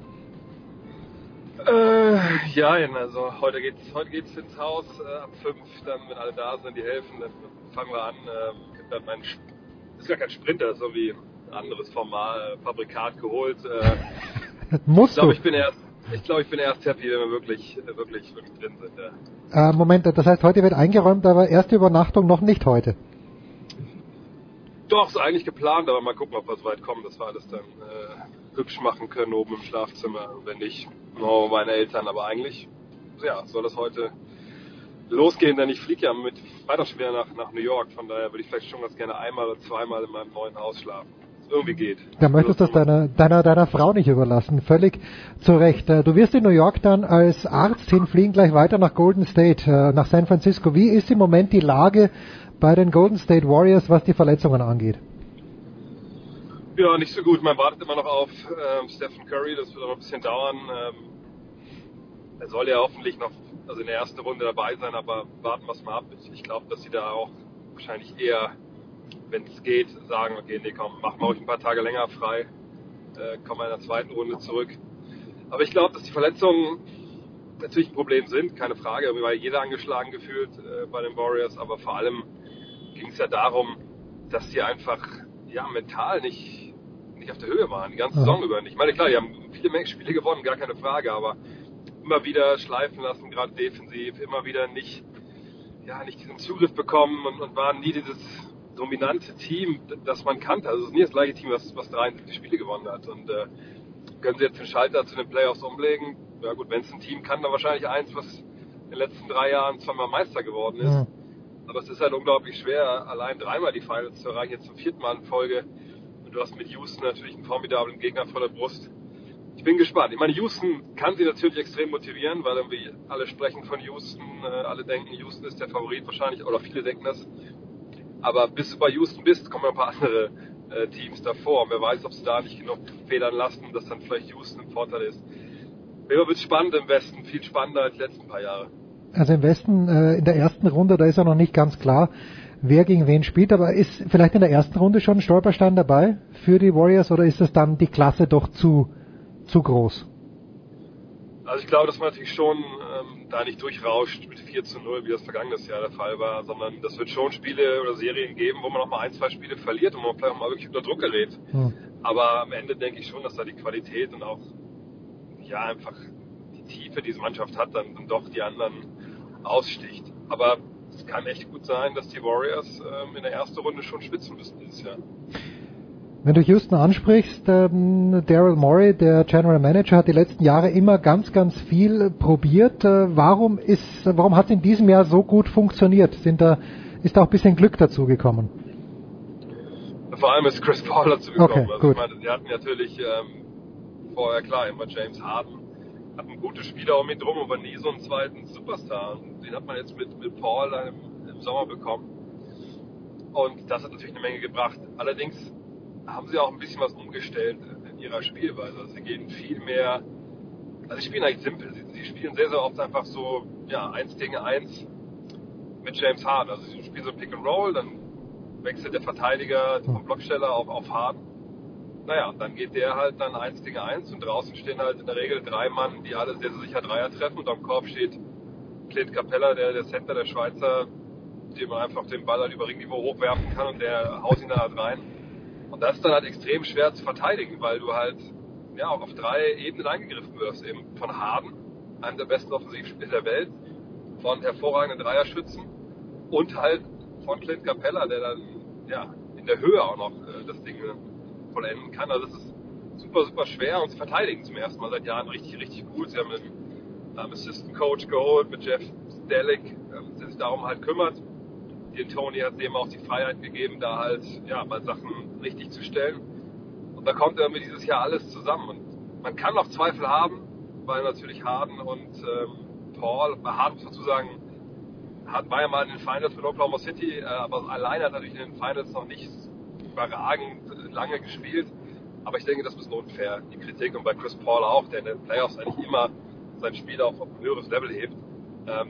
Ja, also heute geht's ins Haus, ab 5, dann wenn alle da sind, die helfen, dann fangen wir an. Das ist gar kein Sprinter, das ist irgendwie ein anderes Fabrikat geholt. Musst du? Ich glaube, ich bin erst happy, wenn wir wirklich drin sind. Ja. Moment, das heißt, heute wird eingeräumt, aber erste Übernachtung noch nicht heute. Doch, ist eigentlich geplant, aber mal gucken, ob wir so weit kommen, dass wir alles dann hübsch machen können oben im Schlafzimmer. Wenn nicht, meine Eltern. Aber eigentlich, ja, soll das heute losgehen, denn ich fliege ja mit Freitag schon wieder nach New York. Von daher würde ich vielleicht schon ganz gerne einmal oder zweimal in meinem neuen Haus schlafen. Irgendwie geht. Da möchtest du das deiner Frau nicht überlassen, völlig zu Recht. Du wirst in New York dann als Arzt hinfliegen, gleich weiter nach Golden State, nach San Francisco. Wie ist im Moment die Lage bei den Golden State Warriors, was die Verletzungen angeht? Ja, nicht so gut. Man wartet immer noch auf Stephen Curry, das wird aber ein bisschen dauern. Er soll ja hoffentlich noch in der ersten Runde dabei sein, aber warten wir es mal ab. Ich glaube, dass sie da auch wahrscheinlich eher, wenn es geht, sagen, okay, nee, komm, machen wir euch ein paar Tage länger frei, kommen wir in der zweiten Runde zurück. Aber ich glaube, dass die Verletzungen natürlich ein Problem sind, keine Frage. Irgendwie war jeder angeschlagen gefühlt bei den Warriors, aber vor allem ging es ja darum, dass die einfach mental nicht auf der Höhe waren, die ganze Saison über. Ich meine, klar, die haben viele Menge Spiele gewonnen, gar keine Frage, aber immer wieder schleifen lassen, gerade defensiv, immer wieder nicht diesen Zugriff bekommen und waren nie dieses dominante Team, das man kannte. Also es ist nie das gleiche Team, was 73 Spiele gewonnen hat. Und können sie jetzt den Schalter zu den Playoffs umlegen? Ja gut, wenn es ein Team kann, dann wahrscheinlich eins, was in den letzten 3 Jahren zweimal Meister geworden ist. Ja. Aber es ist halt unglaublich schwer, allein 3-mal die Finals zu erreichen, jetzt zum 4. Mal in Folge. Und du hast mit Houston natürlich einen formidablen Gegner vor der Brust. Ich bin gespannt. Ich meine, Houston kann sie natürlich extrem motivieren, weil irgendwie alle sprechen von Houston, alle denken, Houston ist der Favorit wahrscheinlich, oder viele denken das. Aber bis du bei Houston bist, kommen ein paar andere Teams davor. Und wer weiß, ob sie da nicht genug federn lassen, dass dann vielleicht Houston im Vorteil ist. Immer wird es spannend im Westen, viel spannender als die letzten paar Jahre. Also im Westen in der ersten Runde, da ist ja noch nicht ganz klar, wer gegen wen spielt, aber ist vielleicht in der ersten Runde schon ein Stolperstein dabei für die Warriors oder ist das dann die Klasse doch zu groß? Also ich glaube, dass man natürlich schon da nicht durchrauscht mit 4-0, wie das vergangenes Jahr der Fall war, sondern das wird schon Spiele oder Serien geben, wo man noch mal 1-2 Spiele verliert und man vielleicht auch mal wirklich unter Druck gerät. Aber am Ende denke ich schon, dass da die Qualität und auch einfach die Tiefe, die diese Mannschaft hat, dann doch die anderen aussticht. Aber es kann echt gut sein, dass die Warriors in der ersten Runde schon spitzen müssen dieses Jahr. Wenn du Houston ansprichst, Daryl Morey, der General Manager, hat die letzten Jahre immer ganz, ganz viel probiert. Warum hat es in diesem Jahr so gut funktioniert? Ist da auch ein bisschen Glück dazu gekommen? Vor allem ist Chris Paul dazu gekommen. Okay, also gut. Ich meine, die hatten natürlich vorher klar immer James Harden, hatten gute Spieler um ihn drum und war nie so einen zweiten Superstar. Und den hat man jetzt mit Paul dann im Sommer bekommen. Und das hat natürlich eine Menge gebracht. Allerdings haben sie auch ein bisschen was umgestellt in ihrer Spielweise. Also sie gehen viel mehr, also sie spielen eigentlich simpel. Sie spielen sehr, sehr oft einfach so, 1 gegen 1 mit James Harden. Also sie spielen so Pick and Roll, dann wechselt der Verteidiger vom Blocksteller auf Harden. Naja, dann geht der halt dann 1 gegen 1 und draußen stehen halt in der Regel 3 Mann, die alle sehr, sehr sicher Dreier treffen und am Korb steht Clint Capella, der Center, der Schweizer, dem man einfach den Ball halt über Ringniveau hochwerfen kann und der haut ihn dann halt rein. Und das ist dann halt extrem schwer zu verteidigen, weil du halt auch auf 3 Ebenen angegriffen wirst. Eben von Harden, einem der besten Offensivspieler der Welt, von hervorragenden Dreierschützen und halt von Clint Capella, der dann in der Höhe auch noch das Ding vollenden kann. Also das ist super, super schwer und sie verteidigen zum ersten Mal seit Jahren richtig, richtig gut. Sie haben einen Assistant Coach geholt mit Jeff Stellick, der sich darum halt kümmert. Tony hat dem auch die Freiheit gegeben, da halt mal Sachen richtig zu stellen. Und da kommt irgendwie dieses Jahr alles zusammen. Und man kann noch Zweifel haben, weil natürlich Harden und Paul, bei Harden muss man dazu sagen, Harden war ja mal in den Finals mit Oklahoma City, aber alleine hat natürlich in den Finals noch nicht überragend lange gespielt. Aber ich denke, das ist ein bisschen unfair, die Kritik. Und bei Chris Paul auch, der in den Playoffs eigentlich immer sein Spiel auf ein höheres Level hebt. Aber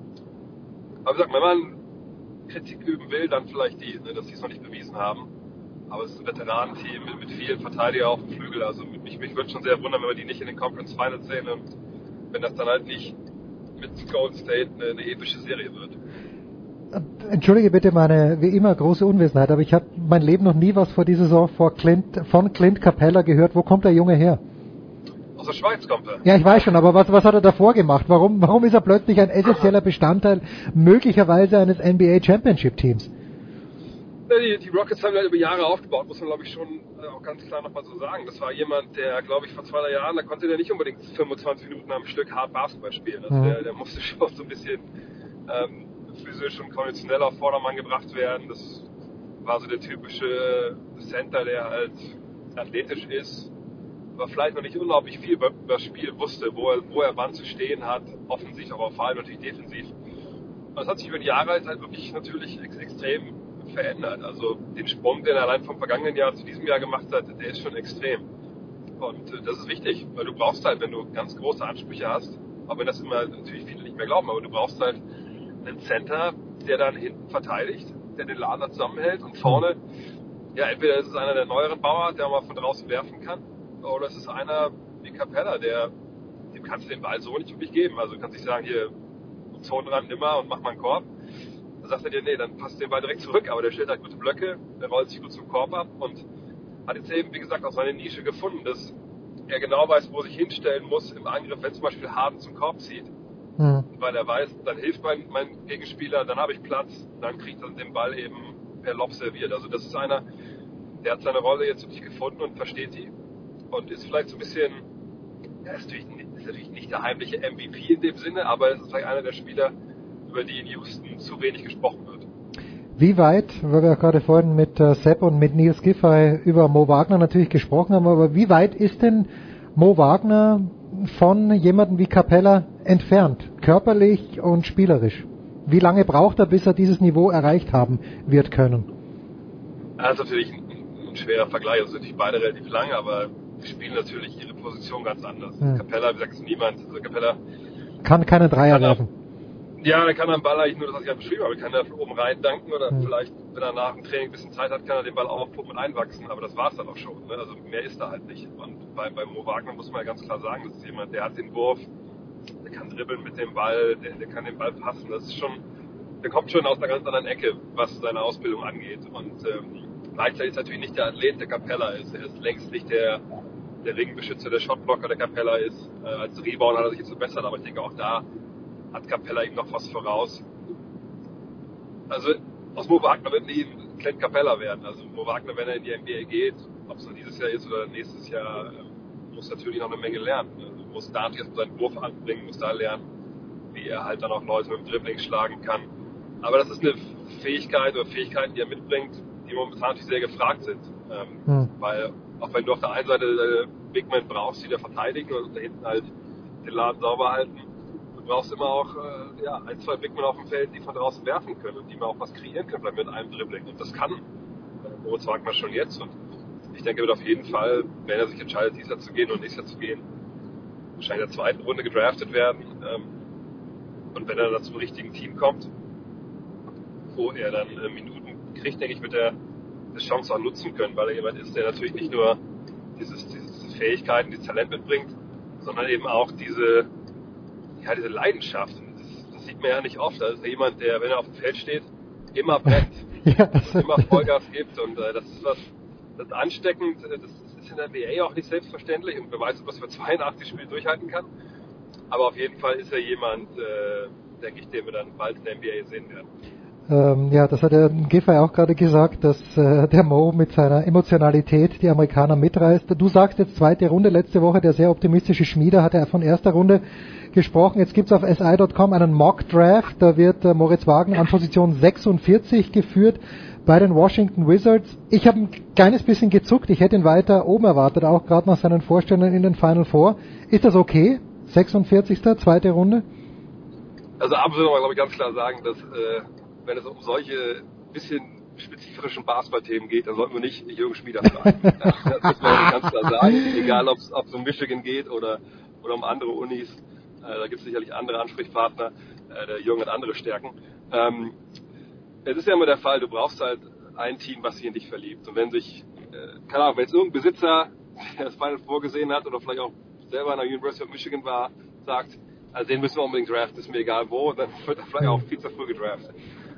wie gesagt, wenn man Kritik üben will, dann vielleicht dass die es noch nicht bewiesen haben. Aber es ist ein Veteranenteam mit vielen Verteidigern auf dem Flügel. Also mich würde schon sehr wundern, wenn wir die nicht in den Conference Finals sehen und wenn das dann halt nicht mit Golden State eine epische Serie wird. Entschuldige bitte meine, wie immer, große Unwissenheit, aber ich habe mein Leben noch nie was vor dieser Saison von Clint Capella gehört. Wo kommt der Junge her? Aus der Schweiz kommt er. Ja, ich weiß schon, aber was hat er davor gemacht? Warum ist er plötzlich ein essentieller Bestandteil möglicherweise eines NBA Championship Teams? Die Rockets haben halt über Jahre aufgebaut, muss man glaube ich schon auch ganz klar nochmal so sagen. Das war jemand, der glaube ich vor 2-3 Jahren, da konnte der nicht unbedingt 25 Minuten am Stück hart Basketball spielen. Also der musste schon so ein bisschen physisch und konditionell auf Vordermann gebracht werden. Das war so der typische Center, der halt athletisch ist, aber vielleicht noch nicht unglaublich viel über das Spiel wusste, wo er wann zu stehen hat, offensiv, aber vor allem natürlich defensiv. Und das hat sich über die Jahre halt wirklich natürlich extrem verändert. Also den Sprung, den er allein vom vergangenen Jahr zu diesem Jahr gemacht hat, der ist schon extrem. Und das ist wichtig, weil du brauchst halt, wenn du ganz große Ansprüche hast, auch wenn das immer natürlich viele nicht mehr glauben, aber du brauchst halt einen Center, der dann hinten verteidigt, der den Laden zusammenhält und vorne, entweder ist es einer der neueren Bauer, der mal von draußen werfen kann, oder es ist einer wie Capella, dem kannst du den Ball so nicht wirklich geben. Also du kannst nicht sagen, hier, Zonenrand nimmer und mach mal einen Korb. Da sagt er dir, nee, dann passt den Ball direkt zurück, aber der stellt halt gute Blöcke, der rollt sich gut zum Korb ab und hat jetzt eben, wie gesagt, auch seine Nische gefunden, dass er genau weiß, wo er sich hinstellen muss im Angriff, wenn zum Beispiel Harden zum Korb zieht. Weil er weiß, dann hilft mein Gegenspieler, dann habe ich Platz, dann kriegt er den Ball eben per Lob serviert. Also das ist einer, der hat seine Rolle jetzt wirklich gefunden und versteht die und ist vielleicht so ein bisschen, ja, ist natürlich nicht der heimliche MVP in dem Sinne, aber es ist vielleicht einer der Spieler, über die in Houston zu wenig gesprochen wird. Wie weit, weil wir gerade vorhin mit Sepp und mit Nils Giffey über Mo Wagner natürlich gesprochen haben, aber wie weit ist denn Mo Wagner von jemandem wie Capella entfernt, körperlich und spielerisch? Wie lange braucht er, bis er dieses Niveau erreicht haben wird können? Das ist natürlich ein schwerer Vergleich, also natürlich beide relativ lange, aber die spielen natürlich ihre Position ganz anders. Capella, wie gesagt, ist niemand, also Capella kann keinen Dreier werfen. Ja, der kann am Ball eigentlich nur das, was ich gerade beschrieben habe, kann er von oben rein danken oder vielleicht, wenn er nach dem Training ein bisschen Zeit hat, kann er den Ball aufpumpen und einwachsen, aber das war's dann auch schon. Ne? Also mehr ist da halt nicht. Und bei Mo Wagner muss man ja ganz klar sagen, das ist jemand, der hat den Wurf, der kann dribbeln mit dem Ball, der kann den Ball passen. Das ist schon, der kommt schon aus einer ganz anderen Ecke, was seine Ausbildung angeht. Und gleichzeitig ist natürlich nicht der Athlet, der Capella ist. Er ist längst nicht der Ringbeschützer, der Shotblocker, der Capella ist. Als Rebound hat er sich jetzt verbessert, aber ich denke auch da hat Capella ihm noch was voraus. Also aus Mo Wagner wird nie ein Clint Capella werden. Also Mo Wagner, wenn er in die NBA geht, ob es dieses Jahr ist oder nächstes Jahr, muss natürlich noch eine Menge lernen. Also muss da erst seinen Wurf anbringen, muss da lernen, wie er halt dann auch Leute mit dem Dribbling schlagen kann. Aber das ist eine Fähigkeit oder Fähigkeiten, die er mitbringt, die momentan natürlich sehr gefragt sind. Weil auch wenn du auf der einen Seite Big Men brauchst, die da verteidigen und da hinten halt den Laden sauber halten, du brauchst immer auch ein, zwei Big Men auf dem Feld, die von draußen werfen können und die mal auch was kreieren können, vielleicht mit einem Dribbling. Und das kann Moritz Wagner schon jetzt. Und ich denke, er wird auf jeden Fall, wenn er sich entscheidet, dieses Jahr zu gehen und nächstes Jahr zu gehen, wahrscheinlich in der zweiten Runde gedraftet werden. Und wenn er dann zum richtigen Team kommt, wo er dann Minuten kriegt, denke ich, wird er die Chance auch nutzen können, weil er jemand ist, der natürlich nicht nur diese Fähigkeiten, dieses Talent mitbringt, sondern eben auch diese Leidenschaft. Das sieht man ja nicht oft. Da ist jemand, der, wenn er auf dem Feld steht, immer brennt. Und immer Vollgas gibt. Und das ist was, das ist ansteckend. Das ist in der NBA auch nicht selbstverständlich. Und wer weiß, ob er es für 82 Spiele durchhalten kann. Aber auf jeden Fall ist er jemand, denke ich, den wir dann bald in der NBA sehen werden. Das hat der Giffey auch gerade gesagt, dass der Mo mit seiner Emotionalität die Amerikaner mitreißt. Du sagst jetzt zweite Runde. Letzte Woche der sehr optimistische Schmieder hat er von erster Runde gesprochen. Jetzt gibt's auf SI.com einen Mock-Draft. Da wird Moritz Wagner an Position 46 geführt bei den Washington Wizards. Ich habe ein kleines bisschen gezuckt. Ich hätte ihn weiter oben erwartet, auch gerade nach seinen Vorstellungen in den Final Four. Ist das okay? 46. zweite Runde? Also absolut, glaube ich, ganz klar sagen, dass wenn es um solche bisschen spezifischen Basketball-Themen geht, dann sollten wir nicht Jürgen Schmieder fragen. Das muss man ganz klar sagen. Egal, ob es um Michigan geht oder um andere Unis. Da gibt es sicherlich andere Ansprechpartner. Der Jürgen hat andere Stärken. Es ist ja immer der Fall, du brauchst halt ein Team, was sich in dich verliebt. Und wenn sich, keine Ahnung, wenn jetzt irgendein Besitzer, der das Final vorgesehen hat oder vielleicht auch selber an der University of Michigan war, sagt, also den müssen wir unbedingt draften, ist mir egal wo, dann wird er vielleicht auch viel zu früh gedraftet.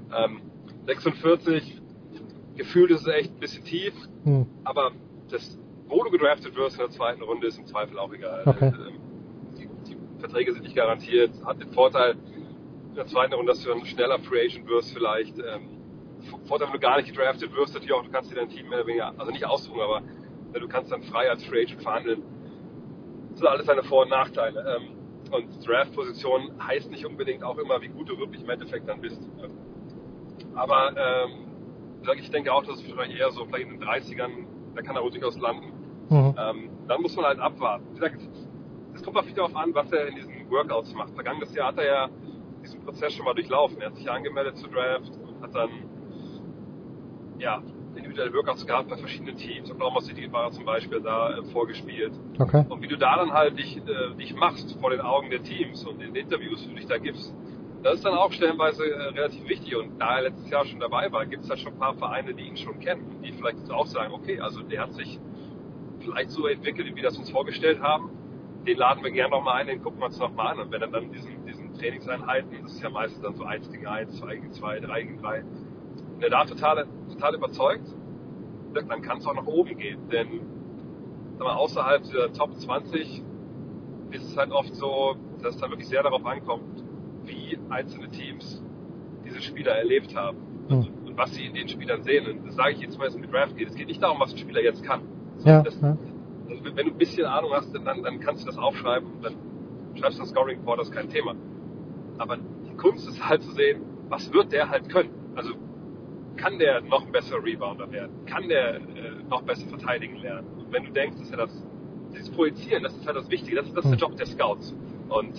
46, gefühlt ist es echt ein bisschen tief, aber wo du gedraftet wirst in der zweiten Runde, ist im Zweifel auch egal. Okay. Die Verträge sind nicht garantiert, hat den Vorteil in der zweiten Runde, dass du ein schneller Free Agent wirst vielleicht. Vorteil, wenn du gar nicht gedraftet wirst, natürlich auch, du kannst dir dein Team mehr oder weniger, also nicht aussuchen, aber du kannst dann frei als Free Agent verhandeln. Das sind alles seine Vor- und Nachteile. Und Draft-Position heißt nicht unbedingt auch immer, wie gut du wirklich im Endeffekt dann bist. Aber ich denke auch, dass es vielleicht eher so vielleicht in den 30ern, da kann er auch durchaus landen. Dann muss man halt abwarten. Wie gesagt, es kommt auch viel darauf an, was er in diesen Workouts macht. Vergangenes Jahr hat er ja diesen Prozess schon mal durchlaufen. Er hat sich ja angemeldet zu Draft und hat dann individuelle Workouts gehabt bei verschiedenen Teams. Oklahoma City war zum Beispiel da vorgespielt. Okay. Und wie du da dann halt dich machst vor den Augen der Teams und in den Interviews, die du dich da gibst, das ist dann auch stellenweise relativ wichtig. Und da er letztes Jahr schon dabei war, gibt es halt schon ein paar Vereine, die ihn schon kennen, die vielleicht auch sagen, okay, also der hat sich vielleicht so entwickelt, wie wir das uns vorgestellt haben. Den laden wir gerne nochmal ein, den gucken wir uns nochmal an. Und wenn er dann diesen Trainingseinheiten. Das ist ja meistens dann so 1 gegen 1, 2 gegen 2, 3 gegen 3. Wenn er da total überzeugt, dann kann es auch nach oben gehen. Denn sag mal, außerhalb der Top 20 ist es halt oft so, dass es dann wirklich sehr darauf ankommt, wie einzelne Teams diese Spieler erlebt haben. Und was sie in den Spielern sehen. Und das sage ich jetzt mal, wenn es um die Draft geht. Es geht nicht darum, was ein Spieler jetzt kann. Also wenn du ein bisschen Ahnung hast, dann kannst du das aufschreiben und dann schreibst du das Scoring Report, das ist kein Thema. Aber die Kunst ist halt zu sehen, was wird der halt können. Also kann der noch ein besserer Rebounder werden? Kann der noch besser verteidigen lernen? Und wenn du denkst, dass er dieses Projizieren, das ist halt das Wichtige, das ist der Job der Scouts. Und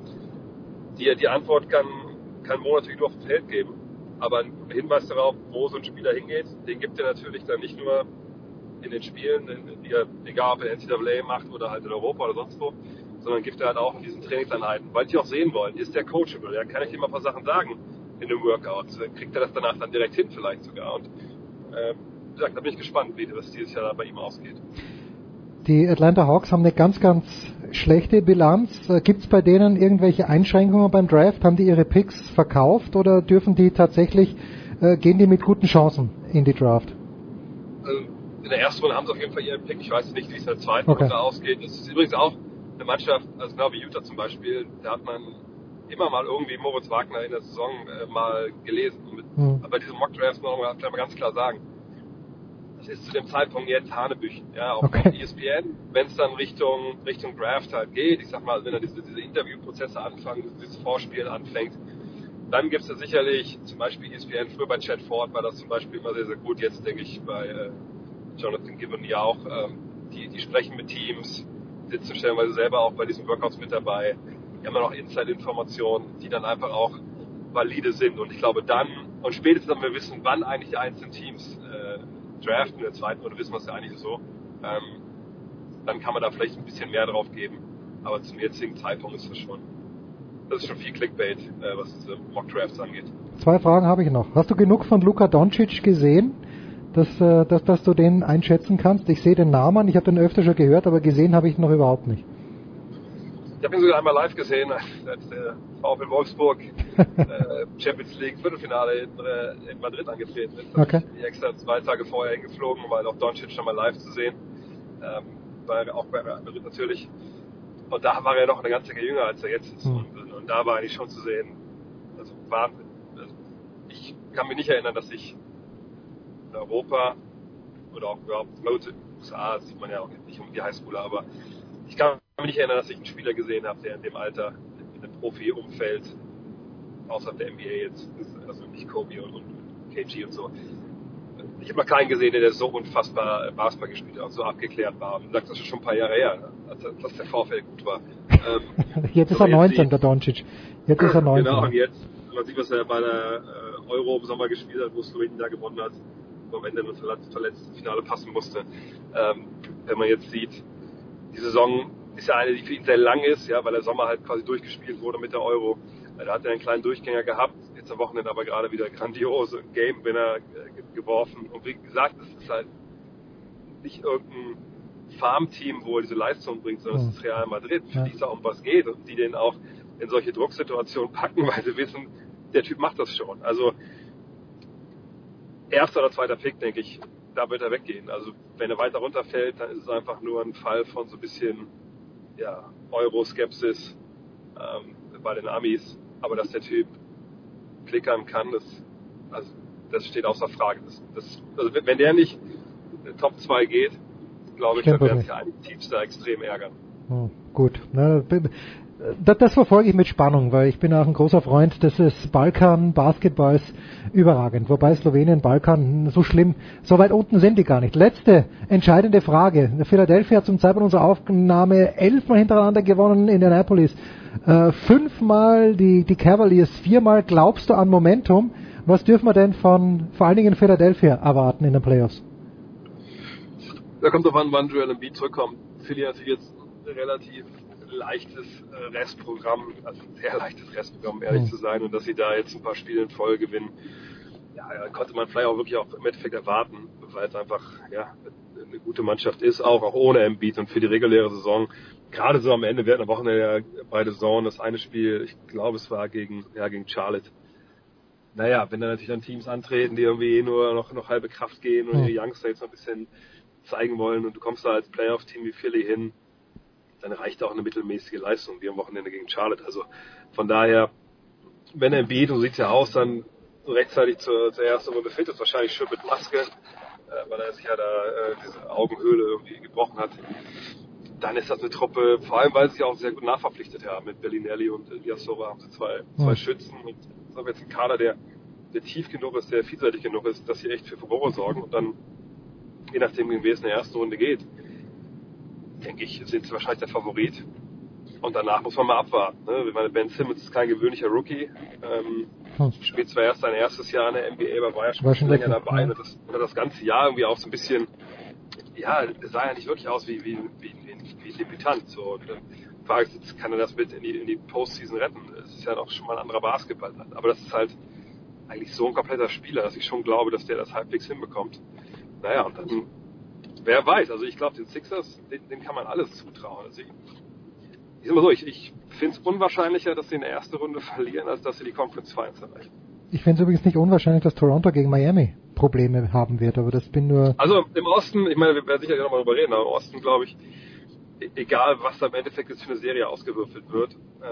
die Antwort kann Mo natürlich nur auf dem Feld geben. Aber ein Hinweis darauf, wo so ein Spieler hingeht, den gibt er natürlich dann nicht nur in den Spielen, egal ob er NCAA macht oder halt in Europa oder sonst wo, sondern gibt er halt auch in diesen Trainingseinheiten, weil die auch sehen wollen, ist der coachable, ja, kann ich ihm mal ein paar Sachen sagen in dem Workout, kriegt er das danach dann direkt hin vielleicht sogar. Und wie gesagt, da bin ich gespannt, wie das dieses Jahr bei ihm ausgeht. Die Atlanta Hawks haben eine ganz, ganz schlechte Bilanz. Gibt es bei denen irgendwelche Einschränkungen beim Draft? Haben die ihre Picks verkauft oder dürfen die tatsächlich, gehen die mit guten Chancen in die Draft? Also in der ersten Runde haben sie auf jeden Fall ihren Pick. Ich weiß nicht, wie es in der zweiten Runde ausgeht. Das ist übrigens auch eine Mannschaft, also genau wie Utah zum Beispiel, da hat man immer mal irgendwie Moritz Wagner in der Saison mal gelesen. Aber bei diesem Mock-Draft muss man ganz klar sagen, das ist zu dem Zeitpunkt jetzt Hanebüchen. Ja, auf ESPN, wenn es dann Richtung Draft halt geht, ich sag mal, wenn dann diese Interviewprozesse anfangen, dieses Vorspielen anfängt, dann gibt es ja sicherlich zum Beispiel ESPN, früher bei Chad Ford war das zum Beispiel immer sehr, sehr gut, jetzt denke ich bei Jonathan Givony auch, die sprechen mit Teams, sitzen stellenweise selber auch bei diesen Workouts mit dabei, die haben dann auch Inside-Informationen, die dann einfach auch valide sind und ich glaube dann, und spätestens wenn wir wissen, wann eigentlich die einzelnen Teams draften in der zweiten Runde, wissen wir es ja eigentlich so, dann kann man da vielleicht ein bisschen mehr drauf geben, aber zum jetzigen Zeitpunkt ist das ist schon viel Clickbait, was Mock-Drafts angeht. 2 Fragen habe ich noch. Hast du genug von Luka Doncic gesehen, dass du den einschätzen kannst? Ich sehe den Namen, ich habe den öfter schon gehört, aber gesehen habe ich ihn noch überhaupt nicht. Ich habe ihn sogar einmal live gesehen, als der VfL Wolfsburg Champions League Viertelfinale in Madrid angetreten ist. Okay. Ich bin extra 2 Tage vorher hingeflogen, weil auch Doncic schon mal live zu sehen. Auch bei Madrid natürlich. Und da war er noch eine ganze Menge jünger, als er jetzt ist. Und da war eigentlich schon zu sehen, also Wahnsinn. Also ich kann mich nicht erinnern, dass ich in Europa oder auch überhaupt in den USA, das sieht man ja auch nicht um die Highschooler, aber ich kann mich nicht erinnern, dass ich einen Spieler gesehen habe, der in dem Alter in einem Profi-Umfeld außerhalb der NBA jetzt ist, also nicht Kobe und KG und so. Ich habe noch keinen gesehen, der so unfassbar Basketball gespielt hat und so abgeklärt war. Und sagt, das ist schon ein paar Jahre her, dass der VfL gut war. Jetzt ist er 19, der Doncic. Jetzt ist er 19. Genau, und jetzt, man sieht, was er bei der Euro im Sommer gespielt hat, wo Slowenien da gewonnen hat, wo am Ende nur verletzt ins Finale passen musste. Wenn man jetzt sieht, die Saison ist ja eine, die für ihn sehr lang ist, ja, weil der Sommer halt quasi durchgespielt wurde mit der Euro. Da hat er einen kleinen Durchgänger gehabt, jetzt am Wochenende aber gerade wieder grandiose Game-Winner geworfen. Und wie gesagt, es ist halt nicht irgendein Farmteam, wo er diese Leistung bringt, sondern es ist Real Madrid, für die es auch um was geht und die den auch in solche Drucksituationen packen, weil sie wissen, der Typ macht das schon. Also erster oder zweiter Pick, denke ich, da wird er weggehen. Also wenn er weiter runterfällt, dann ist es einfach nur ein Fall von so ein bisschen Euro-Skepsis bei den Amis. Aber dass der Typ klickern kann, das steht außer Frage. Also wenn der nicht Top 2 geht, glaube ich, dann werden sich einige Teams da extrem ärgern. Oh, gut. Das verfolge ich mit Spannung, weil ich bin auch ein großer Freund des Balkan-Basketballs, überragend. Wobei Slowenien, Balkan, so schlimm, so weit unten sind die gar nicht. Letzte entscheidende Frage. Philadelphia hat zum Zeitpunkt unserer Aufnahme 11-mal hintereinander gewonnen, Indianapolis 5-mal, die Cavaliers 4-mal. Glaubst du an Momentum? Was dürfen wir denn von vor allen Dingen Philadelphia erwarten in den Playoffs? Da kommt drauf an, wann Joel Embiid zurückkommt. Philly hat jetzt relativ leichtes Restprogramm, also ein sehr leichtes Restprogramm, um ehrlich zu sein, und dass sie da jetzt ein paar Spiele in Folge gewinnen, konnte man vielleicht auch wirklich auch im Endeffekt erwarten, weil es einfach eine gute Mannschaft ist, auch ohne Embiid und für die reguläre Saison. Gerade so am Ende, wir hatten am Wochenende ja beide Saison, das eine Spiel, ich glaube es war gegen Charlotte. Naja, wenn da natürlich dann Teams antreten, die irgendwie nur noch halbe Kraft gehen und ihre Youngster jetzt noch ein bisschen zeigen wollen und du kommst da als Playoff-Team wie Philly hin, dann reicht auch eine mittelmäßige Leistung, wie am Wochenende gegen Charlotte. Also von daher, wenn er Embiid, so sieht's ja aus, dann rechtzeitig zur ersten Runde fit ist, wahrscheinlich schön mit Maske, weil er sich ja da diese Augenhöhle irgendwie gebrochen hat. Dann ist das eine Truppe, vor allem weil sie sich auch sehr gut nachverpflichtet haben. Mit Bellinelli und Ilyasova haben sie zwei Schützen und das haben jetzt einen Kader, der tief genug ist, der vielseitig genug ist, dass sie echt für Furore sorgen und dann, je nachdem, wie es in der ersten Runde geht, denke ich, sind sie wahrscheinlich der Favorit. Und danach muss man mal abwarten. Ne? Ich meine, Ben Simmons ist kein gewöhnlicher Rookie. Spielt zwar erst sein erstes Jahr in der NBA, aber war ja schon länger dabei. Und das ganze Jahr irgendwie auch so ein bisschen, ja, sah ja nicht wirklich aus wie ein Debütant. So. Und die Frage ist jetzt, kann er das mit in die Postseason retten? Es ist ja doch schon mal ein anderer Basketball. Aber das ist halt eigentlich so ein kompletter Spieler, dass ich schon glaube, dass der das halbwegs hinbekommt. Naja, und dann, wer weiß, also ich glaube, den Sixers, denen kann man alles zutrauen. Also ich sag mal so, ich finde es unwahrscheinlicher, dass sie in der ersten Runde verlieren, als dass sie die Conference Finals erreichen. Ich finde es übrigens nicht unwahrscheinlich, dass Toronto gegen Miami Probleme haben wird, aber das bin nur... Also im Osten, ich meine, wir werden sicherlich nochmal drüber reden, aber im Osten glaube ich, egal was da im Endeffekt jetzt für eine Serie ausgewürfelt wird,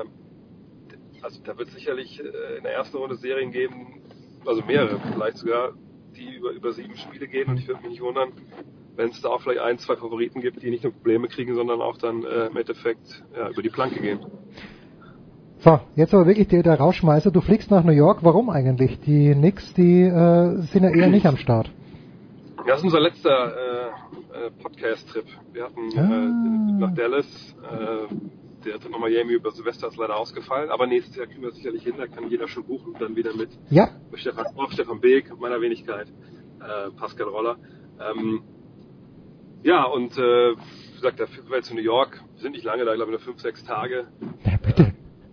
also da wird es sicherlich in der ersten Runde Serien geben, also mehrere vielleicht sogar, die über 7 Spiele gehen und ich würde mich nicht wundern, wenn es da auch vielleicht 1, 2 Favoriten gibt, die nicht nur Probleme kriegen, sondern auch dann im Endeffekt über die Planke gehen. So, jetzt aber wirklich der Rausschmeißer. Du fliegst nach New York. Warum eigentlich? Die Knicks, die sind ja eher nicht am Start. Das ist unser letzter Podcast-Trip. Wir hatten nach Dallas, der dritte nach Miami über Silvester ist leider ausgefallen, aber nächstes Jahr kriegen wir sicherlich hin, da kann jeder schon buchen, dann wieder mit Stefan Beek, meiner Wenigkeit, Pascal Roller. Und wie gesagt, da fliegen wir jetzt zu New York, wir sind nicht lange da, ich glaube nur 5, 6 Tage. Ja, bitte.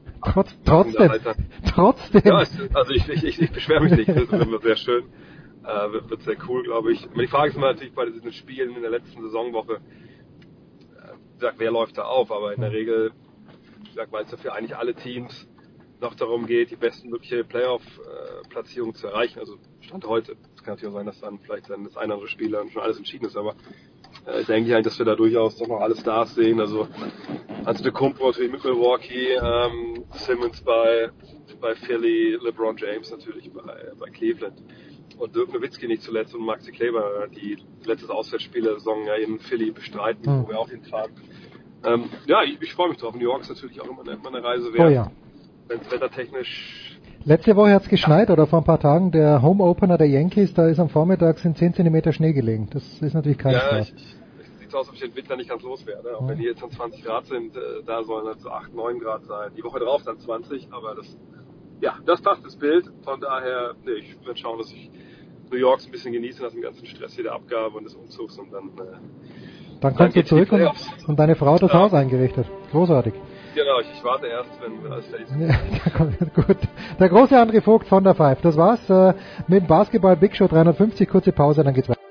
Trotzdem. Ja, also ich beschwere mich nicht, das wird sehr schön. Wird sehr cool, glaube ich. Aber die Frage ist immer natürlich bei diesen Spielen in der letzten Saisonwoche, wer läuft da auf, aber in der Regel, weil es ja für eigentlich alle Teams noch darum geht, die bestmögliche Playoff-Platzierung zu erreichen. Also Stand heute. Es kann natürlich auch sein, dass dann vielleicht das eine oder andere Spiel dann schon alles entschieden ist, aber ich denke halt, dass wir da durchaus doch noch alle Stars sehen. Also Antetokounmpo natürlich mit Milwaukee, Simmons bei Philly, LeBron James natürlich bei Cleveland. Und Dirk Nowitzki nicht zuletzt und Maxi Kleber, die letztes Auswärtsspiel der Saison in Philly bestreiten, wo wir auch hinfahren. Ich freue mich drauf. New York ist natürlich auch immer eine Reise wert. Oh ja. Wenn es wettertechnisch... Letzte Woche hat es geschneit oder vor ein paar Tagen. Der Home Opener der Yankees, da ist am Vormittag sind 10 cm Schnee gelegen. Das ist natürlich kein Spaß. Sieht so aus, als ob ich den Winter nicht ganz los werde. Auch wenn die jetzt dann 20 Grad sind, da sollen halt so 8, 9 Grad sein. Die Woche drauf dann 20, aber das passt das Bild. Von daher, ich werde schauen, dass ich New York ein bisschen genieße nach dem ganzen Stress hier der Abgabe und des Umzugs und dann kommst du zurück und deine Frau hat das Haus eingerichtet. Großartig. Genau, ich warte erst, wenn alles fertig ist. Ja, gut. Der große André Vogt von der Five. Das war's mit dem Basketball Big Show 350. Kurze Pause, dann geht's weiter.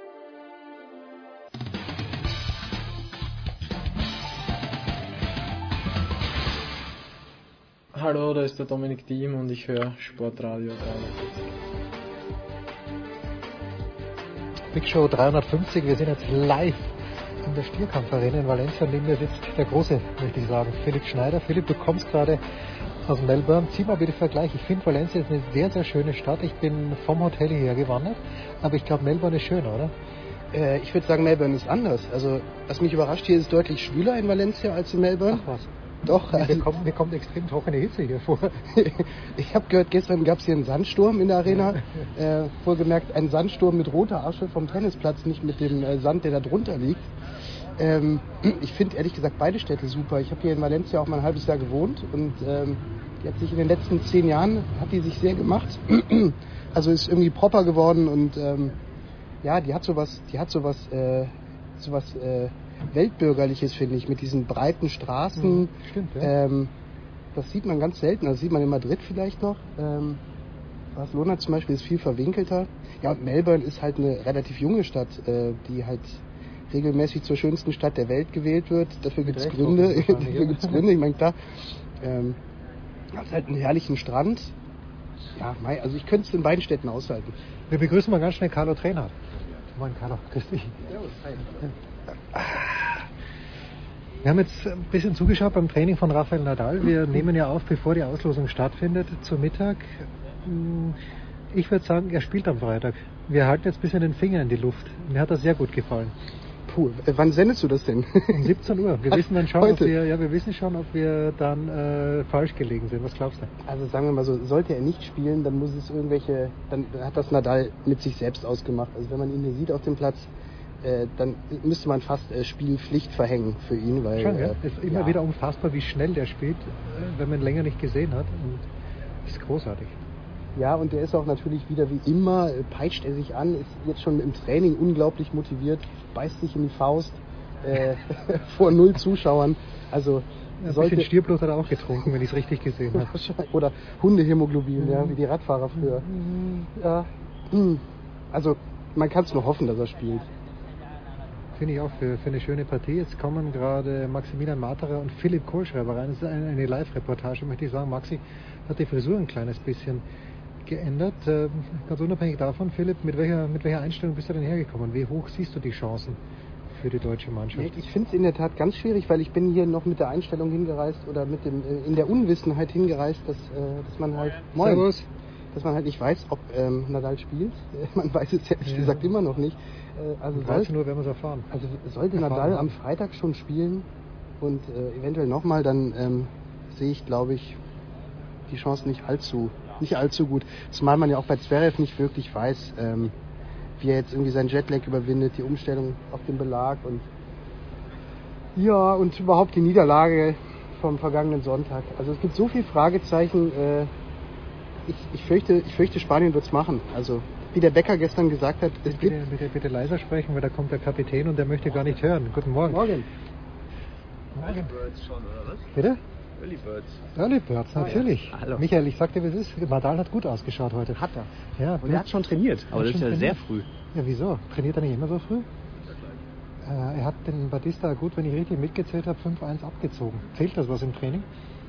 Hallo, da ist der Dominik Diem und ich höre Sportradio 350. Big Show 350, wir sind jetzt live in der Stierkampf-Arena in Valencia. Neben mir sitzt der große, möchte ich sagen, Philipp Schneider. Philipp, du kommst gerade aus Melbourne. Zieh mal bitte Vergleich. Ich finde Valencia ist eine sehr, sehr schöne Stadt. Ich bin vom Hotel hierher gewandert, aber ich glaube, Melbourne ist schöner, oder? Ich würde sagen, Melbourne ist anders. Also, was mich überrascht, hier ist es deutlich schwüler in Valencia als in Melbourne. Ach was. Doch. Mir kommt extrem trockene Hitze hier vor. Ich habe gehört, gestern gab es hier einen Sandsturm in der Arena. Wohlgemerkt, ein Sandsturm mit roter Asche vom Tennisplatz, nicht mit dem Sand, der da drunter liegt. Ich finde ehrlich gesagt beide Städte super. Ich habe hier in Valencia auch mal ein halbes Jahr gewohnt und die hat sich in den letzten 10 Jahren, hat die sich sehr gemacht. Also ist irgendwie proper geworden und die hat sowas Weltbürgerliches, finde ich, mit diesen breiten Straßen. Stimmt, ja. Das sieht man ganz selten. Das sieht man in Madrid vielleicht noch. Barcelona zum Beispiel ist viel verwinkelter. Ja, und Melbourne ist halt eine relativ junge Stadt, die halt regelmäßig zur schönsten Stadt der Welt gewählt wird. Dafür gibt es Gründe. Ich meine, klar, hat halt einen herrlichen Strand. Ja, also ich könnte es in beiden Städten aushalten. Wir begrüßen mal ganz schnell Carlo Trainer. Moin Carlo, grüß dich. Wir haben jetzt ein bisschen zugeschaut beim Training von Rafael Nadal. Wir nehmen ja auf, bevor die Auslosung stattfindet, zu Mittag. Ich würde sagen, er spielt am Freitag. Wir halten jetzt ein bisschen den Finger in die Luft. Mir hat das sehr gut gefallen. Puh, wann sendest du das denn? Um 17 Uhr. Wir wissen dann schon, ob wir dann falsch gelegen sind. Was glaubst du? Also sagen wir mal so, sollte er nicht spielen, dann muss es dann hat das Nadal mit sich selbst ausgemacht. Also wenn man ihn hier sieht auf dem Platz, dann müsste man fast Spielpflicht verhängen für ihn, weil schon, ja. Es ist immer wieder unfassbar, wie schnell der spielt, wenn man ihn länger nicht gesehen hat. Und das ist großartig. Ja, und der ist auch natürlich wieder wie immer, peitscht er sich an, ist jetzt schon im Training unglaublich motiviert, beißt sich in die Faust vor 0 Zuschauern. Also ein bisschen Stierblut hat er auch getrunken, wenn ich es richtig gesehen habe. Oder Hundehemoglobin, ja, wie die Radfahrer früher. Ja. Also man kann es nur hoffen, dass er spielt. Finde ich auch für eine schöne Partie. Jetzt kommen gerade Maximilian Materer und Philipp Kohlschreiber rein. Das ist eine Live-Reportage, möchte ich sagen. Maxi hat die Frisur ein kleines bisschen geändert. Ganz unabhängig davon, Philipp, mit welcher Einstellung bist du denn hergekommen? Wie hoch siehst du die Chancen für die deutsche Mannschaft? Ich finde es in der Tat ganz schwierig, weil ich bin hier noch mit der Einstellung hingereist oder mit dem in der Unwissenheit hingereist, dass man halt dass man halt nicht weiß, ob Nadal spielt. Man weiß es ehrlich gesagt immer noch nicht. Also nur werden wir es erfahren. Also sollte Nadal am Freitag schon spielen und eventuell nochmal, dann sehe ich, glaube ich, die Chance nicht allzu gut. Zumal man ja auch bei Zverev nicht wirklich weiß, wie er jetzt irgendwie seinen Jetlag überwindet, die Umstellung auf den Belag und überhaupt die Niederlage vom vergangenen Sonntag. Also es gibt so viele Fragezeichen. Ich fürchte, Spanien wird es machen. Also wie der Bäcker gestern gesagt hat, es gibt... Bitte leiser sprechen, weil da kommt der Kapitän und der möchte gar nicht hören. Guten Morgen. Morgen. Early Birds schon, oder was? Bitte? Early Birds. Early Birds, natürlich. Ja. Hallo. Michael, ich sag dir, wie es ist. Nadal hat gut ausgeschaut heute. Hat er. Ja, und er hat schon trainiert, aber das ist ja sehr früh. Ja, wieso? Trainiert er nicht immer so früh? Er hat den Batista, gut, wenn ich richtig mitgezählt habe, 5-1 abgezogen. Zählt das was im Training?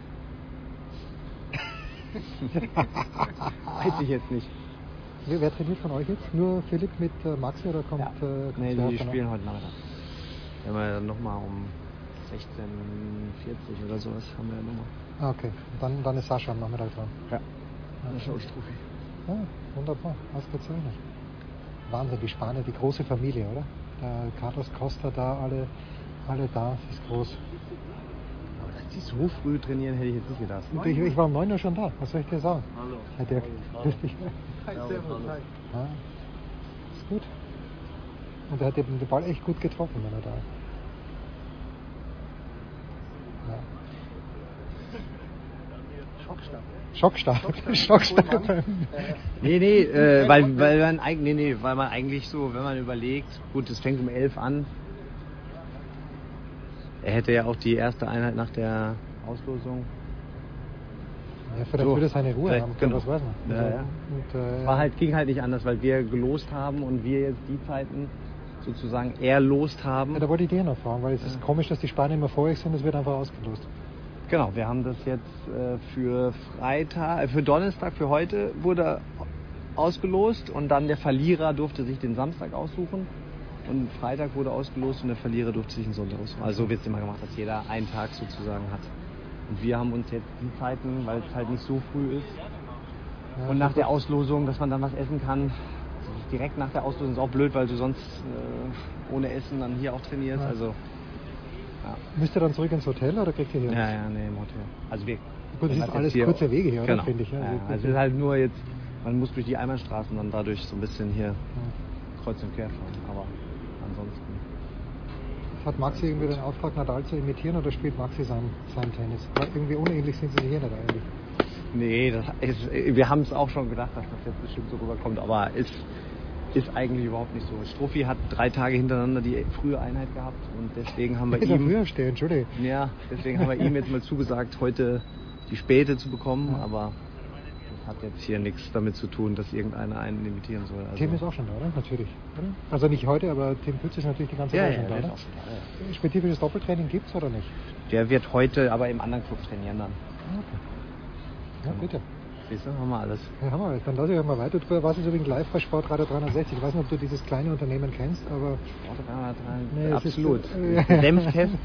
Weiß ich jetzt nicht. Wer trainiert von euch jetzt? Nur Philipp mit Maxi oder kommt... Nee, die spielen heute Nachmittag. Wenn wir dann nochmal um 16:40 oder sowas haben wir ja nochmal. Okay, dann ist Sascha am Nachmittag dran. Ja. Sascha Struffi. Ja, wunderbar, ausgezeichnet. Wahnsinn, die Spanier, die große Familie, oder? Der Carlos Costa da, alle da, das ist groß. Aber dass die so früh trainieren, hätte ich jetzt nicht gedacht. Ich war um 9 Uhr schon da, was soll ich dir sagen? Hallo. Herr Dirk, grüß dich. Hi, servus, hi. Ja, ist gut. Und er hat den Ball echt gut getroffen, wenn er da ist. Schockstarre. Weil man eigentlich so, wenn man überlegt, gut, es fängt um 11 an. Er hätte ja auch die erste Einheit nach der Auslosung. Ja, vielleicht würde es seine Ruhe haben, genau. Was weiß man. Also, ja. Ging halt nicht anders, weil wir gelost haben und wir jetzt die Zeiten sozusagen erlost haben. Ja, da wollte ich dir noch fragen, weil es ist komisch, dass die Spanier immer vor euch sind, es wird einfach ausgelost. Genau, wir haben das jetzt für Donnerstag, für heute wurde ausgelost und dann der Verlierer durfte sich den Samstag aussuchen und Freitag wurde ausgelost und der Verlierer durfte sich den Sonntag aussuchen. Also so wird es immer gemacht, dass jeder einen Tag sozusagen hat. Und wir haben uns jetzt die Zeiten, weil es halt nicht so früh ist und nach der Auslosung, dass man dann was essen kann, direkt nach der Auslosung ist auch blöd, weil du sonst ohne Essen dann hier auch trainierst, also... Ja. Müsst ihr dann zurück ins Hotel oder kriegt ihr hier? Ja, nee, im Hotel. Also wir. Gut, das ist alles kurze Wege hier, genau. Finde ich. Ja. Also es ist halt nur jetzt, man muss durch die Einbahnstraßen dann dadurch so ein bisschen hier kreuz und quer fahren. Aber ansonsten. Hat Maxi irgendwie den Auftrag, Nadal zu imitieren oder spielt Maxi sein Tennis? Weil irgendwie unähnlich sind sie hier nicht eigentlich. Nee, wir haben es auch schon gedacht, dass das jetzt bestimmt so rüberkommt, aber ist eigentlich überhaupt nicht so. Struffi hat 3 Tage hintereinander die frühe Einheit gehabt und deswegen haben wir ihm... früher stehen, Entschuldigung. Ja, deswegen haben wir ihm jetzt mal zugesagt, heute die späte zu bekommen, aber hat jetzt hier nichts damit zu tun, dass irgendeiner einen imitieren soll. Also Tim ist auch schon da, oder? Natürlich. Oder? Also nicht heute, aber Tim Pütz ist natürlich die ganze Zeit schon da. Ist auch schon da, ja. Spezifisches Doppeltraining gibt es oder nicht? Der wird heute aber im anderen Club trainieren dann. Okay. Ja, bitte. Siehst du, haben wir alles. Ja, haben wir alles. Dann lasse ich euch mal weiter. Du warst jetzt übrigens live bei Sportradio 360. Ich weiß nicht, ob du dieses kleine Unternehmen kennst, aber... Nee, absolut. Senfheft.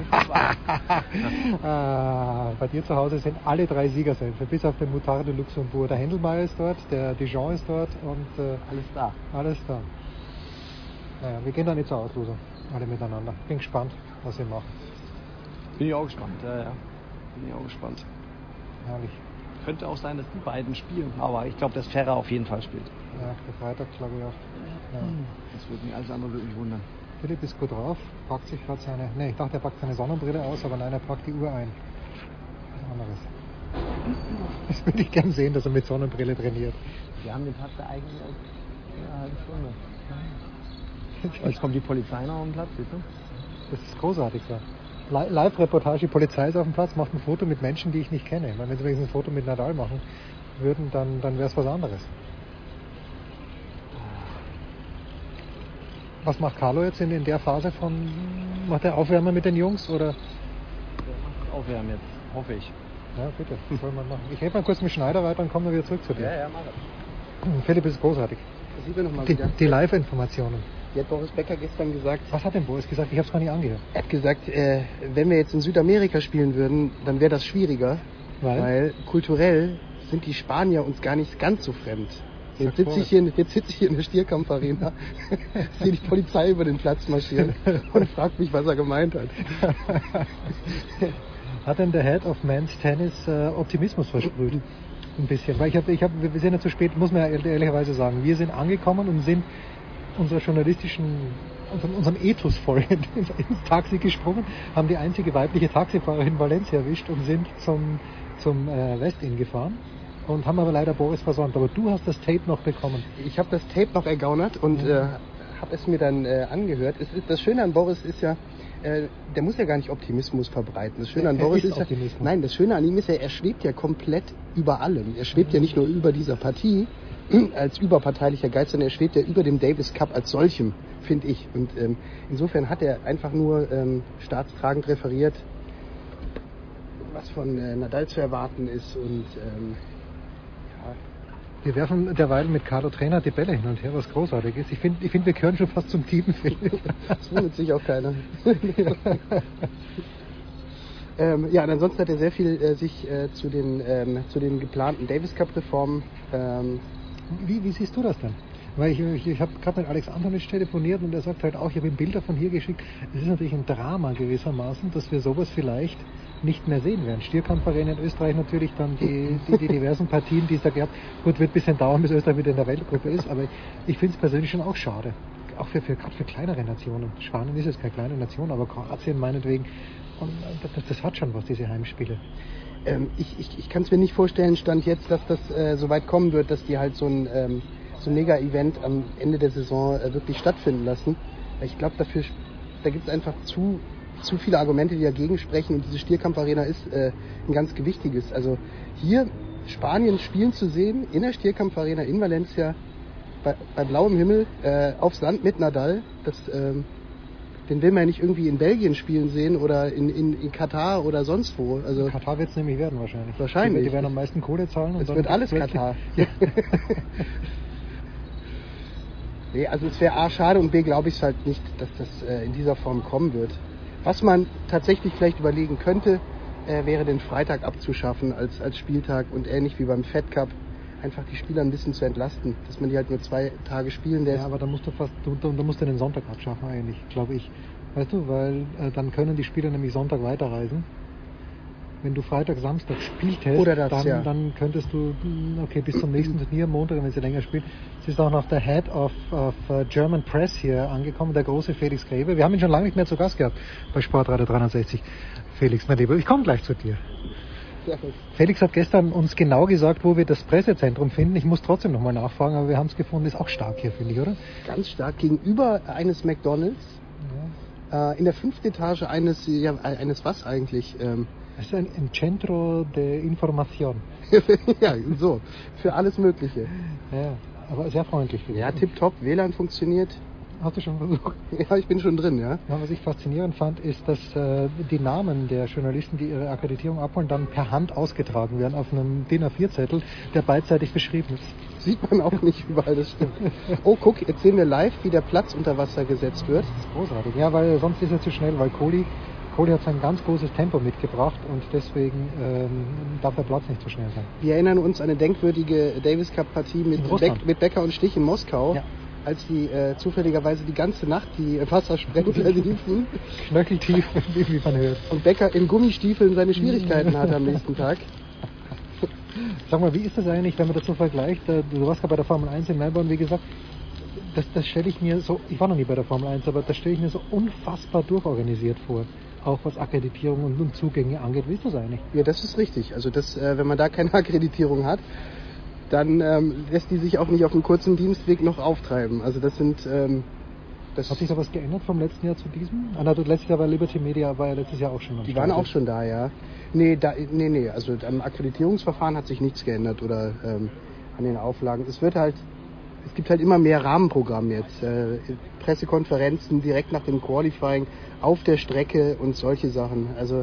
Bei dir zu Hause sind alle 3 Siegersenfe, bis auf den Moutarde Luxembourg. Der Händelmeier ist dort, der Dijon ist dort und... alles da. Alles da. Naja, wir gehen dann nicht zur Auslosung, alle miteinander. Bin gespannt, was ihr macht. Bin ich auch gespannt, ja. Bin ich auch gespannt. Herrlich. Könnte auch sein, dass die beiden spielen, aber ich glaube, dass Ferrer auf jeden Fall spielt. Ja, der Freitag glaube ich auch. Ja. Das würde mich, alles andere würde mich wundern. Philipp ist gut drauf, packt sich gerade seine... Ne, ich dachte, er packt seine Sonnenbrille aus, aber nein, er packt die Uhr ein. Was anderes. Das würde ich gern sehen, dass er mit Sonnenbrille trainiert. Wir haben den Tag eigentlich als eine halbe Stunde. Jetzt kommt die Polizei noch auf den Platz, siehst du? Das ist großartig so. Live-Reportage, die Polizei ist auf dem Platz, macht ein Foto mit Menschen, die ich nicht kenne. Weil wenn sie übrigens ein Foto mit Nadal machen würden, dann wäre es was anderes. Was macht Carlo jetzt in der Phase von... Macht er Aufwärmen mit den Jungs, oder? Der macht Aufwärmen jetzt, hoffe ich. Ja, bitte, das soll man machen. Ich rede mal kurz mit Schneider weiter und komme dann wieder zurück zu dir. Ja, mach das. Philipp ist großartig. Die Live-Informationen. Die hat Boris Becker gestern gesagt. Was hat denn Boris gesagt? Ich habe es gar nicht angehört. Er hat gesagt, wenn wir jetzt in Südamerika spielen würden, dann wäre das schwieriger, weil kulturell sind die Spanier uns gar nicht ganz so fremd. Jetzt sitze ich hier in der Stierkampfarena, sehe die Polizei über den Platz marschieren und fragt mich, was er gemeint hat. Hat denn der Head of Men's Tennis Optimismus versprüht? Ein bisschen. Weil wir sind ja zu spät, muss man ja ehrlicherweise sagen. Wir sind angekommen und sind unserem Ethos voll ins Taxi gesprungen, haben die einzige weibliche Taxifahrerin in Valencia erwischt und sind zum West-Inn gefahren und haben aber leider Boris versäumt. Aber du hast das Tape noch bekommen. Ich habe das Tape noch ergaunert und habe es mir dann angehört. Das Schöne an Boris ist ja, der muss ja gar nicht Optimismus verbreiten. Das Schöne an Boris ist ja, nein, das Schöne an ihm ist ja, er schwebt ja komplett über allem. Er schwebt ja nicht nur über dieser Partie als überparteilicher Geist, sondern er schwebt ja über dem Davis Cup als solchem, finde ich. Und insofern hat er einfach nur staatstragend referiert, was von Nadal zu erwarten ist. Und wir werfen derweil mit Carlo Trainer die Bälle hin und her, was großartig ist. Ich finde, wir gehören schon fast zum Team, Philipp. Das wundert sich auch keiner. Ja, und ansonsten hat er sehr viel sich zu den geplanten Davis Cup Reformen. Wie siehst du das denn? Weil ich habe gerade mit Alex Antonitsch telefoniert und er sagt halt auch, ich habe ihm Bilder von hier geschickt. Es ist natürlich ein Drama gewissermaßen, dass wir sowas vielleicht nicht mehr sehen werden. Stierkampfarena in Österreich natürlich, dann die diversen Partien, die es da gab. Gut, wird ein bisschen dauern, bis Österreich wieder in der Weltgruppe ist, aber ich finde es persönlich schon auch schade. Auch gerade für kleinere Nationen. Spanien ist jetzt keine kleine Nation, aber Kroatien meinetwegen. Und das hat schon was, diese Heimspiele. Ich kann es mir nicht vorstellen, Stand jetzt, dass das so weit kommen wird, dass die halt so ein Mega-Event am Ende der Saison wirklich stattfinden lassen. Ich glaube, da gibt es einfach zu viele Argumente, die dagegen sprechen, und diese Stierkampfarena ist ein ganz gewichtiges. Also hier Spanien spielen zu sehen, in der Stierkampfarena in Valencia, bei blauem Himmel, aufs Land mit Nadal, den will man ja nicht irgendwie in Belgien spielen sehen oder in Katar oder sonst wo. Also Katar wird es nämlich werden wahrscheinlich. Wahrscheinlich. Die werden am meisten Kohle zahlen. Es wird alles Katar. Nee, also es wäre A, schade, und B, glaube ich halt nicht, dass das in dieser Form kommen wird. Was man tatsächlich vielleicht überlegen könnte, wäre den Freitag abzuschaffen als Spieltag und ähnlich wie beim Fed Cup einfach die Spieler ein bisschen zu entlasten, dass man die halt nur 2 Tage spielen lässt. Ja, aber dann musst du den Sonntag abschaffen eigentlich, glaube ich. Weißt du, weil dann können die Spieler nämlich Sonntag weiterreisen. Wenn du Freitag, Samstag spielst, dann könntest du, okay, bis zum nächsten Turnier, Montag, wenn sie länger spielen. Es ist auch noch der Head of German Press hier angekommen, der große Felix Greve. Wir haben ihn schon lange nicht mehr zu Gast gehabt bei Sportradio 360. Felix, mein Lieber, ich komme gleich zu dir. Felix hat gestern uns genau gesagt, wo wir das Pressezentrum finden. Ich muss trotzdem nochmal nachfragen, aber wir haben es gefunden. Ist auch stark hier, finde ich, oder? Ganz stark. Gegenüber eines McDonalds. Ja. In der 5. Etage eines was eigentlich? Das ist ein Centro de Información. Ja, so, für alles Mögliche. Ja, aber sehr freundlich. Ja, tipptopp, WLAN funktioniert. Hast du schon versucht? Ja, ich bin schon drin, ja. Ja, was ich faszinierend fand, ist, dass die Namen der Journalisten, die ihre Akkreditierung abholen, dann per Hand ausgetragen werden auf einem DIN A4-Zettel, der beidseitig beschrieben ist. Sieht man auch nicht überall, das stimmt. Oh, guck, jetzt sehen wir live, wie der Platz unter Wasser gesetzt wird. Das ist großartig. Ja, weil sonst ist er zu schnell, weil Kohli hat sein ganz großes Tempo mitgebracht und deswegen darf der Platz nicht so schnell sein. Wir erinnern uns an eine denkwürdige Davis Cup-Partie mit Becker und Stich in Moskau. Ja. Als die zufälligerweise die ganze Nacht die Wassersprengler liefen. Knöcheltief, wie man hört. Und Becker in Gummistiefeln seine Schwierigkeiten hatte am nächsten Tag. Sag mal, wie ist das eigentlich, wenn man das so vergleicht? Du warst ja bei der Formel 1 in Melbourne, wie gesagt, das stelle ich mir so, ich war noch nie bei der Formel 1, aber das stelle ich mir so unfassbar durchorganisiert vor. Auch was Akkreditierung und Zugänge angeht. Wie ist das eigentlich? Ja, das ist richtig. Also wenn man da keine Akkreditierung hat, dann lässt die sich auch nicht auf einem kurzen Dienstweg noch auftreiben. Also das sind... Hat sich da was geändert vom letzten Jahr zu diesem? Letztes Jahr war Liberty Media, war ja letztes Jahr auch schon. Die waren auch schon da, ja. Nee. Also am Akkreditierungsverfahren hat sich nichts geändert oder an den Auflagen. Es gibt halt immer mehr Rahmenprogramm jetzt. Pressekonferenzen direkt nach dem Qualifying auf der Strecke und solche Sachen. Also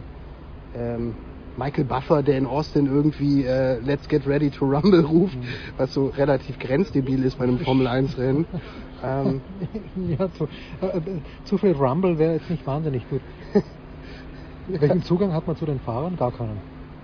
Michael Buffer, der in Austin irgendwie Let's get ready to rumble ruft, was so relativ grenzdebil ist bei einem Formel-1-Rennen. Ja, zu viel Rumble wäre jetzt nicht wahnsinnig gut. Welchen Zugang hat man zu den Fahrern? Gar keinen.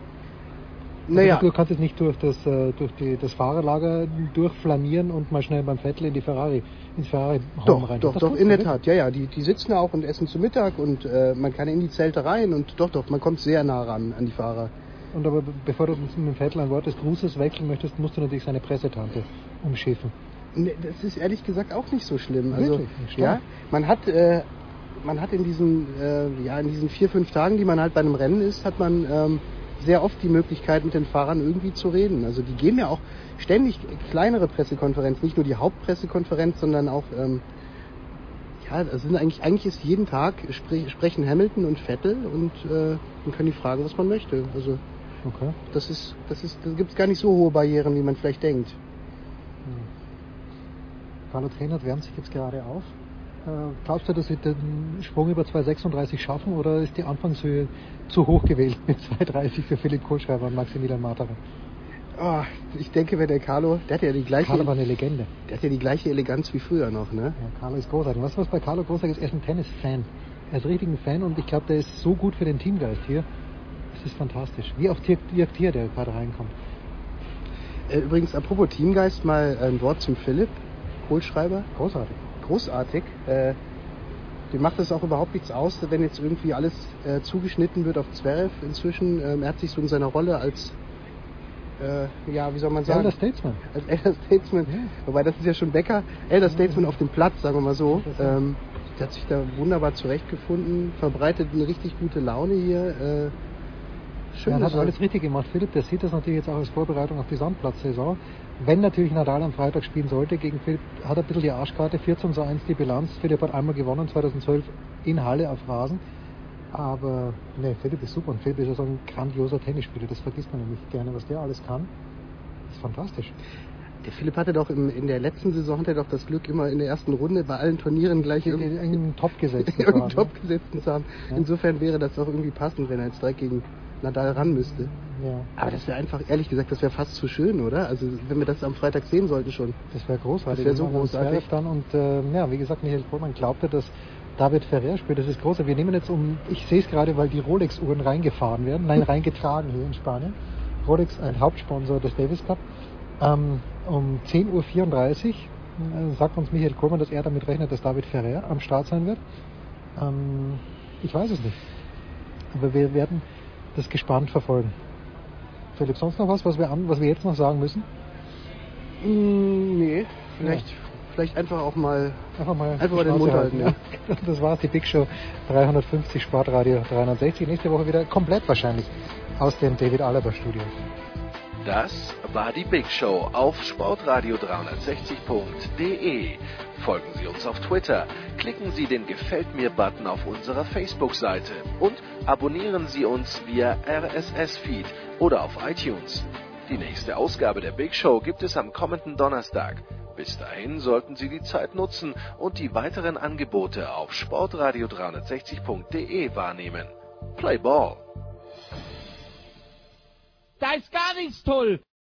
Naja. Du kannst jetzt nicht durch das Fahrerlager durchflanieren und mal schnell beim Vettel ins Ferrari rein. Doch, in der Tat. Ja, die sitzen da auch und essen zu Mittag und man kann in die Zelte rein und doch, man kommt sehr nah ran an die Fahrer. Und aber bevor du mit dem Vettel ein Wort des Grußes wechseln möchtest, musst du natürlich seine Pressetante umschiffen. Nee, das ist ehrlich gesagt auch nicht so schlimm. Also, wirklich? Ja, man hat in diesen 4-5 Tagen, die man halt bei einem Rennen ist, hat man sehr oft die Möglichkeit, mit den Fahrern irgendwie zu reden. Also die geben ja auch ständig kleinere Pressekonferenzen, nicht nur die Hauptpressekonferenz, sondern auch, eigentlich ist jeden Tag sprechen Hamilton und Vettel und man kann die fragen, was man möchte. Also okay. Da gibt es gar nicht so hohe Barrieren, wie man vielleicht denkt. Carlo Trainert wärmt sich jetzt gerade auf. Glaubst du, dass sie den Sprung über 2,36 schaffen oder ist die Anfangshöhe zu hoch gewählt mit 2,30 für Philipp Kohlschreiber und Maximilian Matera? Oh, ich denke, wenn der Carlo war eine Legende. Der hat ja die gleiche Eleganz wie früher noch, ne? Ja, Carlo ist großartig. Was bei Carlo großartig ist, er ist ein Tennis-Fan. Er ist richtig ein Fan und ich glaube, der ist so gut für den Teamgeist hier. Das ist fantastisch. Wie auch Dirk Thier, der gerade reinkommt. Übrigens, apropos Teamgeist, mal ein Wort zum Philipp Kohlschreiber. Großartig. Dem macht es auch überhaupt nichts aus, wenn jetzt irgendwie alles zugeschnitten wird auf Zverev inzwischen. Er hat sich so in seiner Rolle als, wie soll man sagen? Elder Statesman. Als Elder Statesman. Ja. Wobei, das ist ja schon Becker. Elder Statesman auf dem Platz, sagen wir mal so. Der hat sich da wunderbar zurechtgefunden, verbreitet eine richtig gute Laune hier. Schön. Er hat alles richtig gemacht, Philipp. Der sieht das natürlich jetzt auch als Vorbereitung auf die Sandplatzsaison. Wenn natürlich Nadal am Freitag spielen sollte gegen Philipp, hat er ein bisschen die Arschkarte, 14:1 die Bilanz. Philipp hat einmal gewonnen, 2012 in Halle auf Rasen. Aber Philipp ist super und Philipp ist ja so ein grandioser Tennisspieler. Das vergisst man nämlich gerne, was der alles kann. Das ist fantastisch. Der Philipp hatte doch in der letzten Saison das Glück, immer in der ersten Runde bei allen Turnieren gleich einen Top gesetzten zu haben. Ja. Insofern wäre das auch irgendwie passend, wenn er jetzt direkt gegen Nadal ran müsste. Ja. Aber das wäre einfach, ehrlich gesagt, das wäre fast zu schön, oder? Also wenn wir das am Freitag sehen sollten schon. Das wäre großartig. Das wäre so großartig. Dann und wie gesagt, Michael Kohlmann glaubte, dass David Ferrer spielt. Das ist groß. Wir nehmen jetzt ich sehe es gerade, weil die Rolex-Uhren reingetragen hier in Spanien. Rolex, ein Hauptsponsor des Davis Cup. Um 10:34 Uhr sagt uns Michael Kohlmann, dass er damit rechnet, dass David Ferrer am Start sein wird. Ich weiß es nicht. Aber wir werden das gespannt verfolgen. Philipp, sonst noch was wir jetzt noch sagen müssen? Nee, vielleicht einfach mal den Mund halten. Ja. Das war's, die Big Show 350 Sportradio 360. Nächste Woche wieder komplett wahrscheinlich aus den David Alaba Studios. Das war die Big Show auf sportradio360.de. Folgen Sie uns auf Twitter, klicken Sie den Gefällt mir-Button auf unserer Facebook-Seite und abonnieren Sie uns via RSS-Feed oder auf iTunes. Die nächste Ausgabe der Big Show gibt es am kommenden Donnerstag. Bis dahin sollten Sie die Zeit nutzen und die weiteren Angebote auf sportradio360.de wahrnehmen. Play Ball! Da ist gar nichts toll!